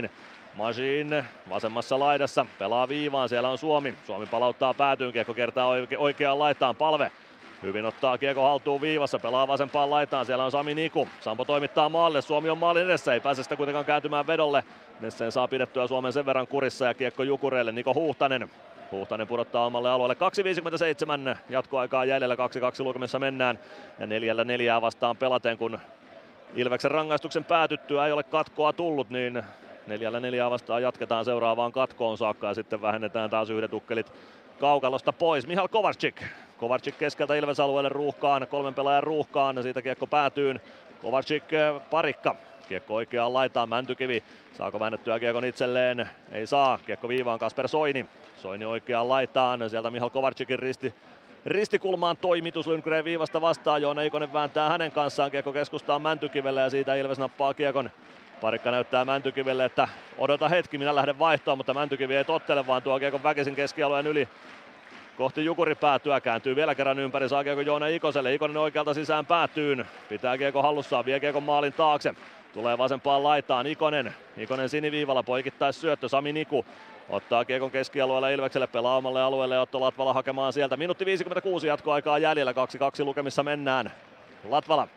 Majin vasemmassa laidassa, pelaa viivaan, siellä on Suomi palauttaa päätyyn, kiekko kertaa oikeaan laitaan, Palve. Hyvin ottaa kiekko haltuun viivassa, pelaa vasempaan laitaan, siellä on Sami Niku. Sampo toimittaa maalle, Suomi on maalin edessä, ei pääse sitä kuitenkaan kääntymään vedolle. Nessen saa pidettyä Suomen sen verran kurissa ja kiekko Jukureille, Niko Huhtanen. Huhtanen pudottaa omalle alueelle, 2.57 jatkoaikaa jäljellä, 2-2 lukemissa mennään. Ja 4-4 vastaan pelaten, kun Ilveksen rangaistuksen päätyttyä ei ole katkoa tullut, niin 4-4 vastaan jatketaan seuraavaan katkoon saakka ja sitten vähennetään taas yhdet ukkelit kaukalosta pois. Mihal Kovarczyk keskeltä Ilves-alueelle ruuhkaan, 3 pelaajan ruuhkaan, siitä kiekko päätyyn. Kovarczyk parikka, kiekko oikeaan laitaan, Mäntykivi, saako väännettyä kiekon itselleen? Ei saa, kiekko viivaan Kasper Soini oikeaan laitaan, sieltä Mihal Kovarczykin ristikulmaan toimitus Lundgren viivasta vastaan, Joona Ikonen vääntää hänen kanssaan, kiekko keskustaan Mäntykivelle ja siitä Ilves nappaa kiekon. Parikka näyttää Mäntykivelle, että odota hetki, minä lähden vaihtoon, mutta Mäntykivi ei tottele, vaan tuo kiekon väkisin keskialueen yli kohti Jukuri-päätyä, kääntyy vielä kerran ympäri, saa kiekko Joona Ikoselle, Ikonen oikealta sisään päätyyn, pitää kiekko hallussaan, vie kiekon maalin taakse, tulee vasempaan laitaan, Ikonen siniviivalla, poikittais syöttö, Sami Niku ottaa kiekon keskialueella Ilvekselle, pelaa omalle alueelle ja Otto Latvala hakemaan sieltä, minuutti 56 jatkoaikaa jäljellä, 2-2 lukemissa mennään, Latvala,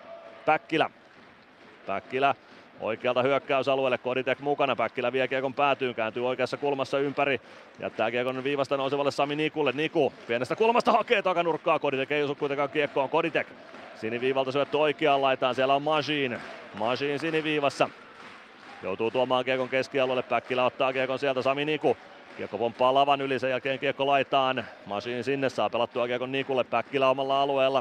Päkkilä oikealta hyökkäysalueelle, Koditek mukana, Päkkilä vie kiekon päätyyn, kääntyy oikeassa kulmassa ympäri, jättää kiekon viivasta nousevalle Sami Nikulle, Niku pienestä kulmasta hakee takanurkkaa, Koditek ei osu kuitenkaan kiekkoon, Koditek siniviivalta syöttö oikeaan laitaan, siellä on Majin siniviivassa, joutuu tuomaan kiekon keskialueelle, Päkkilä ottaa kiekon sieltä, Sami Niku, kiekko pomppaa lavan yli, sen jälkeen kiekko laitaan, Majin sinne saa pelattua kiekon Nikulle, Päkkilä omalla alueella,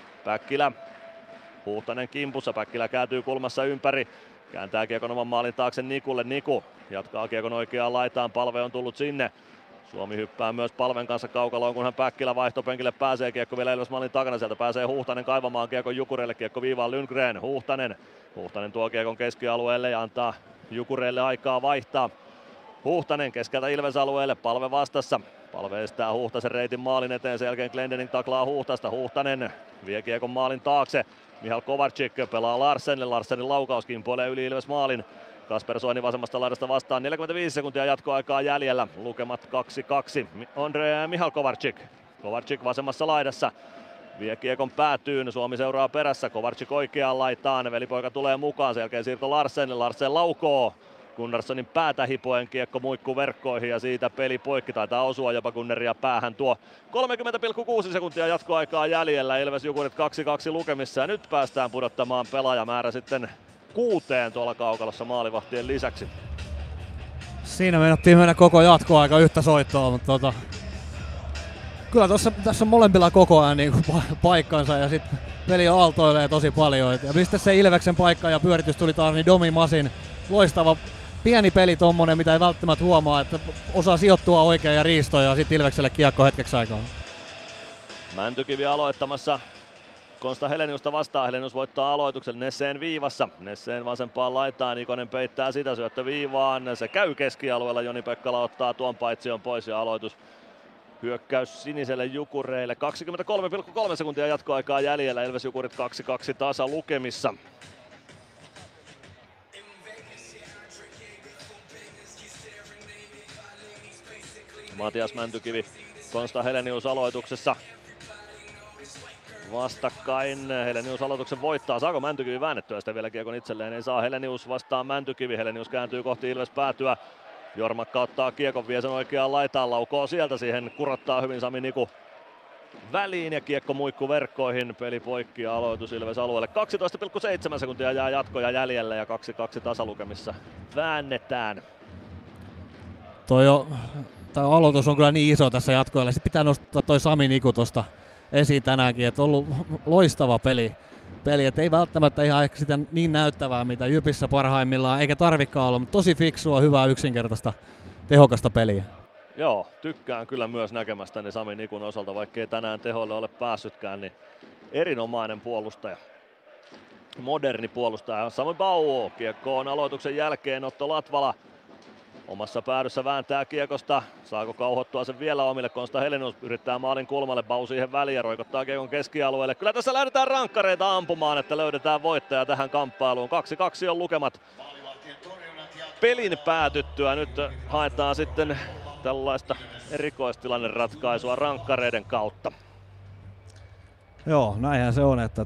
Huhtanen kimpussa, Päkkilä kääntyy kulmassa ympäri, kääntää kiekon oman maalin taakse Nikulle, Niku jatkaa kiekon oikeaan laitaan, Palve on tullut sinne. Suomi hyppää myös Palven kanssa kaukaloon, kunhan Päkkilä vaihtopenkille pääsee, kiekko vielä Ilves maalin takana, sieltä pääsee Huhtanen kaivamaan kiekon Jukureille, kiekko viivaan Lundgren, Huhtanen tuo kiekon keskialueelle ja antaa Jukureille aikaa vaihtaa. Huhtanen keskeltä Ilves-alueelle, Palve vastassa. Palve estää Huhtasen reitin maalin eteen, sen jälkeen Glendening taklaa Huhtasta. Huhtanen vie kiekon maalin taakse. Mihal Kovarczyk pelaa Larsenin laukaus kimpoilee yli Ilves maalin. Kasper Soini vasemmasta laidasta vastaan, 45 sekuntia jatkoaikaa jäljellä, lukemat 2-2. Mihal Kovarczyk vasemmassa laidassa. Vie kiekon päätyyn, Suomi seuraa perässä, Kovarczyk oikeaan laitaan, velipoika tulee mukaan, sen jälkeen siirto Larsen laukoo. Gunnarssonin päätä hipoen kiekko muikkuu verkkoihin ja siitä peli poikki, taitaa osua jopa Gunneria päähän tuo. 30,6 sekuntia jatkoaikaa jäljellä, Ilves Jukurit 2-2 lukemissa ja nyt päästään pudottamaan pelaajamäärä sitten 6 tuolla kaukalossa maalivahtien lisäksi. Siinä meinattiin mennä koko jatkoaika yhtä soittoa, mutta kyllä tässä on molemmilla koko ajan niin paikkansa ja sitten peli aaltoilee tosi paljon. Ja mistä se Ilveksen paikka ja pyöritys tuli taas, niin Domi Masin loistava pieni peli tommonen, mitä ei välttämättä huomaa, että osaa sijoittua oikein ja riistoa ja sitten Ilvekselle kiekko hetkeksi aikaa. Mäntykivi aloittamassa Konsta Heleniusta vastaan, Helenius voittaa aloituksen, Nesseen viivassa, Nesseen vasempaan laitaan, Ikonen peittää sitä, syöttö viivaan, se käy keskialueella, Joni Pekkala ottaa tuon paitsion pois ja aloitus hyökkäys siniselle Jukureille, 23,3 sekuntia jatkoaikaa jäljellä, Ilves Jukurit 2-2 tasa lukemissa. Matias Mäntykivi, Konsta Helenius aloituksessa. Vastakkain, Helenius aloituksen voittaa, saako Mäntykivi väännettyä sitä vielä kiekon itselleen, ei saa, Helenius vastaan Mäntykivi, Helenius kääntyy kohti Ilves päätyä. Jormakka ottaa kiekon, vie sen oikeaan laitaan, laukoo sieltä, siihen kurottaa hyvin Sami Niku. väliin ja kiekko muikku verkkoihin. Peli poikki ja aloitus Ilves alueelle. 12,7 sekuntia jää jatkoja jäljellä ja 2-2 tasalukemissa väännetään. Tämä aloitus on kyllä niin iso tässä jatkoilla. Sitten pitää nostaa toi Sami Niku tuosta esiin tänäänkin, että on ollut loistava peli, että ei välttämättä ihan ehkä sitä niin näyttävää, mitä Jypissä parhaimmillaan, eikä tarvikaan olla, mutta tosi fiksua, hyvää, yksinkertaista, tehokasta peliä. Joo, tykkään kyllä myös näkemästäni Sami Nikun osalta, vaikkei tänään tehoille ole päässytkään, niin erinomainen puolustaja. Moderni puolustaja. Sami Bauo, kiekko on aloituksen jälkeen, Otto Latvala omassa päädyssä vääntää kiekosta. Saako kauhottua sen vielä omille? Konsta Helenius yrittää maalin kulmalle. Bau siihen väliin ja roikottaa kiekon keskialueelle. Kyllä tässä lähdetään rankkareita ampumaan, että löydetään voittaja tähän kamppailuun. 2-2 on lukemat pelin päätyttyä. Nyt haetaan sitten tällaista erikoistilanneratkaisua rankkareiden kautta. Joo, näinhän se on, että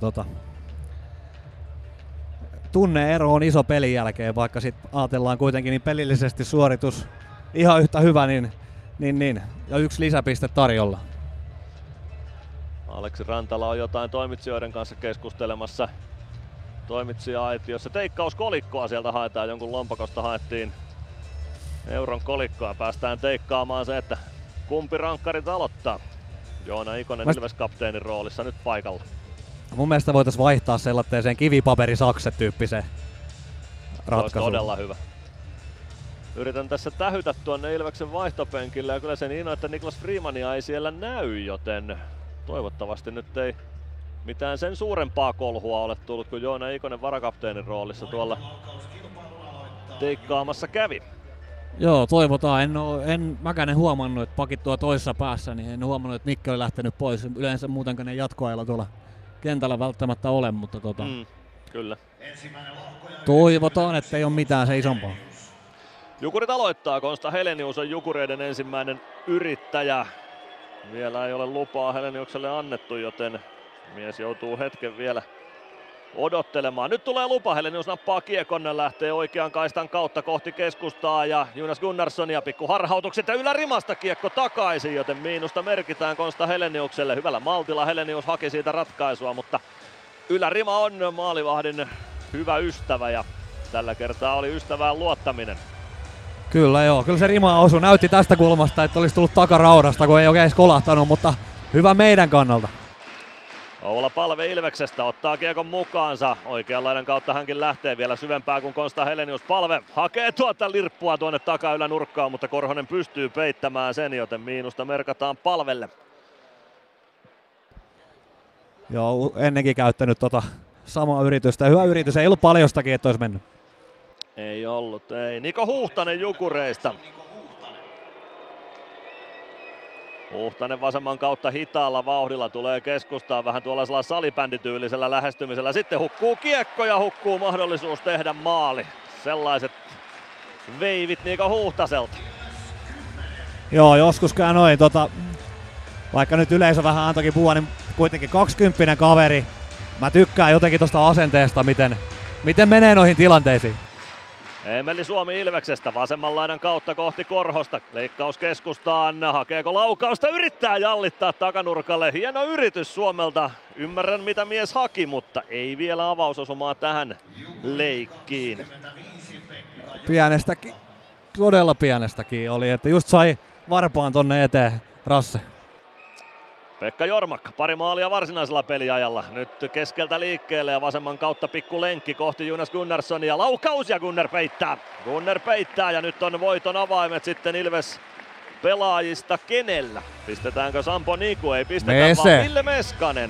tunne-ero on iso pelin jälkeen, vaikka sitten ajatellaan kuitenkin niin pelillisesti suoritus ihan yhtä hyvä, niin ja 1 lisäpiste tarjolla. Aleksi Rantala on jotain toimitsijoiden kanssa keskustelemassa toimitsija-aitiossa. Teikkauskolikkoa sieltä haetaan, jonkun lompakosta haettiin euron kolikkoa. Päästään teikkaamaan se, että kumpi rankkarit aloittaa. Joona Ikonen Ilves-kapteenin roolissa nyt paikalla. Mun mielestä voitaisiin vaihtaa sellaiseen kivipaperi-sakset-tyyppiseen ratkaisuun. Todella hyvä. Yritän tässä tähytä tuonne Ilveksen vaihtopenkille ja kyllä se niin on, että Niklas Freemania ei siellä näy, joten toivottavasti nyt ei mitään sen suurempaa kolhua ole tullut, kun Joona Ikonen varakapteenin roolissa tuolla teikkaamassa kävi. Joo, toivotaan. En mäkään huomannut, että pakit tuo toisessa päässä, niin en huomannut, että Mikki oli lähtenyt pois. Yleensä muutenkaan ne jatkoajalla tuolla kentällä välttämättä ole, mutta kyllä. Toivotaan, ettei ole mitään se isompaa. Jukurit aloittaa. Konsta Helenius on Jukureiden ensimmäinen yrittäjä. Vielä ei ole lupaa Heleniukselle annettu, joten mies joutuu hetken vielä odottelemaan. Nyt tulee lupa. Helenius nappaa kiekon, lähtee oikean kaistan kautta kohti keskustaa ja Jonas Gunnarssonia pikku harhautukset ja ylärimasta kiekko takaisin, joten miinusta merkitään Konsta Heleniukselle. Hyvällä maltilla Helenius haki siitä ratkaisua, mutta ylärima on maalivahdin hyvä ystävä ja tällä kertaa oli ystävään luottaminen. Kyllä joo, kyllä se rima osui. Näytti tästä kulmasta, että olisi tullut takaraudasta, kun ei oikein edes kolahtanut, mutta hyvä meidän kannalta. Oula Palve Ilveksestä ottaa kiekon mukaansa. Oikean laidan kautta hänkin lähtee vielä syvempää kuin Konsta Helenius. Palve hakee tuota lirppua tuonne takaylänurkkaan, mutta Korhonen pystyy peittämään sen, joten miinusta merkataan Palvelle. Joo, ennenkin käyttänyt samaa yritystä. Hyvä yritys, ei ollut paljostakin, että olisi mennyt. Ei ollut, ei. Niko Huhtanen Jukureista. Huhtanen vasemman kautta hitaalla vauhdilla tulee keskustaan vähän tuollaisella salibändityylisellä lähestymisellä. Sitten hukkuu kiekko ja hukkuu mahdollisuus tehdä maali. Sellaiset veivit Niko Huhtaselta. Joo, joskus käy noin. Vaikka nyt yleisö vähän antoikin puhua, niin kuitenkin 20 kaveri. Mä tykkään jotenkin tosta asenteesta, miten menee noihin tilanteisiin. Emeli Suomi Ilveksestä vasemman laidan kautta kohti Korhosta. Leikkaus keskustaan. Hakeeko laukausta? Yrittää jallittaa takanurkalle. Hieno yritys Suomelta. Ymmärrän mitä mies haki, mutta ei vielä avausosumaa tähän leikkiin. Pienestäkin, todella pienestäkin oli, että just sai varpaan tonne eteen Rasse. Pekka Jormakka, pari maalia varsinaisella peliajalla. Nyt keskeltä liikkeelle ja vasemman kautta pikku lenkki kohti Jonas Gunnarssonia. Laukaus ja Gunnar peittää. Gunnar peittää ja nyt on voiton avaimet sitten Ilves pelaajista kenellä? Pistetäänkö Sampo Niku? Ei pistetä, vaan Ville Meskanen.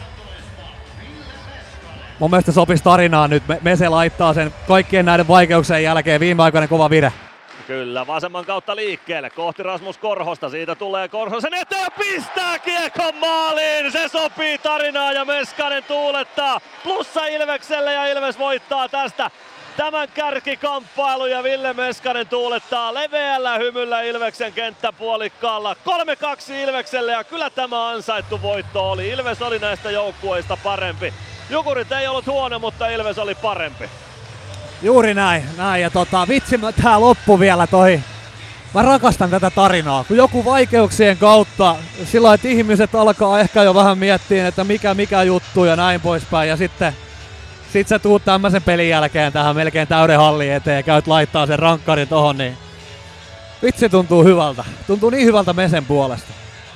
Mun mielestä sopisi tarinaan nyt. Mese laittaa sen kaikkien näiden vaikeuksien jälkeen viimeaikainen kova vire. Kyllä, vasemman kautta liikkeelle kohti Rasmus Korhosta. Siitä tulee Korhosen eteen ja pistää kiekon maaliin. Se sopii tarinaan ja Meskanen tuulettaa. Plussa Ilvekselle ja Ilves voittaa tästä tämän kärkikamppailun ja Ville Meskanen tuulettaa leveällä hymyllä Ilveksen kenttäpuolikkaalla. 3-2 Ilvekselle ja kyllä tämä ansaittu voitto oli. Ilves oli näistä joukkueista parempi. Jukurit ei ollut huono, mutta Ilves oli parempi. Juuri näin. Ja vitsi, tää loppu vielä Mä rakastan tätä tarinaa, kun joku vaikeuksien kautta, sillä että ihmiset alkaa ehkä jo vähän miettiä, että mikä juttu ja näin poispäin, ja sitten sä tuut tämmöisen pelin jälkeen tähän melkein täyden hallin eteen ja käyt laittaa sen rankkarin tohon, niin vitsi tuntuu hyvältä. Tuntuu niin hyvältä Mesen puolesta.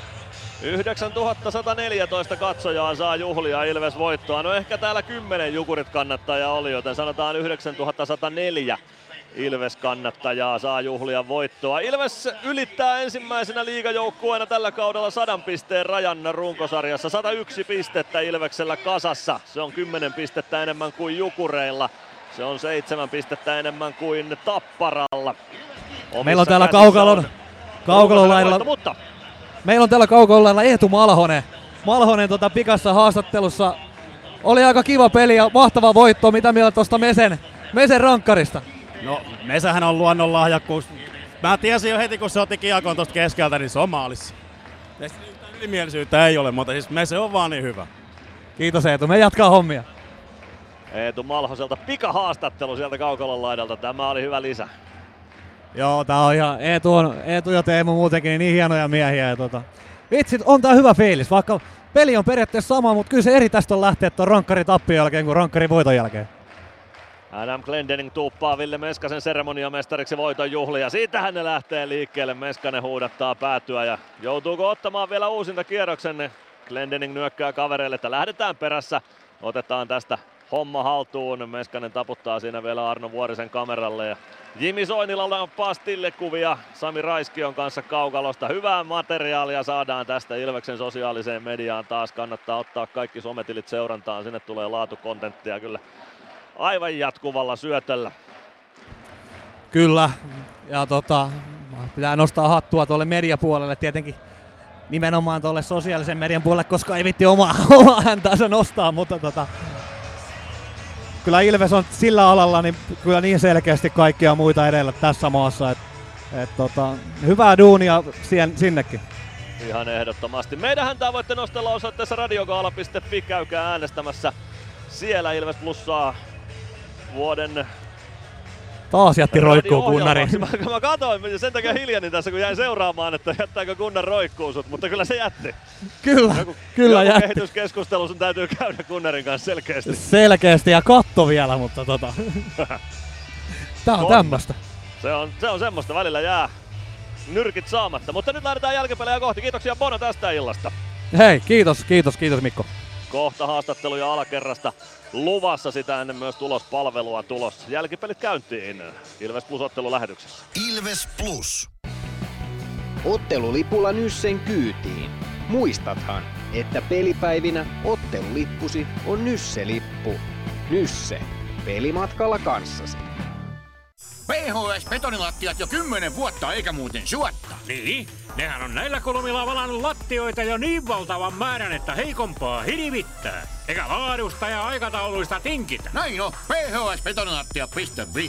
9114 katsojaa saa juhlia Ilves voittoa. No ehkä täällä 10 Jukurit kannattajaa oli, joten sanotaan 9104 Ilves kannattajaa saa juhlia voittoa. Ilves ylittää ensimmäisenä liigajoukkueena tällä kaudella 100 pisteen rajan runkosarjassa. 101 pistettä Ilveksellä kasassa. Se on 10 pistettä enemmän kuin Jukureilla. Se on 7 pistettä enemmän kuin Tapparalla. Meillä on täällä kaukalon laidalla. Mutta meillä on täällä kaukalon laidalla Eetu Malhonen. Malhonen pikassa haastattelussa. Oli aika kiva peli ja mahtava voitto. Mitä mieltä tuosta Mesen rankkarista? No, Mesähän on luonnonlahjakkuus. Mä tiesin jo heti, kun se otti kiekon tuosta keskeltä, niin se on maalissa. Ylimielisyyttä ei ole, mutta siis Mese on vaan niin hyvä. Kiitos Eetu, me jatkaa hommia. Eetu Malhoselta pikahaastattelu sieltä kaukalon laidalta. Tämä oli hyvä lisä. Joo, tää on ihan Eetu ja Teemu muutenkin niin hienoja miehiä. Ja vitsit, on tää hyvä fiilis, vaikka peli on periaatteessa sama, mutta kyllä se eri tästä on lähteä tuon rankkarin tappion jälkeen kuin rankkarin voiton jälkeen. Adam Glendening tuuppaa Ville Meskasen seremoniamestariksi voiton juhlia. Siitähän ne lähtee liikkeelle. Meskanen huudattaa päätyä ja joutuuko ottamaan vielä uusinta kierroksen. Glendening nyökkää kavereille, että lähdetään perässä. Otetaan tästä homma haltuun. Meskanen taputtaa siinä vielä Arno Vuorisen kameralle. Ja Jimi Soinilla lappaa stillekuvia Sami Raiskion kanssa kaukalosta. Hyvää materiaalia saadaan tästä Ilveksen sosiaaliseen mediaan taas. Kannattaa ottaa kaikki sometilit seurantaan. Sinne tulee laatukontenttia kyllä aivan jatkuvalla syötöllä. Kyllä, ja pitää nostaa hattua tuolle mediapuolelle tietenkin. Nimenomaan tuolle sosiaalisen median puolelle, koska ei vitti omaa häntäänsä nostaa, mutta kyllä Ilves on sillä alalla niin kyllä niin selkeästi kaikkia muita edellä tässä maassa. Hyvää duunia sinnekin. Ihan ehdottomasti. Meidänhän tää voitte nostella osoitteessa radiogaala.fi. Käykää äänestämässä siellä. Ilves plussaa vuoden taas jätti roikkuu Gunnari. Mä katsoin, sen takia hiljanin tässä kun jäin seuraamaan, että jättääkö Gunnar roikkuu sut, mutta kyllä se jätti. Kyllä jätti. Kehityskeskustelu sun täytyy käydä Gunnarin kanssa selkeästi. Selkeästi ja katto vielä, mutta tää on tämmöstä. Se on semmoista, välillä jää nyrkit saamatta, mutta nyt lähdetään jälkipelejä kohti. Kiitoksia Bono tästä illasta. Hei, kiitos Mikko. Kohta haastatteluja alakerrasta luvassa, sitä ennen myös tulospalvelua tulossa. Jälkipelit käyntiin Ilves Plus -ottelu lähetyksessä. Ilves Plus. Ottelulipulla Nyssen kyytiin. Muistathan, että pelipäivinä ottelulippusi on Nysse-lippu. Nysse. Pelimatkalla kanssasi. PHS-betonilattiat jo 10 vuotta eikä muuten suotta. Niin, nehän on näillä kolmilla valannut lattioita jo niin valtavan määrän, että heikompaa hirvittää. Eikä laadusta ja aikatauluista tinkitä. Näin on, phsbetonilattia.fi.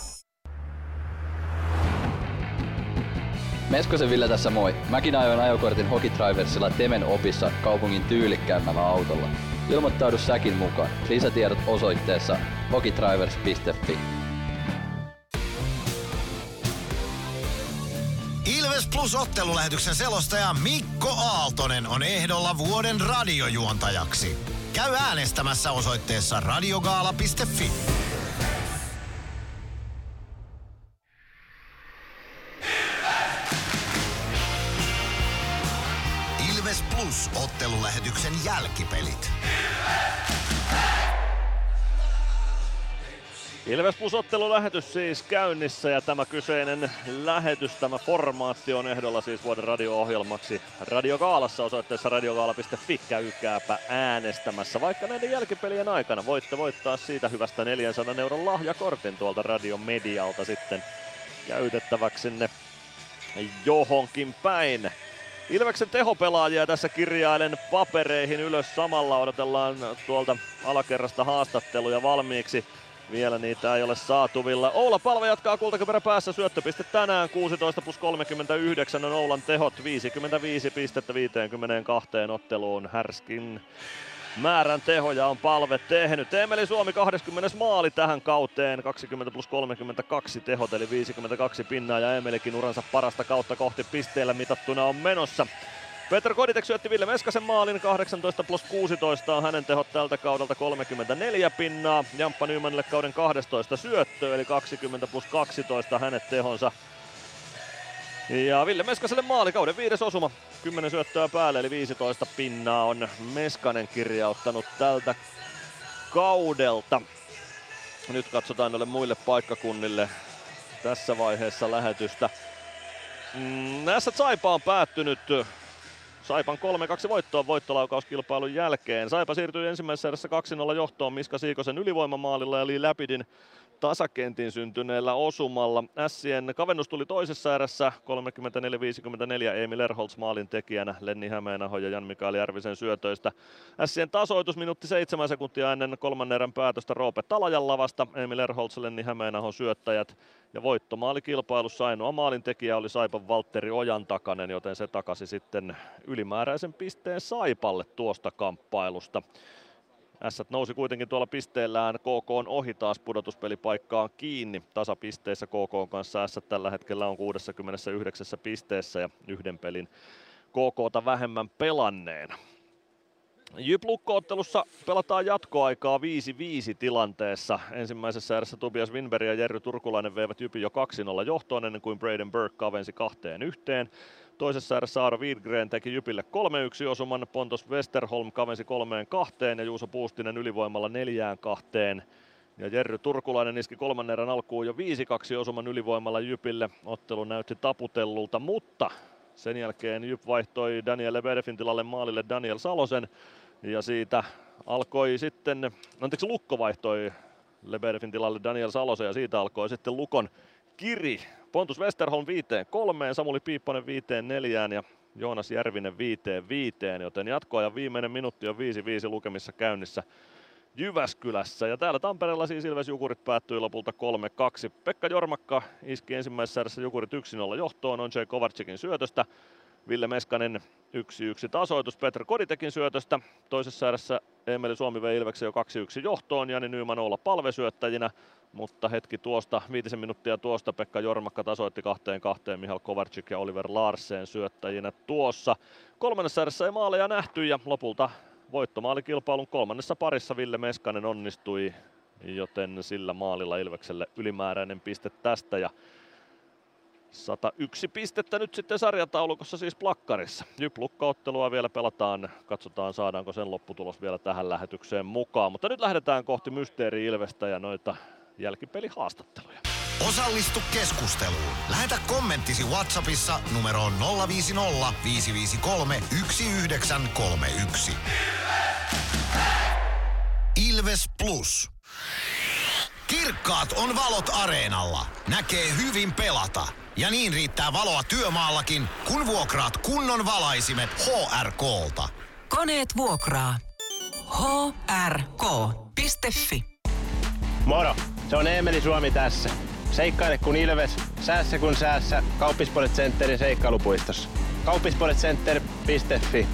Meskosen Ville tässä moi. Mäkin ajoin ajokortin Hokitriversilla Temen opissa kaupungin tyylikkäämmällä autolla. Ilmoittaudu säkin mukaan. Lisätiedot osoitteessa hokitrivers.fi. Ilves Plus -ottelulähetyksen selostaja Mikko Aaltonen on ehdolla vuoden radiojuontajaksi. Käy äänestämässä osoitteessa radiogaala.fi. Ilves Plus -ottelulähetyksen jälkipelit. Ilves Plus -ottelulähetys siis käynnissä ja tämä kyseinen lähetys, tämä formaatti on ehdolla siis vuoden radio-ohjelmaksi Radiogaalassa osoitteessa radiogaala.fi. Käykääpä äänestämässä, vaikka näiden jälkipelien aikana voitte voittaa siitä hyvästä 400 € lahjakortin tuolta Radiomedialta sitten käytettäväksenne johonkin päin. Ilveksen tehopelaajia tässä kirjailen papereihin ylös, samalla odotellaan tuolta alakerrasta haastatteluja valmiiksi. Vielä niitä ei ole saatuvilla. Oula Palve jatkaa kultakypärä päässä. Syöttöpiste tänään 16+39 on Oulan tehot. 55 pistettä 52 otteluun. Härskin määrän tehoja on Palve tehnyt. Emeli Suomi 20. maali tähän kauteen, 20 plus 32 tehot eli 52 pinnaa ja Emelikin uransa parasta kautta kohti pisteellä mitattuna on menossa. Petr Koditek syötti Ville Meskasen maalin, 18 plus 16 on hänen tehot tältä kaudelta 34 pinnaa. Jamppa Nymanille kauden 12 syöttöä eli 20 plus 12 hänet tehonsa. Ja Ville Meskaselle maali, kauden 5. osuma, 10 syöttöä päälle eli 15 pinnaa on Meskanen kirjauttanut tältä kaudelta. Nyt katsotaan noille muille paikkakunnille tässä vaiheessa lähetystä. Saipa on päättynyt Saipan 3-2 voittoon voittolaukauskilpailun jälkeen. Saipa siirtyi ensimmäisessä erässä 2-0 johtoon Miska Siikosen ylivoimamaalilla ja Li Läpidin tasakentin syntyneellä osumalla. Ässien kavennus tuli toisessa erässä 34-54 Emil Erholz maalin tekijänä Lenni Hämeenaho ja Jan-Mikael Järvisen syötöistä. Ässien tasoitus minuutti 7 sekuntia ennen kolmannen erän päätöstä Roope Talajan lavasta. Emil Erholz, Lenni Hämeenaho syöttäjät. Ja voittomaalikilpailussa ainoa maalintekijä oli Saipan Valtteri Ojantakanen, joten se takasi sitten ylimääräisen pisteen Saipalle tuosta kamppailusta. Ässät nousi kuitenkin tuolla pisteellään KK:n ohi taas pudotuspelipaikkaan kiinni. Tasapisteissä KK:n kanssa Ässät tällä hetkellä on 69 pisteessä ja yhden pelin KK:ta vähemmän pelanneena. Jyp-Lukko-ottelussa pelataan jatkoaikaa 5-5 tilanteessa. Ensimmäisessä erässä Tobias Winberg ja Jerry Turkulainen veivät Jypin jo 2-0 johtoon ennen kuin Braden Burke kavensi 2-1. Toisessa erässä Aaro Widgren teki Jypille 3-1 osuman, Pontus Westerholm kavensi 3-2 ja Juuso Puustinen ylivoimalla 4-2. Ja Jerry Turkulainen iski kolmannen erän alkuun jo 5-2 osuman ylivoimalla Jypille. Ottelu näytti taputellulta, mutta sen jälkeen Jyp vaihtoi Daniel Lebedefin tilalle maalille Daniel Salosen. Ja siitä alkoi sitten, Lukko vaihtoi Lebedefin tilalle Daniel Salosen ja siitä alkoi sitten Lukon kiri. Pontus Westerholm 5-3, Samuli Piipponen 5-4 ja Joonas Järvinen 5-5, joten jatkoajan viimeinen minuutti on 5-5 lukemissa käynnissä Jyväskylässä. Ja täällä Tampereella siis Ilves Jukurit päättyi lopulta 3-2. Pekka Jormakka iski ensimmäisessä erässä Jukurit 1-0 johtoon Ondřej Kovarčikin syötöstä. Ville Meskanen 1-1 tasoitus Petr Koditekin syötöstä. Toisessa erässä Emeli Suomi vei Ilveksen jo 2-1 johtoon, Jani Nyman Oula Palve syöttäjinä. Mutta hetki tuosta, 5 minuuttia tuosta Pekka Jormakka tasoitti 2-2 Mihail Kovarčik ja Oliver Larsen syöttäjinä tuossa. Kolmannessa erässä ei maaleja nähty ja lopulta voittomaalikilpailun kolmannessa parissa Ville Meskanen onnistui, joten sillä maalilla Ilvekselle ylimääräinen piste tästä ja 101 pistettä nyt sitten sarjataulukossa siis plakkarissa. Jyp-Lukko-ottelua vielä pelataan, katsotaan saadaanko sen lopputulos vielä tähän lähetykseen mukaan, mutta nyt lähdetään kohti Mysteeri Ilvestä ja noita jälkipelihaastatteluja. Osallistu keskusteluun. Lähetä kommenttisi WhatsAppissa numeroon 050 553 1931. Ilves Plus. Kirkkaat on valot areenalla. Näkee hyvin pelata. Ja niin riittää valoa työmaallakin, kun vuokraat kunnon valaisimet HRK:lta. Koneet vuokraa. hrk.fi. Moro! Se on Emeli Suomi tässä. Seikkaile kun Ilves, säässä kun säässä. Kauppisports Centerin seikkailupuistossa. Kauppisportscenter.fi.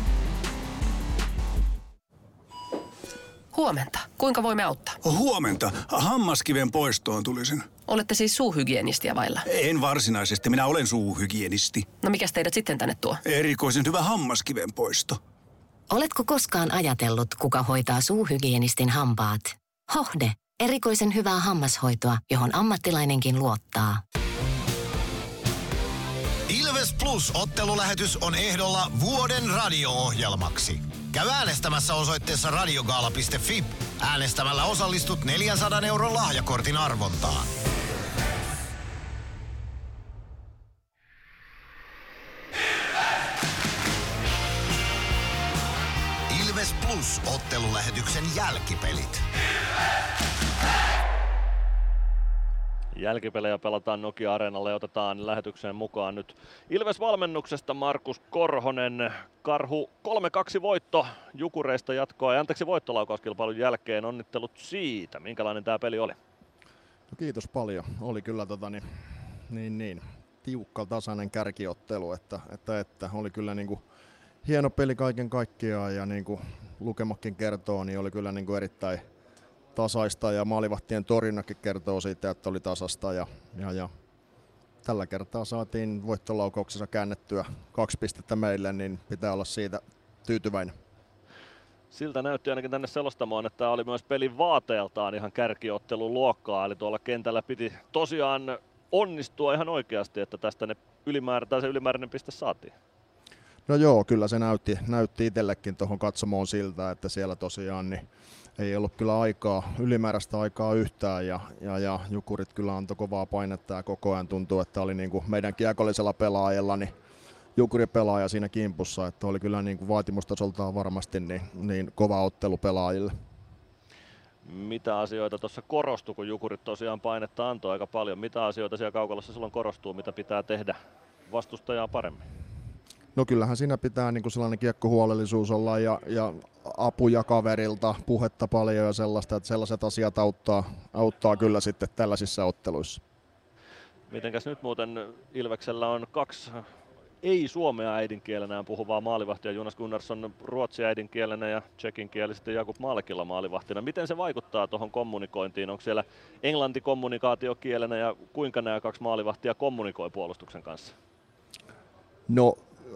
Huomenta. Kuinka voimme auttaa? Huomenta. Hammaskiven poistoon tulisin. Olette siis suuhygienistiä vailla? En varsinaisesti. Minä olen suuhygienisti. No mikäs teidät sitten tänne tuo? Erikoisen hyvä hammaskiven poisto. Oletko koskaan ajatellut, kuka hoitaa suuhygienistin hampaat? Hohde. Erikoisen hyvää hammashoitoa, johon ammattilainenkin luottaa. Ilves Plus -ottelulähetys on ehdolla vuoden radio-ohjelmaksi. Käy äänestämässä osoitteessa radiogaala.fi. Äänestämällä osallistut 400 € lahjakortin arvontaan. Ilves Plus -ottelulähetyksen jälkipelit. Jälkipelejä pelataan Nokia-areenalla ja otetaan lähetykseen mukaan nyt Ilves-valmennuksesta Markus Korhonen. Karhu 3-2 voitto Jukureista jatkoa ja voittolaukauskilpailun jälkeen. Onnittelut siitä. Minkälainen tämä peli oli? No kiitos paljon. Oli kyllä tiukka tasainen kärkiottelu, että oli kyllä niinku hieno peli kaiken kaikkiaan ja niin kuin lukemakin kertoo, niin oli kyllä niin kuin erittäin tasaista ja maalivahtien torjunnakin kertoo siitä, että oli tasasta ja tällä kertaa saatiin voittolaukauksessa käännettyä 2 pistettä meille, niin pitää olla siitä tyytyväinen. Siltä näytti ainakin tänne selostamaan, että tämä oli myös pelin vaateeltaan ihan kärkiottelun luokkaa, eli tuolla kentällä piti tosiaan onnistua ihan oikeasti, että tästä se ylimääräinen piste saatiin. No joo, kyllä se näytti itsellekin tuohon katsomoon siltä, että siellä tosiaan niin ei ollut kyllä ylimääräistä aikaa yhtään ja Jukurit kyllä antoi kovaa painetta ja koko ajan tuntuu, että oli niin kuin meidän kiekollisella pelaajalla niin Jukuri-pelaaja siinä kimpussa, että oli kyllä niin kuin vaatimustasoltaan varmasti niin kova ottelu pelaajille. Mitä asioita tuossa korostui, kun Jukurit tosiaan painetta antoi aika paljon? Mitä asioita siellä Kaukalossa silloin korostuu, mitä pitää tehdä vastustajaa paremmin? No kyllähän siinä pitää niin kuin sellainen kiekkohuolellisuus olla ja apuja kaverilta, puhetta paljon ja sellaista, että sellaiset asiat auttaa kyllä sitten tällaisissa otteluissa. Mitenkäs nyt muuten Ilveksellä on 2 ei-suomea äidinkielenään puhuvaa maalivahtia, Jonas Gunnarsson ruotsia äidinkielenä ja tsekin kieli sitten Jakub Malkila maalivahtina. Miten se vaikuttaa tuohon kommunikointiin? Onko siellä englanti kommunikaatiokielenä ja kuinka nämä 2 maalivahtia kommunikoi puolustuksen kanssa? No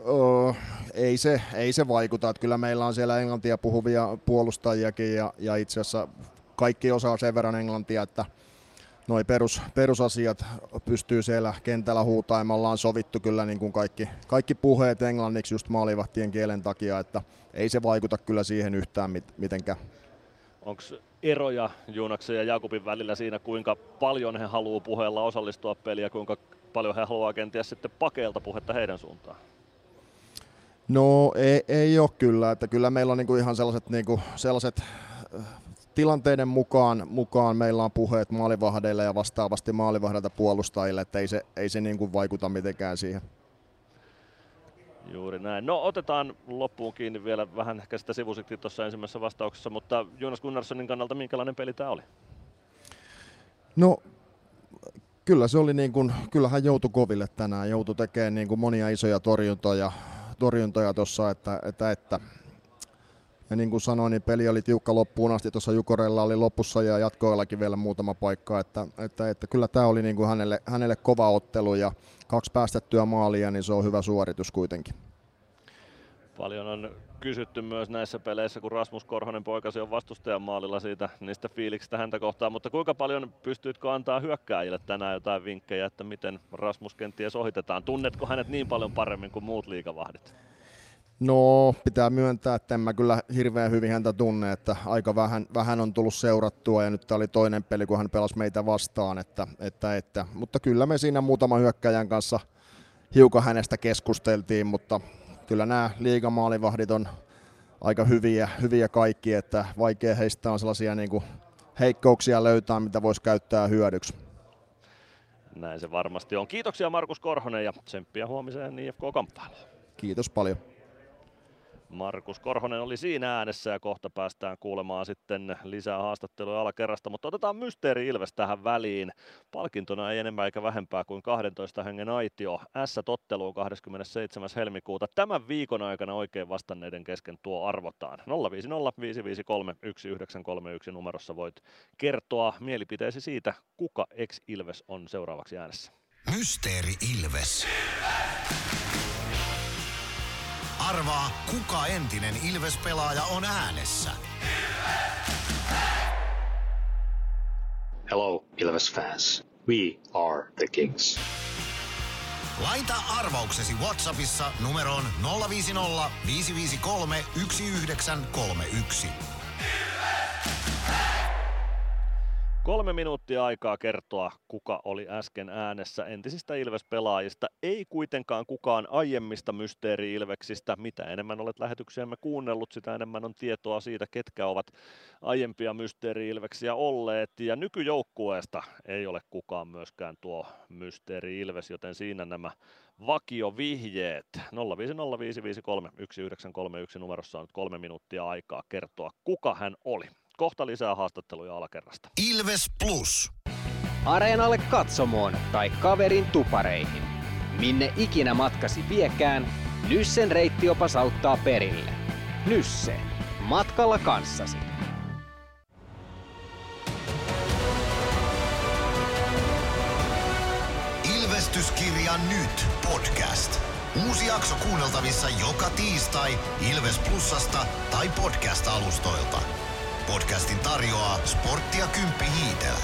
ei se vaikuta, että kyllä meillä on siellä englantia puhuvia puolustajiakin ja itse asiassa kaikki osaa sen verran englantia, että noi perusasiat pystyy siellä kentällä huutamaan. Me ollaan sovittu kyllä niin kuin kaikki puheet englanniksi just maalivahtien kielen takia, että ei se vaikuta kyllä siihen yhtään mitenkään. Onko eroja Joonaksen ja Jakubin välillä siinä, kuinka paljon he haluaa puheella osallistua peliä ja kuinka paljon he haluaa kenties sitten pakeilta puhetta heidän suuntaan? No ei ole kyllä, että kyllä meillä on niinku ihan sellaiset tilanteiden mukaan meillä on puheet maalivahdeille ja vastaavasti maalivahdilta puolustajille, että ei se niinku vaikuta mitenkään siihen. Juuri näin. No otetaan loppuun kiinni vielä vähän, ehkä sitä sivusitkin tuossa ensimmäisessä vastauksessa, mutta Jonas Gunnarssonin kannalta minkälainen peli tämä oli? No kyllä se oli kyllähän joutui koville tänään, joutui tekemään monia isoja torjuntoja tuossa, että ja niin kuin sanoin, niin peli oli tiukka loppuun asti, tuossa Jukureilla oli lopussa ja jatkoillakin vielä muutama paikka, että kyllä tämä oli niin kuin hänelle kova ottelu ja 2 päästettyä maalia, niin se on hyvä suoritus kuitenkin. Paljon on kysytty myös näissä peleissä, kun Rasmus Korhonen poikasi on vastustajan maalilla niistä fiiliksistä häntä kohtaan, mutta kuinka paljon pystyitkö antaa hyökkääjille tänään jotain vinkkejä, että miten Rasmus kenties ohitetaan? Tunnetko hänet niin paljon paremmin kuin muut liigavahdit? No, pitää myöntää, että en mä kyllä hirveän hyvin häntä tunne, että aika vähän on tullut seurattua ja nyt tämä oli toinen peli, kun hän pelasi meitä vastaan, mutta kyllä me siinä muutaman hyökkäjän kanssa hiukan hänestä keskusteltiin, mutta kyllä nämä liigamaalivahdit on aika hyviä kaikki, että vaikea heistä on sellaisia niin kuin heikkouksia löytää, mitä voisi käyttää hyödyksi. Näin se varmasti on. Kiitoksia Markus Korhonen ja tsemppiä huomiseen IFK-kamppailuun. Kiitos paljon. Markus Korhonen oli siinä äänessä ja kohta päästään kuulemaan sitten lisää haastatteluja alakerrasta, mutta otetaan Mysteeri Ilves tähän väliin. Palkintona ei enemmän eikä vähempää kuin 12 hengen aitio S-totteluun 27. helmikuuta. Tämän viikon aikana oikein vastanneiden kesken tuo arvotaan. 050 553 1931 numerossa voit kertoa mielipiteesi siitä, kuka ex-Ilves on seuraavaksi äänessä. Mysteeri Ilves. Arvaa, kuka entinen Ilves-pelaaja on äänessä. Hello, Ilves fans. We are the Kings. Laita arvauksesi WhatsAppissa numeroon 050 553 1931. 3 minuuttia aikaa kertoa, kuka oli äsken äänessä entisistä Ilves-pelaajista. Ei kuitenkaan kukaan aiemmista Mysteeri-Ilveksistä. Mitä enemmän olet lähetyksiämme kuunnellut, sitä enemmän on tietoa siitä, ketkä ovat aiempia Mysteeri-Ilveksiä olleet. Ja nykyjoukkueesta ei ole kukaan myöskään tuo Mysteeri-Ilves, joten siinä nämä vakiovihjeet. 050 553 1931 numerossa on nyt 3 minuuttia aikaa kertoa, kuka hän oli. Kohta lisää haastatteluja alakerrasta. Ilves Plus. Areenalle, katsomoon tai kaverin tupareihin. Minne ikinä matkasi viekään, Nyssen reittiopas auttaa perille. Nysse. Matkalla kanssasi. Ilvestyskirja nyt podcast. Uusi jakso kuunneltavissa joka tiistai Ilves Plusasta tai podcast-alustoilta. Podcastin tarjoaa Sporttia Kymppi Hiitelä.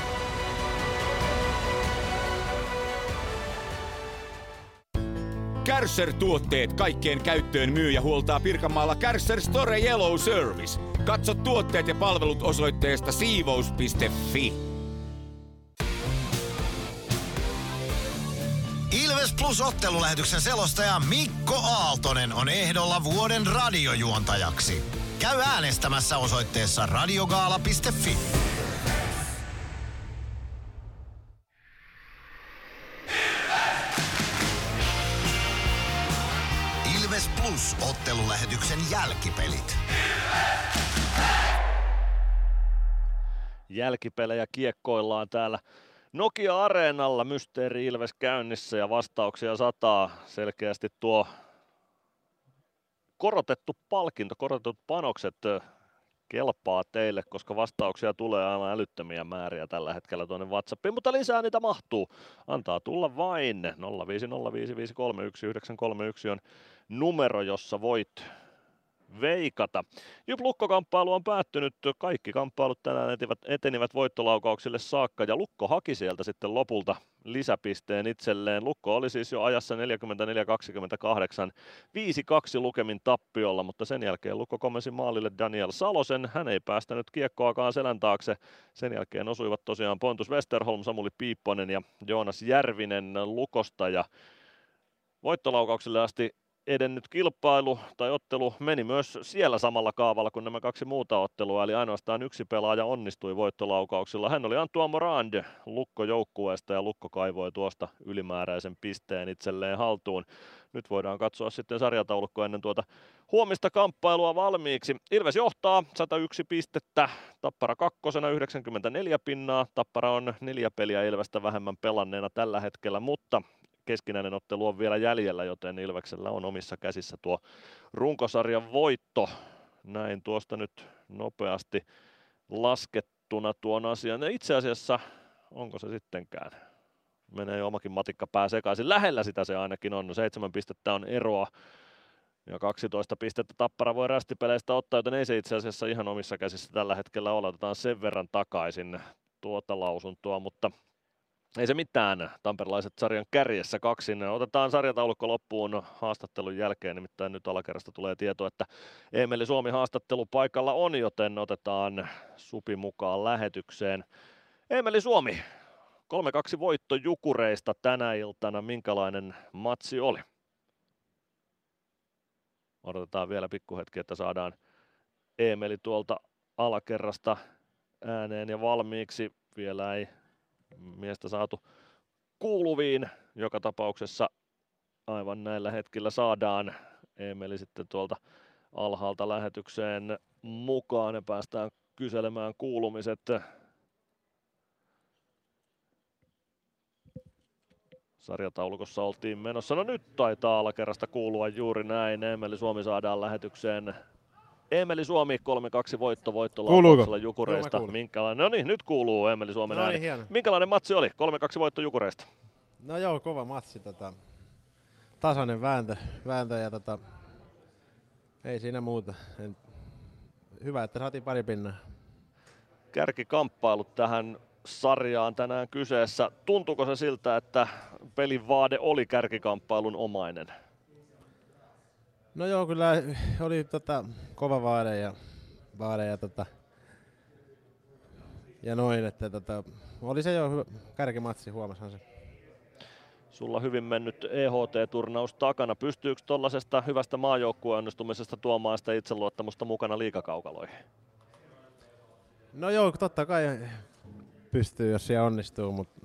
Kärcher-tuotteet kaikkeen käyttöön myy ja huoltaa Pirkanmaalla Kärcher Store Yellow Service. Katso tuotteet ja palvelut osoitteesta siivous.fi. Ilves Plus -ottelulähetyksen selostaja Mikko Aaltonen on ehdolla vuoden radiojuontajaksi. Käy äänestämässä osoitteessa radiogaala.fi. Ilves Plus -ottelulähetyksen jälkipelit. Jälkipelejä kiekkoillaan täällä Nokia-areenalla. Mysteeri Ilves käynnissä ja vastauksia sataa. Selkeästi tuo korotettu palkinto, korotetut panokset kelpaa teille, koska vastauksia tulee aivan älyttömiä määriä tällä hetkellä tuonne WhatsAppiin, mutta lisää niitä mahtuu. Antaa tulla vain. 0505531 on numero, jossa voit veikata. Jyp-Lukko-kamppailu on päättynyt. Kaikki kamppailut tänään etenivät voittolaukauksille saakka ja Lukko haki sieltä sitten lopulta lisäpisteen itselleen. Lukko oli siis jo ajassa 44-28, 5-2 lukemin tappiolla, mutta sen jälkeen Lukko komensi maalille Daniel Salosen. Hän ei päästänyt kiekkoakaan selän taakse. Sen jälkeen osuivat tosiaan Pontus Westerholm, Samuli Piipponen ja Joonas Järvinen Lukosta ja voittolaukauksille asti edennyt kilpailu tai ottelu meni myös siellä samalla kaavalla kuin nämä kaksi muuta ottelua, eli ainoastaan yksi pelaaja onnistui voittolaukauksilla. Hän oli Antoine Morand Lukko-joukkueesta ja Lukko kaivoi tuosta ylimääräisen pisteen itselleen haltuun. Nyt voidaan katsoa sitten sarjataulukko ennen tuota huomista kamppailua valmiiksi. Ilves johtaa 101 pistettä, Tappara kakkosena 94 pinnaa. Tappara on 4 peliä Ilvestä vähemmän pelanneena tällä hetkellä, mutta keskinäinen ottelu on vielä jäljellä, joten Ilveksellä on omissa käsissä tuo runkosarjan voitto. Näin tuosta nyt nopeasti laskettuna tuon asian. Ja itse asiassa, onko se sittenkään? Menee jo omakin matikka pää sekaisin. Lähellä sitä se ainakin on. 7 pistettä on eroa ja 12 pistettä Tappara voi rästipeleistä ottaa, joten ei se itse asiassa ihan omissa käsissä tällä hetkellä ole. Otetaan sen verran takaisin tuota lausuntoa, mutta ei se mitään. Tamperelaiset sarjan kärjessä 2. Otetaan sarjataulukko loppuun haastattelun jälkeen, nimittäin nyt alakerrasta tulee tieto, että Eemeli Suomi haastattelu paikalla on, joten otetaan Supi mukaan lähetykseen. Eemeli Suomi, 3-2 voitto Jukureista tänä iltana. Minkälainen matsi oli? Odotetaan vielä pikkuhetki, että saadaan Eemeli tuolta alakerrasta ääneen ja valmiiksi. Vielä ei miestä saatu kuuluviin. Joka tapauksessa aivan näillä hetkillä saadaan Eemeli sitten tuolta alhaalta lähetykseen mukaan ja päästään kyselemään kuulumiset. Sarjataulukossa oltiin menossa. No nyt taitaa alakerrasta kuulua juuri näin. Eemeli Suomi saadaan lähetykseen. Eemeli Suomi 3-2 voittolaukaukselta Jukureista. Minkälainen? No niin, nyt kuuluu Eemeli Suomen ääni. Minkälainen matsi oli? 3-2 voitto Jukureista. No joo, kova matsi. Tasainen vääntö ja ei siinä muuta. Hyvä, että saatiin pari pinnaa. Kärkikamppailut tähän sarjaan tänään kyseessä. Tuntuuko se siltä, että pelin vaade oli kärkikamppailun omainen? No joo, kyllä oli kova vaade ja noin, että oli se jo hyvä kärkimatsi, huomashan se. Sulla hyvin mennyt EHT-turnaus takana. Pystyykö tuollaisesta hyvästä maajoukkueen onnistumisesta tuomaan sitä itseluottamusta mukana liigakaukaloihin? No joo, totta kai pystyy, jos siellä onnistuu, mutta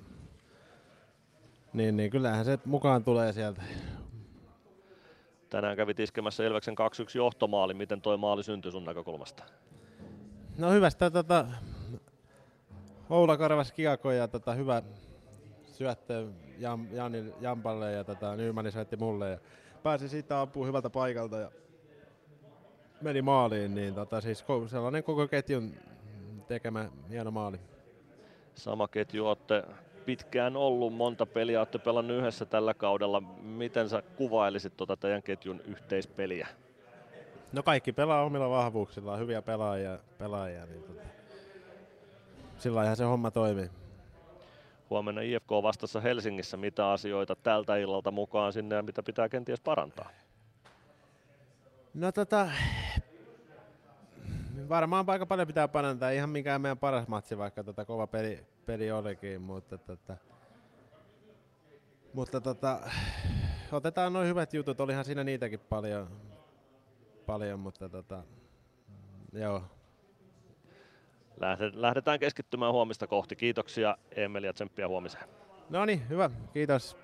niin kyllähän se mukaan tulee sieltä. Tänään kävit iskemässä Ilveksen 2-1 johtomaali. Miten toi maali syntyi sun näkökulmasta? No hyvästä Oula karvasi kiekon ja hyvä syöttö Jampalle ja Nyman syötti mulle. Ja pääsi siitä apuun hyvältä paikalta ja meni maaliin, niin siis sellainen koko ketjun tekemä hieno maali. Sama ketju olette pitkään ollut, monta peliä olette pelannut yhdessä tällä kaudella. Miten sä kuvailisit tuota teidän ketjun yhteispeliä? No kaikki pelaa omilla vahvuuksillaan, hyviä pelaajia niin sillä laillahan se homma toimii. Huomenna IFK vastassa Helsingissä. Mitä asioita tältä illalta mukaan sinne ja mitä pitää kenties parantaa? No varmaan aika paljon pitää parantaa. Ihan mikään meidän paras matsi, vaikka kova peli olikin, mutta otetaan noin hyvät jutut. Olihan siinä niitäkin paljon mutta joo. Lähdetään keskittymään huomista kohti. Kiitoksia Emeli ja tsemppiä huomiseen. No niin, hyvä. Kiitos.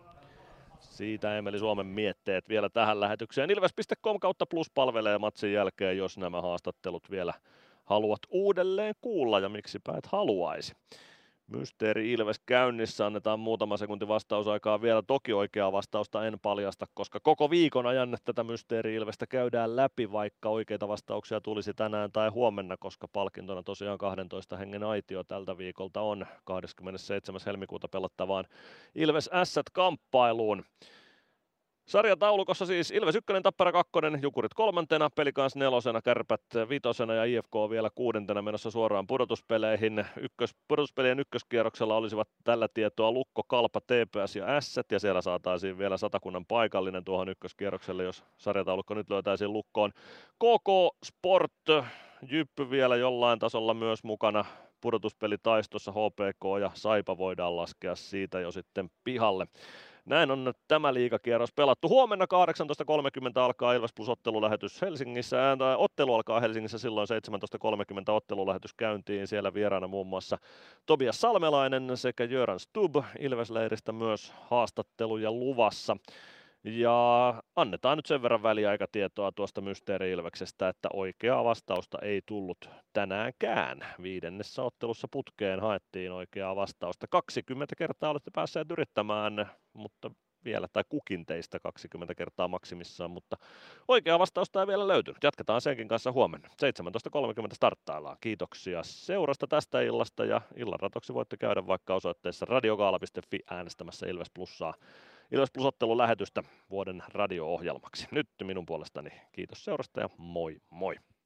Siitä Emeli Suomen mietteet vielä tähän lähetykseen. Ilves.com kautta plus palvelee matsin jälkeen, jos nämä haastattelut vielä haluat uudelleen kuulla ja miksipä et haluaisi. Mysteeri Ilves käynnissä, annetaan muutama sekunti vastausaikaa vielä. Toki oikeaa vastausta en paljasta, koska koko viikon ajan tätä Mysteeri Ilvestä käydään läpi, vaikka oikeita vastauksia tulisi tänään tai huomenna, koska palkintona tosiaan 12 hengen aitio tältä viikolta on 27. helmikuuta pelattavaan Ilves Ässät-kamppailuun. Sarjataulukossa siis Ilves 1, Tappara 2, Jukurit 3, Pelikans 4, Kärpät 5 ja IFK vielä 6 menossa suoraan pudotuspeleihin. Pudotuspelien ykköskierroksella olisivat tällä tietoa Lukko, Kalpa, TPS ja Ässät ja siellä saataisiin vielä Satakunnan paikallinen tuohon ykköskierrokselle, jos sarjataulukko nyt löytäisiin lukkoon. KK Sport, Jyppy vielä jollain tasolla myös mukana pudotuspelitaistossa, HPK ja Saipa voidaan laskea siitä jo sitten pihalle. Näin on tämä liigakierros pelattu. Huomenna 18.30 alkaa Ilves Plus ottelulähetys Helsingissä. Ottelu alkaa Helsingissä silloin 17.30 ottelulähetys käyntiin. Siellä vieraana muun muassa Tobias Salmelainen sekä Jöran Stubb. Ilves-leiristä myös haastatteluja luvassa. Ja annetaan nyt sen verran väliaikatietoa tuosta Mysteeri Ilveksestä, että oikeaa vastausta ei tullut tänäänkään. 5. ottelussa putkeen haettiin oikeaa vastausta. 20 kertaa olette päässeet yrittämään, mutta vielä, tai kukin teistä 20 kertaa maksimissaan, mutta oikeaa vastausta ei vielä löytynyt. Jatketaan senkin kanssa huomenna. 17.30 starttaillaan. Kiitoksia seurasta tästä illasta ja illan ratoksi voitte käydä vaikka osoitteessa radiogaala.fi äänestämässä Ilves Plussaa. Ilves Plus-ottelun lähetystä vuoden radio-ohjelmaksi. Nyt minun puolestani kiitos seurasta ja moi moi!